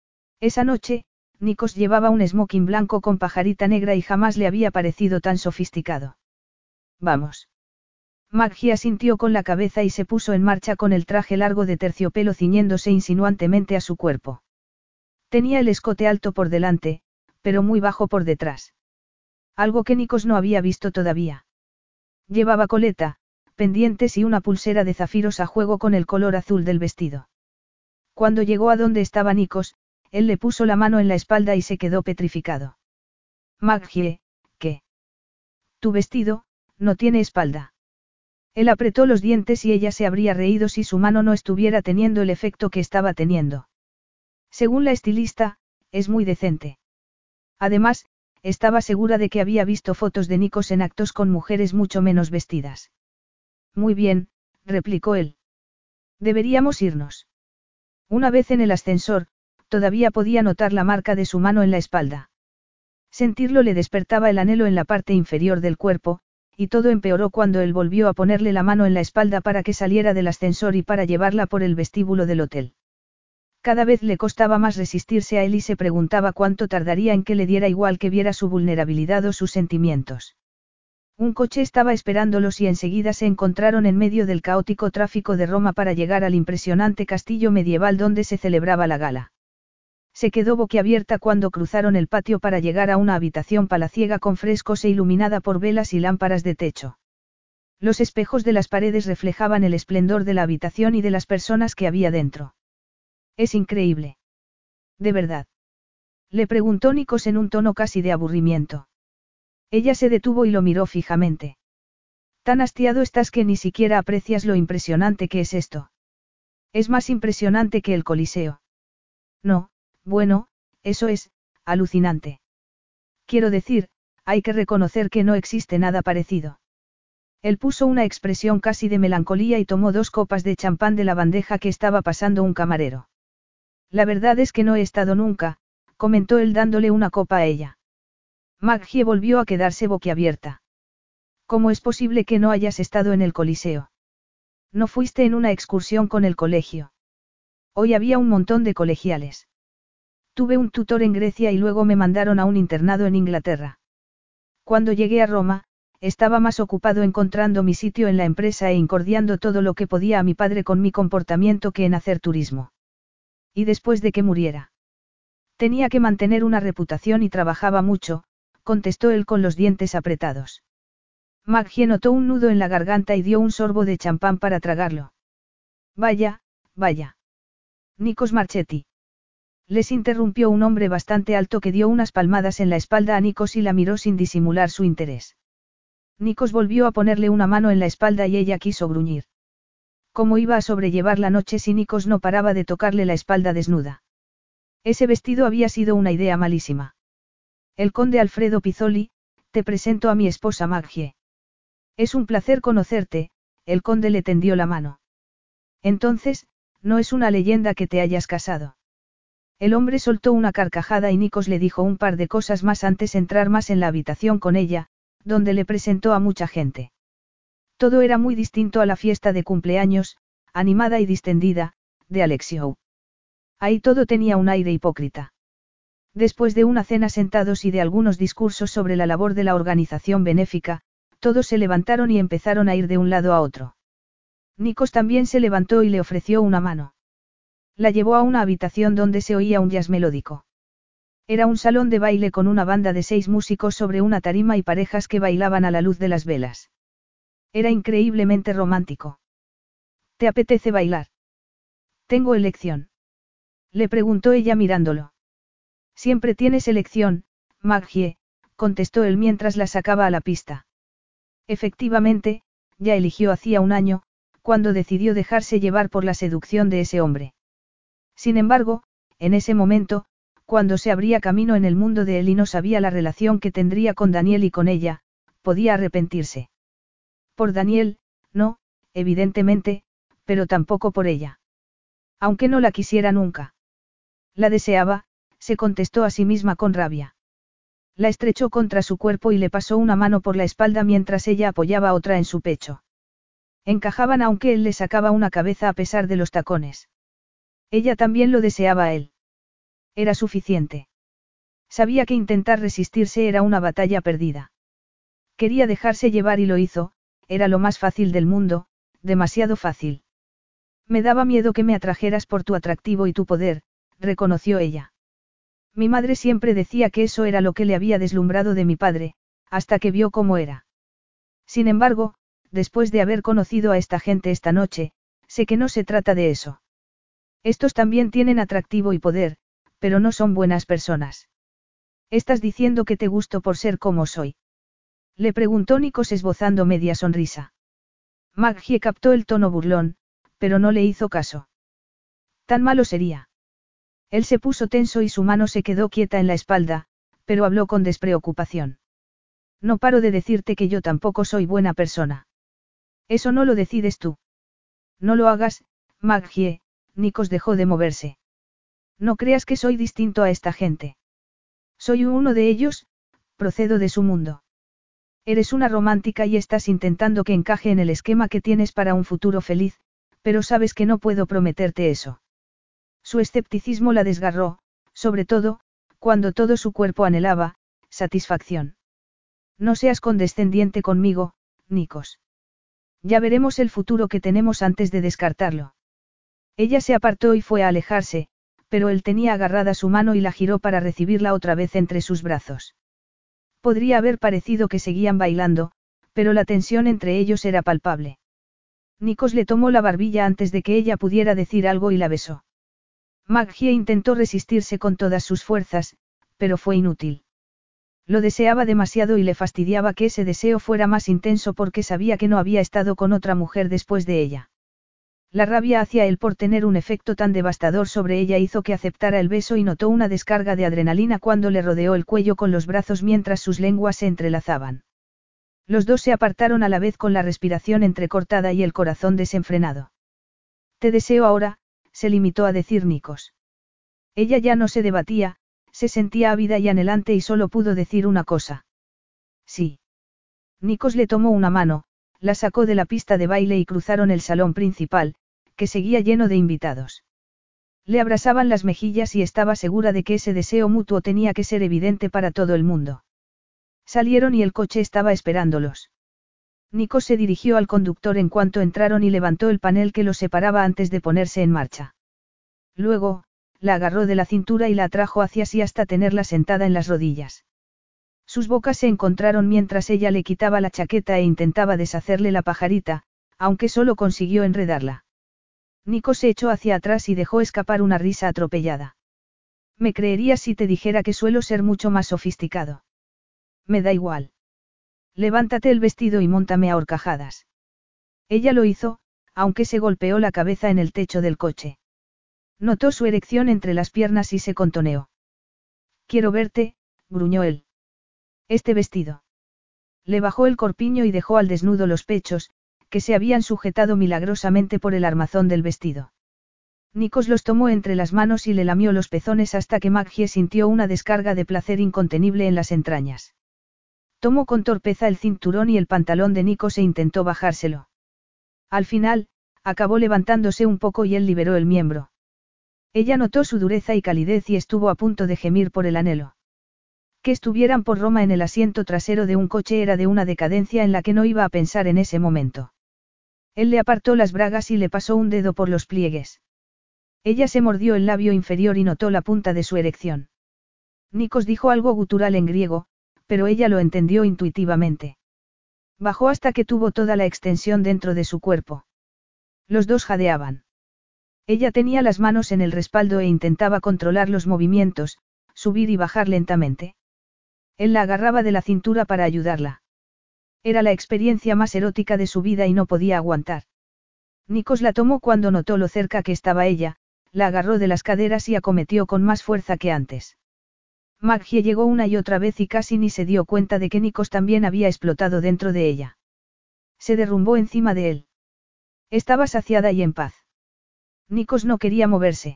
Esa noche, Nikos llevaba un smoking blanco con pajarita negra y jamás le había parecido tan sofisticado. Vamos. Maggie asintió con la cabeza y se puso en marcha con el traje largo de terciopelo ciñéndose insinuantemente a su cuerpo. Tenía el escote alto por delante, pero muy bajo por detrás. Algo que Nikos no había visto todavía. Llevaba coleta, pendientes y una pulsera de zafiros a juego con el color azul del vestido. Cuando llegó a donde estaba Nikos, él le puso la mano en la espalda y se quedó petrificado. Maggie, ¿qué? Tu vestido, no tiene espalda. Él apretó los dientes y ella se habría reído si su mano no estuviera teniendo el efecto que estaba teniendo. Según la estilista, es muy decente. Además, estaba segura de que había visto fotos de Nikos en actos con mujeres mucho menos vestidas. Muy bien, replicó él. Deberíamos irnos. Una vez en el ascensor, todavía podía notar la marca de su mano en la espalda. Sentirlo le despertaba el anhelo en la parte inferior del cuerpo, y todo empeoró cuando él volvió a ponerle la mano en la espalda para que saliera del ascensor y para llevarla por el vestíbulo del hotel. Cada vez le costaba más resistirse a él y se preguntaba cuánto tardaría en que le diera igual que viera su vulnerabilidad o sus sentimientos. Un coche estaba esperándolos y enseguida se encontraron en medio del caótico tráfico de Roma para llegar al impresionante castillo medieval donde se celebraba la gala. Se quedó boquiabierta cuando cruzaron el patio para llegar a una habitación palaciega con frescos e iluminada por velas y lámparas de techo. Los espejos de las paredes reflejaban el esplendor de la habitación y de las personas que había dentro. Es increíble. ¿De verdad? Le preguntó Nikos en un tono casi de aburrimiento. Ella se detuvo y lo miró fijamente. Tan hastiado estás que ni siquiera aprecias lo impresionante que es esto. Es más impresionante que el Coliseo. No, bueno, eso es, alucinante. Quiero decir, hay que reconocer que no existe nada parecido. Él puso una expresión casi de melancolía y tomó dos copas de champán de la bandeja que estaba pasando un camarero. La verdad es que no he estado nunca, comentó él dándole una copa a ella. Maggie volvió a quedarse boquiabierta. ¿Cómo es posible que no hayas estado en el Coliseo? ¿No fuiste en una excursión con el colegio? Hoy había un montón de colegiales. Tuve un tutor en Grecia y luego me mandaron a un internado en Inglaterra. Cuando llegué a Roma, estaba más ocupado encontrando mi sitio en la empresa e incordiando todo lo que podía a mi padre con mi comportamiento que en hacer turismo. Y después de que muriera. Tenía que mantener una reputación y trabajaba mucho, contestó él con los dientes apretados. Maggie notó un nudo en la garganta y dio un sorbo de champán para tragarlo. Vaya, vaya. Nikos Marchetti. Les interrumpió un hombre bastante alto que dio unas palmadas en la espalda a Nikos y la miró sin disimular su interés. Nikos volvió a ponerle una mano en la espalda y ella quiso gruñir. ¿Cómo iba a sobrellevar la noche si Nikos no paraba de tocarle la espalda desnuda? Ese vestido había sido una idea malísima. El conde Alfredo Pizzoli, te presento a mi esposa Maggie. Es un placer conocerte, el conde le tendió la mano. Entonces, no es una leyenda que te hayas casado. El hombre soltó una carcajada y Nikos le dijo un par de cosas más antes de entrar más en la habitación con ella, donde le presentó a mucha gente. Todo era muy distinto a la fiesta de cumpleaños, animada y distendida, de Alexiou. Ahí todo tenía un aire hipócrita. Después de una cena sentados y de algunos discursos sobre la labor de la organización benéfica, todos se levantaron y empezaron a ir de un lado a otro. Nikos también se levantó y le ofreció una mano. La llevó a una habitación donde se oía un jazz melódico. Era un salón de baile con una banda de seis músicos sobre una tarima y parejas que bailaban a la luz de las velas. Era increíblemente romántico. ¿Te apetece bailar? ¿Tengo elección? Le preguntó ella mirándolo. Siempre tienes elección, Maggie, contestó él mientras la sacaba a la pista. Efectivamente, ya eligió hacía un año, cuando decidió dejarse llevar por la seducción de ese hombre. Sin embargo, en ese momento, cuando se abría camino en el mundo de él y no sabía la relación que tendría con Daniel y con ella, podía arrepentirse. Por Daniel, no, evidentemente, pero tampoco por ella. Aunque no la quisiera nunca. La deseaba, se contestó a sí misma con rabia. La estrechó contra su cuerpo y le pasó una mano por la espalda mientras ella apoyaba otra en su pecho. Encajaban aunque él le sacaba una cabeza a pesar de los tacones. Ella también lo deseaba a él. Era suficiente. Sabía que intentar resistirse era una batalla perdida. Quería dejarse llevar y lo hizo, era lo más fácil del mundo, demasiado fácil. Me daba miedo que me atrajeras por tu atractivo y tu poder, reconoció ella. Mi madre siempre decía que eso era lo que le había deslumbrado de mi padre, hasta que vio cómo era. Sin embargo, después de haber conocido a esta gente esta noche, sé que no se trata de eso. Estos también tienen atractivo y poder, pero no son buenas personas. ¿Estás diciendo que te gusto por ser como soy? Le preguntó Nikos esbozando media sonrisa. Maggie captó el tono burlón, pero no le hizo caso. Tan malo sería. Él se puso tenso y su mano se quedó quieta en la espalda, pero habló con despreocupación. No paro de decirte que yo tampoco soy buena persona. Eso no lo decides tú. No lo hagas, Maggie. Nikos dejó de moverse. No creas que soy distinto a esta gente. Soy uno de ellos, procedo de su mundo. Eres una romántica y estás intentando que encaje en el esquema que tienes para un futuro feliz, pero sabes que no puedo prometerte eso. Su escepticismo la desgarró, sobre todo, cuando todo su cuerpo anhelaba, satisfacción. No seas condescendiente conmigo, Nikos. Ya veremos el futuro que tenemos antes de descartarlo. Ella se apartó y fue a alejarse, pero él tenía agarrada su mano y la giró para recibirla otra vez entre sus brazos. Podría haber parecido que seguían bailando, pero la tensión entre ellos era palpable. Nikos le tomó la barbilla antes de que ella pudiera decir algo y la besó. Maggie intentó resistirse con todas sus fuerzas, pero fue inútil. Lo deseaba demasiado y le fastidiaba que ese deseo fuera más intenso porque sabía que no había estado con otra mujer después de ella. La rabia hacia él por tener un efecto tan devastador sobre ella hizo que aceptara el beso y notó una descarga de adrenalina cuando le rodeó el cuello con los brazos mientras sus lenguas se entrelazaban. Los dos se apartaron a la vez con la respiración entrecortada y el corazón desenfrenado. Te deseo ahora, se limitó a decir Nikos. Ella ya no se debatía, se sentía ávida y anhelante y solo pudo decir una cosa. Sí. Nikos le tomó una mano, la sacó de la pista de baile y cruzaron el salón principal, que seguía lleno de invitados. Le abrasaban las mejillas y estaba segura de que ese deseo mutuo tenía que ser evidente para todo el mundo. Salieron y el coche estaba esperándolos. Nikos se dirigió al conductor en cuanto entraron y levantó el panel que los separaba antes de ponerse en marcha. Luego, la agarró de la cintura y la atrajo hacia sí hasta tenerla sentada en las rodillas. Sus bocas se encontraron mientras ella le quitaba la chaqueta e intentaba deshacerle la pajarita, aunque solo consiguió enredarla. Nikos se echó hacia atrás y dejó escapar una risa atropellada. Me creerías si te dijera que suelo ser mucho más sofisticado. Me da igual. Levántate el vestido y móntame a horcajadas. Ella lo hizo, aunque se golpeó la cabeza en el techo del coche. Notó su erección entre las piernas y se contoneó. Quiero verte, gruñó él. Este vestido. Le bajó el corpiño y dejó al desnudo los pechos, que se habían sujetado milagrosamente por el armazón del vestido. Nikos los tomó entre las manos y le lamió los pezones hasta que Maggie sintió una descarga de placer incontenible en las entrañas. Tomó con torpeza el cinturón y el pantalón de Nikos e intentó bajárselo. Al final, acabó levantándose un poco y él liberó el miembro. Ella notó su dureza y calidez y estuvo a punto de gemir por el anhelo. Que estuvieran por Roma en el asiento trasero de un coche era de una decadencia en la que no iba a pensar en ese momento. Él le apartó las bragas y le pasó un dedo por los pliegues. Ella se mordió el labio inferior y notó la punta de su erección. Nikos dijo algo gutural en griego, pero ella lo entendió intuitivamente. Bajó hasta que tuvo toda la extensión dentro de su cuerpo. Los dos jadeaban. Ella tenía las manos en el respaldo e intentaba controlar los movimientos, subir y bajar lentamente. Él la agarraba de la cintura para ayudarla. Era la experiencia más erótica de su vida y no podía aguantar. Nikos la tomó cuando notó lo cerca que estaba ella, la agarró de las caderas y acometió con más fuerza que antes. Maggie llegó una y otra vez y casi ni se dio cuenta de que Nikos también había explotado dentro de ella. Se derrumbó encima de él. Estaba saciada y en paz. Nikos no quería moverse.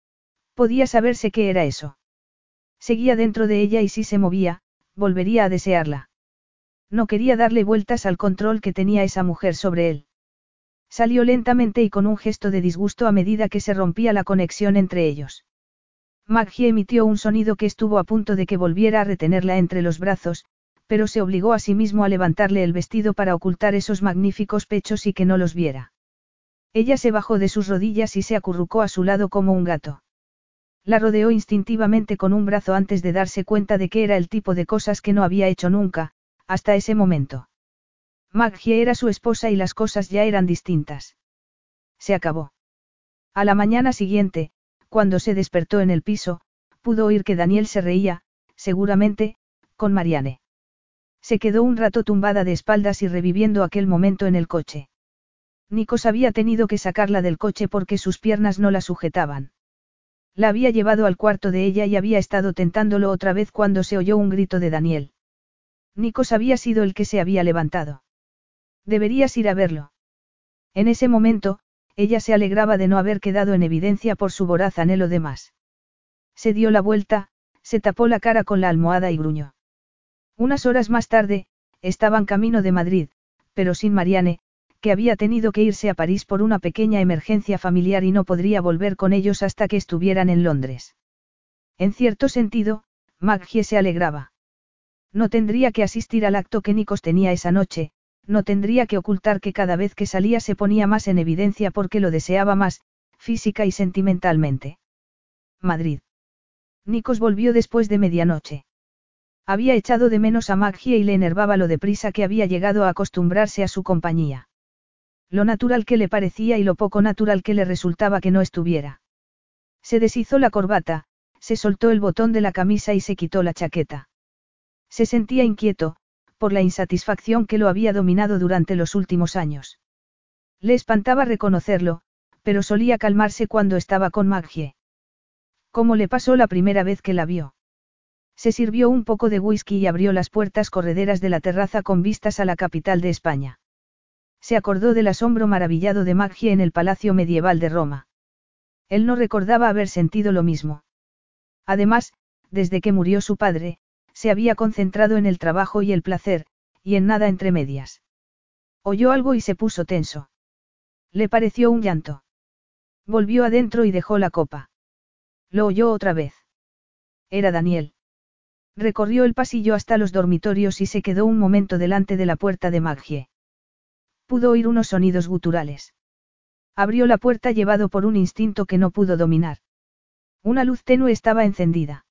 Podía saberse qué era eso. Seguía dentro de ella y si se movía, volvería a desearla. No quería darle vueltas al control que tenía esa mujer sobre él. Salió lentamente y con un gesto de disgusto a medida que se rompía la conexión entre ellos. Maggie emitió un sonido que estuvo a punto de que volviera a retenerla entre los brazos, pero se obligó a sí mismo a levantarle el vestido para ocultar esos magníficos pechos y que no los viera. Ella se bajó de sus rodillas y se acurrucó a su lado como un gato. La rodeó instintivamente con un brazo antes de darse cuenta de que era el tipo de cosas que no había hecho nunca, hasta ese momento. Maggie era su esposa y las cosas ya eran distintas. Se acabó. A la mañana siguiente, cuando se despertó en el piso, pudo oír que Daniel se reía, seguramente, con Marianne. Se quedó un rato tumbada de espaldas y reviviendo aquel momento en el coche. Nikos había tenido que sacarla del coche porque sus piernas no la sujetaban. La había llevado al cuarto de ella y había estado tentándolo otra vez cuando se oyó un grito de Daniel. Nikos había sido el que se había levantado. Deberías ir a verlo. En ese momento, ella se alegraba de no haber quedado en evidencia por su voraz anhelo de más. Se dio la vuelta, se tapó la cara con la almohada y gruñó. Unas horas más tarde, estaban camino de Madrid, pero sin Marianne, que había tenido que irse a París por una pequeña emergencia familiar y no podría volver con ellos hasta que estuvieran en Londres. En cierto sentido, Maggie se alegraba. No tendría que asistir al acto que Nikos tenía esa noche, no tendría que ocultar que cada vez que salía se ponía más en evidencia porque lo deseaba más, física y sentimentalmente. Madrid. Nikos volvió después de medianoche. Había echado de menos a Maggie y le enervaba lo deprisa que había llegado a acostumbrarse a su compañía. Lo natural que le parecía y lo poco natural que le resultaba que no estuviera. Se deshizo la corbata, se soltó el botón de la camisa y se quitó la chaqueta. Se sentía inquieto, por la insatisfacción que lo había dominado durante los últimos años. Le espantaba reconocerlo, pero solía calmarse cuando estaba con Maggie. ¿Cómo le pasó la primera vez que la vio? Se sirvió un poco de whisky y abrió las puertas correderas de la terraza con vistas a la capital de España. Se acordó del asombro maravillado de Maggie en el Palacio Medieval de Roma. Él no recordaba haber sentido lo mismo. Además, desde que murió su padre, se había concentrado en el trabajo y el placer, y en nada entre medias. Oyó algo y se puso tenso. Le pareció un llanto. Volvió adentro y dejó la copa. Lo oyó otra vez. Era Daniel. Recorrió el pasillo hasta los dormitorios y se quedó un momento delante de la puerta de Maggie. Pudo oír unos sonidos guturales. Abrió la puerta llevado por un instinto que no pudo dominar. Una luz tenue estaba encendida.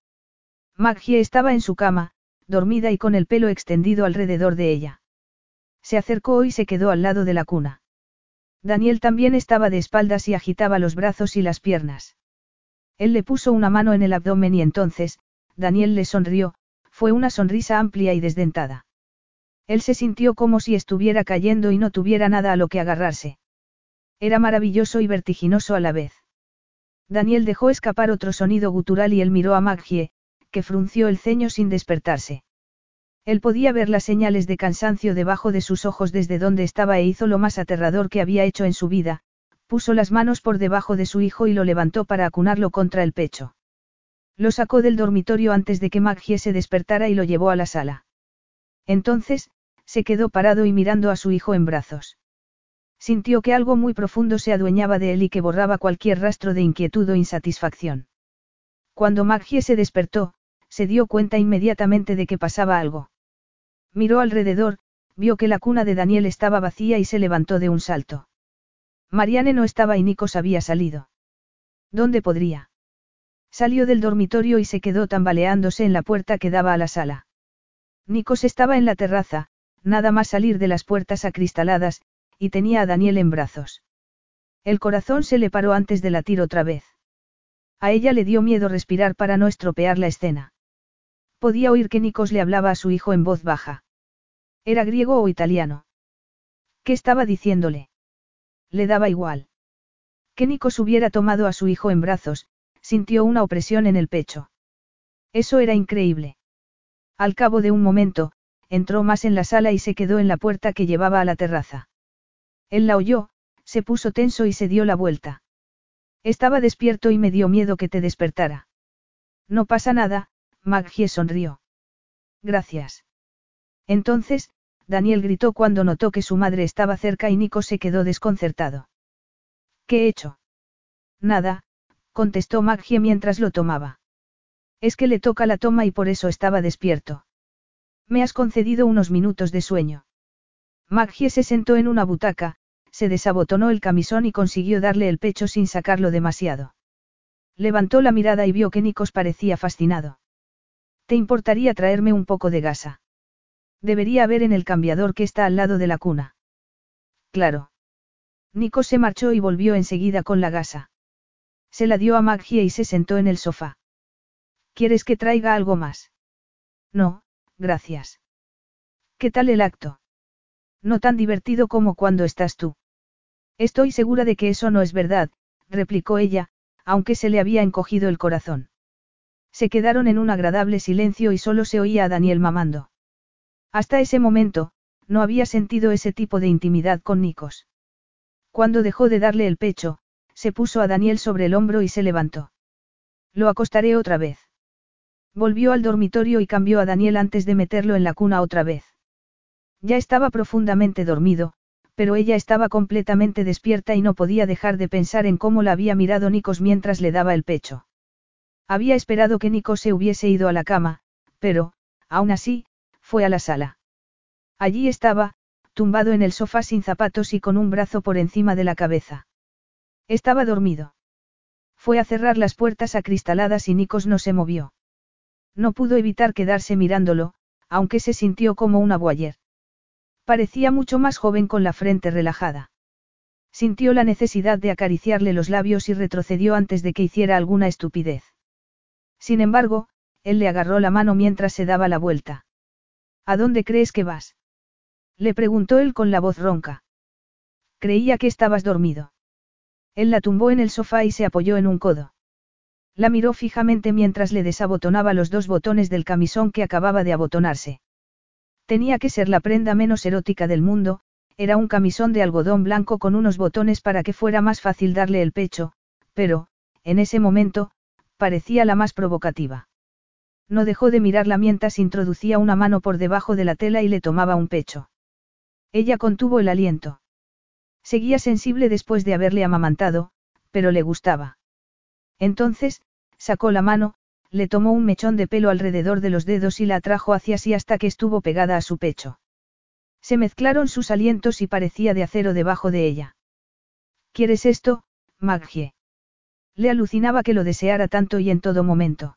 Maggie estaba en su cama, dormida y con el pelo extendido alrededor de ella. Se acercó y se quedó al lado de la cuna. Daniel también estaba de espaldas y agitaba los brazos y las piernas. Él le puso una mano en el abdomen y entonces, Daniel le sonrió, fue una sonrisa amplia y desdentada. Él se sintió como si estuviera cayendo y no tuviera nada a lo que agarrarse. Era maravilloso y vertiginoso a la vez. Daniel dejó escapar otro sonido gutural y él miró a Maggie, que frunció el ceño sin despertarse. Él podía ver las señales de cansancio debajo de sus ojos desde donde estaba e hizo lo más aterrador que había hecho en su vida, puso las manos por debajo de su hijo y lo levantó para acunarlo contra el pecho. Lo sacó del dormitorio antes de que Maggie se despertara y lo llevó a la sala. Entonces, se quedó parado y mirando a su hijo en brazos. Sintió que algo muy profundo se adueñaba de él y que borraba cualquier rastro de inquietud o insatisfacción. Cuando Maggie se despertó, se dio cuenta inmediatamente de que pasaba algo. Miró alrededor, vio que la cuna de Daniel estaba vacía y se levantó de un salto. Marianne no estaba y Nikos había salido. ¿Dónde podría? Salió del dormitorio y se quedó tambaleándose en la puerta que daba a la sala. Nikos estaba en la terraza, nada más salir de las puertas acristaladas, y tenía a Daniel en brazos. El corazón se le paró antes de latir otra vez. A ella le dio miedo respirar para no estropear la escena. Podía oír que Nikos le hablaba a su hijo en voz baja. ¿Era griego o italiano? ¿Qué estaba diciéndole? Le daba igual. Que Nikos hubiera tomado a su hijo en brazos, sintió una opresión en el pecho. Eso era increíble. Al cabo de un momento, entró más en la sala y se quedó en la puerta que llevaba a la terraza. Él la oyó, se puso tenso y se dio la vuelta. Estaba despierto y me dio miedo que te despertara. No pasa nada, Maggie sonrió. Gracias. Entonces, Daniel gritó cuando notó que su madre estaba cerca y Nico se quedó desconcertado. ¿Qué he hecho? Nada, contestó Maggie mientras lo tomaba. Es que le toca la toma y por eso estaba despierto. Me has concedido unos minutos de sueño. Maggie se sentó en una butaca, se desabotonó el camisón y consiguió darle el pecho sin sacarlo demasiado. Levantó la mirada y vio que Nikos parecía fascinado. ¿Te importaría traerme un poco de gasa? Debería haber en el cambiador que está al lado de la cuna. Claro. Nikos se marchó y volvió enseguida con la gasa. Se la dio a Maggie y se sentó en el sofá. ¿Quieres que traiga algo más? No, gracias. ¿Qué tal el acto? No tan divertido como cuando estás tú. Estoy segura de que eso no es verdad, replicó ella, aunque se le había encogido el corazón. Se quedaron en un agradable silencio y solo se oía a Daniel mamando. Hasta ese momento, no había sentido ese tipo de intimidad con Nikos. Cuando dejó de darle el pecho, se puso a Daniel sobre el hombro y se levantó. Lo acostaré otra vez. Volvió al dormitorio y cambió a Daniel antes de meterlo en la cuna otra vez. Ya estaba profundamente dormido, pero ella estaba completamente despierta y no podía dejar de pensar en cómo la había mirado Nikos mientras le daba el pecho. Había esperado que Nikos se hubiese ido a la cama, pero, aún así, fue a la sala. Allí estaba, tumbado en el sofá sin zapatos y con un brazo por encima de la cabeza. Estaba dormido. Fue a cerrar las puertas acristaladas y Nikos no se movió. No pudo evitar quedarse mirándolo, aunque se sintió como una voyeur. Parecía mucho más joven con la frente relajada. Sintió la necesidad de acariciarle los labios y retrocedió antes de que hiciera alguna estupidez. Sin embargo, él le agarró la mano mientras se daba la vuelta. ¿A dónde crees que vas? Le preguntó él con la voz ronca. Creía que estabas dormido. Él la tumbó en el sofá y se apoyó en un codo. La miró fijamente mientras le desabotonaba los dos botones del camisón que acababa de abotonarse. Tenía que ser la prenda menos erótica del mundo, era un camisón de algodón blanco con unos botones para que fuera más fácil darle el pecho, pero, en ese momento, parecía la más provocativa. No dejó de mirarla mientras introducía una mano por debajo de la tela y le tomaba un pecho. Ella contuvo el aliento. Seguía sensible después de haberle amamantado, pero le gustaba. Entonces, sacó la mano, le tomó un mechón de pelo alrededor de los dedos y la atrajo hacia sí hasta que estuvo pegada a su pecho. Se mezclaron sus alientos y parecía de acero debajo de ella. ¿Quieres esto, Maggie? Le alucinaba que lo deseara tanto y en todo momento.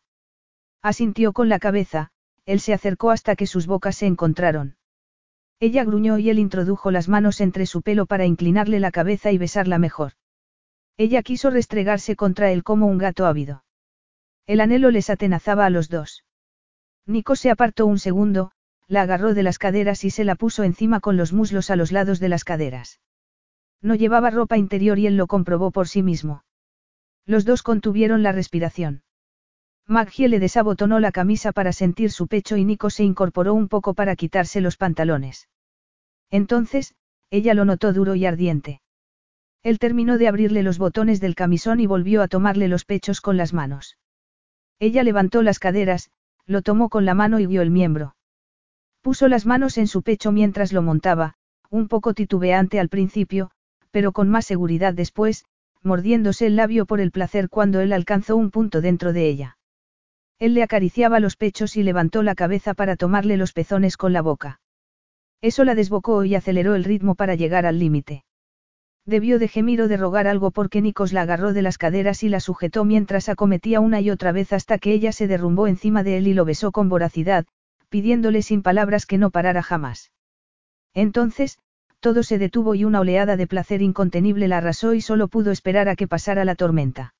Asintió con la cabeza, él se acercó hasta que sus bocas se encontraron. Ella gruñó y él introdujo las manos entre su pelo para inclinarle la cabeza y besarla mejor. Ella quiso restregarse contra él como un gato ávido. El anhelo les atenazaba a los dos. Nico se apartó un segundo, la agarró de las caderas y se la puso encima con los muslos a los lados de las caderas. No llevaba ropa interior y él lo comprobó por sí mismo. Los dos contuvieron la respiración. Maggie le desabotonó la camisa para sentir su pecho y Nico se incorporó un poco para quitarse los pantalones. Entonces, ella lo notó duro y ardiente. Él terminó de abrirle los botones del camisón y volvió a tomarle los pechos con las manos. Ella levantó las caderas, lo tomó con la mano y guió el miembro. Puso las manos en su pecho mientras lo montaba, un poco titubeante al principio, pero con más seguridad después, mordiéndose el labio por el placer cuando él alcanzó un punto dentro de ella. Él le acariciaba los pechos y levantó la cabeza para tomarle los pezones con la boca. Eso la desbocó y aceleró el ritmo para llegar al límite. Debió de gemir o de rogar algo porque Nikos la agarró de las caderas y la sujetó mientras acometía una y otra vez hasta que ella se derrumbó encima de él y lo besó con voracidad, pidiéndole sin palabras que no parara jamás. Entonces, todo se detuvo y una oleada de placer incontenible la arrasó y solo pudo esperar a que pasara la tormenta.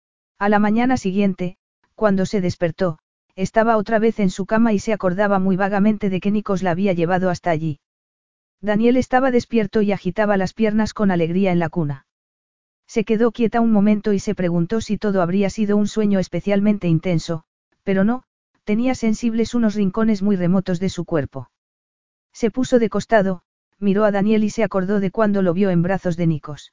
A la mañana siguiente, cuando se despertó, estaba otra vez en su cama y se acordaba muy vagamente de que Nikos la había llevado hasta allí. Daniel estaba despierto y agitaba las piernas con alegría en la cuna. Se quedó quieta un momento y se preguntó si todo habría sido un sueño especialmente intenso, pero no, tenía sensibles unos rincones muy remotos de su cuerpo. Se puso de costado, miró a Daniel y se acordó de cuando lo vio en brazos de Nikos.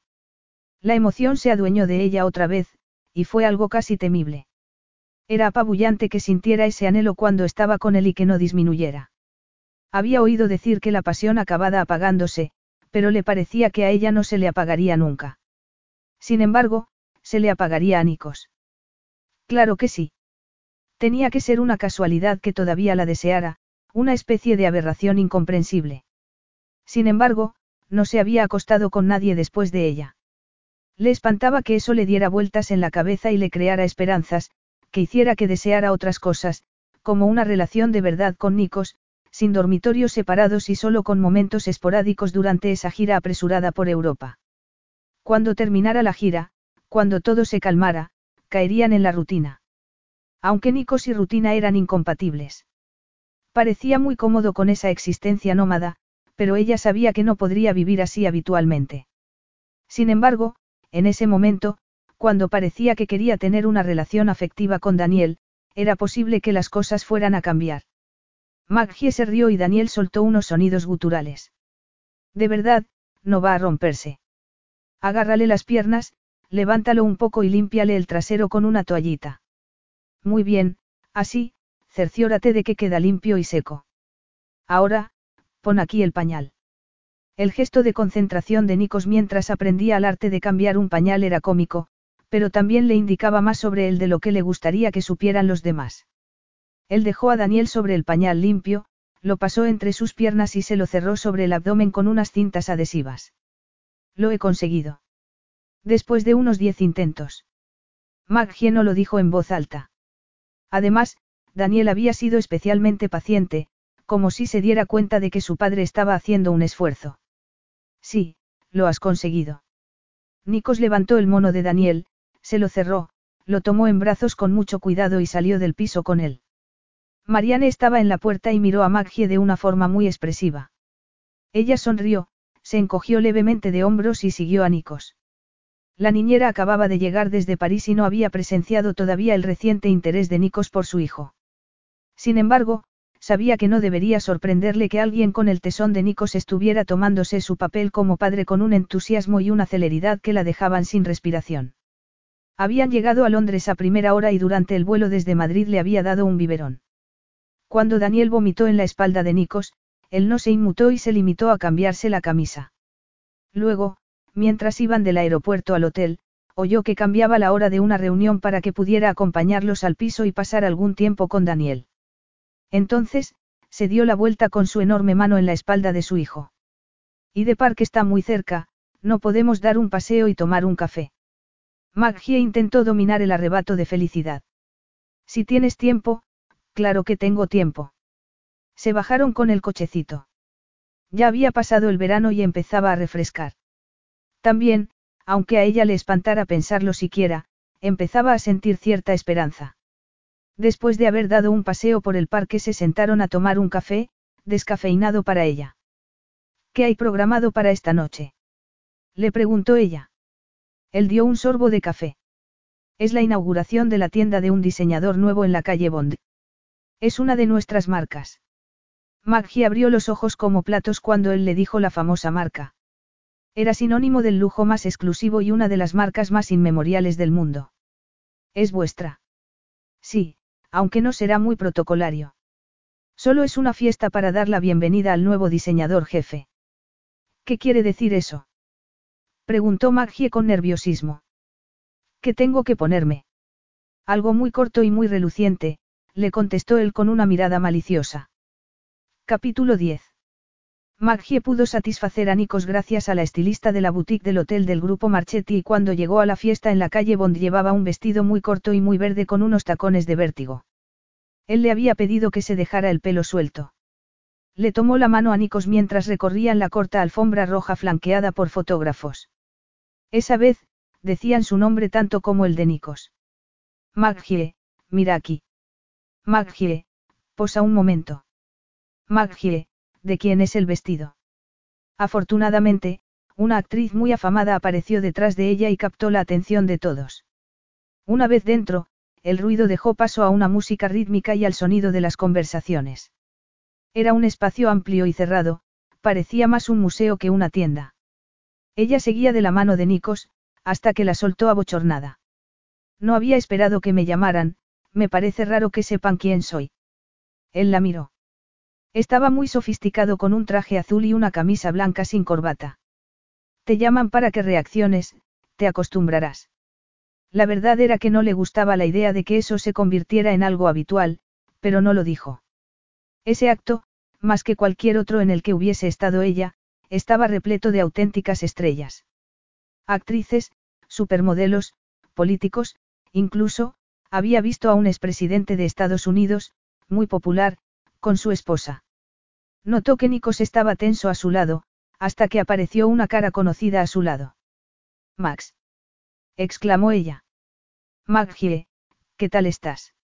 La emoción se adueñó de ella otra vez, y fue algo casi temible. Era apabullante que sintiera ese anhelo cuando estaba con él y que no disminuyera. Había oído decir que la pasión acababa apagándose, pero le parecía que a ella no se le apagaría nunca. Sin embargo, se le apagaría a Nikos. Claro que sí. Tenía que ser una casualidad que todavía la deseara, una especie de aberración incomprensible. Sin embargo, no se había acostado con nadie después de ella. Le espantaba que eso le diera vueltas en la cabeza y le creara esperanzas, que hiciera que deseara otras cosas, como una relación de verdad con Nikos, sin dormitorios separados y solo con momentos esporádicos durante esa gira apresurada por Europa. Cuando terminara la gira, cuando todo se calmara, caerían en la rutina. Aunque Nikos y rutina eran incompatibles. Parecía muy cómodo con esa existencia nómada, pero ella sabía que no podría vivir así habitualmente. Sin embargo, en ese momento, cuando parecía que quería tener una relación afectiva con Daniel, era posible que las cosas fueran a cambiar. Maggie se rió y Daniel soltó unos sonidos guturales. De verdad, no va a romperse. Agárrale las piernas, levántalo un poco y límpiale el trasero con una toallita. Muy bien, así, cerciórate de que queda limpio y seco. Ahora, pon aquí el pañal. El gesto de concentración de Nikos mientras aprendía el arte de cambiar un pañal era cómico, pero también le indicaba más sobre él de lo que le gustaría que supieran los demás. Él dejó a Daniel sobre el pañal limpio, lo pasó entre sus piernas y se lo cerró sobre el abdomen con unas cintas adhesivas. Lo he conseguido. Después de unos diez intentos. Maggie no lo dijo en voz alta. Además, Daniel había sido especialmente paciente, como si se diera cuenta de que su padre estaba haciendo un esfuerzo. Sí, lo has conseguido. Nikos levantó el mono de Daniel, se lo cerró, lo tomó en brazos con mucho cuidado y salió del piso con él. Marianne estaba en la puerta y miró a Maggie de una forma muy expresiva. Ella sonrió, se encogió levemente de hombros y siguió a Nikos. La niñera acababa de llegar desde París y no había presenciado todavía el reciente interés de Nikos por su hijo. Sin embargo, sabía que no debería sorprenderle que alguien con el tesón de Nikos estuviera tomándose su papel como padre con un entusiasmo y una celeridad que la dejaban sin respiración. Habían llegado a Londres a primera hora y durante el vuelo desde Madrid le había dado un biberón. Cuando Daniel vomitó en la espalda de Nikos, él no se inmutó y se limitó a cambiarse la camisa. Luego, mientras iban del aeropuerto al hotel, oyó que cambiaba la hora de una reunión para que pudiera acompañarlos al piso y pasar algún tiempo con Daniel. Entonces, se dio la vuelta con su enorme mano en la espalda de su hijo. Y de Park está muy cerca, no podemos dar un paseo y tomar un café. Maggie intentó dominar el arrebato de felicidad. Si tienes tiempo, claro que tengo tiempo. Se bajaron con el cochecito. Ya había pasado el verano y empezaba a refrescar. También, aunque a ella le espantara pensarlo siquiera, empezaba a sentir cierta esperanza. Después de haber dado un paseo por el parque se sentaron a tomar un café, descafeinado para ella. ¿Qué hay programado para esta noche?, le preguntó ella. Él dio un sorbo de café. Es la inauguración de la tienda de un diseñador nuevo en la calle Bond. Es una de nuestras marcas. Maggie abrió los ojos como platos cuando él le dijo la famosa marca. Era sinónimo del lujo más exclusivo y una de las marcas más inmemoriales del mundo. ¿Es vuestra? Sí, aunque no será muy protocolario. Solo es una fiesta para dar la bienvenida al nuevo diseñador jefe. ¿Qué quiere decir eso?, preguntó Maggie con nerviosismo. ¿Qué tengo que ponerme? Algo muy corto y muy reluciente, le contestó él con una mirada maliciosa. Capítulo diez. Maggie pudo satisfacer a Nikos gracias a la estilista de la boutique del hotel del grupo Marchetti y cuando llegó a la fiesta en la calle Bond llevaba un vestido muy corto y muy verde con unos tacones de vértigo. Él le había pedido que se dejara el pelo suelto. Le tomó la mano a Nikos mientras recorrían la corta alfombra roja flanqueada por fotógrafos. Esa vez, decían su nombre tanto como el de Nikos. Maggie, mira aquí. Maggie, posa un momento. Maggie, ¿de quién es el vestido? Afortunadamente, una actriz muy afamada apareció detrás de ella y captó la atención de todos. Una vez dentro, el ruido dejó paso a una música rítmica y al sonido de las conversaciones. Era un espacio amplio y cerrado, parecía más un museo que una tienda. Ella seguía de la mano de Nikos, hasta que la soltó abochornada. No había esperado que me llamaran, me parece raro que sepan quién soy. Él la miró. Estaba muy sofisticado con un traje azul y una camisa blanca sin corbata. Te llaman para que reacciones, te acostumbrarás. La verdad era que no le gustaba la idea de que eso se convirtiera en algo habitual, pero no lo dijo. Ese acto, más que cualquier otro en el que hubiese estado ella, estaba repleto de auténticas estrellas. Actrices, supermodelos, políticos, incluso, había visto a un expresidente de Estados Unidos, muy popular, con su esposa. Notó que Nikos estaba tenso a su lado, hasta que apareció una cara conocida a su lado. Max. Exclamó ella. Maggie, ¿qué tal estás?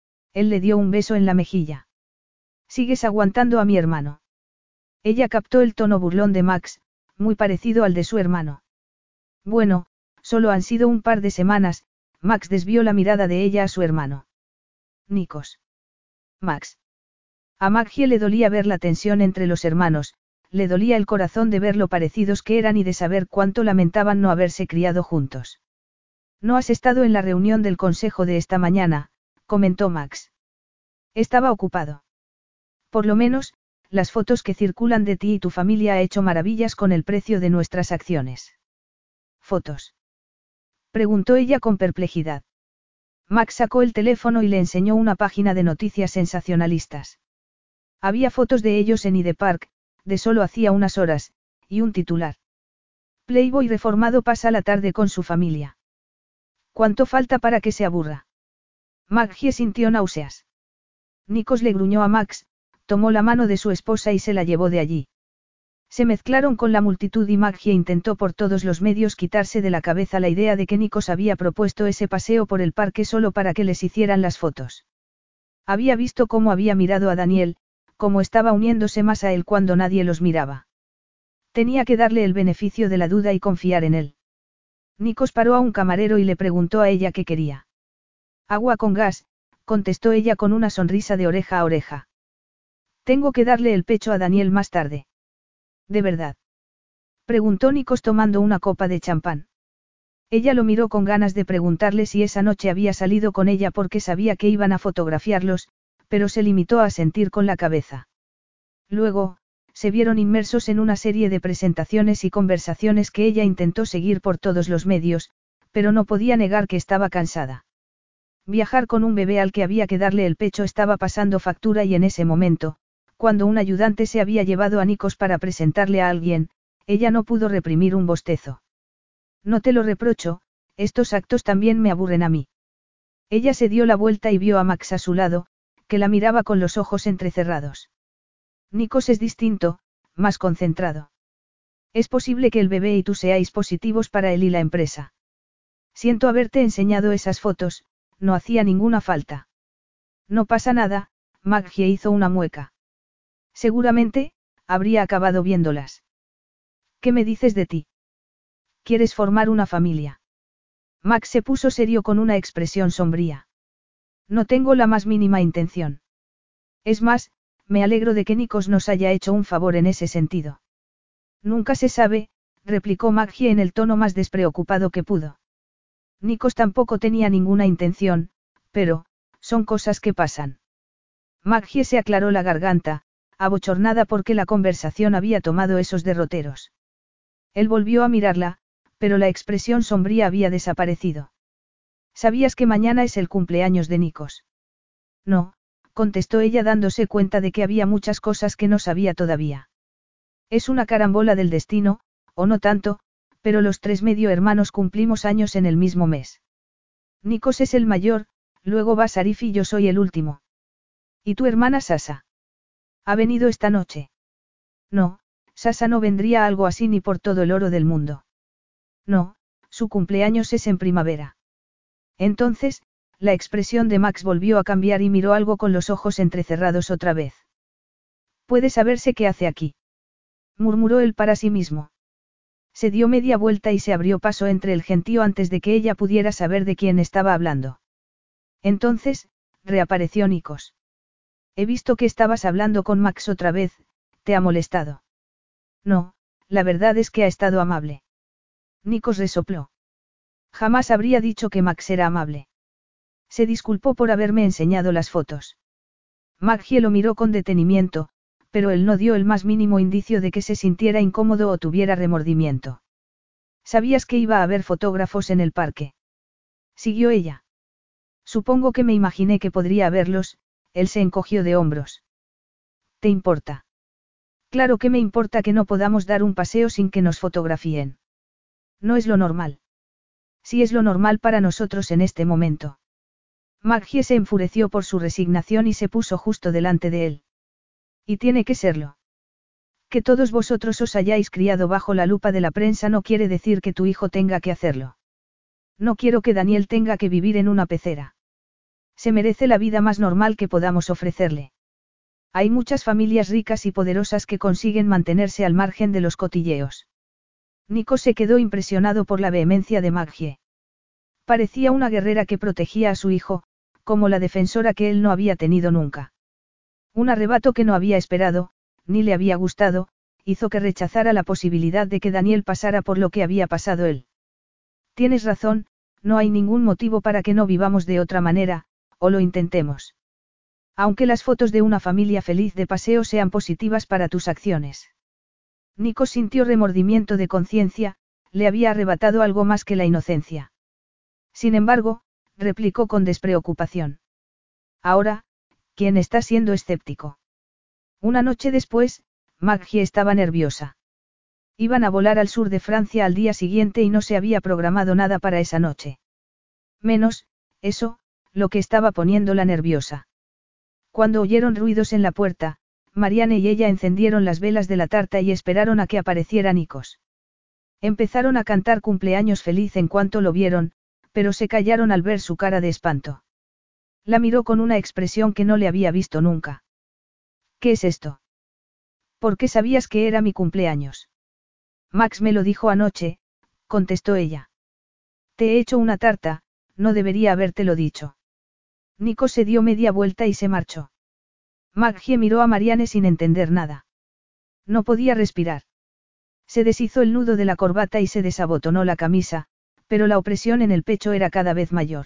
Él le dio un beso en la mejilla. ¿Sigues aguantando a mi hermano? Ella captó el tono burlón de Max, muy parecido al de su hermano. Bueno, solo han sido un par de semanas, Max desvió la mirada de ella a su hermano. Nikos. Max. A Maggie le dolía ver la tensión entre los hermanos, le dolía el corazón de ver lo parecidos que eran y de saber cuánto lamentaban no haberse criado juntos. No has estado en la reunión del consejo de esta mañana, comentó Max. Estaba ocupado. Por lo menos, las fotos que circulan de ti y tu familia ha hecho maravillas con el precio de nuestras acciones. ¿Fotos? Preguntó ella con perplejidad. Max sacó el teléfono y le enseñó una página de noticias sensacionalistas. Había fotos de ellos en Hyde Park, de solo hacía unas horas, y un titular. Playboy reformado pasa la tarde con su familia. ¿Cuánto falta para que se aburra? Maggie sintió náuseas. Nikos le gruñó a Max, tomó la mano de su esposa y se la llevó de allí. Se mezclaron con la multitud y Maggie intentó por todos los medios quitarse de la cabeza la idea de que Nikos había propuesto ese paseo por el parque solo para que les hicieran las fotos. Había visto cómo había mirado a Daniel, cómo estaba uniéndose más a él cuando nadie los miraba. Tenía que darle el beneficio de la duda y confiar en él. Nikos paró a un camarero y le preguntó a ella qué quería. Agua con gas, contestó ella con una sonrisa de oreja a oreja. Tengo que darle el pecho a Daniel más tarde. ¿De verdad? Preguntó Nikos tomando una copa de champán. Ella lo miró con ganas de preguntarle si esa noche había salido con ella porque sabía que iban a fotografiarlos, pero se limitó a sentir con la cabeza. Luego, se vieron inmersos en una serie de presentaciones y conversaciones que ella intentó seguir por todos los medios, pero no podía negar que estaba cansada. Viajar con un bebé al que había que darle el pecho estaba pasando factura y en ese momento, cuando un ayudante se había llevado a Nikos para presentarle a alguien, ella no pudo reprimir un bostezo. No te lo reprocho, estos actos también me aburren a mí. Ella se dio la vuelta y vio a Max a su lado, que la miraba con los ojos entrecerrados. Nikos es distinto, más concentrado. Es posible que el bebé y tú seáis positivos para él y la empresa. Siento haberte enseñado esas fotos, no hacía ninguna falta. No pasa nada, Maggie hizo una mueca. Seguramente, habría acabado viéndolas. ¿Qué me dices de ti? ¿Quieres formar una familia? Max se puso serio con una expresión sombría. No tengo la más mínima intención. Es más, me alegro de que Nikos nos haya hecho un favor en ese sentido. Nunca se sabe, replicó Maggie en el tono más despreocupado que pudo. Nikos tampoco tenía ninguna intención, pero, son cosas que pasan. Maggie se aclaró la garganta, abochornada porque la conversación había tomado esos derroteros. Él volvió a mirarla, pero la expresión sombría había desaparecido. ¿Sabías que mañana es el cumpleaños de Nikos? No, contestó ella dándose cuenta de que había muchas cosas que no sabía todavía. Es una carambola del destino, o no tanto, pero los tres medio hermanos cumplimos años en el mismo mes. Nikos es el mayor, luego va Sarif y yo soy el último. ¿Y tu hermana Sasa? ¿Ha venido esta noche? No, Sasa no vendría a algo así ni por todo el oro del mundo. No, su cumpleaños es en primavera. Entonces, la expresión de Max volvió a cambiar y miró algo con los ojos entrecerrados otra vez. ¿Puede saberse qué hace aquí? Murmuró él para sí mismo. Se dio media vuelta y se abrió paso entre el gentío antes de que ella pudiera saber de quién estaba hablando. Entonces, reapareció Nikos. He visto que estabas hablando con Max otra vez, ¿te ha molestado? No, la verdad es que ha estado amable. Nikos resopló. Jamás habría dicho que Max era amable. Se disculpó por haberme enseñado las fotos. Maggie lo miró con detenimiento, pero él no dio el más mínimo indicio de que se sintiera incómodo o tuviera remordimiento. ¿Sabías que iba a haber fotógrafos en el parque? Siguió ella. Supongo que me imaginé que podría haberlos, él se encogió de hombros. ¿Te importa? Claro que me importa que no podamos dar un paseo sin que nos fotografíen. No es lo normal. Sí es lo normal para nosotros en este momento. Maggie se enfureció por su resignación y se puso justo delante de él. Y tiene que serlo. Que todos vosotros os hayáis criado bajo la lupa de la prensa no quiere decir que tu hijo tenga que hacerlo. No quiero que Daniel tenga que vivir en una pecera. Se merece la vida más normal que podamos ofrecerle. Hay muchas familias ricas y poderosas que consiguen mantenerse al margen de los cotilleos. Nico se quedó impresionado por la vehemencia de Maggie. Parecía una guerrera que protegía a su hijo, como la defensora que él no había tenido nunca. Un arrebato que no había esperado, ni le había gustado, hizo que rechazara la posibilidad de que Daniel pasara por lo que había pasado él. Tienes razón, no hay ningún motivo para que no vivamos de otra manera, o lo intentemos. Aunque las fotos de una familia feliz de paseo sean positivas para tus acciones. Nico sintió remordimiento de conciencia, le había arrebatado algo más que la inocencia. Sin embargo, replicó con despreocupación. Ahora, ¿quién está siendo escéptico? Una noche después, Maggie estaba nerviosa. Iban a volar al sur de Francia al día siguiente y no se había programado nada para esa noche. Menos, eso, lo que estaba poniéndola nerviosa. Cuando oyeron ruidos en la puerta, Marianne y ella encendieron las velas de la tarta y esperaron a que apareciera Nikos. Empezaron a cantar cumpleaños feliz en cuanto lo vieron, pero se callaron al ver su cara de espanto. La miró con una expresión que no le había visto nunca. ¿Qué es esto? ¿Por qué sabías que era mi cumpleaños? Max me lo dijo anoche, contestó ella. Te he hecho una tarta, no debería habértelo dicho. Nico se dio media vuelta y se marchó. Maggie miró a Marianne sin entender nada. No podía respirar. Se deshizo el nudo de la corbata y se desabotonó la camisa, pero la opresión en el pecho era cada vez mayor.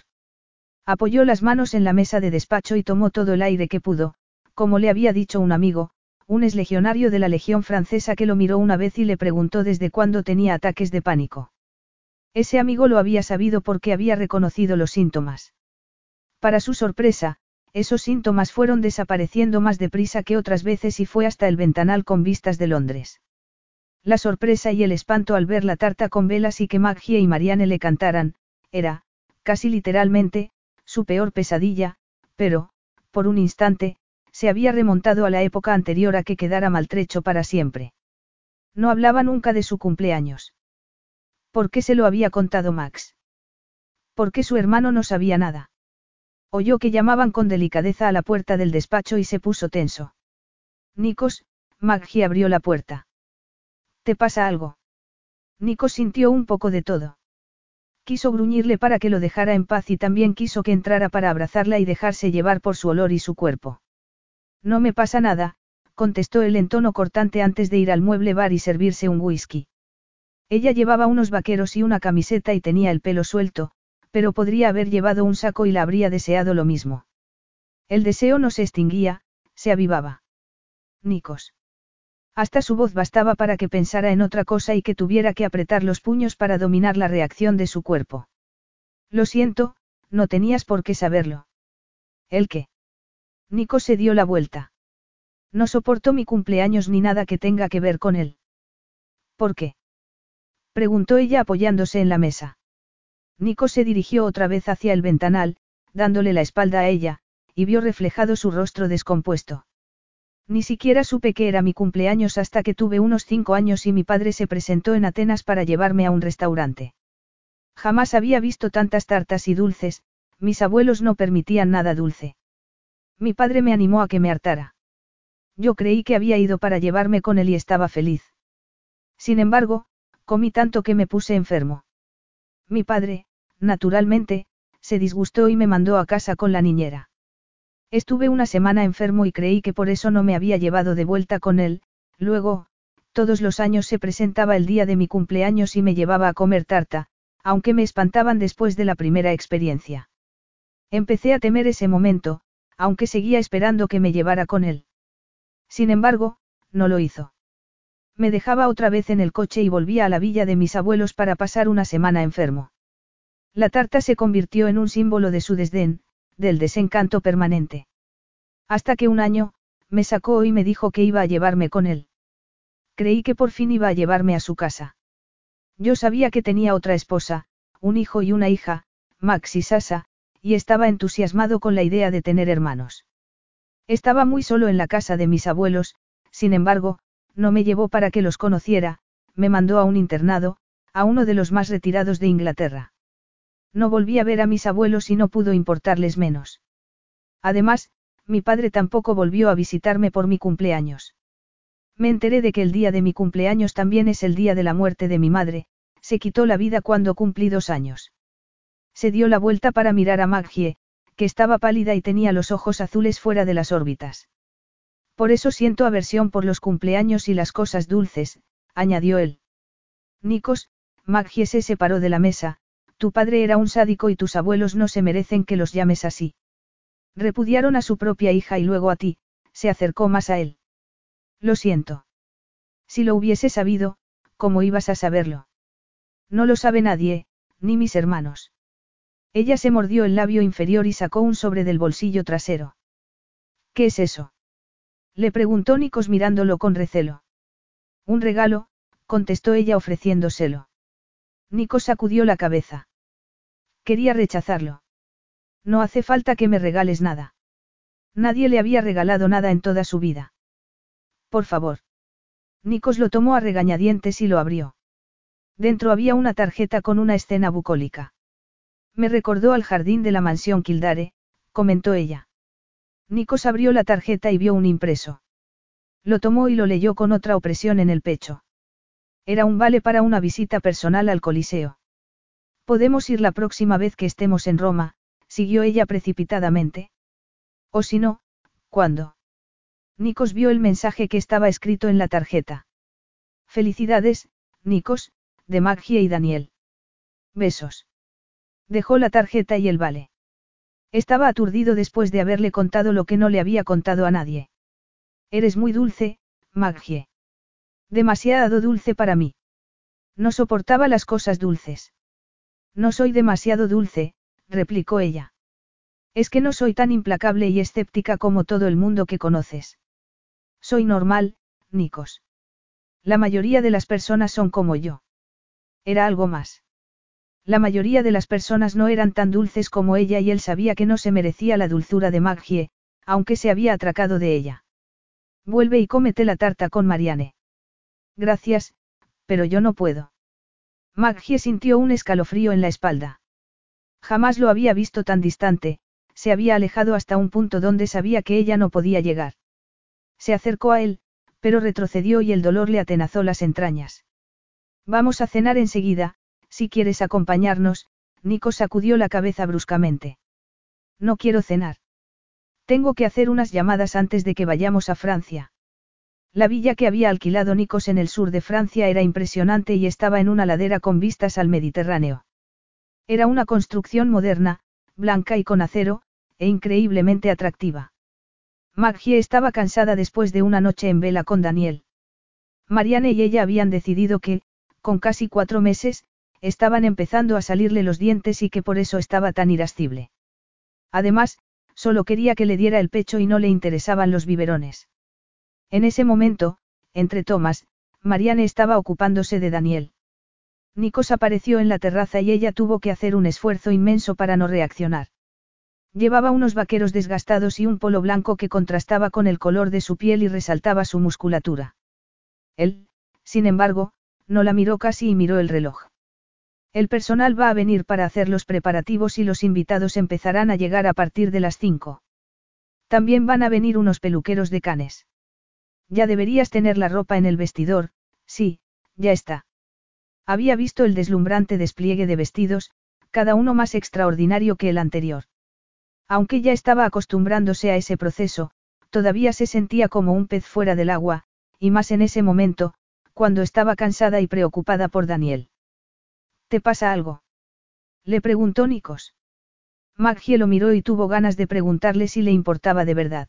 Apoyó las manos en la mesa de despacho y tomó todo el aire que pudo, como le había dicho un amigo, un exlegionario de la Legión Francesa que lo miró una vez y le preguntó desde cuándo tenía ataques de pánico. Ese amigo lo había sabido porque había reconocido los síntomas. Para su sorpresa, esos síntomas fueron desapareciendo más deprisa que otras veces y fue hasta el ventanal con vistas de Londres. La sorpresa y el espanto al ver la tarta con velas y que Maggie y Marianne le cantaran, era, casi literalmente, su peor pesadilla, pero, por un instante, se había remontado a la época anterior a que quedara maltrecho para siempre. No hablaba nunca de su cumpleaños. ¿Por qué se lo había contado Max? ¿Por qué su hermano no sabía nada? Oyó que llamaban con delicadeza a la puerta del despacho y se puso tenso. Nikos, Maggie abrió la puerta. ¿Te pasa algo? Nikos sintió un poco de todo. Quiso gruñirle para que lo dejara en paz y también quiso que entrara para abrazarla y dejarse llevar por su olor y su cuerpo. No me pasa nada, contestó él en tono cortante antes de ir al mueble bar y servirse un whisky. Ella llevaba unos vaqueros y una camiseta y tenía el pelo suelto, pero podría haber llevado un saco y la habría deseado lo mismo. El deseo no se extinguía, se avivaba. Nikos. Hasta su voz bastaba para que pensara en otra cosa y que tuviera que apretar los puños para dominar la reacción de su cuerpo. Lo siento, no tenías por qué saberlo. ¿El qué? Nikos se dio la vuelta. No soporto mi cumpleaños ni nada que tenga que ver con él. ¿Por qué? Preguntó ella apoyándose en la mesa. Nikos se dirigió otra vez hacia el ventanal, dándole la espalda a ella, y vio reflejado su rostro descompuesto. Ni siquiera supe que era mi cumpleaños hasta que tuve unos cinco años y mi padre se presentó en Atenas para llevarme a un restaurante. Jamás había visto tantas tartas y dulces, mis abuelos no permitían nada dulce. Mi padre me animó a que me hartara. Yo creí que había ido para llevarme con él y estaba feliz. Sin embargo, comí tanto que me puse enfermo. Mi padre, naturalmente, se disgustó y me mandó a casa con la niñera. Estuve una semana enfermo y creí que por eso no me había llevado de vuelta con él. Luego, todos los años se presentaba el día de mi cumpleaños y me llevaba a comer tarta, aunque me espantaban después de la primera experiencia. Empecé a temer ese momento, aunque seguía esperando que me llevara con él. Sin embargo, no lo hizo. Me dejaba otra vez en el coche y volvía a la villa de mis abuelos para pasar una semana enfermo. La tarta se convirtió en un símbolo de su desdén, del desencanto permanente. Hasta que un año, me sacó y me dijo que iba a llevarme con él. Creí que por fin iba a llevarme a su casa. Yo sabía que tenía otra esposa, un hijo y una hija, Max y Sasa, y estaba entusiasmado con la idea de tener hermanos. Estaba muy solo en la casa de mis abuelos, sin embargo, no me llevó para que los conociera, me mandó a un internado, a uno de los más retirados de Inglaterra. No volví a ver a mis abuelos y no pudo importarles menos. Además, mi padre tampoco volvió a visitarme por mi cumpleaños. Me enteré de que el día de mi cumpleaños también es el día de la muerte de mi madre, se quitó la vida cuando cumplí dos años. Se dio la vuelta para mirar a Maggie, que estaba pálida y tenía los ojos azules fuera de las órbitas. Por eso siento aversión por los cumpleaños y las cosas dulces, añadió él. Nikos, Maggie se separó de la mesa, tu padre era un sádico y tus abuelos no se merecen que los llames así. Repudiaron a su propia hija y luego a ti, se acercó más a él. Lo siento. Si lo hubiese sabido, ¿cómo ibas a saberlo? No lo sabe nadie, ni mis hermanos. Ella se mordió el labio inferior y sacó un sobre del bolsillo trasero. ¿Qué es eso? Le preguntó Nikos mirándolo con recelo. Un regalo, contestó ella ofreciéndoselo. Nikos sacudió la cabeza. Quería rechazarlo. No hace falta que me regales nada. Nadie le había regalado nada en toda su vida. Por favor. Nikos lo tomó a regañadientes y lo abrió. Dentro había una tarjeta con una escena bucólica. Me recordó al jardín de la mansión Kildare, comentó ella. Nikos abrió la tarjeta y vio un impreso. Lo tomó y lo leyó con otra opresión en el pecho. Era un vale para una visita personal al Coliseo. Podemos ir la próxima vez que estemos en Roma, siguió ella precipitadamente. O si no, ¿cuándo? Nikos vio el mensaje que estaba escrito en la tarjeta. Felicidades, Nikos, de Maggie y Daniel. Besos. Dejó la tarjeta y el vale. Estaba aturdido después de haberle contado lo que no le había contado a nadie. Eres muy dulce, Maggie. Demasiado dulce para mí. No soportaba las cosas dulces. No soy demasiado dulce, replicó ella. Es que no soy tan implacable y escéptica como todo el mundo que conoces. Soy normal, Nikos. La mayoría de las personas son como yo. Era algo más. La mayoría de las personas no eran tan dulces como ella y él sabía que no se merecía la dulzura de Maggie, aunque se había atracado de ella. Vuelve y cómete la tarta con Marianne. Gracias, pero yo no puedo. Maggie sintió un escalofrío en la espalda. Jamás lo había visto tan distante, se había alejado hasta un punto donde sabía que ella no podía llegar. Se acercó a él, pero retrocedió y el dolor le atenazó las entrañas. Vamos a cenar enseguida, si quieres acompañarnos, Nikos sacudió la cabeza bruscamente. No quiero cenar. Tengo que hacer unas llamadas antes de que vayamos a Francia. La villa que había alquilado Nikos en el sur de Francia era impresionante y estaba en una ladera con vistas al Mediterráneo. Era una construcción moderna, blanca y con acero, e increíblemente atractiva. Maggie estaba cansada después de una noche en vela con Daniel. Marianne y ella habían decidido que, con casi cuatro meses, estaban empezando a salirle los dientes y que por eso estaba tan irascible. Además, solo quería que le diera el pecho y no le interesaban los biberones. En ese momento, entre tomas, Marianne estaba ocupándose de Daniel. Nikos apareció en la terraza y ella tuvo que hacer un esfuerzo inmenso para no reaccionar. Llevaba unos vaqueros desgastados y un polo blanco que contrastaba con el color de su piel y resaltaba su musculatura. Él, sin embargo, no la miró casi y miró el reloj. El personal va a venir para hacer los preparativos y los invitados empezarán a llegar a partir de las cinco. También van a venir unos peluqueros de Cannes. Ya deberías tener la ropa en el vestidor, sí, ya está. Había visto el deslumbrante despliegue de vestidos, cada uno más extraordinario que el anterior. Aunque ya estaba acostumbrándose a ese proceso, todavía se sentía como un pez fuera del agua, y más en ese momento, cuando estaba cansada y preocupada por Daniel. ¿Te pasa algo?, le preguntó Nikos. Maggie lo miró y tuvo ganas de preguntarle si le importaba de verdad.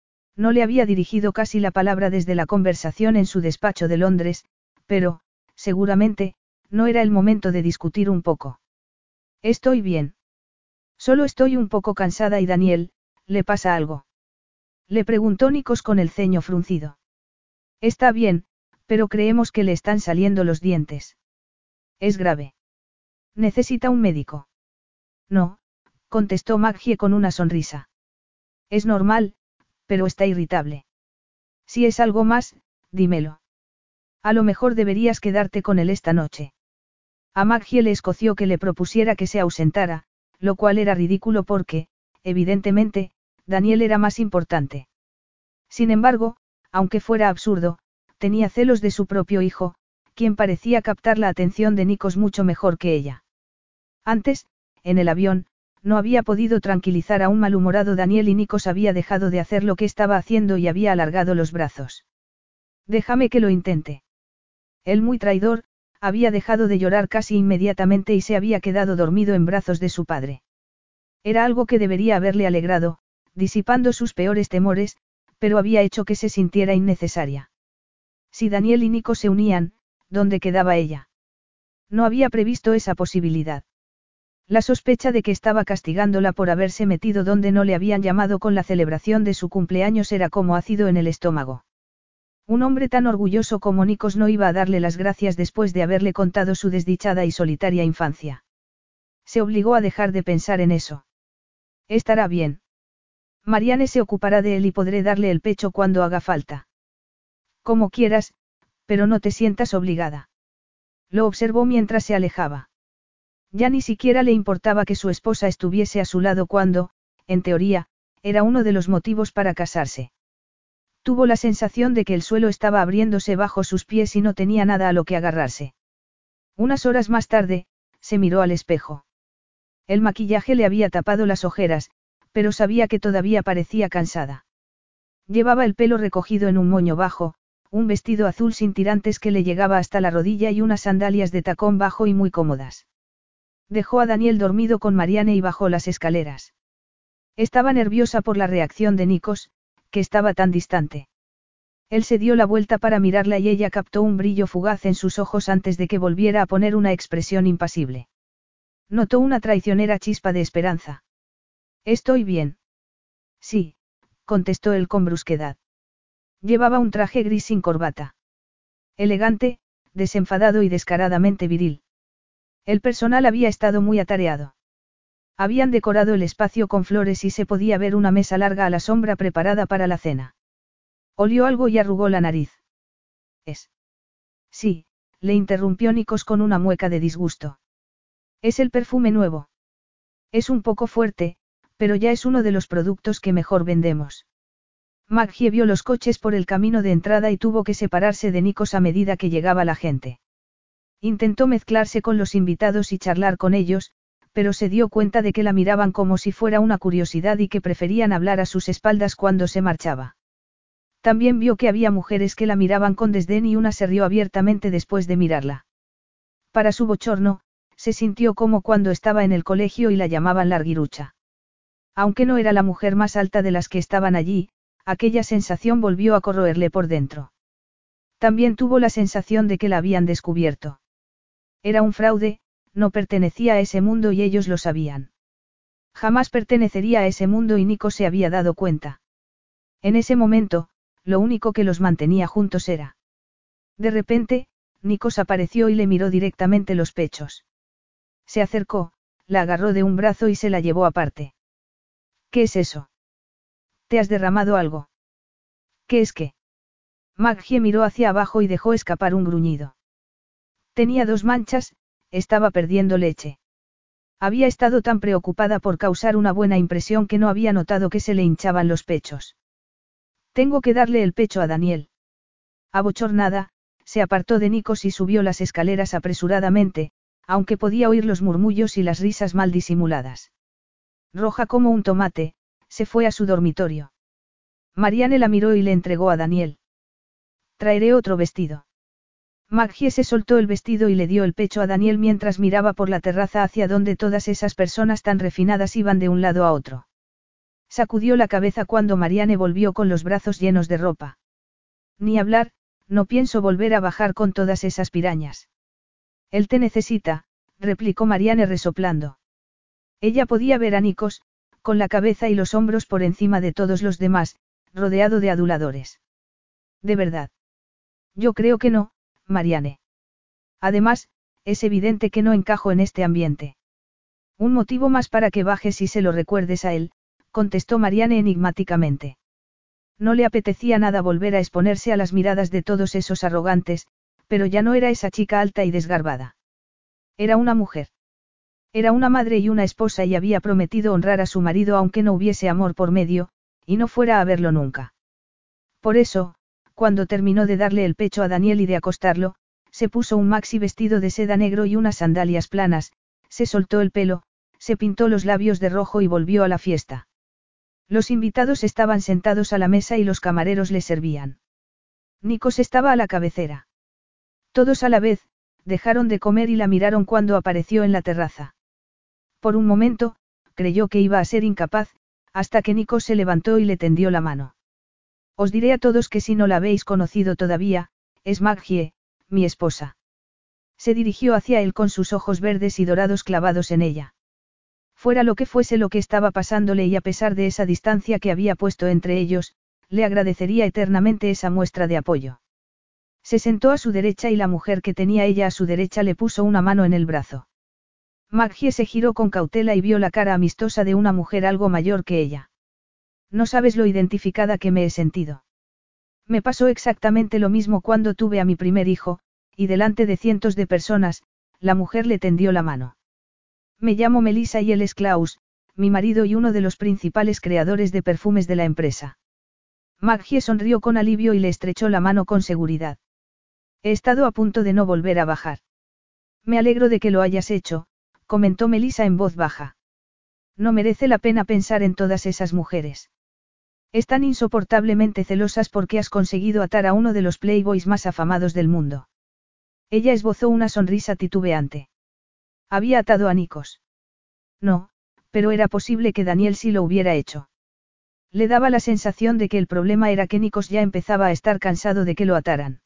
No le había dirigido casi la palabra desde la conversación en su despacho de Londres, pero, seguramente, no era el momento de discutir un poco. Estoy bien. Solo estoy un poco cansada y Daniel, ¿le pasa algo?, le preguntó Nikos con el ceño fruncido. Está bien, pero creemos que le están saliendo los dientes. Es grave. ¿Necesita un médico? No, contestó Maggie con una sonrisa. Es normal, pero está irritable. Si es algo más, dímelo. A lo mejor deberías quedarte con él esta noche. A Maggie le escoció que le propusiera que se ausentara, lo cual era ridículo porque, evidentemente, Daniel era más importante. Sin embargo, aunque fuera absurdo, tenía celos de su propio hijo, quien parecía captar la atención de Nikos mucho mejor que ella. Antes, en el avión, no había podido tranquilizar a un malhumorado Daniel y Nikos había dejado de hacer lo que estaba haciendo y había alargado los brazos. Déjame que lo intente. Él, muy traidor, había dejado de llorar casi inmediatamente y se había quedado dormido en brazos de su padre. Era algo que debería haberle alegrado, disipando sus peores temores, pero había hecho que se sintiera innecesaria. Si Daniel y Nikos se unían, ¿dónde quedaba ella? No había previsto esa posibilidad. La sospecha de que estaba castigándola por haberse metido donde no le habían llamado con la celebración de su cumpleaños era como ácido en el estómago. Un hombre tan orgulloso como Nikos no iba a darle las gracias después de haberle contado su desdichada y solitaria infancia. Se obligó a dejar de pensar en eso. Estará bien. Marianne se ocupará de él y podré darle el pecho cuando haga falta. Como quieras, pero no te sientas obligada. Lo observó mientras se alejaba. Ya ni siquiera le importaba que su esposa estuviese a su lado cuando, en teoría, era uno de los motivos para casarse. Tuvo la sensación de que el suelo estaba abriéndose bajo sus pies y no tenía nada a lo que agarrarse. Unas horas más tarde, se miró al espejo. El maquillaje le había tapado las ojeras, pero sabía que todavía parecía cansada. Llevaba el pelo recogido en un moño bajo, un vestido azul sin tirantes que le llegaba hasta la rodilla y unas sandalias de tacón bajo y muy cómodas. Dejó a Daniel dormido con Marianne y bajó las escaleras. Estaba nerviosa por la reacción de Nikos, que estaba tan distante. Él se dio la vuelta para mirarla y ella captó un brillo fugaz en sus ojos antes de que volviera a poner una expresión impasible. Notó una traicionera chispa de esperanza. Estoy bien. Sí, contestó él con brusquedad. Llevaba un traje gris sin corbata. Elegante, desenfadado y descaradamente viril. El personal había estado muy atareado. Habían decorado el espacio con flores y se podía ver una mesa larga a la sombra preparada para la cena. Olió algo y arrugó la nariz. ¿Es? Sí, le interrumpió Nikos con una mueca de disgusto. Es el perfume nuevo. Es un poco fuerte, pero ya es uno de los productos que mejor vendemos. Maggie vio los coches por el camino de entrada y tuvo que separarse de Nikos a medida que llegaba la gente. Intentó mezclarse con los invitados y charlar con ellos, pero se dio cuenta de que la miraban como si fuera una curiosidad y que preferían hablar a sus espaldas cuando se marchaba. También vio que había mujeres que la miraban con desdén y una se rió abiertamente después de mirarla. Para su bochorno, se sintió como cuando estaba en el colegio y la llamaban larguirucha. Aunque no era la mujer más alta de las que estaban allí, aquella sensación volvió a corroerle por dentro. También tuvo la sensación de que la habían descubierto. Era un fraude, no pertenecía a ese mundo y ellos lo sabían. Jamás pertenecería a ese mundo y Nico se había dado cuenta. En ese momento, lo único que los mantenía juntos era. De repente, Nikos apareció y le miró directamente los pechos. Se acercó, la agarró de un brazo y se la llevó aparte. ¿Qué es eso? ¿Te has derramado algo? ¿Qué es qué? Maggie miró hacia abajo y dejó escapar un gruñido. Tenía dos manchas, estaba perdiendo leche. Había estado tan preocupada por causar una buena impresión que no había notado que se le hinchaban los pechos. Tengo que darle el pecho a Daniel. Abochornada, se apartó de Nikos y subió las escaleras apresuradamente, aunque podía oír los murmullos y las risas mal disimuladas. Roja como un tomate, se fue a su dormitorio. Marianne la miró y le entregó a Daniel. Traeré otro vestido. Maggie se soltó el vestido y le dio el pecho a Daniel mientras miraba por la terraza hacia donde todas esas personas tan refinadas iban de un lado a otro. Sacudió la cabeza cuando Marianne volvió con los brazos llenos de ropa. Ni hablar, no pienso volver a bajar con todas esas pirañas. Él te necesita, replicó Marianne resoplando. Ella podía ver a Nikos, con la cabeza y los hombros por encima de todos los demás, rodeado de aduladores. ¿De verdad? Yo creo que no, Marianne. Además, es evidente que no encajo en este ambiente. Un motivo más para que bajes y se lo recuerdes a él, contestó Marianne enigmáticamente. No le apetecía nada volver a exponerse a las miradas de todos esos arrogantes, pero ya no era esa chica alta y desgarbada. Era una mujer. Era una madre y una esposa y había prometido honrar a su marido aunque no hubiese amor por medio, y no fuera a verlo nunca. Por eso, cuando terminó de darle el pecho a Daniel y de acostarlo, se puso un maxi vestido de seda negro y unas sandalias planas, se soltó el pelo, se pintó los labios de rojo y volvió a la fiesta. Los invitados estaban sentados a la mesa y los camareros les servían. Nikos estaba a la cabecera. Todos a la vez, dejaron de comer y la miraron cuando apareció en la terraza. Por un momento, creyó que iba a ser incapaz, hasta que Nikos se levantó y le tendió la mano. Os diré a todos que si no la habéis conocido todavía, es Maggie, mi esposa. Se dirigió hacia él con sus ojos verdes y dorados clavados en ella. Fuera lo que fuese lo que estaba pasándole y a pesar de esa distancia que había puesto entre ellos, le agradecería eternamente esa muestra de apoyo. Se sentó a su derecha y la mujer que tenía ella a su derecha le puso una mano en el brazo. Maggie se giró con cautela y vio la cara amistosa de una mujer algo mayor que ella. No sabes lo identificada que me he sentido. Me pasó exactamente lo mismo cuando tuve a mi primer hijo, y delante de cientos de personas, la mujer le tendió la mano. Me llamo Melissa y él es Klaus, mi marido y uno de los principales creadores de perfumes de la empresa. Maggie sonrió con alivio y le estrechó la mano con seguridad. He estado a punto de no volver a bajar. Me alegro de que lo hayas hecho, comentó Melissa en voz baja. No merece la pena pensar en todas esas mujeres. Están insoportablemente celosas porque has conseguido atar a uno de los playboys más afamados del mundo. Ella esbozó una sonrisa titubeante. Había atado a Nikos. No, pero era posible que Daniel sí lo hubiera hecho. Le daba la sensación de que el problema era que Nikos ya empezaba a estar cansado de que lo ataran.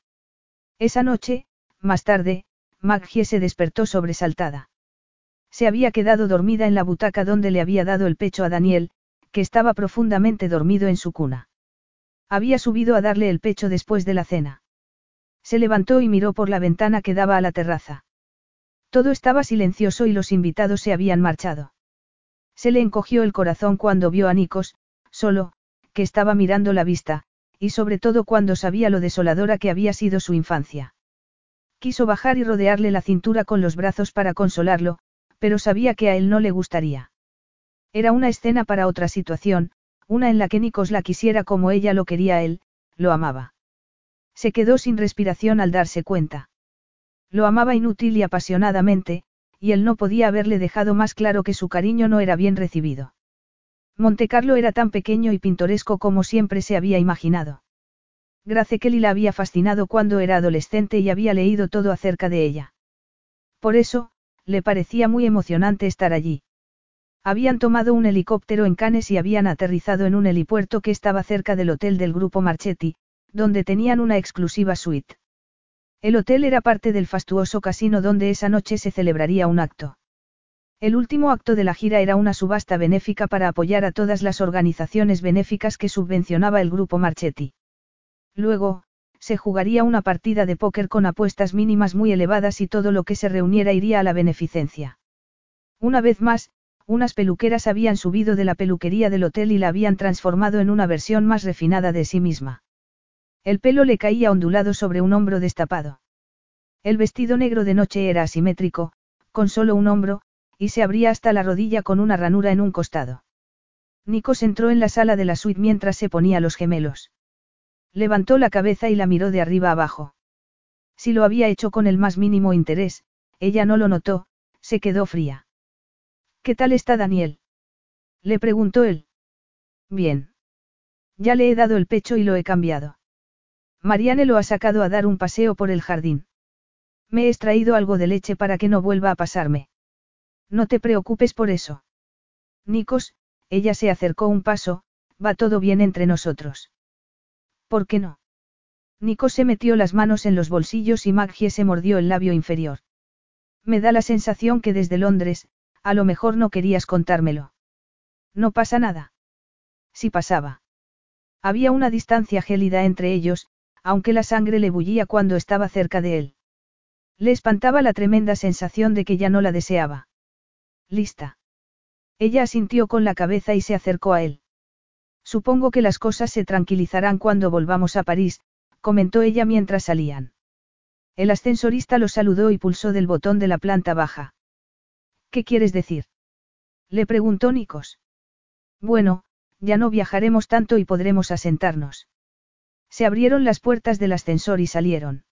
Esa noche, más tarde, Maggie se despertó sobresaltada. Se había quedado dormida en la butaca donde le había dado el pecho a Daniel, que estaba profundamente dormido en su cuna. Había subido a darle el pecho después de la cena. Se levantó y miró por la ventana que daba a la terraza. Todo estaba silencioso y los invitados se habían marchado. Se le encogió el corazón cuando vio a Nikos, solo, que estaba mirando la vista, y sobre todo cuando sabía lo desoladora que había sido su infancia. Quiso bajar y rodearle la cintura con los brazos para consolarlo, pero sabía que a él no le gustaría. Era una escena para otra situación, una en la que Nikos la quisiera como ella lo quería a él, lo amaba. Se quedó sin respiración al darse cuenta. Lo amaba inútil y apasionadamente, y él no podía haberle dejado más claro que su cariño no era bien recibido. Montecarlo era tan pequeño y pintoresco como siempre se había imaginado. Grace Kelly la había fascinado cuando era adolescente y había leído todo acerca de ella. Por eso, le parecía muy emocionante estar allí. Habían tomado un helicóptero en Cannes y habían aterrizado en un helipuerto que estaba cerca del hotel del grupo Marchetti, donde tenían una exclusiva suite. El hotel era parte del fastuoso casino donde esa noche se celebraría un acto. El último acto de la gira era una subasta benéfica para apoyar a todas las organizaciones benéficas que subvencionaba el grupo Marchetti. Luego, se jugaría una partida de póker con apuestas mínimas muy elevadas y todo lo que se reuniera iría a la beneficencia. Una vez más, Unas peluqueras habían subido de la peluquería del hotel y la habían transformado en una versión más refinada de sí misma. El pelo le caía ondulado sobre un hombro destapado. El vestido negro de noche era asimétrico, con solo un hombro, y se abría hasta la rodilla con una ranura en un costado. Nikos entró en la sala de la suite mientras se ponía los gemelos. Levantó la cabeza y la miró de arriba abajo. Si lo había hecho con el más mínimo interés, ella no lo notó, se quedó fría. ¿Qué tal está Daniel?, le preguntó él. Bien. Ya le he dado el pecho y lo he cambiado. Marianne lo ha sacado a dar un paseo por el jardín. Me he extraído algo de leche para que no vuelva a pasarme. No te preocupes por eso. Nikos, ella se acercó un paso, va todo bien entre nosotros. ¿Por qué no? Nikos se metió las manos en los bolsillos y Maggie se mordió el labio inferior. Me da la sensación que desde Londres, a lo mejor no querías contármelo. No pasa nada. Sí pasaba. Había una distancia gélida entre ellos, aunque la sangre le bullía cuando estaba cerca de él. Le espantaba la tremenda sensación de que ya no la deseaba. ¿Lista? Ella asintió con la cabeza y se acercó a él. Supongo que las cosas se tranquilizarán cuando volvamos a París, comentó ella mientras salían. El ascensorista lo saludó y pulsó del botón de la planta baja. ¿Qué quieres decir?, le preguntó Nikos. Bueno, ya no viajaremos tanto y podremos asentarnos. Se abrieron las puertas del ascensor y salieron.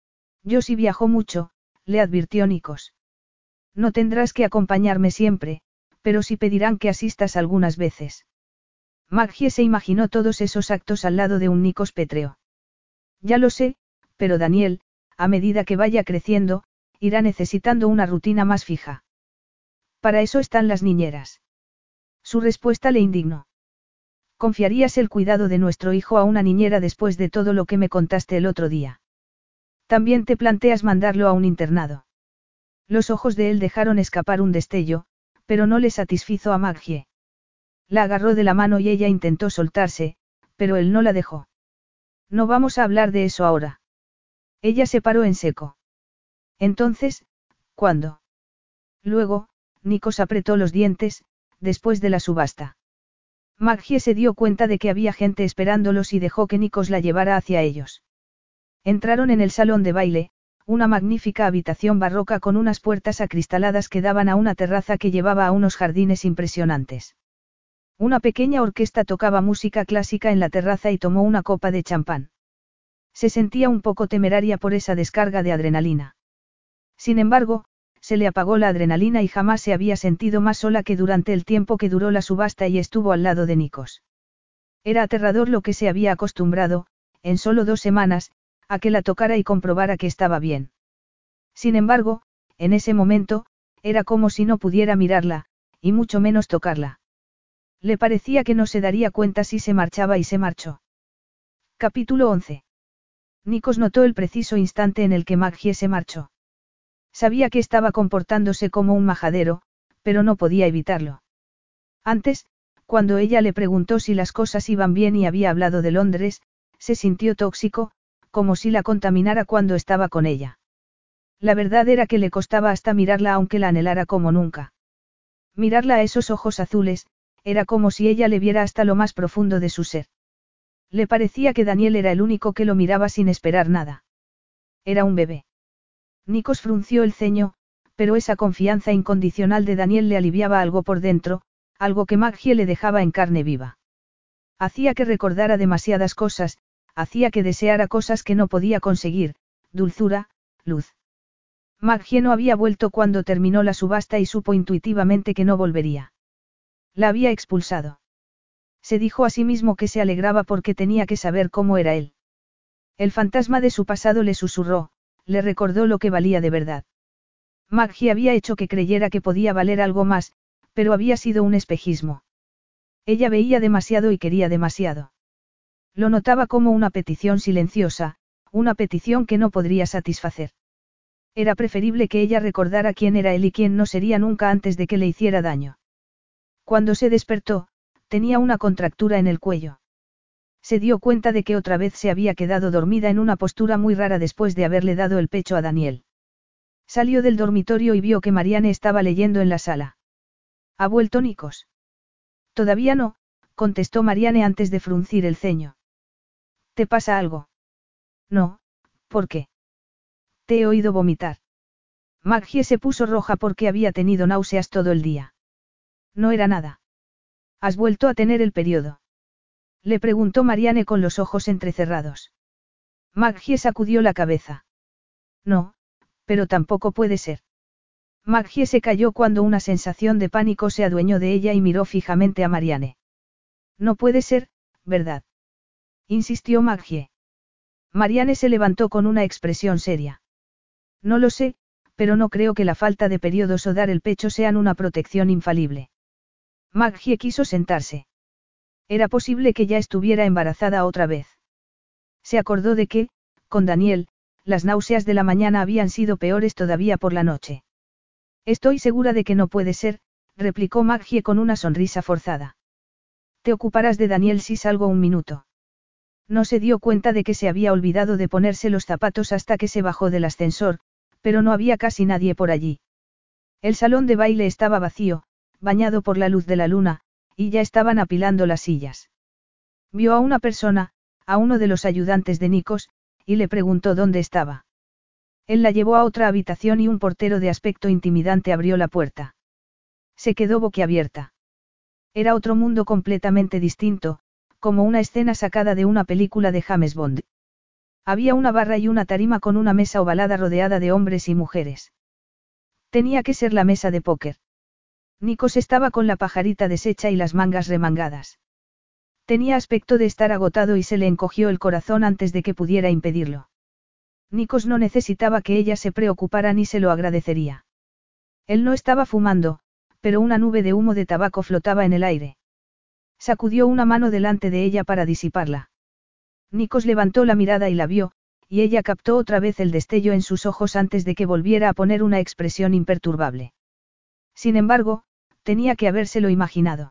Yo sí viajo mucho, le advirtió Nikos. No tendrás que acompañarme siempre, pero sí pedirán que asistas algunas veces. Maggie se imaginó todos esos actos al lado de un Nikos pétreo. Ya lo sé, pero Daniel, a medida que vaya creciendo, irá necesitando una rutina más fija. Para eso están las niñeras. Su respuesta le indignó. ¿Confiarías el cuidado de nuestro hijo a una niñera después de todo lo que me contaste el otro día? También te planteas mandarlo a un internado. Los ojos de él dejaron escapar un destello, pero no le satisfizo a Maggie. La agarró de la mano y ella intentó soltarse, pero él no la dejó. No vamos a hablar de eso ahora. Ella se paró en seco. Entonces, ¿cuándo? Luego, Nikos apretó los dientes, después de la subasta. Maggie se dio cuenta de que había gente esperándolos y dejó que Nikos la llevara hacia ellos. Entraron en el salón de baile, una magnífica habitación barroca con unas puertas acristaladas que daban a una terraza que llevaba a unos jardines impresionantes. Una pequeña orquesta tocaba música clásica en la terraza y tomó una copa de champán. Se sentía un poco temeraria por esa descarga de adrenalina. Sin embargo, se le apagó la adrenalina y jamás se había sentido más sola que durante el tiempo que duró la subasta y estuvo al lado de Nikos. Era aterrador lo que se había acostumbrado, en solo dos semanas, a que la tocara y comprobara que estaba bien. Sin embargo, en ese momento, era como si no pudiera mirarla, y mucho menos tocarla. Le parecía que no se daría cuenta si se marchaba y se marchó. Capítulo once. Nikos notó el preciso instante en el que Maggie se marchó. Sabía que estaba comportándose como un majadero, pero no podía evitarlo. Antes, cuando ella le preguntó si las cosas iban bien y había hablado de Londres, se sintió tóxico, como si la contaminara cuando estaba con ella. La verdad era que le costaba hasta mirarla aunque la anhelara como nunca. Mirarla a esos ojos azules, era como si ella le viera hasta lo más profundo de su ser. Le parecía que Daniel era el único que lo miraba sin esperar nada. Era un bebé. Nikos frunció el ceño, pero esa confianza incondicional de Daniel le aliviaba algo por dentro, algo que Maggie le dejaba en carne viva. Hacía que recordara demasiadas cosas, hacía que deseara cosas que no podía conseguir, dulzura, luz. Maggie no había vuelto cuando terminó la subasta y supo intuitivamente que no volvería. La había expulsado. Se dijo a sí mismo que se alegraba porque tenía que saber cómo era él. El fantasma de su pasado le susurró, le recordó lo que valía de verdad. Maggie había hecho que creyera que podía valer algo más, pero había sido un espejismo. Ella veía demasiado y quería demasiado. Lo notaba como una petición silenciosa, una petición que no podría satisfacer. Era preferible que ella recordara quién era él y quién no sería nunca antes de que le hiciera daño. Cuando se despertó, tenía una contractura en el cuello. Se dio cuenta de que otra vez se había quedado dormida en una postura muy rara después de haberle dado el pecho a Daniel. Salió del dormitorio y vio que Marianne estaba leyendo en la sala. ¿Ha vuelto Nikos? Todavía no, contestó Marianne antes de fruncir el ceño. ¿Te pasa algo? No, ¿por qué? Te he oído vomitar. Maggie se puso roja porque había tenido náuseas todo el día. No era nada. ¿Has vuelto a tener el periodo? Le preguntó Marianne con los ojos entrecerrados. Maggie sacudió la cabeza. No, pero tampoco puede ser. Maggie se calló cuando una sensación de pánico se adueñó de ella y miró fijamente a Marianne. No puede ser, ¿verdad? Insistió Maggie. Marianne se levantó con una expresión seria. No lo sé, pero no creo que la falta de periodos o dar el pecho sean una protección infalible. Maggie quiso sentarse. Era posible que ya estuviera embarazada otra vez. Se acordó de que, con Daniel, las náuseas de la mañana habían sido peores todavía por la noche. Estoy segura de que no puede ser, replicó Maggie con una sonrisa forzada. Te ocuparás de Daniel si salgo un minuto. No se dio cuenta de que se había olvidado de ponerse los zapatos hasta que se bajó del ascensor, pero no había casi nadie por allí. El salón de baile estaba vacío, bañado por la luz de la luna, y ya estaban apilando las sillas. Vio a una persona, a uno de los ayudantes de Nikos, y le preguntó dónde estaba. Él la llevó a otra habitación y un portero de aspecto intimidante abrió la puerta. Se quedó boquiabierta. Era otro mundo completamente distinto, como una escena sacada de una película de James Bond. Había una barra y una tarima con una mesa ovalada rodeada de hombres y mujeres. Tenía que ser la mesa de póker. Nikos estaba con la pajarita deshecha y las mangas remangadas. Tenía aspecto de estar agotado y se le encogió el corazón antes de que pudiera impedirlo. Nikos no necesitaba que ella se preocupara ni se lo agradecería. Él no estaba fumando, pero una nube de humo de tabaco flotaba en el aire. Sacudió una mano delante de ella para disiparla. Nikos levantó la mirada y la vio, y ella captó otra vez el destello en sus ojos antes de que volviera a poner una expresión imperturbable. Sin embargo, tenía que habérselo imaginado.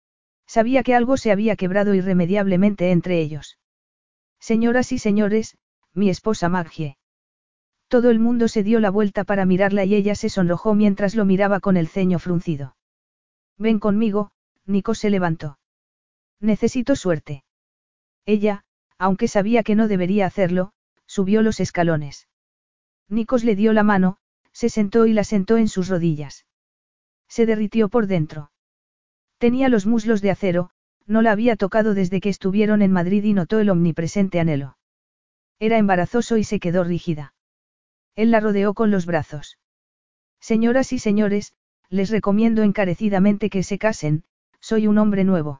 Sabía que algo se había quebrado irremediablemente entre ellos. Señoras y señores, mi esposa Maggie. Todo el mundo se dio la vuelta para mirarla y ella se sonrojó mientras lo miraba con el ceño fruncido. Ven conmigo, Nikos se levantó. Necesito suerte. Ella, aunque sabía que no debería hacerlo, subió los escalones. Nikos le dio la mano, se sentó y la sentó en sus rodillas. Se derritió por dentro. Tenía los muslos de acero, no la había tocado desde que estuvieron en Madrid y notó el omnipresente anhelo. Era embarazoso y se quedó rígida. Él la rodeó con los brazos. Señoras y señores, les recomiendo encarecidamente que se casen, soy un hombre nuevo.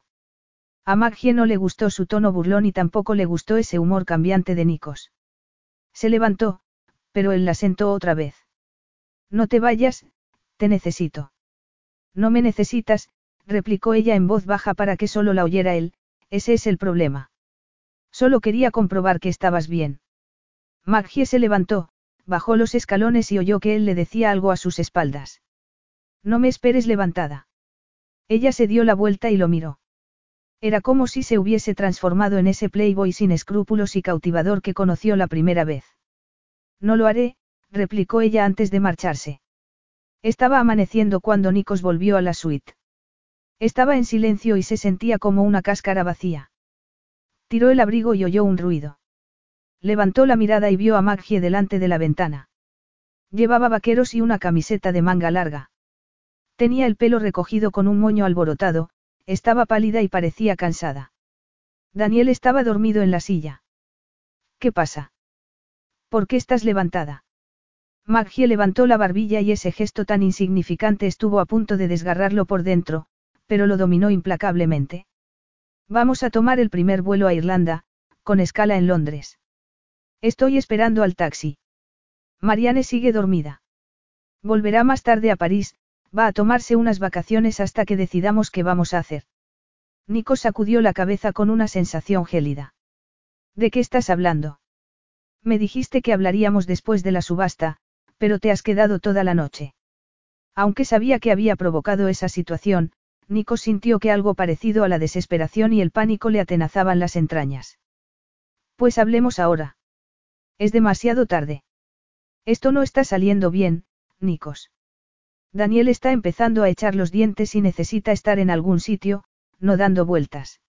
A Maggie no le gustó su tono burlón y tampoco le gustó ese humor cambiante de Nikos. Se levantó, pero él la sentó otra vez. No te vayas, te necesito. No me necesitas, replicó ella en voz baja para que solo la oyera él, ese es el problema. Solo quería comprobar que estabas bien. Maggie se levantó, bajó los escalones y oyó que él le decía algo a sus espaldas. No me esperes levantada. Ella se dio la vuelta y lo miró. Era como si se hubiese transformado en ese playboy sin escrúpulos y cautivador que conoció la primera vez. No lo haré, replicó ella antes de marcharse. Estaba amaneciendo cuando Nikos volvió a la suite. Estaba en silencio y se sentía como una cáscara vacía. Tiró el abrigo y oyó un ruido. Levantó la mirada y vio a Maggie delante de la ventana. Llevaba vaqueros y una camiseta de manga larga. Tenía el pelo recogido con un moño alborotado, estaba pálida y parecía cansada. Daniel estaba dormido en la silla. ¿Qué pasa? ¿Por qué estás levantada? Maggie levantó la barbilla y ese gesto tan insignificante estuvo a punto de desgarrarlo por dentro, pero lo dominó implacablemente. Vamos a tomar el primer vuelo a Irlanda, con escala en Londres. Estoy esperando al taxi. Marianne sigue dormida. Volverá más tarde a París, va a tomarse unas vacaciones hasta que decidamos qué vamos a hacer. Nikos sacudió la cabeza con una sensación gélida. ¿De qué estás hablando? Me dijiste que hablaríamos después de la subasta, pero te has quedado toda la noche. Aunque sabía que había provocado esa situación, Nikos sintió que algo parecido a la desesperación y el pánico le atenazaban las entrañas. Pues hablemos ahora. Es demasiado tarde. Esto no está saliendo bien, Nikos. Daniel está empezando a echar los dientes y necesita estar en algún sitio, no dando vueltas.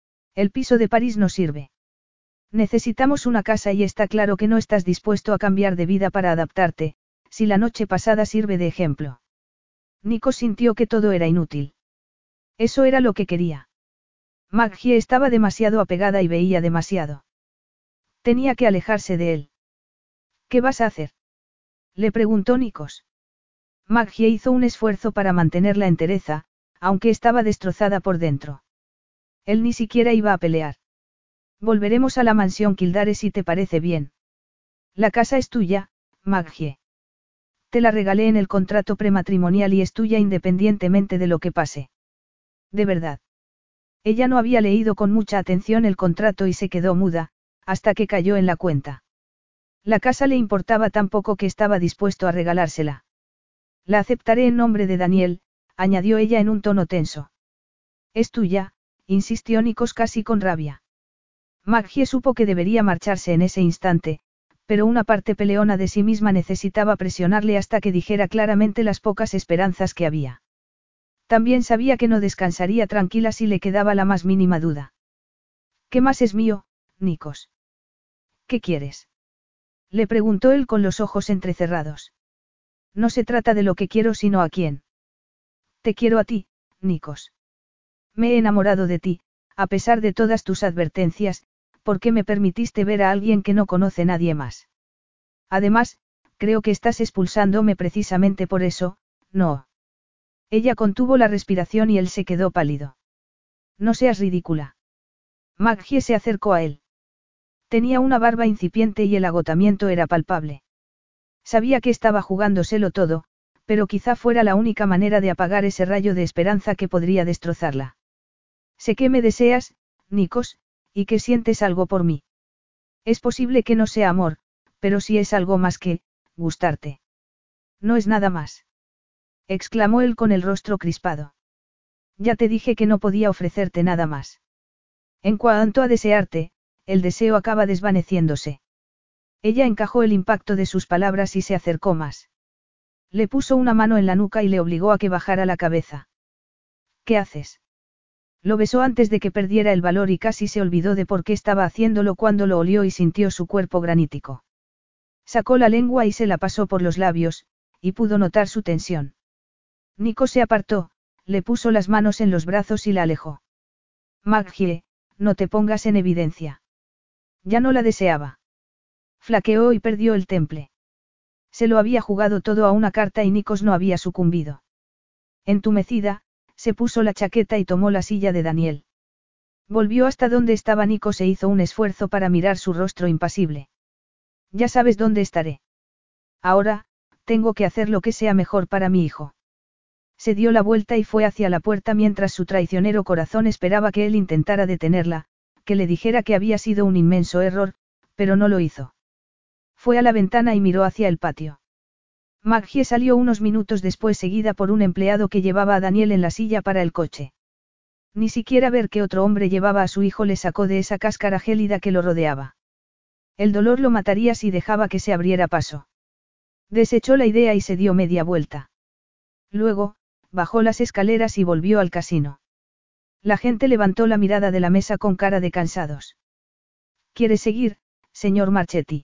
El piso de París no sirve. Necesitamos una casa y está claro que no estás dispuesto a cambiar de vida para adaptarte, si la noche pasada sirve de ejemplo. Nico sintió que todo era inútil. Eso era lo que quería. Maggie estaba demasiado apegada y veía demasiado. Tenía que alejarse de él. ¿Qué vas a hacer? Le preguntó Nikos. Maggie hizo un esfuerzo para mantener la entereza, aunque estaba destrozada por dentro. Él ni siquiera iba a pelear. Volveremos a la mansión Kildare si te parece bien. La casa es tuya, Maggie. Te la regalé en el contrato prematrimonial y es tuya independientemente de lo que pase. De verdad. Ella no había leído con mucha atención el contrato y se quedó muda, hasta que cayó en la cuenta. La casa le importaba tan poco que estaba dispuesto a regalársela. La aceptaré en nombre de Daniel, añadió ella en un tono tenso. Es tuya, insistió Nikos casi con rabia. Maggie supo que debería marcharse en ese instante, pero una parte peleona de sí misma necesitaba presionarle hasta que dijera claramente las pocas esperanzas que había. También sabía que no descansaría tranquila si le quedaba la más mínima duda. ¿Qué más es mío, Nikos? ¿Qué quieres? Le preguntó él con los ojos entrecerrados. No se trata de lo que quiero sino a quién. Te quiero a ti, Nikos. Me he enamorado de ti, a pesar de todas tus advertencias, porque me permitiste ver a alguien que no conoce nadie más. Además, creo que estás expulsándome precisamente por eso, ¿no? Ella contuvo la respiración y él se quedó pálido. No seas ridícula. Maggie se acercó a él. Tenía una barba incipiente y el agotamiento era palpable. Sabía que estaba jugándoselo todo, pero quizá fuera la única manera de apagar ese rayo de esperanza que podría destrozarla. Sé que me deseas, Nikos, y que sientes algo por mí. Es posible que no sea amor, pero sí es algo más que, gustarte. No es nada más. Exclamó él con el rostro crispado. Ya te dije que no podía ofrecerte nada más. En cuanto a desearte, el deseo acaba desvaneciéndose. Ella encajó el impacto de sus palabras y se acercó más. Le puso una mano en la nuca y le obligó a que bajara la cabeza. ¿Qué haces? Lo besó antes de que perdiera el valor y casi se olvidó de por qué estaba haciéndolo cuando lo olió y sintió su cuerpo granítico. Sacó la lengua y se la pasó por los labios, y pudo notar su tensión. Nico se apartó, le puso las manos en los brazos y la alejó. Maggie, no te pongas en evidencia. Ya no la deseaba. Flaqueó y perdió el temple. Se lo había jugado todo a una carta y Nikos no había sucumbido. Entumecida, se puso la chaqueta y tomó la silla de Daniel. Volvió hasta donde estaba Nikos e hizo un esfuerzo para mirar su rostro impasible. Ya sabes dónde estaré. Ahora, tengo que hacer lo que sea mejor para mi hijo. Se dio la vuelta y fue hacia la puerta mientras su traicionero corazón esperaba que él intentara detenerla, que le dijera que había sido un inmenso error, pero no lo hizo. Fue a la ventana y miró hacia el patio. Maggie salió unos minutos después seguida por un empleado que llevaba a Daniel en la silla para el coche. Ni siquiera ver que otro hombre llevaba a su hijo le sacó de esa cáscara gélida que lo rodeaba. El dolor lo mataría si dejaba que se abriera paso. Desechó la idea y se dio media vuelta. Luego, bajó las escaleras y volvió al casino. La gente levantó la mirada de la mesa con cara de cansados. ¿Quiere seguir, señor Marchetti?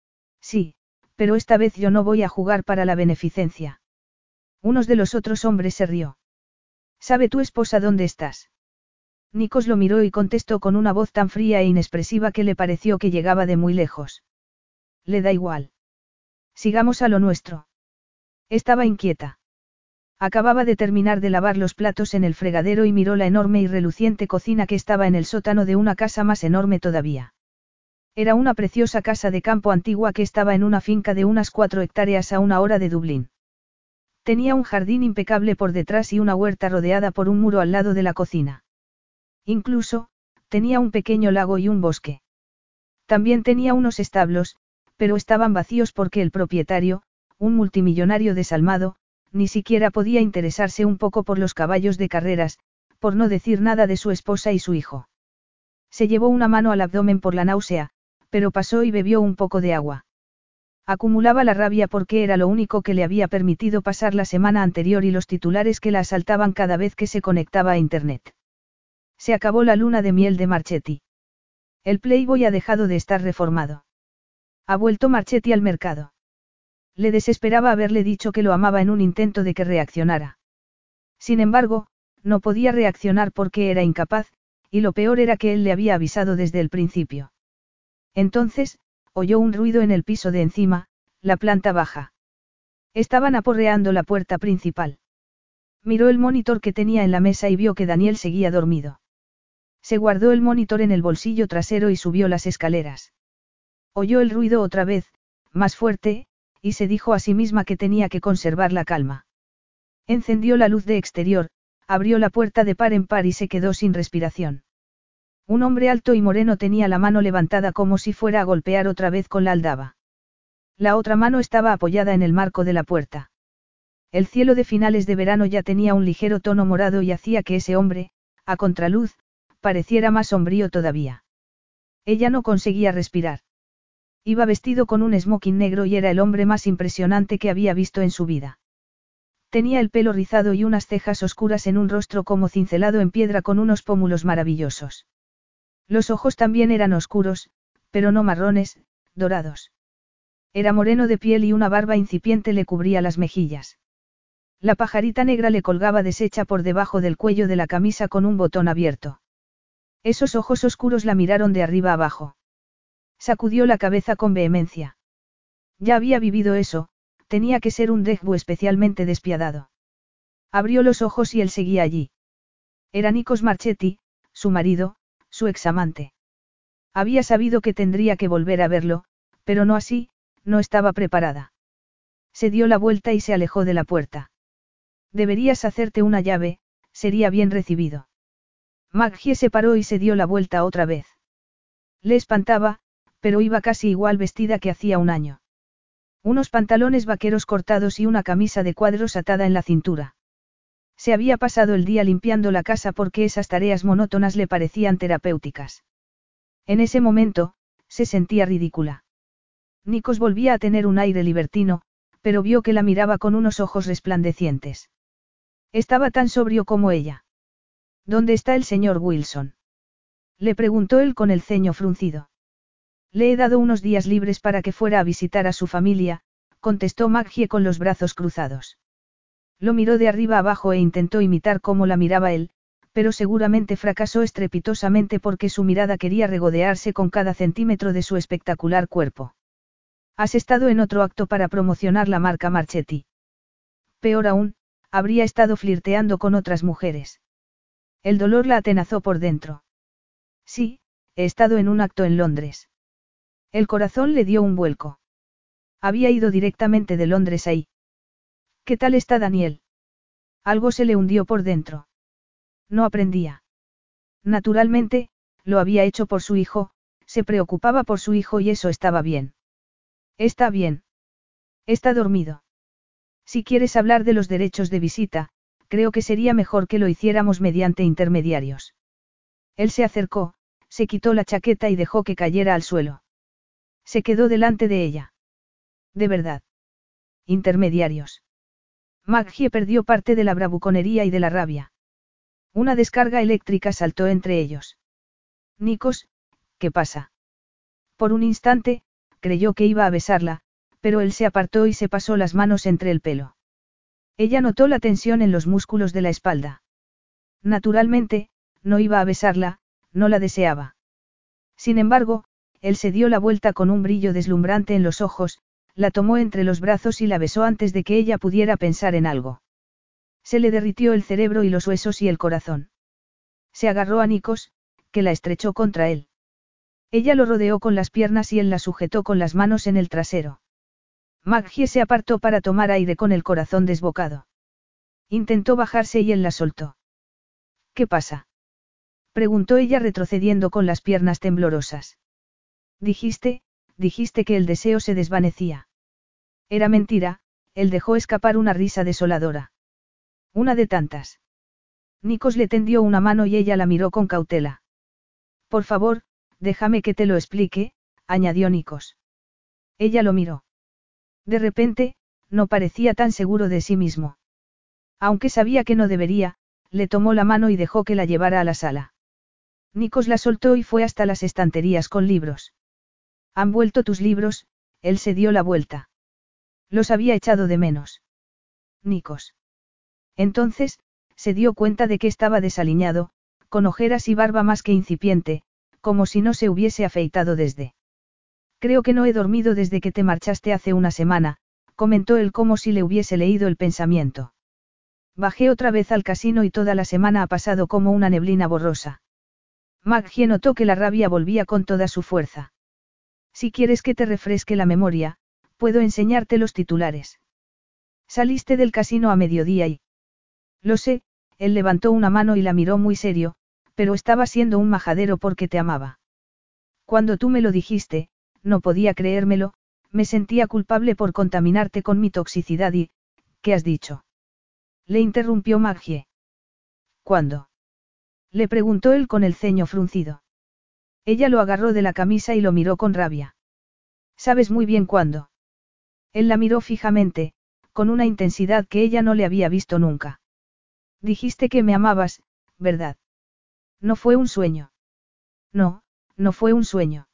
Sí, pero esta vez yo no voy a jugar para la beneficencia. Unos de los otros hombres se rió. ¿Sabe tu esposa dónde estás? Nikos lo miró y contestó con una voz tan fría e inexpresiva que le pareció que llegaba de muy lejos. Le da igual. Sigamos a lo nuestro. Estaba inquieta. Acababa de terminar de lavar los platos en el fregadero y miró la enorme y reluciente cocina que estaba en el sótano de una casa más enorme todavía. Era una preciosa casa de campo antigua que estaba en una finca de unas cuatro hectáreas a una hora de Dublín. Tenía un jardín impecable por detrás y una huerta rodeada por un muro al lado de la cocina. Incluso, tenía un pequeño lago y un bosque. También tenía unos establos, pero estaban vacíos porque el propietario, un multimillonario desalmado, ni siquiera podía interesarse un poco por los caballos de carreras, por no decir nada de su esposa y su hijo. Se llevó una mano al abdomen por la náusea, pero pasó y bebió un poco de agua. Acumulaba la rabia porque era lo único que le había permitido pasar la semana anterior y los titulares que la asaltaban cada vez que se conectaba a Internet. Se acabó la luna de miel de Marchetti. El Playboy ha dejado de estar reformado. Ha vuelto Marchetti al mercado. Le desesperaba haberle dicho que lo amaba en un intento de que reaccionara. Sin embargo, no podía reaccionar porque era incapaz, y lo peor era que él le había avisado desde el principio. Entonces, oyó un ruido en el piso de encima, la planta baja. Estaban aporreando la puerta principal. Miró el monitor que tenía en la mesa y vio que Daniel seguía dormido. Se guardó el monitor en el bolsillo trasero y subió las escaleras. Oyó el ruido otra vez, más fuerte, y se dijo a sí misma que tenía que conservar la calma. Encendió la luz de exterior, abrió la puerta de par en par y se quedó sin respiración. Un hombre alto y moreno tenía la mano levantada como si fuera a golpear otra vez con la aldaba. La otra mano estaba apoyada en el marco de la puerta. El cielo de finales de verano ya tenía un ligero tono morado y hacía que ese hombre, a contraluz, pareciera más sombrío todavía. Ella no conseguía respirar. Iba vestido con un smoking negro y era el hombre más impresionante que había visto en su vida. Tenía el pelo rizado y unas cejas oscuras en un rostro como cincelado en piedra con unos pómulos maravillosos. Los ojos también eran oscuros, pero no marrones, dorados. Era moreno de piel y una barba incipiente le cubría las mejillas. La pajarita negra le colgaba deshecha por debajo del cuello de la camisa con un botón abierto. Esos ojos oscuros la miraron de arriba abajo. Sacudió la cabeza con vehemencia. Ya había vivido eso, tenía que ser un Degbu especialmente despiadado. Abrió los ojos y él seguía allí. Era Nikos Marchetti, su marido, su examante. Había sabido que tendría que volver a verlo, pero no así, no estaba preparada. Se dio la vuelta y se alejó de la puerta. Deberías hacerte una llave, sería bien recibido. Maggie se paró y se dio la vuelta otra vez. Le espantaba, pero iba casi igual vestida que hacía un año. Unos pantalones vaqueros cortados y una camisa de cuadros atada en la cintura. Se había pasado el día limpiando la casa porque esas tareas monótonas le parecían terapéuticas. En ese momento, se sentía ridícula. Nikos volvía a tener un aire libertino, pero vio que la miraba con unos ojos resplandecientes. Estaba tan sobrio como ella. ¿Dónde está el señor Wilson? Le preguntó él con el ceño fruncido. Le he dado unos días libres para que fuera a visitar a su familia, contestó Maggie con los brazos cruzados. Lo miró de arriba abajo e intentó imitar cómo la miraba él, pero seguramente fracasó estrepitosamente porque su mirada quería regodearse con cada centímetro de su espectacular cuerpo. ¿Has estado en otro acto para promocionar la marca Marchetti? Peor aún, habría estado flirteando con otras mujeres. El dolor la atenazó por dentro. Sí, he estado en un acto en Londres. El corazón le dio un vuelco. Había ido directamente de Londres ahí. ¿Qué tal está Daniel? Algo se le hundió por dentro. No aprendía. Naturalmente, lo había hecho por su hijo, se preocupaba por su hijo y eso estaba bien. Está bien. Está dormido. Si quieres hablar de los derechos de visita, creo que sería mejor que lo hiciéramos mediante intermediarios. Él se acercó, se quitó la chaqueta y dejó que cayera al suelo. Se quedó delante de ella. De verdad. Intermediarios. Maggie perdió parte de la bravuconería y de la rabia. Una descarga eléctrica saltó entre ellos. Nikos, ¿qué pasa? Por un instante, creyó que iba a besarla, pero él se apartó y se pasó las manos entre el pelo. Ella notó la tensión en los músculos de la espalda. Naturalmente, no iba a besarla, no la deseaba. Sin embargo, él se dio la vuelta con un brillo deslumbrante en los ojos, la tomó entre los brazos y la besó antes de que ella pudiera pensar en algo. Se le derritió el cerebro y los huesos y el corazón. Se agarró a Nikos, que la estrechó contra él. Ella lo rodeó con las piernas y él la sujetó con las manos en el trasero. Maggie se apartó para tomar aire con el corazón desbocado. Intentó bajarse y él la soltó. ¿Qué pasa? Preguntó ella retrocediendo con las piernas temblorosas. Dijiste, dijiste que el deseo se desvanecía. Era mentira, él dejó escapar una risa desoladora. Una de tantas. Nikos le tendió una mano y ella la miró con cautela. Por favor, déjame que te lo explique, añadió Nikos. Ella lo miró. De repente, no parecía tan seguro de sí mismo. Aunque sabía que no debería, le tomó la mano y dejó que la llevara a la sala. Nikos la soltó y fue hasta las estanterías con libros. ¿Han vuelto tus libros? Él se dio la vuelta. Los había echado de menos. Nikos. Entonces, se dio cuenta de que estaba desaliñado, con ojeras y barba más que incipiente, como si no se hubiese afeitado desde. Creo que no he dormido desde que te marchaste hace una semana, comentó él como si le hubiese leído el pensamiento. Bajé otra vez al casino y toda la semana ha pasado como una neblina borrosa. Maggie notó que la rabia volvía con toda su fuerza. Si quieres que te refresque la memoria, puedo enseñarte los titulares. Saliste del casino a mediodía y... Lo sé, él levantó una mano y la miró muy serio, pero estaba siendo un majadero porque te amaba. Cuando tú me lo dijiste, no podía creérmelo, me sentía culpable por contaminarte con mi toxicidad y... ¿Qué has dicho? Le interrumpió Maggie. ¿Cuándo? Le preguntó él con el ceño fruncido. Ella lo agarró de la camisa y lo miró con rabia. ¿Sabes muy bien cuándo? Él la miró fijamente, con una intensidad que ella no le había visto nunca. Dijiste que me amabas, ¿verdad? No fue un sueño. No, no fue un sueño.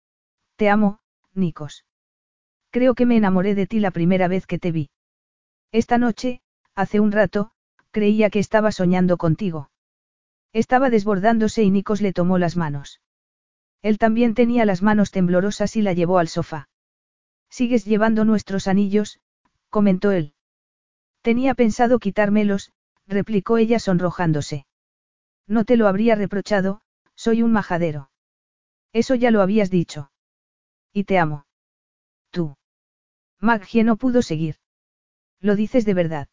Te amo, Nikos. Creo que me enamoré de ti la primera vez que te vi. Esta noche, hace un rato, creía que estaba soñando contigo. Estaba desbordándose y Nikos le tomó las manos. Él también tenía las manos temblorosas y la llevó al sofá. Sigues llevando nuestros anillos, comentó él. Tenía pensado quitármelos, replicó ella sonrojándose. No te lo habría reprochado, soy un majadero. Eso ya lo habías dicho. Y te amo. Tú. Maggie no pudo seguir. ¿Lo dices de verdad?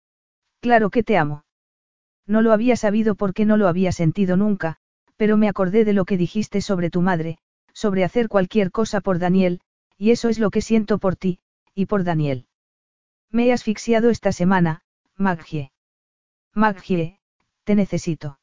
Claro que te amo. No lo había sabido porque no lo había sentido nunca, pero me acordé de lo que dijiste sobre tu madre, sobre hacer cualquier cosa por Daniel, y eso es lo que siento por ti, y por Daniel. Me he asfixiado esta semana, Maggie. Maggie, te necesito.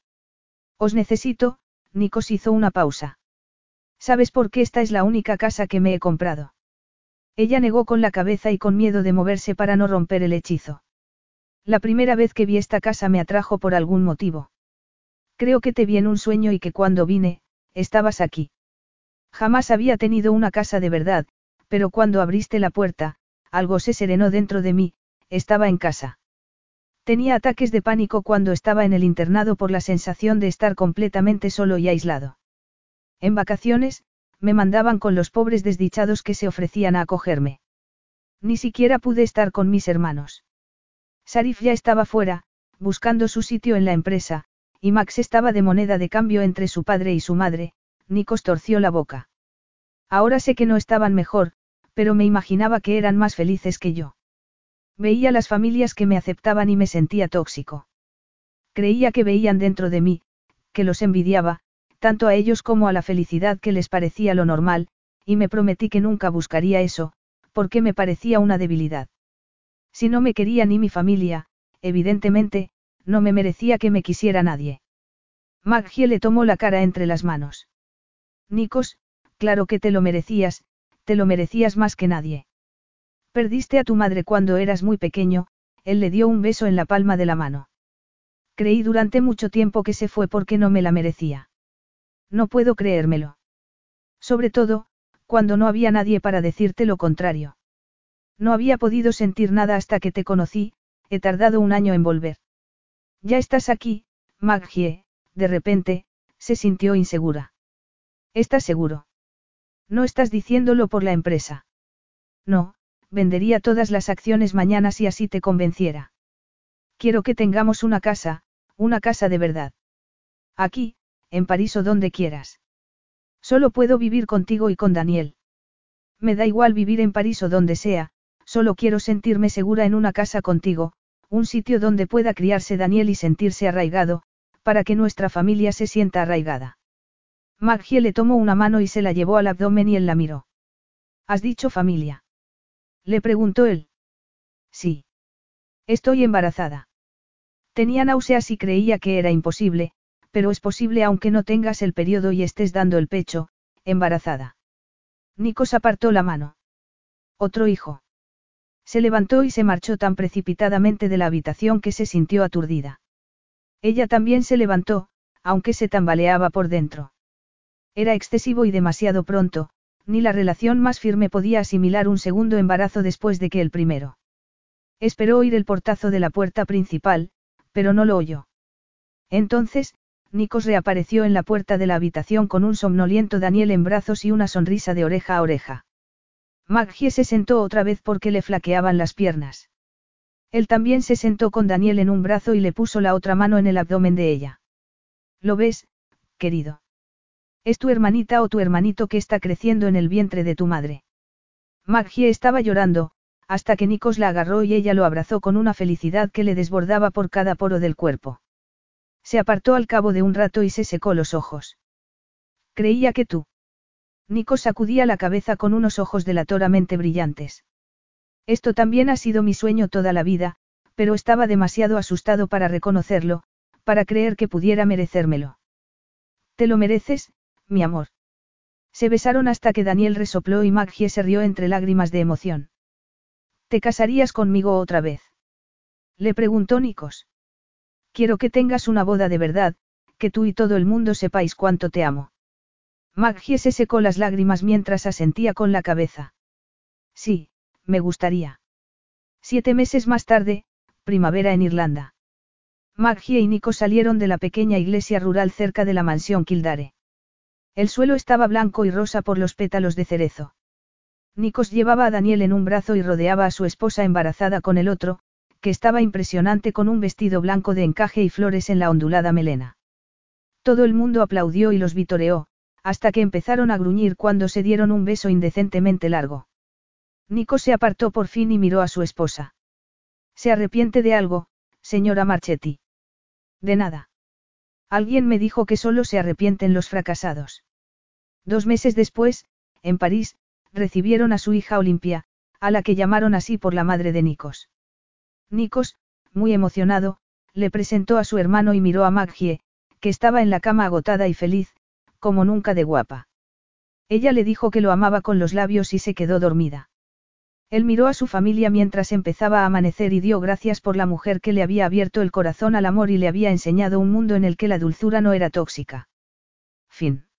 Os necesito, Nikos hizo una pausa. ¿Sabes por qué esta es la única casa que me he comprado? Ella negó con la cabeza y con miedo de moverse para no romper el hechizo. La primera vez que vi esta casa me atrajo por algún motivo. Creo que te vi en un sueño y que cuando vine, estabas aquí. Jamás había tenido una casa de verdad, pero cuando abriste la puerta, algo se serenó dentro de mí, estaba en casa. Tenía ataques de pánico cuando estaba en el internado por la sensación de estar completamente solo y aislado. En vacaciones, me mandaban con los pobres desdichados que se ofrecían a acogerme. Ni siquiera pude estar con mis hermanos. Sarif ya estaba fuera, buscando su sitio en la empresa, y Max estaba de moneda de cambio entre su padre y su madre. Nikos torció la boca. Ahora sé que no estaban mejor, pero me imaginaba que eran más felices que yo. Veía las familias que me aceptaban y me sentía tóxico. Creía que veían dentro de mí, que los envidiaba, tanto a ellos como a la felicidad que les parecía lo normal, y me prometí que nunca buscaría eso, porque me parecía una debilidad. Si no me quería ni mi familia, evidentemente, no me merecía que me quisiera nadie. Maggie le tomó la cara entre las manos. Nikos, claro que te lo merecías, te lo merecías más que nadie. Perdiste a tu madre cuando eras muy pequeño, él le dio un beso en la palma de la mano. Creí durante mucho tiempo que se fue porque no me la merecía. No puedo creérmelo. Sobre todo, cuando no había nadie para decirte lo contrario. No había podido sentir nada hasta que te conocí, he tardado un año en volver. Ya estás aquí, Maggie, de repente, se sintió insegura. ¿Estás seguro? No estás diciéndolo por la empresa. No, vendería todas las acciones mañana si así te convenciera. Quiero que tengamos una casa, una casa de verdad. Aquí, en París o donde quieras. Solo puedo vivir contigo y con Daniel. Me da igual vivir en París o donde sea, solo quiero sentirme segura en una casa contigo, un sitio donde pueda criarse Daniel y sentirse arraigado, para que nuestra familia se sienta arraigada. Maggie le tomó una mano y se la llevó al abdomen y él la miró. ¿Has dicho familia? Le preguntó él. Sí. Estoy embarazada. Tenía náuseas y creía que era imposible, pero es posible aunque no tengas el periodo y estés dando el pecho, embarazada. Nikos apartó la mano. Otro hijo. Se levantó y se marchó tan precipitadamente de la habitación que se sintió aturdida. Ella también se levantó, aunque se tambaleaba por dentro. Era excesivo y demasiado pronto, ni la relación más firme podía asimilar un segundo embarazo después de que el primero. Esperó oír el portazo de la puerta principal, pero no lo oyó. Entonces, Nikos reapareció en la puerta de la habitación con un somnoliento Daniel en brazos y una sonrisa de oreja a oreja. Maggie se sentó otra vez porque le flaqueaban las piernas. Él también se sentó con Daniel en un brazo y le puso la otra mano en el abdomen de ella. ¿Lo ves, querido? Es tu hermanita o tu hermanito que está creciendo en el vientre de tu madre. Maggie estaba llorando, hasta que Nikos la agarró y ella lo abrazó con una felicidad que le desbordaba por cada poro del cuerpo. Se apartó al cabo de un rato y se secó los ojos. Creía que tú. Nikos sacudía la cabeza con unos ojos delatoramente brillantes. Esto también ha sido mi sueño toda la vida, pero estaba demasiado asustado para reconocerlo, para creer que pudiera merecérmelo. Te lo mereces, mi amor. Se besaron hasta que Daniel resopló y Maggie se rió entre lágrimas de emoción. ¿Te casarías conmigo otra vez? Le preguntó Nikos. Quiero que tengas una boda de verdad, que tú y todo el mundo sepáis cuánto te amo. Maggie se secó las lágrimas mientras asentía con la cabeza. Sí, me gustaría. Siete meses más tarde, primavera en Irlanda. Maggie y Nikos salieron de la pequeña iglesia rural cerca de la mansión Kildare. El suelo estaba blanco y rosa por los pétalos de cerezo. Nikos llevaba a Daniel en un brazo y rodeaba a su esposa embarazada con el otro, que estaba impresionante con un vestido blanco de encaje y flores en la ondulada melena. Todo el mundo aplaudió y los vitoreó, hasta que empezaron a gruñir cuando se dieron un beso indecentemente largo. Nikos se apartó por fin y miró a su esposa. ¿Se arrepiente de algo, señora Marchetti? De nada. Alguien me dijo que solo se arrepienten los fracasados. Dos meses después, en París, recibieron a su hija Olimpia, a la que llamaron así por la madre de Nikos. Nikos, muy emocionado, le presentó a su hermano y miró a Maggie, que estaba en la cama agotada y feliz, como nunca de guapa. Ella le dijo que lo amaba con los labios y se quedó dormida. Él miró a su familia mientras empezaba a amanecer y dio gracias por la mujer que le había abierto el corazón al amor y le había enseñado un mundo en el que la dulzura no era tóxica. Fin.